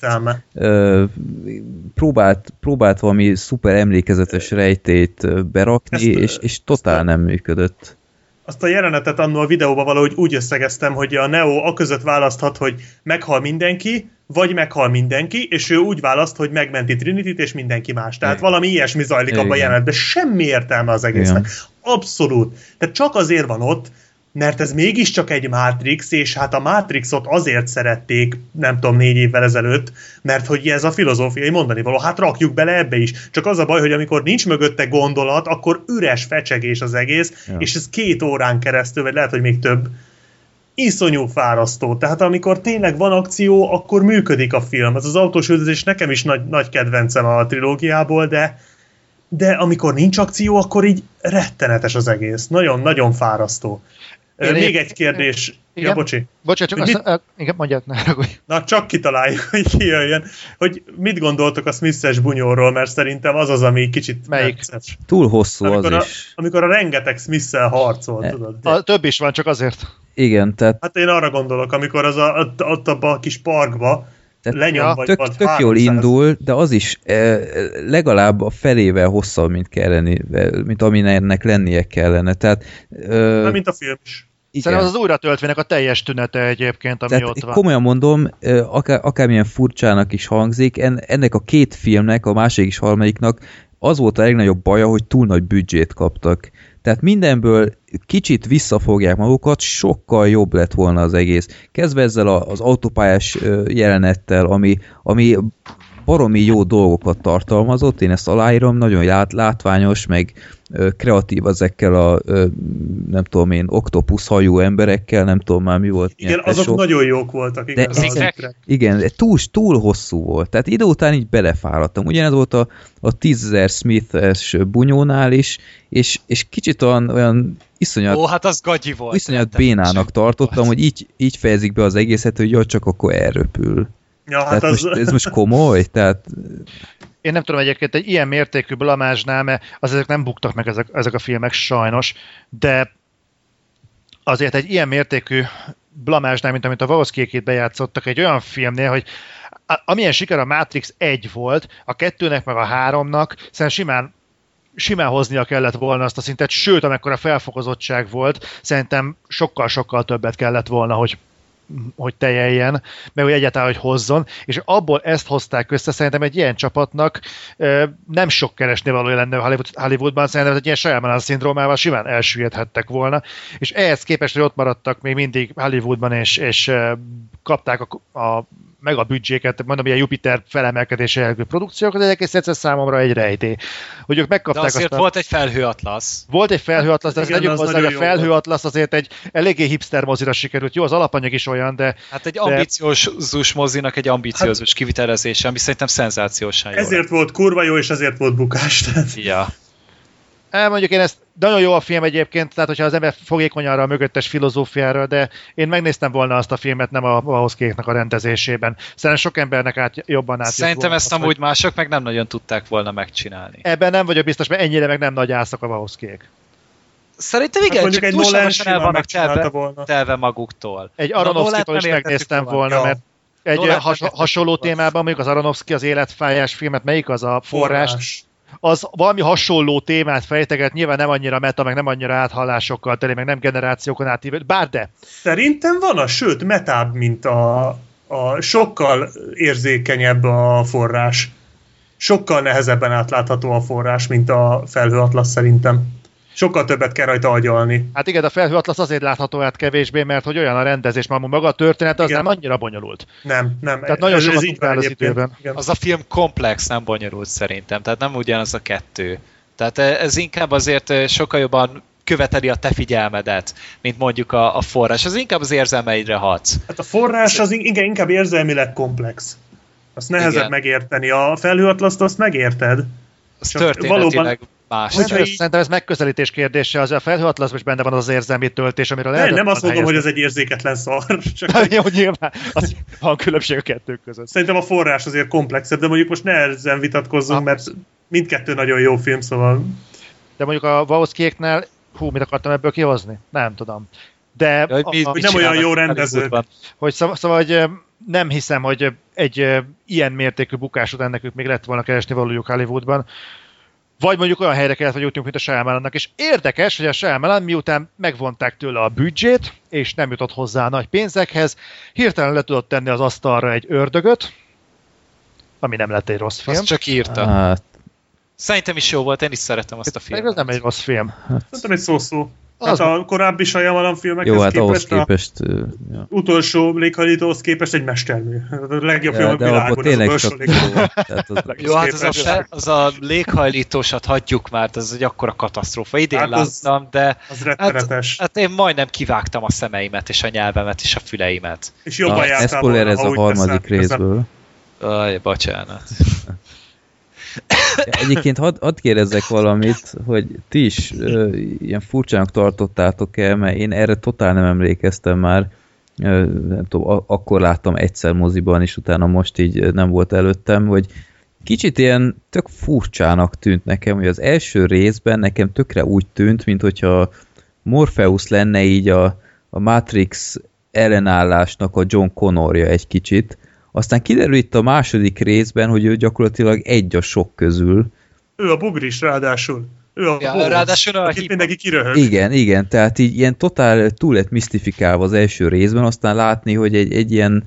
Próbált valami szuper emlékezetes rejtét berakni, és totál nem működött. Azt a jelenetet annól a videóban valahogy úgy összegeztem, hogy a Neo aközött választhat, hogy meghal mindenki, vagy meghal mindenki, és ő úgy választ, hogy megmenti Trinityt, és mindenki más. Tehát valami ilyesmi zajlik abban a jelenetben. Semmi értelme az egésznek. Abszolút. Tehát csak azért van ott, mert ez mégiscsak egy Matrix, és hát a Matrixot azért szerették, nem tudom, 4 évvel ezelőtt, mert hogy ez a filozófiai mondani való. Hát rakjuk bele ebbe is. Csak az a baj, hogy amikor nincs mögötte gondolat, akkor üres fecsegés az egész, és ez 2 órán keresztül, vagy lehet, hogy még több, iszonyú fárasztó. Tehát amikor tényleg van akció, akkor működik a film. Az autós üldözés nekem is nagy kedvencem a trilógiából, de amikor nincs akció, akkor így rettenetes az egész. Nagyon-nagyon fárasztó. Még egy kérdés. Igen? Ja, bocsi. Bocsánat, csak igen, mondjad, ne ragudj. Na, csak kitaláljuk, hogy ki jöjjön. Hogy mit gondoltok a Smith-es bunyóról, mert szerintem az, ami kicsit... Melyik? Túl hosszú az is. Amikor a rengeteg Smith-szel harcol, tudod. A több is van, csak azért. Igen, tehát... Hát én arra gondolok, amikor az ott abban a kis parkba lenyom, vagy tök jól indul, de az is legalább a felével hosszabb, mint aminek lennie kellene. Tehát, nem, mint a film is. Szerintem az újratöltvének a teljes tünete egyébként, ami tehát ott van. Komolyan mondom, akármilyen furcsának is hangzik, ennek a 2 filmnek, a másik és harmadiknak az volt a legnagyobb baja, hogy túl nagy büdzsét kaptak. Tehát mindenből kicsit visszafogják magukat, sokkal jobb lett volna az egész. Kezdve ezzel az autópályás jelenettel, ami baromi jó dolgokat tartalmazott, én ezt aláírom, nagyon látványos, meg kreatív ezekkel a nem tudom én, oktopusz hajú emberekkel, nem tudom már mi volt. Igen, azok nagyon jók voltak. Igen, túl hosszú volt. Tehát idő után így belefáradtam. Ugyanez volt a 10.000 Smith-es bunyónál is, és kicsit olyan iszonyat, hát az gagyi volt. Iszonyat bénának tartottam, hogy így fejezik be az egészet, hogy jó, csak akkor elröpül. Ja, hát ez most komoly? Tehát... Én nem tudom egyébként egy ilyen mértékű blamázsnál, mert azért nem buktak meg ezek a filmek sajnos, de azért egy ilyen mértékű blamázsnál, mint amit a Wachowskiék itt bejátszottak egy olyan filmnél, hogy amilyen siker a Matrix 1 volt, a 2-nek meg a 3-nak, szerintem simán hoznia kellett volna azt a szintet, sőt, amekkora felfokozottság volt, szerintem sokkal-sokkal többet kellett volna, hogy teljeljen, meg hogy egyáltalán, hogy hozzon, és abból ezt hozták össze, szerintem egy ilyen csapatnak nem sok keresni valója lenne Hollywoodban, szerintem egy ilyen Shyamalan-szindrómával simán elsüllyedhettek volna, és ehhez képest, hogy ott maradtak még mindig Hollywoodban, és kapták meg a büdzséket, mondom, ilyen Jupiter felemelkedése jellegű produkciókat, ez egész egyszer számomra egy rejtély. Hogy ők megkapták de azért volt egy felhőatlasz. Volt egy felhőatlasz, de igen, az a felhőatlasz azért egy eléggé hipster mozira sikerült. Jó, az alapanyag is olyan, de... Hát egy ambiciózus mozinak egy ambiciózus kivitelezése, ami szerintem szenzációsan jó. Ezért volt kurva jó, és ezért volt bukás. Ja. Mondjuk én ezt nagyon jó a film egyébként, tehát hogyha az ember fogékony arra a mögöttes filozófiára, de én megnéztem volna azt a filmet nem a Wachowskiéknak a rendezésében. Szerintem sok embernek jobban átjött. Szerintem ezt amúgy mások meg nem nagyon tudták volna megcsinálni. Ebben nem vagyok biztos, mert ennyire meg nem nagy ászak a Wachowskiék. Szerintem igen, hát csak egy túlságosan el vannak volna. telve maguktól. Egy Aronofskytól is megnéztem volna, mert egy hasonló témában, mondjuk az Aronofsky az életfájás filmet, melyik az a Forrás? Az valami hasonló témát fejteget, nyilván nem annyira meta, meg nem annyira áthallásokkal teli, meg nem generációkon átívelő, bár de. Szerintem van sőt, metább, mint a sokkal érzékenyebb a Forrás. Sokkal nehezebben átlátható a Forrás, mint a Felhőatlasz szerintem. Sokkal többet kell rajta agyalni. Hát igen, a Felhőatlasz azért látható át kevésbé, mert hogy olyan a rendezés, maga a történet, az igen. Nem annyira bonyolult. Nem. Tehát nagyon sokat tudtál az időben. Igen. Az a film komplex, nem bonyolult szerintem, tehát nem ugyanaz a 2. Tehát ez inkább azért sokkal jobban követeli a te figyelmedet, mint mondjuk a Forrás. Az inkább az érzelmeidre hatsz. Hát a Forrás az inkább érzelmileg komplex. Azt nehezebb megérteni. A Felhőatlaszt azt megérted. Az történetileg más. Szerintem ez megközelítés kérdése, az a Felhőatlaszban is benne van az érzelmi töltés, amiről lehet. Nem azt mondom, hogy ez egy érzéketlen szar. Csak jó, nyilván. Az van különbség a kettő között. Szerintem a Forrás azért komplexebb, de mondjuk most ne ezen vitatkozzunk, mert mindkettő nagyon jó film, szóval... De mondjuk a Wachowskiéknél, mit akartam ebből kihozni? Nem tudom. De hogy nem olyan jó rendező. Szóval, hogy nem hiszem, hogy egy ilyen mértékű bukás után nekük még lett volna keresni valójuk Hollywoodban. Vagy mondjuk olyan helyre kellett, hogy jutjunk, mint a Shyamalannak. És érdekes, hogy a Shyamalan miután megvonták tőle a büdzsét, és nem jutott hozzá a nagy pénzekhez, hirtelen le tudott tenni az asztalra egy ördögöt, ami nem lett egy rossz film. Azt csak írta. Hát. Szerintem is jó volt, én is szeretem azt a filmet. Ez nem egy rossz film. Szerintem egy szó-szó. Hát a korábbi Shyamalan filmekhez jó, hát képest ja. Utolsó léghajlítóhoz képest egy mestermű. A legjobb film a világon. Tényleg az jó, hát az a léghajlítósat hagyjuk már, ez egy akkora katasztrófa. Idén hát láttam, de az rettenetes. Hát én majdnem kivágtam a szemeimet, és a nyelvemet, és a füleimet. És jobban jártál volna, ez a harmadik részből. Aj, bocsánat. Egyébként hadd kérdezzek valamit, hogy ti is ilyen furcsának tartottátok-e, mert én erre totál nem emlékeztem már, nem tudom, akkor láttam egyszer moziban, és utána most így nem volt előttem, hogy kicsit ilyen tök furcsának tűnt nekem, hogy az első részben nekem tökre úgy tűnt, mint hogyha Morpheus lenne így a Matrix ellenállásnak a John Connorja egy kicsit. Aztán kiderül itt a második részben, hogy ő gyakorlatilag egy a sok közül. Ő a bugris, ráadásul. Ő a ráadásul akit mindenki kiröhög. Igen, tehát így ilyen totál túl lett misztifikálva az első részben, aztán látni, hogy egy ilyen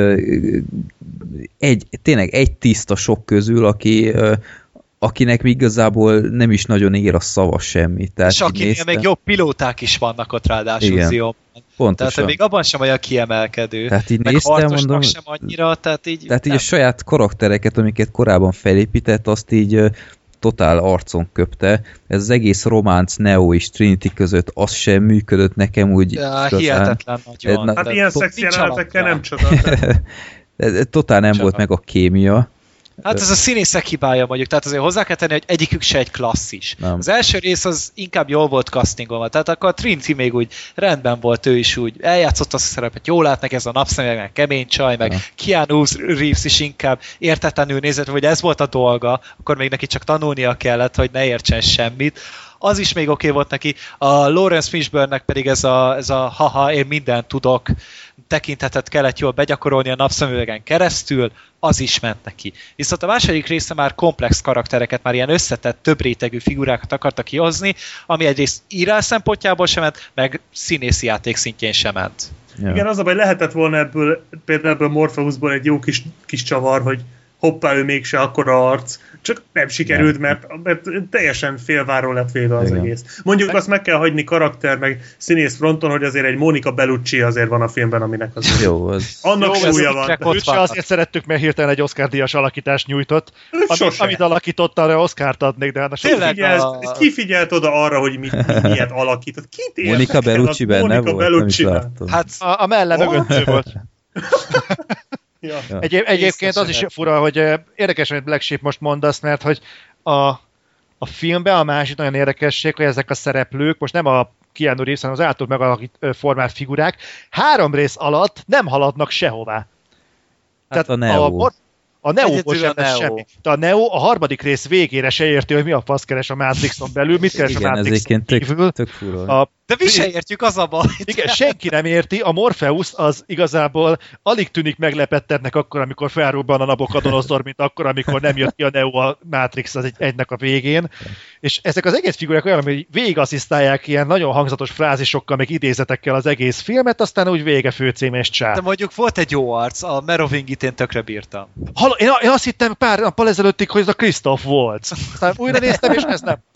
tényleg egy tiszta sok közül, akinek igazából nem is nagyon ér a szava semmi. Tehát és akinél még jobb pilóták is vannak ott ráadásul Zion. Pontosan. Tehát még abban sem olyan kiemelkedő. Tehát így néztem, mondom, sem annyira, tehát így a saját karaktereket, amiket korábban felépített, azt így totál arcon köpte. Ez az egész románc Neo és Trinity között az sem működött nekem úgy. Ja, hihetetlen nagyon. Hát ilyen szexi jelenetekkel nem csoda. Totál nem volt meg a kémia. Hát ez a színészek hibája mondjuk, tehát azért hozzá kell tenni, hogy egyikük se egy klasszis. Nem. Az első rész az inkább jól volt castingolva, tehát akkor a Trinity még úgy rendben volt, ő is úgy eljátszott azt a szerepet, jól látnak ez a napszemüveg, meg kemény csaj, meg Keanu Reeves is inkább értetlenül nézett, hogy ez volt a dolga, akkor még neki csak tanulnia kellett, hogy ne értsen semmit. Az is még oké volt neki. A Lawrence Fishburne-nek pedig ez a haha, én mindent tudok tekintetet kellett jól begyakorolni a napszemüvegen keresztül, az is ment neki. Viszont a második része már komplex karaktereket, már ilyen összetett, több rétegű figurákat akartak kihozni, ami egyrészt írás szempontjából sem ment, meg színészi játék szintjén sem ment. Ja. Igen, az a baj, lehetett volna például ebből Morpheusból egy jó kis csavar, hogy hoppá, ő mégse akkora arc, csak nem sikerült, mert teljesen félváról lett véve az egész. Mondjuk azt meg kell hagyni karakter, meg színész fronton, hogy azért egy Monica Bellucci azért van a filmben, aminek az jó, az annak súlya van. Őt se azért szerettük, mert hirtelen egy Oscar-díjas alakítást nyújtott. Amit alakított, arra Oscart adnék, de ki figyelt oda arra, hogy miért alakított? Monica Bellucci benne volt, nem is láttam. Hát a melle mögött volt. Ja. Egyébként az is fura, hogy érdekes, amit Black Sheep most mondasz, mert hogy a filmben a másik nagyon érdekesség, hogy ezek a szereplők, most nem a Keanu Reeves, hanem az által formált figurák, 3 rész alatt nem haladnak sehová. Hát tehát a Neo. A Neo-ból sem lesz semmi. De a Neo a harmadik rész végére se érti, hogy mi a fasz keres a Matrixon belül, mit keres a Matrixon kívül. Tök fura. De mi se értjük, az a baj. Igen, senki nem érti. A Morpheus az igazából alig tűnik meglepettetnek akkor, amikor felrobban a Nabucodonosor, mint akkor, amikor nem jött ki a Neo a Matrix az egynek a végén. És ezek az egész figurák olyan, hogy végigasszisztálják ilyen nagyon hangzatos frázиsokkal, meg idézetekkel az egész filmet, aztán úgy vége főcím és csá. De mondjuk volt egy jó arc, a Merovingit én tökre bírtam. Én azt hittem pár nappal ezelőttig, hogy ez a Christoph Waltz. Aztán újra néztem, és ez nem.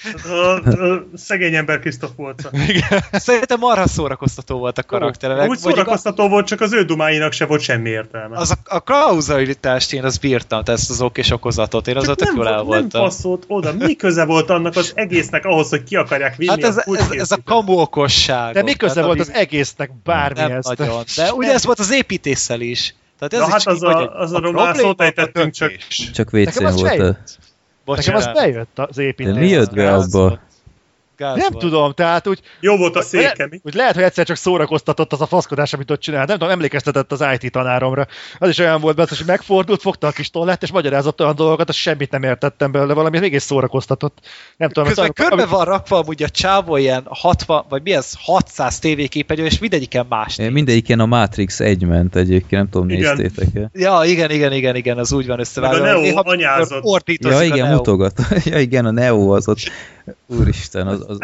A szegény ember Christoph Waltz. Szerintem marha szórakoztató volt a karaktere. Úgy szórakoztató volt, csak az ő dumáinak se volt semmi értelme. A kauzalitást én azt bírtam, tehát ezt az ok és okozatot, én azon tök jól el voltam. Nem passzolt oda. Mi köze volt annak az egésznek ahhoz, hogy ki akarják vinni? Hát ez a kamu okosság. De mi köze volt az egésznek bármihez? Nem nagyon. De ugye ez volt az építéssel is. Tehát ez hát az a román szót ejtettünk csak WC-n volt. Nekem az bejött az építés. De mi jött be abba? Nem tudom, tehát úgy... Jó volt a széke, mi? Úgy lehet, hogy egyszer csak szórakoztatott az a faszkodás, amit ott csinált. Nem tudom, emlékeztetett az IT tanáromra. Az is olyan volt, hogy megfordult, fogta a kis tollát, és magyarázott olyan dolgokat, azt semmit nem értettem belőle, valami mégis szórakoztatott. Nem tudom. Közben körbe van rakva amúgy a csávó ilyen 60, vagy mi ez, 600 tévéképernyő, és mindegyiken más. Mindegyiken a Matrix 1 ment egyébként, nem tudom, néztétek-e? Ja, igen, az úgy van összevágva. Meg a Neo anyázott. Ja, igen, mutogat. Ja, igen, a Neo az ott. Úristen, az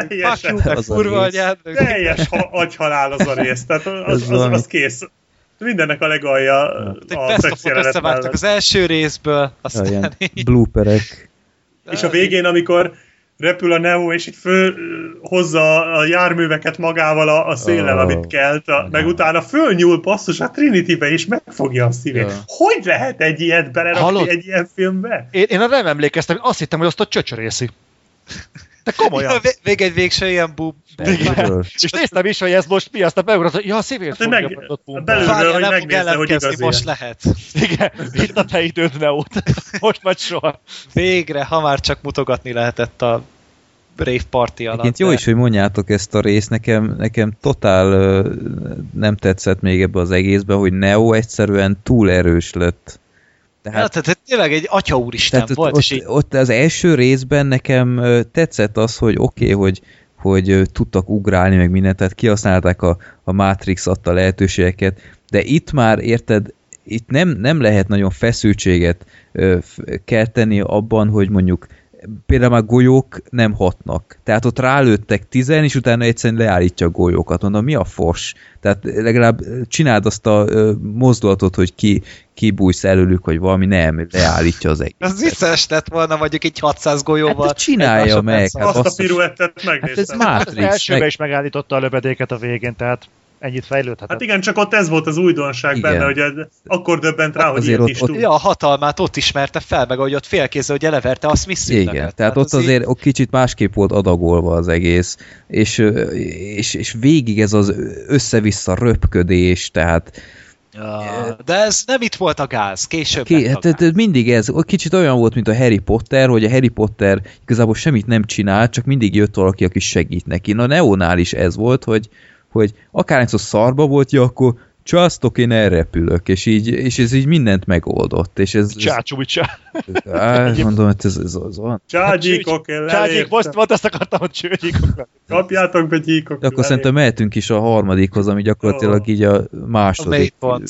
teljes agyhalál az a rész, tehát az kész. Mindennek a legalja a szexjelenet mellett. Az első részből, aztán blooperek. És a végén, amikor repül a Neo, és így hozza a járműveket magával a széllel, amit kelt, meg utána fölnyúl basszus a Trinitybe, és megfogja a szívét. Hogy lehet egy ilyet belerakni egy ilyen filmbe? Én arra nem emlékeztem, azt hittem, hogy azt a csöcsörészi. De komolyan. Ja, még egy végső ilyen búb. És néztem is, hogy ez most mi, aztán beugrott, hogy ja, a szívét fogja meg ott pumpálni. Belülről, hogy megnézze, hogy igazi. Most lehet. Igen, itt a te időd, Neót. Most vagy soha. Végre, ha már csak mutogatni lehetett a rave party alatt. Egyébként jó is, hogy mondjátok ezt a részt, nekem totál nem tetszett még ebbe az egészbe, hogy Neo egyszerűen túl erős lett. Tehát tényleg egy atya úristen volt. Ott az első részben nekem tetszett az, hogy oké, hogy tudtak ugrálni meg mindent, tehát kihasználták a Matrix adta lehetőségeket, de itt már érted, itt nem lehet nagyon feszültséget kelteni abban, hogy mondjuk például már golyók nem hatnak. Tehát ott rálőttek 10, és utána egyszerűen leállítja a golyókat. Mondom, mi a fos? Tehát legalább csináld azt a mozdulatot, hogy kibújsz előlük, hogy valami nem, leállítja az egészet. Az vicces lett volna, mondjuk egy 600 golyóval. Hát csinálja meg. Azt a piruettet megnéztem. Hát ez Matrix. Az elsőben is megállította a lövedéket a végén, tehát ennyit fejlődhetett. Hát igen, csak ott ez volt az újdonság benne, hogy akkor döbbent rá, hogy ilyet is tud. Ja, a hatalmát ott ismerte fel, meg ahogy ott félkézzel, hogy eleverte a Smith szűnöket. Igen, tehát ott azért ott kicsit másképp volt adagolva az egész, és végig ez az össze-vissza röpködés, tehát de ez nem itt volt a gáz, később a gáz. Mindig ez, kicsit olyan volt, mint a Harry Potter, hogy a Harry Potter igazából semmit nem csinált, csak mindig jött valaki, aki segít neki. Na Neónál is ez volt, hogy akárhányszor szarba volt, ja, akkor császtok, én elrepülök, és ez így mindent megoldott. És ez mondom, hogy ez van. Cságyíkok, én Cságyík, most azt akartam, hogy csőgyíkok. Kapjátok be gyíkok. De akkor szerintem mehetünk is a harmadikhoz, ami gyakorlatilag így a második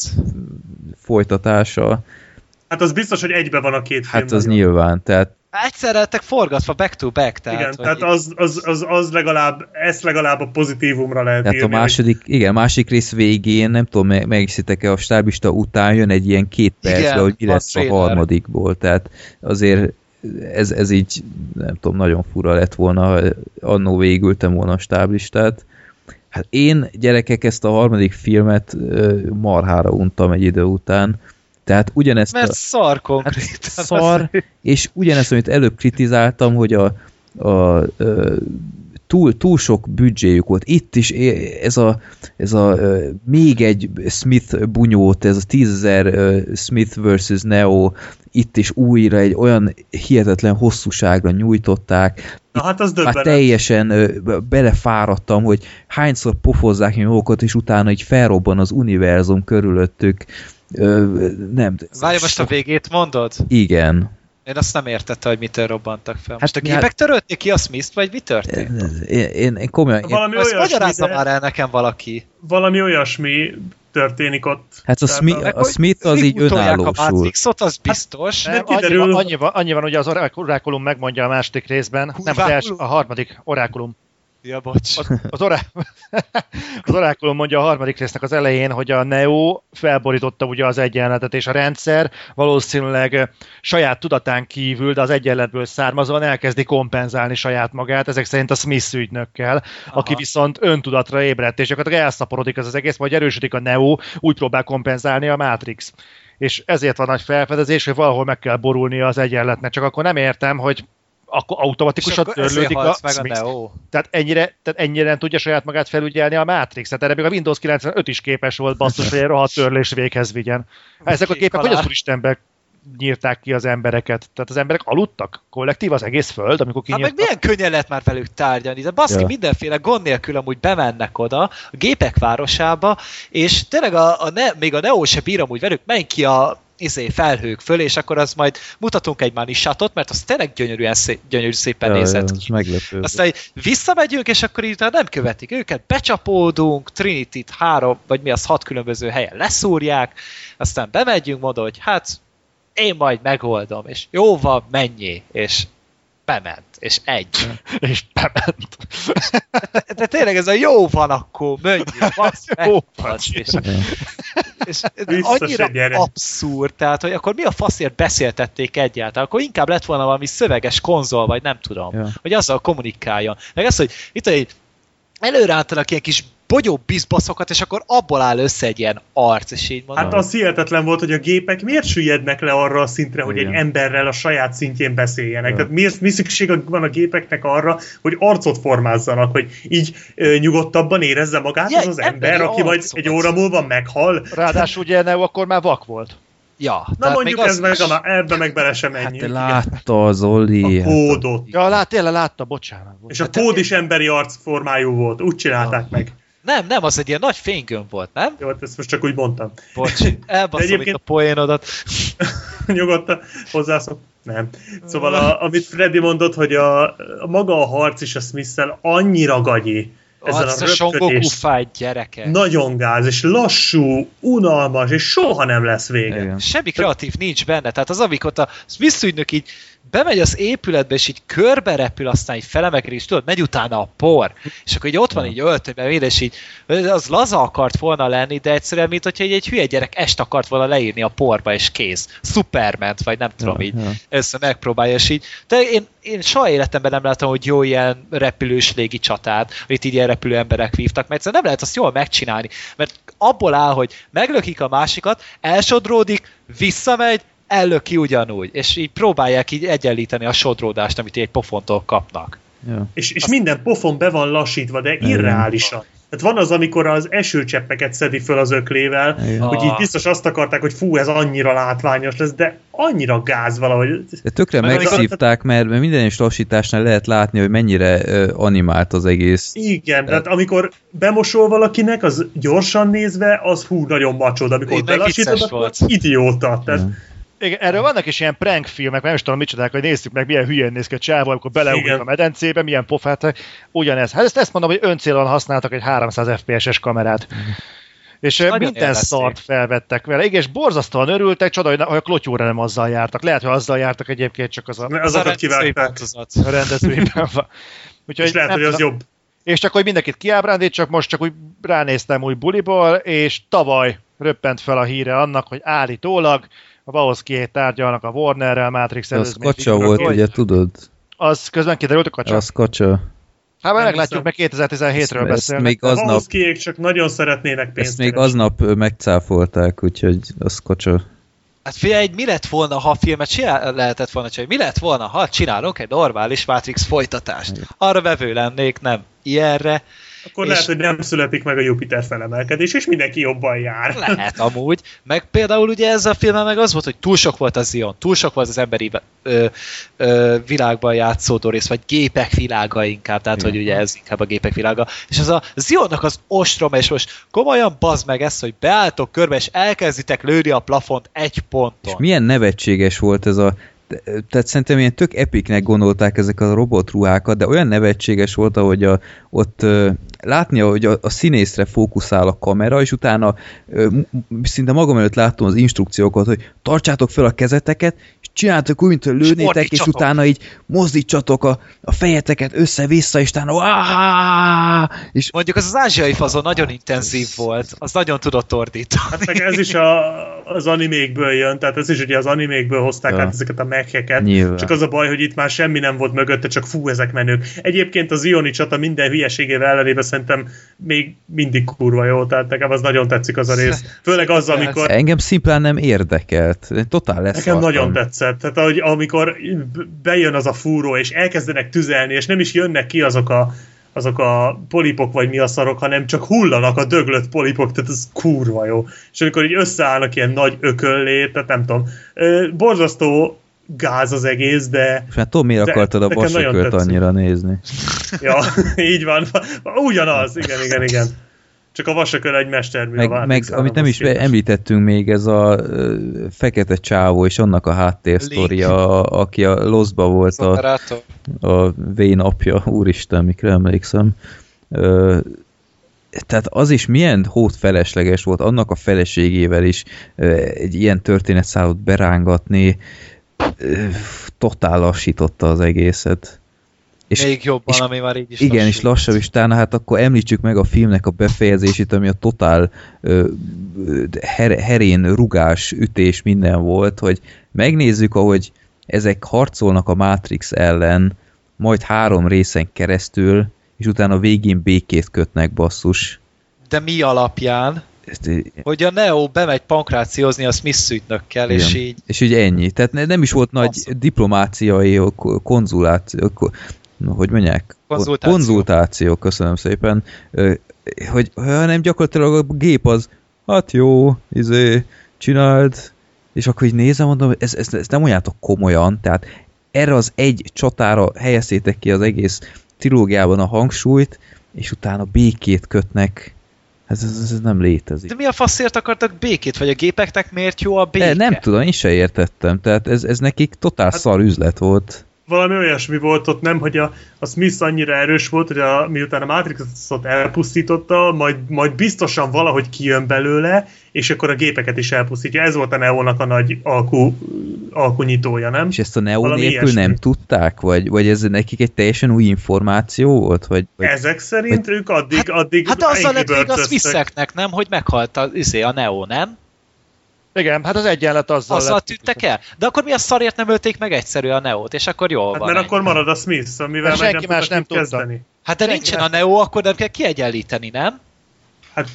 folytatása. Hát az biztos, hogy egybe van a két film. Hát az nyilván, tehát egyszerre lettek forgatva back-to-back. Tehát, igen, tehát az legalább, ezt legalább a pozitívumra lehet tehát írni. A második rész végén, nem tudom, megiszitek-e, a stábista után jön egy ilyen 2 percre, hogy mi lesz a harmadikból. Tehát azért ez így, nem tudom, nagyon fura lett volna, annó végültem volna a stáblistát. Hát én, gyerekek, ezt a harmadik filmet marhára untam egy idő után. Tehát ugyanezt mert szar konkrétan. Hát szar, és ugyanezt, amit előbb kritizáltam, hogy túl sok büdzséjük volt. Itt is ez a még egy Smith bunyót, ez a 10.000 Smith versus Neo, itt is újra egy olyan hihetetlen hosszúságra nyújtották. Na, hát az döbbenet. Már teljesen belefáradtam, hogy hányszor pofozzák magukat, és utána így felrobban az univerzum körülöttük. Nem. Várj, most a végét mondod? Igen. Én azt nem értettem, hogy mitől robbantak fel. Most a gépek törölték ki a Smith-t, vagy mi történt? Én komolyan... Azt magyarázza már el nekem valaki. Valami olyasmi történik ott. Hát a Smith az így önállósul. A Matrixot, az biztos. Hát, annyi van, ugye az orákulum megmondja a második részben, nem a harmadik orákulum. Ja, bocs. Az orákulum mondja a harmadik résznek az elején, hogy a Neo felborította ugye az egyenletet, és a rendszer valószínűleg saját tudatán kívül, de az egyenletből származóan elkezdi kompenzálni saját magát, ezek szerint a Smith ügynökkel, aki viszont öntudatra ébredt, és gyakorlatilag elszaporodik az egész, majd erősödik a Neo, úgy próbál kompenzálni a Matrix. És ezért van nagy felfedezés, hogy valahol meg kell borulnia az egyenletnek, csak akkor nem értem, hogy akkor automatikusan törlődik a Smith. Tehát ennyire nem tudja saját magát felügyelni a Matrix. Tehát erre még a Windows 95 is képes volt basszus, hogy egy rohadt törlés véghez vigyen. Ezek a képek hogy az úristenben nyírták ki az embereket. Tehát az emberek aludtak kollektív az egész föld, amikor kinyírtak. Hát meg milyen könnyen lehet már velük tárgyalni, de baszki, mindenféle gond nélkül amúgy bemennek oda, a gépek városába, és tényleg még a Neo se bír amúgy velük, menj ki a felhők föl, és akkor az majd mutatunk egy manishatot, mert az tényleg gyönyörű szépen nézett ki. Aztán visszamegyünk, és akkor így nem követik őket, becsapódunk, Trinity-t 6 különböző helyen leszúrják, aztán bemegyünk, mondom, hogy hát én majd megoldom, és jó van, menjél, és bement, és és bement. De tényleg ez a jó van, akkor menjél, és annyira abszurd, tehát, hogy akkor mi a faszért beszéltették egyáltalán, akkor inkább lett volna valami szöveges konzol, vagy nem tudom, hogy azzal kommunikáljon. Meg az, hogy itt előrántanak ilyen kis bogyó bizbaszokat, és akkor abból áll össze egy ilyen arc, és így mondom. Hát az hihetetlen volt, hogy a gépek miért süllyednek le arra a szintre, hogy egy emberrel a saját szintjén beszéljenek. Tehát mi szükség van a gépeknek arra, hogy arcot formázzanak, hogy így nyugodtabban érezze magát az ember, aki majd egy óra múlva meghal. Ráadásul ugye Neo akkor már vak volt. Ja, na mondjuk ez meg, ebbe meg bele sem ennyi. Hát látta az Oli. A kódot. Ja, tényleg látta, bocsánat. És a kód is emberi arcformájú volt, úgy csinálták meg. Nem, az egy ilyen nagy fénygömb volt, nem? Jó, ezt most csak úgy mondtam. Bocs, elbaszom itt a poénodat. Nyugodtan, hozzászok. Nem. Szóval amit Freddy mondott, hogy a maga a harc is a Smith-szel annyira gagyi. Ezzel a Son-Goku fight gyereke. Nagyon gáz, és lassú, unalmas, és soha nem lesz vége. Igen. Semmi kreatív nincs benne. Tehát az, amikor a Smith ügynök így bemegy az épületbe, és így körbe repül, aztán így felemegel, és tudod, megy utána a por. És akkor így ott van így öltönyben, és így az laza akart volna lenni, de egyszerűen, mint hogyha egy hülye gyerek akart volna leírni a porba, és kész. Superman, vagy nem tudom így. Össze megpróbálja, és így. De én soha életemben nem láttam, hogy jó ilyen repülős légi csatát, hogy itt így ilyen repülő emberek vívtak, mert egyszerűen nem lehet azt jól megcsinálni. Mert abból áll, hogy meglökik a másikat, elsodródik, visszamegy, ellöki ugyanúgy, és így próbálják így egyenlíteni a sodródást, amit egy pofontól kapnak. Ja. És minden pofon be van lassítva, de irreálisan. Tehát van az, amikor az esőcseppeket szedi föl az öklével, hogy így biztos azt akarták, hogy fú, ez annyira látványos lesz, de annyira gáz valahogy. De tökre megszívták, mert minden is lassításnál lehet látni, hogy mennyire animált az egész. Igen, tehát amikor bemosol valakinek, az gyorsan nézve, az hú, nagyon macsod, amikor belassítod, akkor idióta. Tehát igen, erről vannak is ilyen prank filmek, nem is tudom micsodák, hogy nézzük meg, milyen hülyén néz ki a csávó, amikor beleugrik a medencébe, milyen pofát, ugyanez. Hát ezt mondom, hogy öncélon használtak egy 300 FPS-es kamerát. És minden szart felvettek vele. Igen, és borzasztóan örültek, csoda, hogy a klotyóra nem azzal jártak. Lehet, hogy azzal jártak egyébként, csak az a rendezvényben van. Úgyhogy és lehet, hogy az jobb. És csak, hogy mindenkit kiábrándít, csak most csak úgy ránéztem új buliból, és tavaly röppent fel a híre annak, hogy állítólag a Wachowskiék tárgyalnak a Warnerrel, Matrix előzmény. Az kacsa volt, ugye tudod? Az közben kiderült a kacsa? Az kacsa. Hát már meglátjuk, meg 2017-ről beszélnek. A Wachowskiék csak nagyon szeretnének pénzt. Ezt még aznap megcáfolták, úgyhogy az kacsa. Hát figyelj, mi lett volna, ha filmet lehetett volna csinálni? Mi lett volna, ha csinálunk egy normális Matrix folytatást? Arra vevő lennék, nem ilyenre. Akkor lehet, hogy nem születik meg a Jupiter felemelkedés, és mindenki jobban jár. Lehet amúgy. Meg például ugye ezzel a filmmel meg az volt, hogy túl sok volt a Zion, túl sok volt az emberi világban játszódó rész, vagy gépek világa inkább, tehát hogy ugye ez inkább a gépek világa. És az a Zionnak az ostroma, és most komolyan bazd meg ezt, hogy beálltok körbe, és elkezditek lőni a plafont egy ponton. És milyen nevetséges volt ez a... Tehát szerintem ilyen tök epiknek gondolták ezek a robotruhákat, de olyan nevetséges volt, ahogy ott látni, hogy a színészre fókuszál a kamera, és utána szinte magam előtt láttam az instrukciókat, hogy tartsátok fel a kezeteket, és csináltok úgy, mint hogy lőnétek, és utána így mozdítsatok a fejeteket össze-vissza, és utána és mondjuk az ázsiai fazon nagyon intenzív volt, az nagyon tudott ordítani. Hát meg ez is az animékből jön, tehát ez is ugye az animékből hozták át ezeket a mecheket. Nyilván. Csak az a baj, hogy itt már semmi nem volt mögötte, csak fú, ezek menők. Egyébként az Zioni csata minden hülyeségével ellenében szerintem még mindig kurva jó, tehát nekem az nagyon tetszik az a rész. Főleg az, amikor... Engem szimplán nem érdekelt. Totál lesz. Nekem nagyon tetszett. Tehát amikor bejön az a fúró, és elkezdenek tüzelni, és nem is jönnek ki azok azok a polipok vagy mi a szarok, hanem csak hullanak a döglött polipok, tehát ez kurva jó. És amikor így összeállnak ilyen nagy ököllé, tehát nem tudom, borzasztó gáz az egész, de... És hát tudom, miért akartad a vasökölt annyira nézni. Ja, így van. Ugyanaz, igen. Csak a vasököl egy mestermű. Meg amit nem is említettünk még, ez a fekete csávó és annak a háttérsztoria, aki a Lost-ba volt a Wayne apja, úristen, mikre emlékszem. Tehát az is milyen hót felesleges volt annak a feleségével is egy ilyen történetszállat berángatni, totál lassította az egészet. És, még jobban, ami már így is igen, lassít. És lassabb, és talán hát akkor említsük meg a filmnek a befejezését, ami a totál herén rugás, ütés minden volt, hogy megnézzük, ahogy ezek harcolnak a Matrix ellen, majd 3 részen keresztül, és utána végén békét kötnek, basszus. De mi alapján? Hogy a Neo bemegy pankrációzni a Smith ügynökkel, és így... És így ennyi. Tehát nem is volt nagy diplomáciai konzuláció, hogy mondják? Konzultáció, köszönöm szépen. Hogy nem gyakorlatilag a gép az, hát jó, csináld, és akkor így nézem, mondom, ezt nem mondjátok komolyan, tehát erre az egy csatára helyeztétek ki az egész trilógiában a hangsúlyt, és utána békét kötnek. Ez nem létezik. De mi a faszért akartak békét? Vagy a gépeknek miért jó a béke? Nem tudom, én se értettem. Tehát ez nekik totál szar üzlet volt. Valami olyasmi volt ott, nem, hogy a Smith annyira erős volt, hogy miután a Matrixot elpusztította, majd biztosan valahogy kijön belőle, és akkor a gépeket is elpusztítja. Ez volt a Neónak a nagy alkunyitója, nem? És ezt a Neo nélkül nem tudták? Vagy ez nekik egy teljesen új információ volt? Vagy ezek szerint ők addig hát azzal lett még a Smitheknek, nem? Hogy meghalt a Neo, nem? Igen, hát az egyenlet azzal tűntek el. De akkor mi a szarért nem ölték meg egyszerűen a Neót, és akkor jól hát van. Mert akkor marad a Smith, amivel meg senki más nem kezdeni. Hát de nincsen a Neo, akkor nem kell kiegyenlíteni, nem? Hát...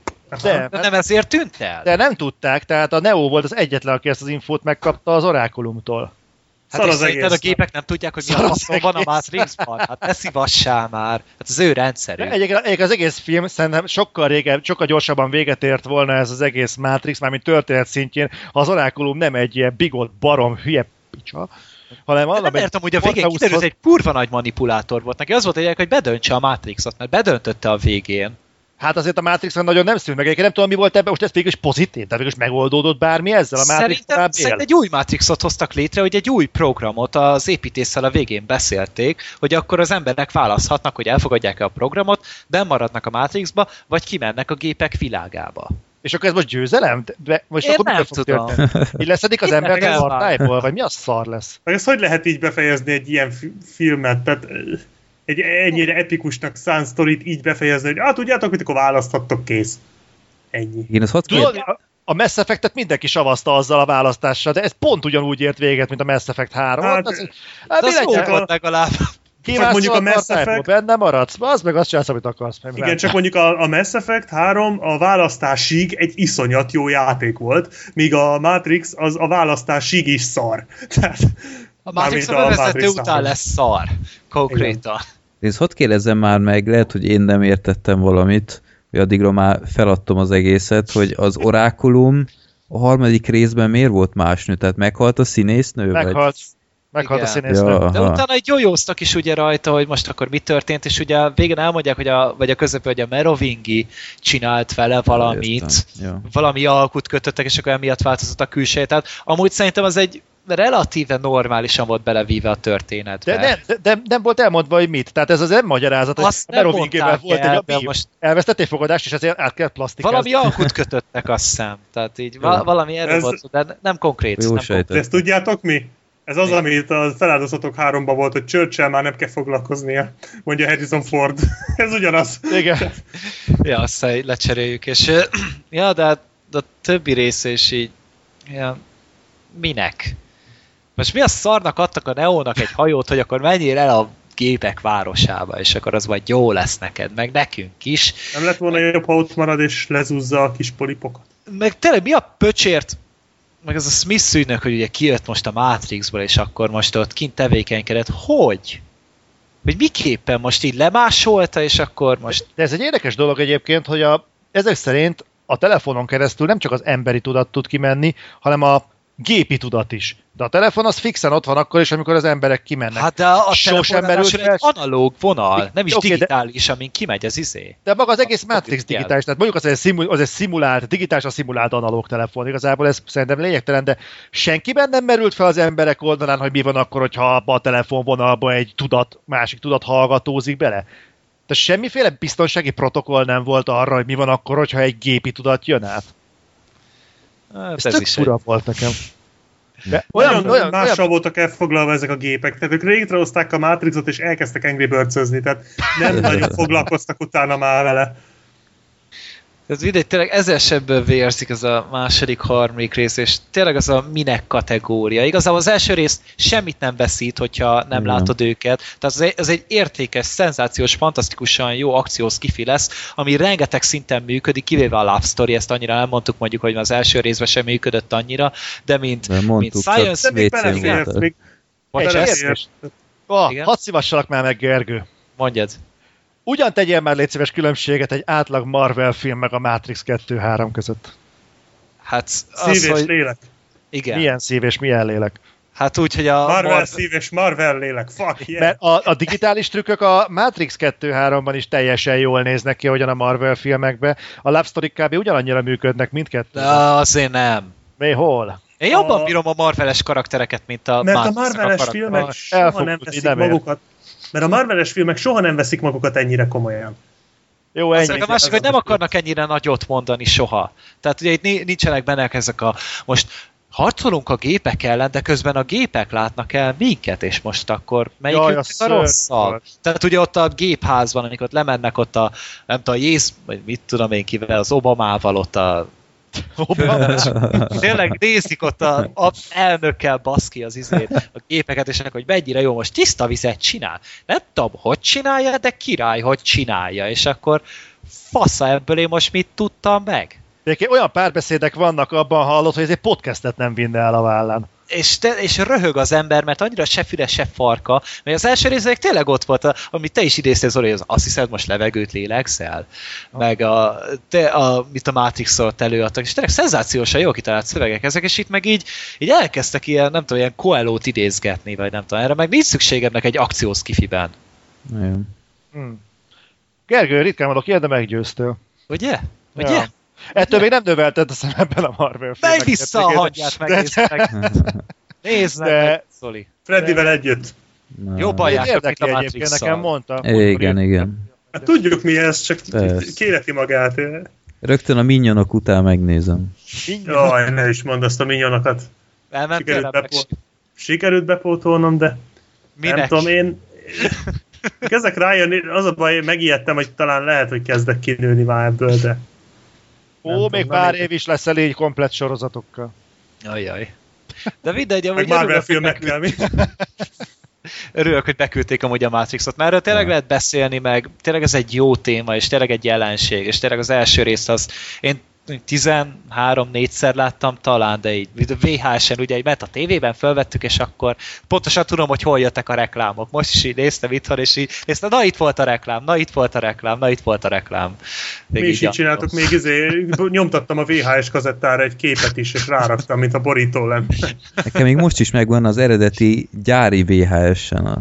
De nem ezért tűnt el? De nem tudták, tehát a Neo volt az egyetlen, aki ezt az infót megkapta az Orákulumtól. Hát és szerinted a gépek nem tudják, hogy mi a faszon van a Matrixban? Hát ne szívassál már. Hát az ő rendszerű. Egyébként az egész film szerintem sokkal gyorsabban véget ért volna ez az egész Matrix, mármint történet szintjén, ha az Orákulum nem egy ilyen bigot barom hülye picsa, hanem nem értem, hogy a végén kiderült, egy kurva nagy manipulátor volt. Neki az volt, hogy bedöntse a Matrixot, mert bedöntötte a végén. Hát azért a Matrixon nagyon nem szűnt meg. Egyébként nem tudom, mi volt ebben, most ez végül is pozitív, tehát végül is megoldódott bármi ezzel a Matrix. Szerintem egy új Matrixot hoztak létre, hogy egy új programot az építéssel a végén beszélték, hogy akkor az emberek választhatnak, hogy elfogadják-e a programot, bennmaradnak a Matrixba, vagy kimennek a gépek világába. És akkor ez most győzelem? Most én akkor nem tudom. Így leszedik az emberek a tartályból? Vagy mi a szar lesz? Ez hogy lehet így befejezni egy ilyen filmet? Tehát... egy ennyire epikusnak szánt sztorit így befejezni, hogy tudjátok, mit akkor választhattok, kész. Ennyi. A Mass Effect-et mindenki savazta azzal a választással, de ez pont ugyanúgy ért véget, mint a Mass Effect 3. Hát az jó volt legalább. Csak mondjuk a Mass Effect... Benne maradsz, az meg azt csinálsz, amit akarsz. Igen, csak mondjuk a Mass Effect 3 a választásig egy iszonyat jó játék volt, míg a Matrix az a választásig is szar. Tehát, a Matrix a bevezető után lesz szar. Konkrétan. Ezt hadd kérdezzem már meg, lehet, hogy én nem értettem valamit, hogy addigra már feladtam az egészet, hogy az Orákulum a 3. részben miért volt más nő? Tehát meghalt a színésznő? Meghalt a színésznő. Ja, de utána egy jójóztak is ugye rajta, hogy most akkor mi történt, és ugye végén elmondják, hogy vagy a közepén, hogy a Merovingi csinált vele valamit, valami alkut kötöttek, és akkor emiatt változott a külseje. Tehát amúgy szerintem az egy relatíve normálisan volt belevíve a történetbe. De nem volt elmondva, hogy mit. Tehát ez az nem magyarázat, hogy a Merovingével volt egy most elvesztettél fogadást, és ezért át kell plastikázni. Valami alkut kötöttek, azt hiszem. Tehát így valami erről volt, de nem konkrét. De ezt tudjátok mi? Ez az, amit a Feláldozatok 3-ban volt, hogy Churchill már nem kell foglalkoznia, mondja Harrison Ford. Ez ugyanaz. Igen. Ja, azt lecseréljük, és ja, de a többi rész is így, ja, minek? Most mi a szarnak adtak a Neónak egy hajót, hogy akkor menjél el a gépek városába, és akkor az majd jó lesz neked, meg nekünk is. Nem lett volna jobb, ha ott marad, és lezúzza a kis polipokat? Meg tényleg mi a pöcsért, meg az a Smith ügynök, hogy ugye kijött most a Matrixból, és akkor most ott kint tevékenykedett. Hogy? miképpen most így lemásolta, és akkor most... De ez egy érdekes dolog egyébként, hogy ezek szerint a telefonon keresztül nem csak az emberi tudat tud kimenni, hanem a gépi tudat is. De a telefon az fixen ott van akkor is, amikor az emberek kimennek. Hát de a telefon egy analóg vonal, nem is digitális, amin kimegy az izé. De maga az egész Matrix digitális, tehát mondjuk az egy szimulált, digitális a szimulált analóg telefon. Igazából ez szerintem lényegtelen, de senkiben nem merült fel az emberek oldalán, hogy mi van akkor, hogyha abba a telefonvonalba egy másik tudat hallgatózik bele. Tehát semmiféle biztonsági protokoll nem volt arra, hogy mi van akkor, hogyha egy gépi tudat jön át. Hát ez tök fura volt nekem. Olyan mással voltak elfoglalva ezek a gépek. Tehát ők létrehozták a Matrixot, és elkezdtek Angry Birds-özni, tehát nem nagyon foglalkoztak utána már vele. Ez mindegy, tényleg ezer sebből vérzik ez a második, harmadik rész, és tényleg az a minek kategória. Igazából az első rész semmit nem veszít, hogyha nem látod őket. Tehát ez egy értékes, szenzációs, fantasztikusan jó akciós kifi lesz, ami rengeteg szinten működik, kivéve a Love Story, ezt annyira nem mondtuk mondjuk, hogy az első részben sem működött annyira, de mint Science... Hadd szívassalak már meg, Gergő. Mondjad. Ugyan tegyél már légy szíves különbséget egy átlag Marvel film meg a Matrix 2-3 között. Hát szív és lélek. Igen. Milyen szív és milyen lélek? Hát úgy, hogy a... Marvel szív és Marvel lélek. Fuck yeah. Mert a digitális trükkök a Matrix 2-3-ban is teljesen jól néznek ki, ahogyan a Marvel filmekben. A Love Story kb. Ugyanannyira működnek mindkettő. De azért nem. Mi hol? Én jobban bírom a Marveles karaktereket, mint a Matrix. Mert a Marveles filmek soha nem veszik magukat. Mert a Marveles filmek soha nem veszik magukat ennyire komolyan. Jó, ennyi. A másik, hogy nem akarnak ennyire nagyot mondani soha. Tehát ugye itt nincsenek benne ezek a... Most harcolunk a gépek ellen, de közben a gépek látnak el minket, és most akkor melyikük a rosszal? Tehát ugye ott a gépházban, amikor ott lemennek ott a, nem tudom, vagy mit tudom én kivel, az Obamával ott a tényleg nézik ott a elnökkel baszki az izét, a gépeket, és hogy mennyire jó, most tiszta vizet csinál. Nem tudom, hogy csinálja, de király, hogy csinálja, és akkor fasza, ebből én most mit tudtam meg? De olyan párbeszédek vannak abban, hallott, hogy ez egy podcastet nem vinne el a vállán. És röhög az ember, mert annyira se füle, se farka, mert az első részben tényleg ott volt, amit te is idéztél, Zoli, az azt hiszed, most levegőt lélegzel? Meg mit a Matrix-ot előadtak, és tényleg szenzációsan jól kitalált szövegek ezek, és itt meg így elkezdtek ilyen, nem tudom, ilyen Coelho-t idézgetni, vagy nem tudom, erre meg nincs szükségednek egy akciós kifiben. Gergő, ritkán mondok ilyen, de meggyőztél. Ugye? Ja. Ettől még nem növelted a szememben a Marvel filmek. Menj vissza a hangját, megnézd meg. Nézd meg, Szoli. Freddyvel együtt. Jobban jártok, mint a Matrix-szal. Nekem mondta. Igen. Hát tudjuk mi ez, csak kéreti magát. Rögtön a Minionok után megnézem. Jaj, ne is mondd azt a Minionokat. Sikerült bepótolnom, de minek? Nem tudom, én kezdek rájönni, az a baj, megijedtem, hogy talán lehet, hogy kezdek kinőni már ebből, de még pár év is lesz elég komplett sorozatokkal. Ajaj. De mindegy, meg Marvel filmekkel mi? Örülök, hogy beküldték amúgy a Matrixot, mert erről tényleg lehet beszélni, meg tényleg ez egy jó téma, és tényleg egy jelenség, és tényleg az első részt az én 13-4-szer láttam talán, de így VHS-en ugye, mert a tévében felvettük, és akkor pontosan tudom, hogy hol jöttek a reklámok. Most is így néztem itthon, és így néztem, na itt volt a reklám, na itt volt a reklám, na itt volt a reklám. Mi is így csináltuk, még nyomtattam a VHS kazettára egy képet is, és ráraktam, mint a borító lenne. Nekem még most is megvan az eredeti gyári VHS-en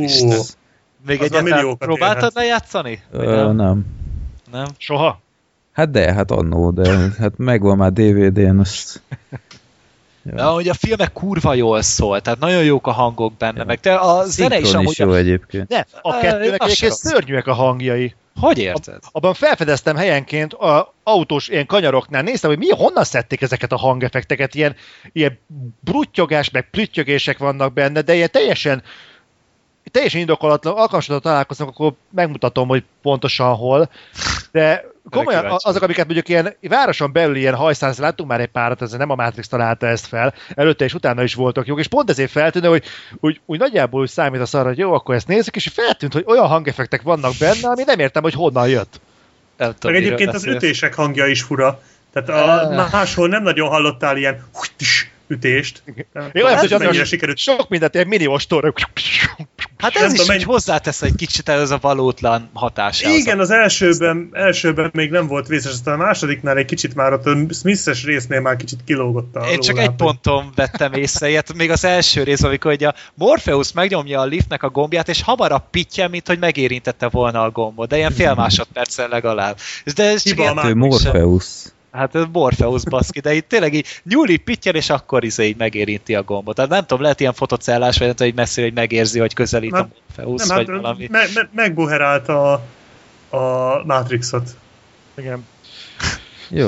Még egyáltalán próbáltad lejátszani? Nem. Nem? Soha? Hát hát annó, de hát megvan már DVD-n azt. De ahogy a filmek kurva jól szól, tehát nagyon jók a hangok benne, meg de a zene is amúgy... jó egyébként. Ne, a kettőnek egyébként szörnyűek a hangjai. Hogy érted? Abban felfedeztem helyenként a autós ilyen kanyaroknál, néztem, hogy honnan szedték ezeket a hangeffekteket, ilyen bruttyogás, meg plüttyögések vannak benne, de ilyen teljesen indokolatlan, alkalmasodva találkoznak, akkor megmutatom, hogy pontosan hol, de komolyan azok, amiket mondjuk ilyen városon belül ilyen hajszánsz, láttunk már egy párat, ez nem a Matrix találta ezt fel, előtte és utána is voltak jók, és pont ezért feltűnő, hogy úgy nagyjából úgy számítasz arra, hogy jó, akkor ezt nézzük, és feltűnt, hogy olyan hangeffektek vannak benne, ami nem értem, hogy honnan jött. Meg egyébként az ütések hangja is fura, tehát máshol nem nagyon hallottál ilyen ütést. Olyan, hogy sikerült. Sok mindent, ilyen mini ostor. Hát ez is hozzátesz egy kicsit ez a valótlan hatása. Igen, az elsőben még nem volt vészes, aztán a másodiknál egy kicsit már ott a Smith-es résznél már kicsit kilógott a Én csak egy ponton vettem észre ilyet, még az első rész, amikor ugye a Morpheus megnyomja a liftnek a gombját, és hamarabb pittyel, mint hogy megérintette volna a gombot, de ilyen fél másodperccel legalább. De ez Morpheus. Hát ez Morpheus baszki, de itt tényleg így nyúli pittyel, és akkor így megérinti a gombot. Tehát nem tudom, lehet ilyen fotocellás, vagy nem tudom, hogy messziről, hogy megérzi, hogy közelít a Morpheus, vagy valami. Megbuherált a Matrixot. Igen. Jó.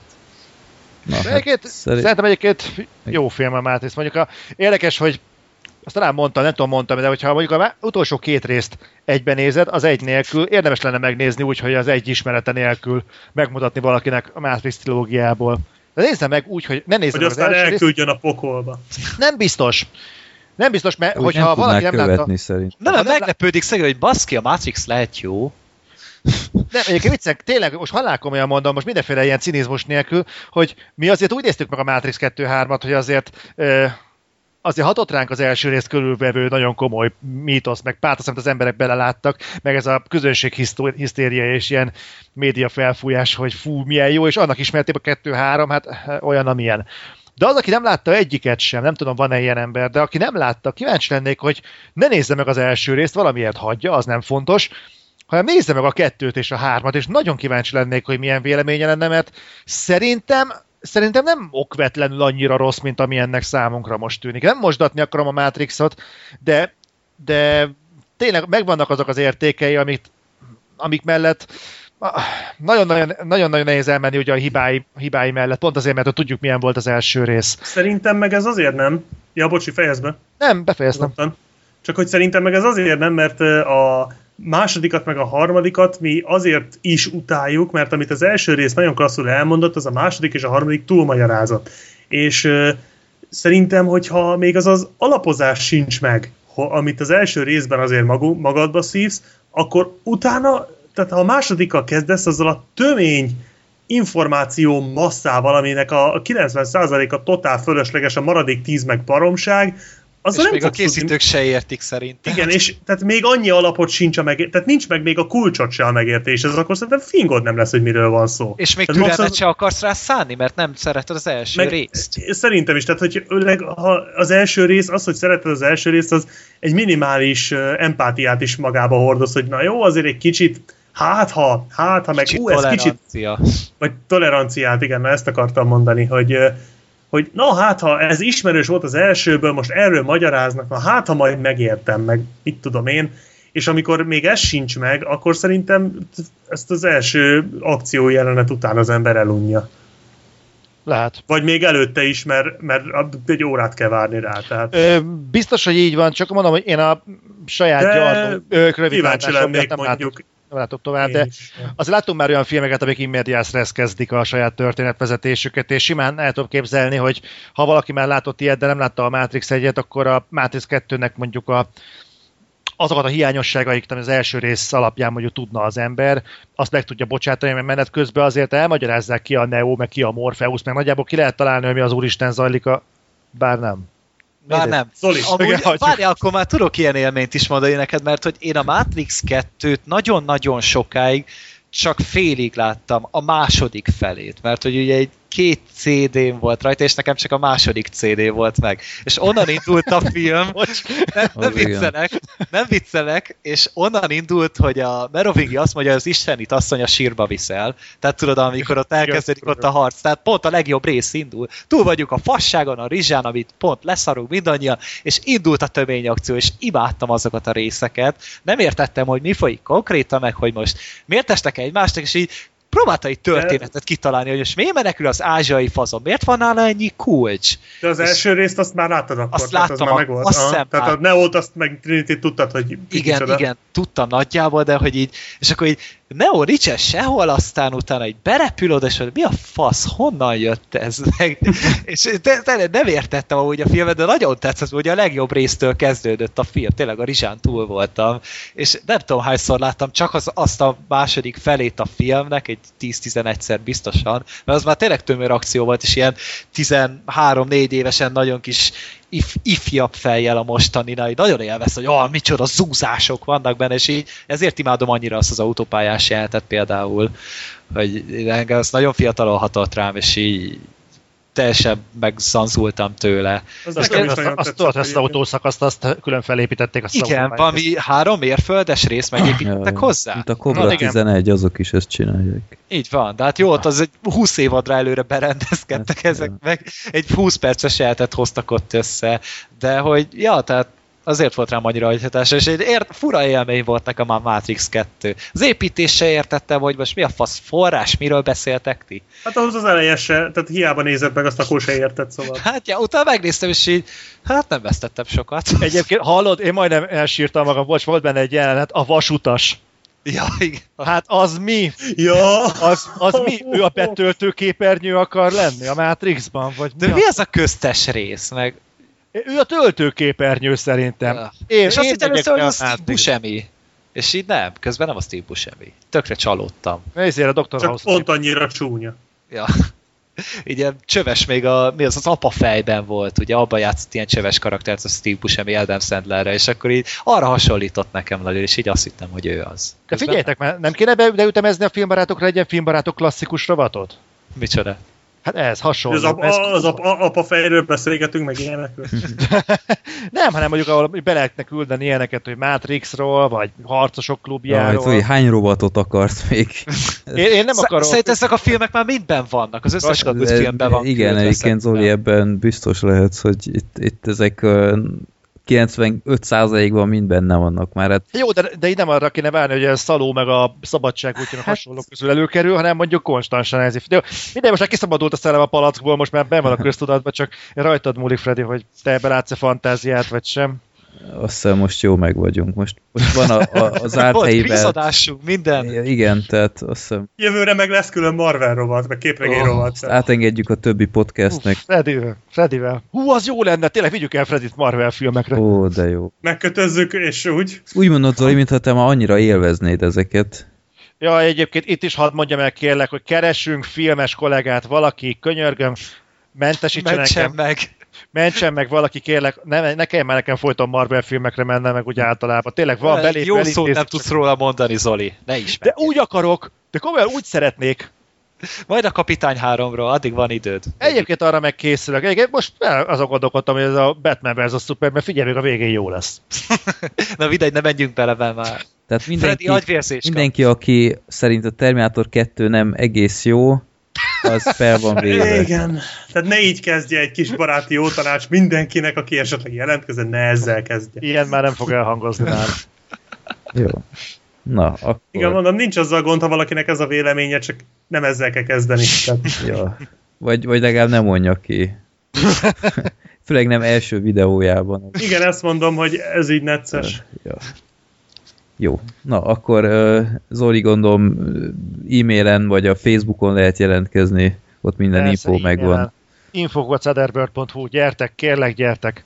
Szerintem egyébként jó film a Matrix. Mondjuk érdekes, hogy azt talán mondtam, de hogyha mondjuk az utolsó 2 részt egyben nézed, az egy nélkül, érdemes lenne megnézni úgy, hogy az egy ismerete nélkül megmutatni valakinek a Matrix trilógiából. De nézze meg úgy, hogy ne nézze meg az első részt. Hogy aztán elküldjön a pokolba. Nem biztos, mert úgy hogyha valaki nem látta... Nem, meglepődik szegény, hogy baszki, a Matrix lehet jó. Nem, egyébként viccek, tényleg most halálkomolyan mondom, most mindenféle ilyen cinizmus nélkül, hogy mi azért úgy néztük meg a Matrix 2-3-at, hogy azért hatott ránk az első részt körülvevő nagyon komoly mítosz, meg pátosz, amit az emberek beleláttak, meg ez a közönség hisztéria és ilyen média felfújás, hogy fú, milyen jó, és annak ismertében a 2-3, hát olyan, amilyen. De az, aki nem látta egyiket sem, nem tudom, van-e ilyen ember, de aki nem látta, kíváncsi lennék, hogy ne nézze meg az első részt, valamiért hagyja, az nem fontos, hanem nézze meg a 2-t és a 3-at, és nagyon kíváncsi lennék, hogy milyen véleménye lenne, mert szerintem nem okvetlenül annyira rossz, mint ami ennek számunkra most tűnik. Nem mosdatni akarom a Matrixot, de tényleg megvannak azok az értékei, amik mellett nagyon-nagyon nehéz elmenni ugye a hibái mellett, pont azért, mert tudjuk, milyen volt az első rész. Szerintem meg ez azért nem. Ja, bocsi, fejezd be. Nem, befejeztem. Csak hogy szerintem meg ez azért nem, mert a másodikat meg a harmadikat mi azért is utáljuk, mert amit az első rész nagyon klasszul elmondott, az a második és a harmadik túlmagyarázott. És szerintem, hogyha még az alapozás sincs meg, amit az első részben azért magadba szívsz, akkor utána, tehát ha a másodikkal kezdesz, azzal a tömény információ masszával, aminek a 90%-a totál fölösleges, a maradék 10 meg baromság, és még a készítők se értik szerintem. Igen, és tehát még annyi alapot sincs tehát nincs meg még a kulcsot se a megértéshez, akkor szerintem fingod nem lesz, hogy miről van szó. És még türelmet se akarsz rá szánni, mert nem szereted az első részt. Szerintem is, tehát hogy ha az első rész, az, hogy szereted az első részt, az egy minimális empátiát is magába hordoz, hogy na jó, azért egy kicsit, hát ha meg ez kicsit... Vagy toleranciát, igen, na ezt akartam mondani, hogy na hát, ha ez ismerős volt az elsőből, most erről magyaráznak, na hát, ha majd megértem, meg mit tudom én, és amikor még ez sincs meg, akkor szerintem ezt az első akció jelenet után az ember elunja. Lehet. Vagy még előtte is, mert egy órát kell várni rá. Tehát... Biztos, hogy így van, csak mondom, hogy én a saját rövidlátásomnak nem mondjuk. Nem látok tovább, de azért láttunk már olyan filmeket, amik in medias res kezdik a saját történetvezetésüket, és simán el tudom képzelni, hogy ha valaki már látott ilyet, de nem látta a Matrix 1-et, akkor a Matrix 2-nek mondjuk azokat a hiányosságait, amit az első rész alapján mondjuk tudna az ember, azt meg tudja bocsátani, mert menet közben azért elmagyarázzák ki a Neo, meg ki a Morpheus, meg nagyjából ki lehet találni, hogy mi az Úristen zajlik bár nem. Már nem. Várjál, akkor már tudok ilyen élményt is mondani neked, mert hogy én a Matrix 2-t nagyon-nagyon sokáig csak félig láttam a második felét, mert hogy ugye egy 2 CD-n volt rajta, és nekem csak a második CD volt meg. És onnan indult a film, nem viccelek, és onnan indult, hogy a Merovingi azt mondja, hogy az istenit asszony a sírba viszel. Tehát tudod, amikor ott elkezdődik ott a harc, tehát pont a legjobb rész indul. Túl vagyunk a fasságon, a rizsán, amit pont leszarunk mindannyian, és indult a tömény akció, és imádtam azokat a részeket. Nem értettem, hogy mi folyik konkrétan, meg hogy most miért estek egymásnak, és így próbálta egy történetet kitalálni, hogy most miért menekül az ázsiai fazon, miért van nála ennyi kulcs? De az első részt azt már láttad akkor. Azt láttam, az már megvolt. Tehát a Neót azt meg Trinity tudtad, hogy igen, tudtam nagyjából, de hogy így, és akkor így Neo nincsen sehol, aztán utána így berepül oda, és mi a fasz, honnan jött ez meg? És nem értettem amúgy a filmet, de nagyon tetszett, hogy a legjobb résztől kezdődött a film, tényleg a rizsán túl voltam, és nem tudom hányszor láttam, csak azt a második felét a filmnek, egy 10-11-szer biztosan, mert az már tényleg tömör akció volt, és ilyen 13-4 évesen nagyon kis ifjabb fejjel a mostaninai. Nagyon élvez, hogy micsoda zúzások vannak benne, és így ezért imádom annyira azt az autópályás jelentet például, hogy engem azt nagyon fiatalon hatott rám, és így teljesen megzanzultam tőle. Azt az autószakaszt, azt külön felépítették a igen, valami 3 mérföldes részt megépítettek hozzá. Mint a Cobra 11, azok is ezt csinálják. Így van, de hát jó, az egy 20 évadra előre berendezkedtek ezek meg, egy 20 perces jelentet hoztak ott össze, de hogy, tehát azért volt rám annyira hagyhatása, és egy fura élmény volt nekem a Matrix 2. Az építés se értettem, hogy most mi a fasz forrás, miről beszéltek ti? Hát ahhoz az eleje se, tehát hiába nézett meg, azt akkor se értett, szóval. Hát utána megnéztem, és így, nem vesztettem sokat. Egyébként hallod, én majdnem elsírtam magam, volt benne egy jelenet, a vasutas. Ja, igen. Hát az mi? Ja. Az mi? Ő a betöltőképernyő akar lenni a Matrixban? Vagy de mi az a köztes rész? Meg... Ő a töltőképernyő szerintem. Ja. És azt hittem össze, hogy a Steve Buscemi. És így nem, közben nem a Steve Buscemi. Tökre csalódtam. Nézzél a Dr. Csak House. pont annyira csúnya. Ja. Így csöves még mi az apa fejben volt, ugye abban játszott ilyen csöves karaktert a Steve Buscemi Adam Sandlerre, és akkor így arra hasonlított nekem nagyon, és így azt hittem, hogy ő az. De figyeljetek, mert nem kéne beütemezni a filmbarátokra egy ilyen filmbarátok klasszikus rovatot? Micsoda? Hát ez hasonló. Az apa fejről beszélgetünk, meg ilyenekről. Nem, hanem mondjuk, ahol be lehetne küldeni ilyeneket, hogy Matrixról, vagy Harcosok klubjáról. Hogy hány robotot akarsz még? Én nem akarok. Szerintem ezek a filmek már mindben vannak, az összes filmben van. Igen, egyébként Zoli, ebben biztos lehetsz, hogy itt ezek 95%-ban mind benne vannak már. Hát... Jó, de így nem arra kéne várni, hogy a Szaló meg a Szabadság útjának hasonlók közül előkerül, hanem mondjuk konstansan ez. De minden most már kiszabadult a szellem a palackból, most már benn van a köztudatban, csak rajtad múlik, Freddy, hogy te belátsz a fantáziát, vagy sem. Azt hiszem, most jó meg vagyunk. Most van az árthelyben. Volt minden. Igen, tehát azt hiszem. Jövőre meg lesz külön Marvel rovat, meg képregény rovat. Átengedjük a többi podcastnek. Fredivel. Az jó lenne, tényleg vigyük el Fredit Marvel filmekre. Ó, de jó. Megkötözzük, és úgy. Úgy mondod, Zoli, mintha te már annyira élveznéd ezeket. Ja, egyébként itt is hadd mondjam el, kérlek, hogy keressünk filmes kollégát, valaki, könyörgöm, mentesítsen engem. Mentsen meg valaki, kérlek, ne kelljen már nekem folyton Marvel filmekre mennem, meg úgy általában. Tényleg van belép. Jó szót nem tudsz róla mondani, Zoli. Ne is. De úgy akarok, de komolyan úgy szeretnék. Majd a Kapitány 3-ról, addig van időd. Egyébként arra megkészülök. Egyébként most azon gondolkodtam, hogy ez a Batman vs. Superman, figyelj, még a végén jó lesz. Na mindegy, ne menjünk bele már. Tehát mindenki, aki szerint a Terminator 2 nem egész jó, az fel van véve. Igen. Tehát ne így kezdje egy kis baráti jó tanács mindenkinek, aki esetleg jelentkezett, ne ezzel kezdje. Ilyen már nem fog elhangozni nálam. Jó. Na, akkor... Igen, mondom, nincs azzal gond, ha valakinek ez a véleménye, csak nem ezzel kell kezdeni. Ja. Vagy legalább nem mondja ki. Főleg nem első videójában. Igen, ezt mondom, hogy ez így necces. Ja. Jó. Na, akkor Zoli, gondolom e-mailen vagy a Facebookon lehet jelentkezni, ott minden persze, info megvan. info@cederbird.hu, gyertek, kérlek, gyertek.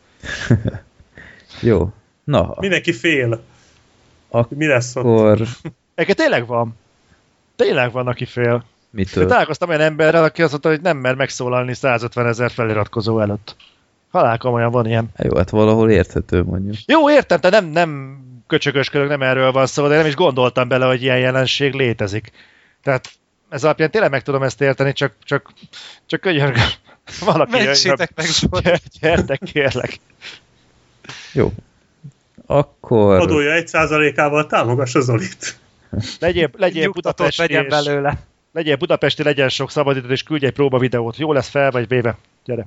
Jó. Na. Mindenki fél. Mi lesz ott? Akkor... Tényleg van. Tényleg van, aki fél. Mitől? Találkoztam olyan emberrel, aki azt mondta, hogy nem mer megszólalni 150 000 feliratkozó előtt. Halál komolyan van ilyen. Jó, hát valahol érthető, mondjuk. Jó, értem, de nem köcsögösködök, nem erről van szó, de nem is gondoltam bele, hogy ilyen jelenség létezik. Tehát ez alapján tényleg meg tudom ezt érteni, csak könyörgöm. Valaki mentsétek meg, gyertek, kérlek. Jó. Akkor... Adója 1%-ával támogassa Zolit. Legyél budapesti, legyen belőle. Legyél budapesti, legyen sok szabadidőd, és küldj egy próba videót. Jó lesz fel, vagy véve. Gyere.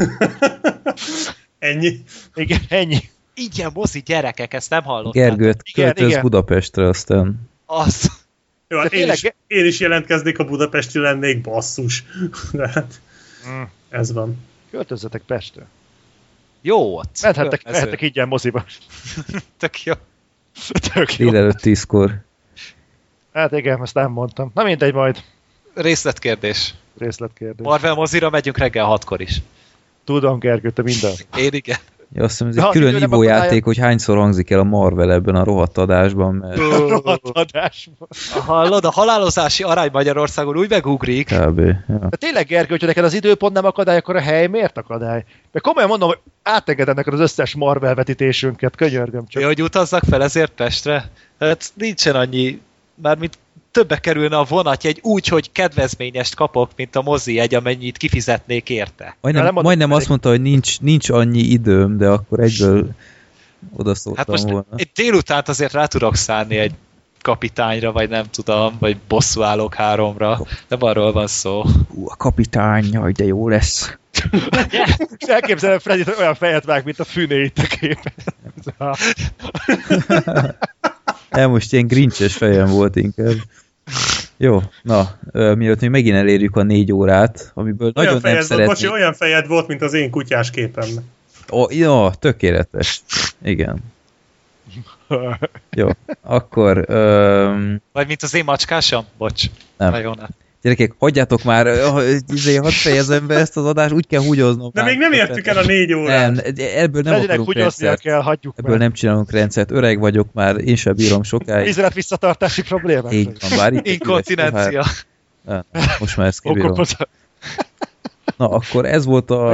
Ennyi? Igen, ennyi. Ingyen mozi gyerekek, ezt nem hallottátok. Gergőt költöz Budapestre, aztán... Az. Jó, én is jelentkeznék, a budapesti lennék, basszus. De hát ez van. Költözzetek Pestre. Jó ott. Mehettek ingyen moziba. Tök jó. Tök jó. Délelőtt 10-kor. Hát igen, ezt nem mondtam. Na mindegy majd. Részletkérdés. Részletkérdés. Marvel mozira megyünk reggel 6-kor is. Tudom, Gergő, te minden. Én igen. Ja, azt hiszem, ez egy külön ivójáték, hogy hányszor hangzik el a Marvel ebben a rohadt adásban, mert... rohadt adásban. Hallod, a halálozási arány Magyarországon úgy megugrik. Kb. Ja. De tényleg, Gergő, hogyha neked az időpont nem akadály, akkor a hely miért akadály? Mert komolyan mondom, hogy átengedem neked az összes Marvel vetítésünket, könyörgöm csak. Ja, hogy utazzak fel ezért Pestre? Hát nincsen annyi, mármint többe kerülne a vonatjegy úgy, hogy kedvezményest kapok, mint a mozijegy, amennyit kifizetnék érte. Majdnem azt mondta, hogy nincs annyi időm, de akkor egyből odaszóltam hát most volna. Egy délutánt azért rá tudok szállni egy kapitányra, vagy nem tudom, vagy bosszúállók 3-ra. Nem arról van szó. A kapitány, jaj, de jó lesz. És elképzelem Freddy olyan fejet vág, mint a Fűné itt a képen. Most ilyen grincses fejem volt inkább. Jó, na, mielőtt még megint elérjük a 4 órát, amiből olyan nagyon nem szeretnék... Bocsi, olyan fejed volt, mint az én kutyás képemben. Ja, tökéletes. Igen. Jó, akkor... Vagy mint az én macskásom? Bocs. Nem. Gyerekek, hagyjátok már, hadd fejezem be ezt az adást, úgy kell húgyoznom. De még nem értük el a 4 órát. Nem, ebből nem akarunk rendszert. Kell, hagyjuk ebből nem csinálunk rendszert. Öreg vagyok már, én sem bírom sokáig. Ízlet visszatartási problémák. Így van, bár itt inkontinencia. Most már ezt kibírom. Na, akkor ez volt a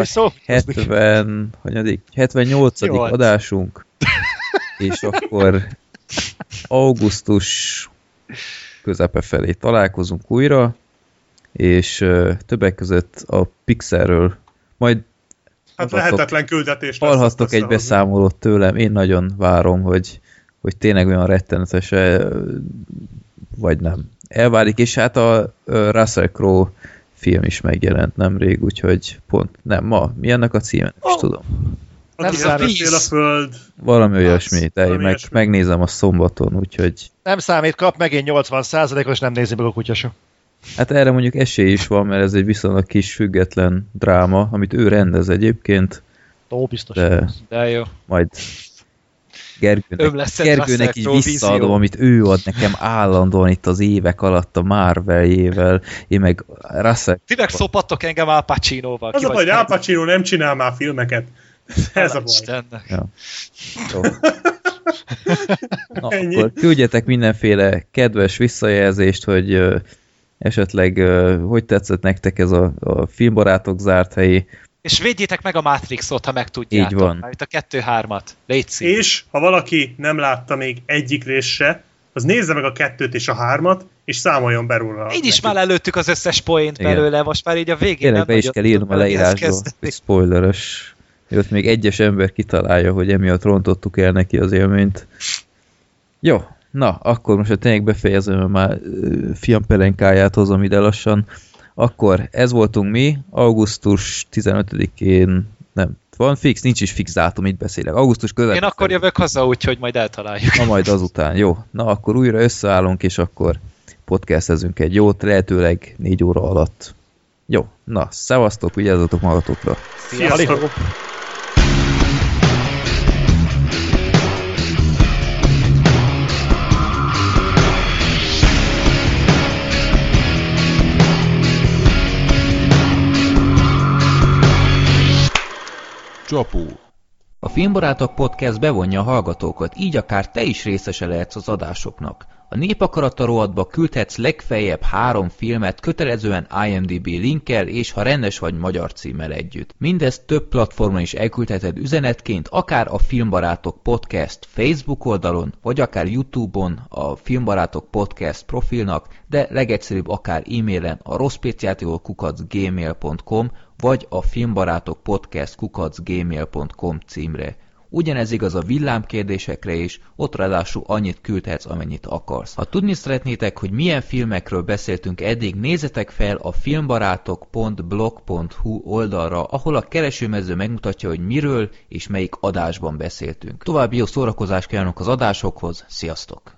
78. adásunk. És akkor augusztus közepe felé találkozunk újra, és többek között a Pixarről majd lehetetlen küldetés. Hallhattok egy beszámolót tőlem, én nagyon várom, hogy tényleg olyan rettenetes vagy nem. Elválik, és hát a Russell Crowe film is megjelent nemrég, úgyhogy pont nem ma. Mi ennek a címe? Nem is tudom. Nem számít a föld. Valami olyasmi, de megnézem a szombaton, úgyhogy... Nem számít, kap megint 80%-os, nem nézi meg a kutyasa. Hát erre mondjuk esély is van, mert ez egy viszonylag kis független dráma, amit ő rendez egyébként. Ó, biztos. De jó. Majd Gergőnek így visszaadom, amit ő ad nekem állandóan itt az évek alatt a Marveljével, én meg Russell... Ti meg szopattok engem Al Pacinoval. Az a baj, hogy Al Pacino nem csinál már filmeket. Ez a baj. Ja. Na, akkor küldjetek mindenféle kedves visszajelzést, hogy esetleg hogy tetszett nektek ez a filmbarátok zárt helyi. És védjétek meg a Matrixot, ha meg tudjátok. Így van. Itt a 2-3-at. Légy szív. És ha valaki nem látta még egyik rész se, az nézze meg a 2-t és a 3-at, és számoljon be róla. Így is már előttük az összes poént belőle, most már így a végén tényleg be is kell írnom a leírásba, hogy spoileres. Jött még egyes ember kitalálja, hogy emiatt rontottuk el neki az élményt. Jó, na, akkor most tényleg befejezem, már fiampelenkáját hozom ide lassan. Akkor ez voltunk mi, augusztus 15-én, nem, van fix, nincs is fix dátum, itt beszélek. Augusztus közepén. Én akkor jövök haza, úgyhogy majd eltaláljuk. Na majd azután, jó. Na akkor újra összeállunk, és akkor podcastezünk egy jót, lehetőleg 4 óra alatt. Jó, na, szevasztok, vigyázzatok magatokra. Sziasztok! Csapó. A Filmbarátok Podcast bevonja a hallgatókat, így akár te is részese lehetsz az adásoknak. A Népakarata rovatba küldhetsz legfeljebb 3 filmet kötelezően IMDb linkkel és ha rendes vagy magyar címmel együtt. Mindezt több platformon is elküldheted üzenetként, akár a Filmbarátok Podcast Facebook oldalon, vagy akár YouTube-on a Filmbarátok Podcast profilnak, de legegyszerűbb akár e-mailen a rosszpéciától@gmail.com vagy a filmbarátokpodcast@gmail.com címre. Ugyanez igaz a villámkérdésekre is, ott ráadásul annyit küldhetsz, amennyit akarsz. Ha tudni szeretnétek, hogy milyen filmekről beszéltünk eddig, nézzetek fel a filmbarátok.blog.hu oldalra, ahol a keresőmező megmutatja, hogy miről és melyik adásban beszéltünk. További jó szórakozást kívánok az adásokhoz, sziasztok!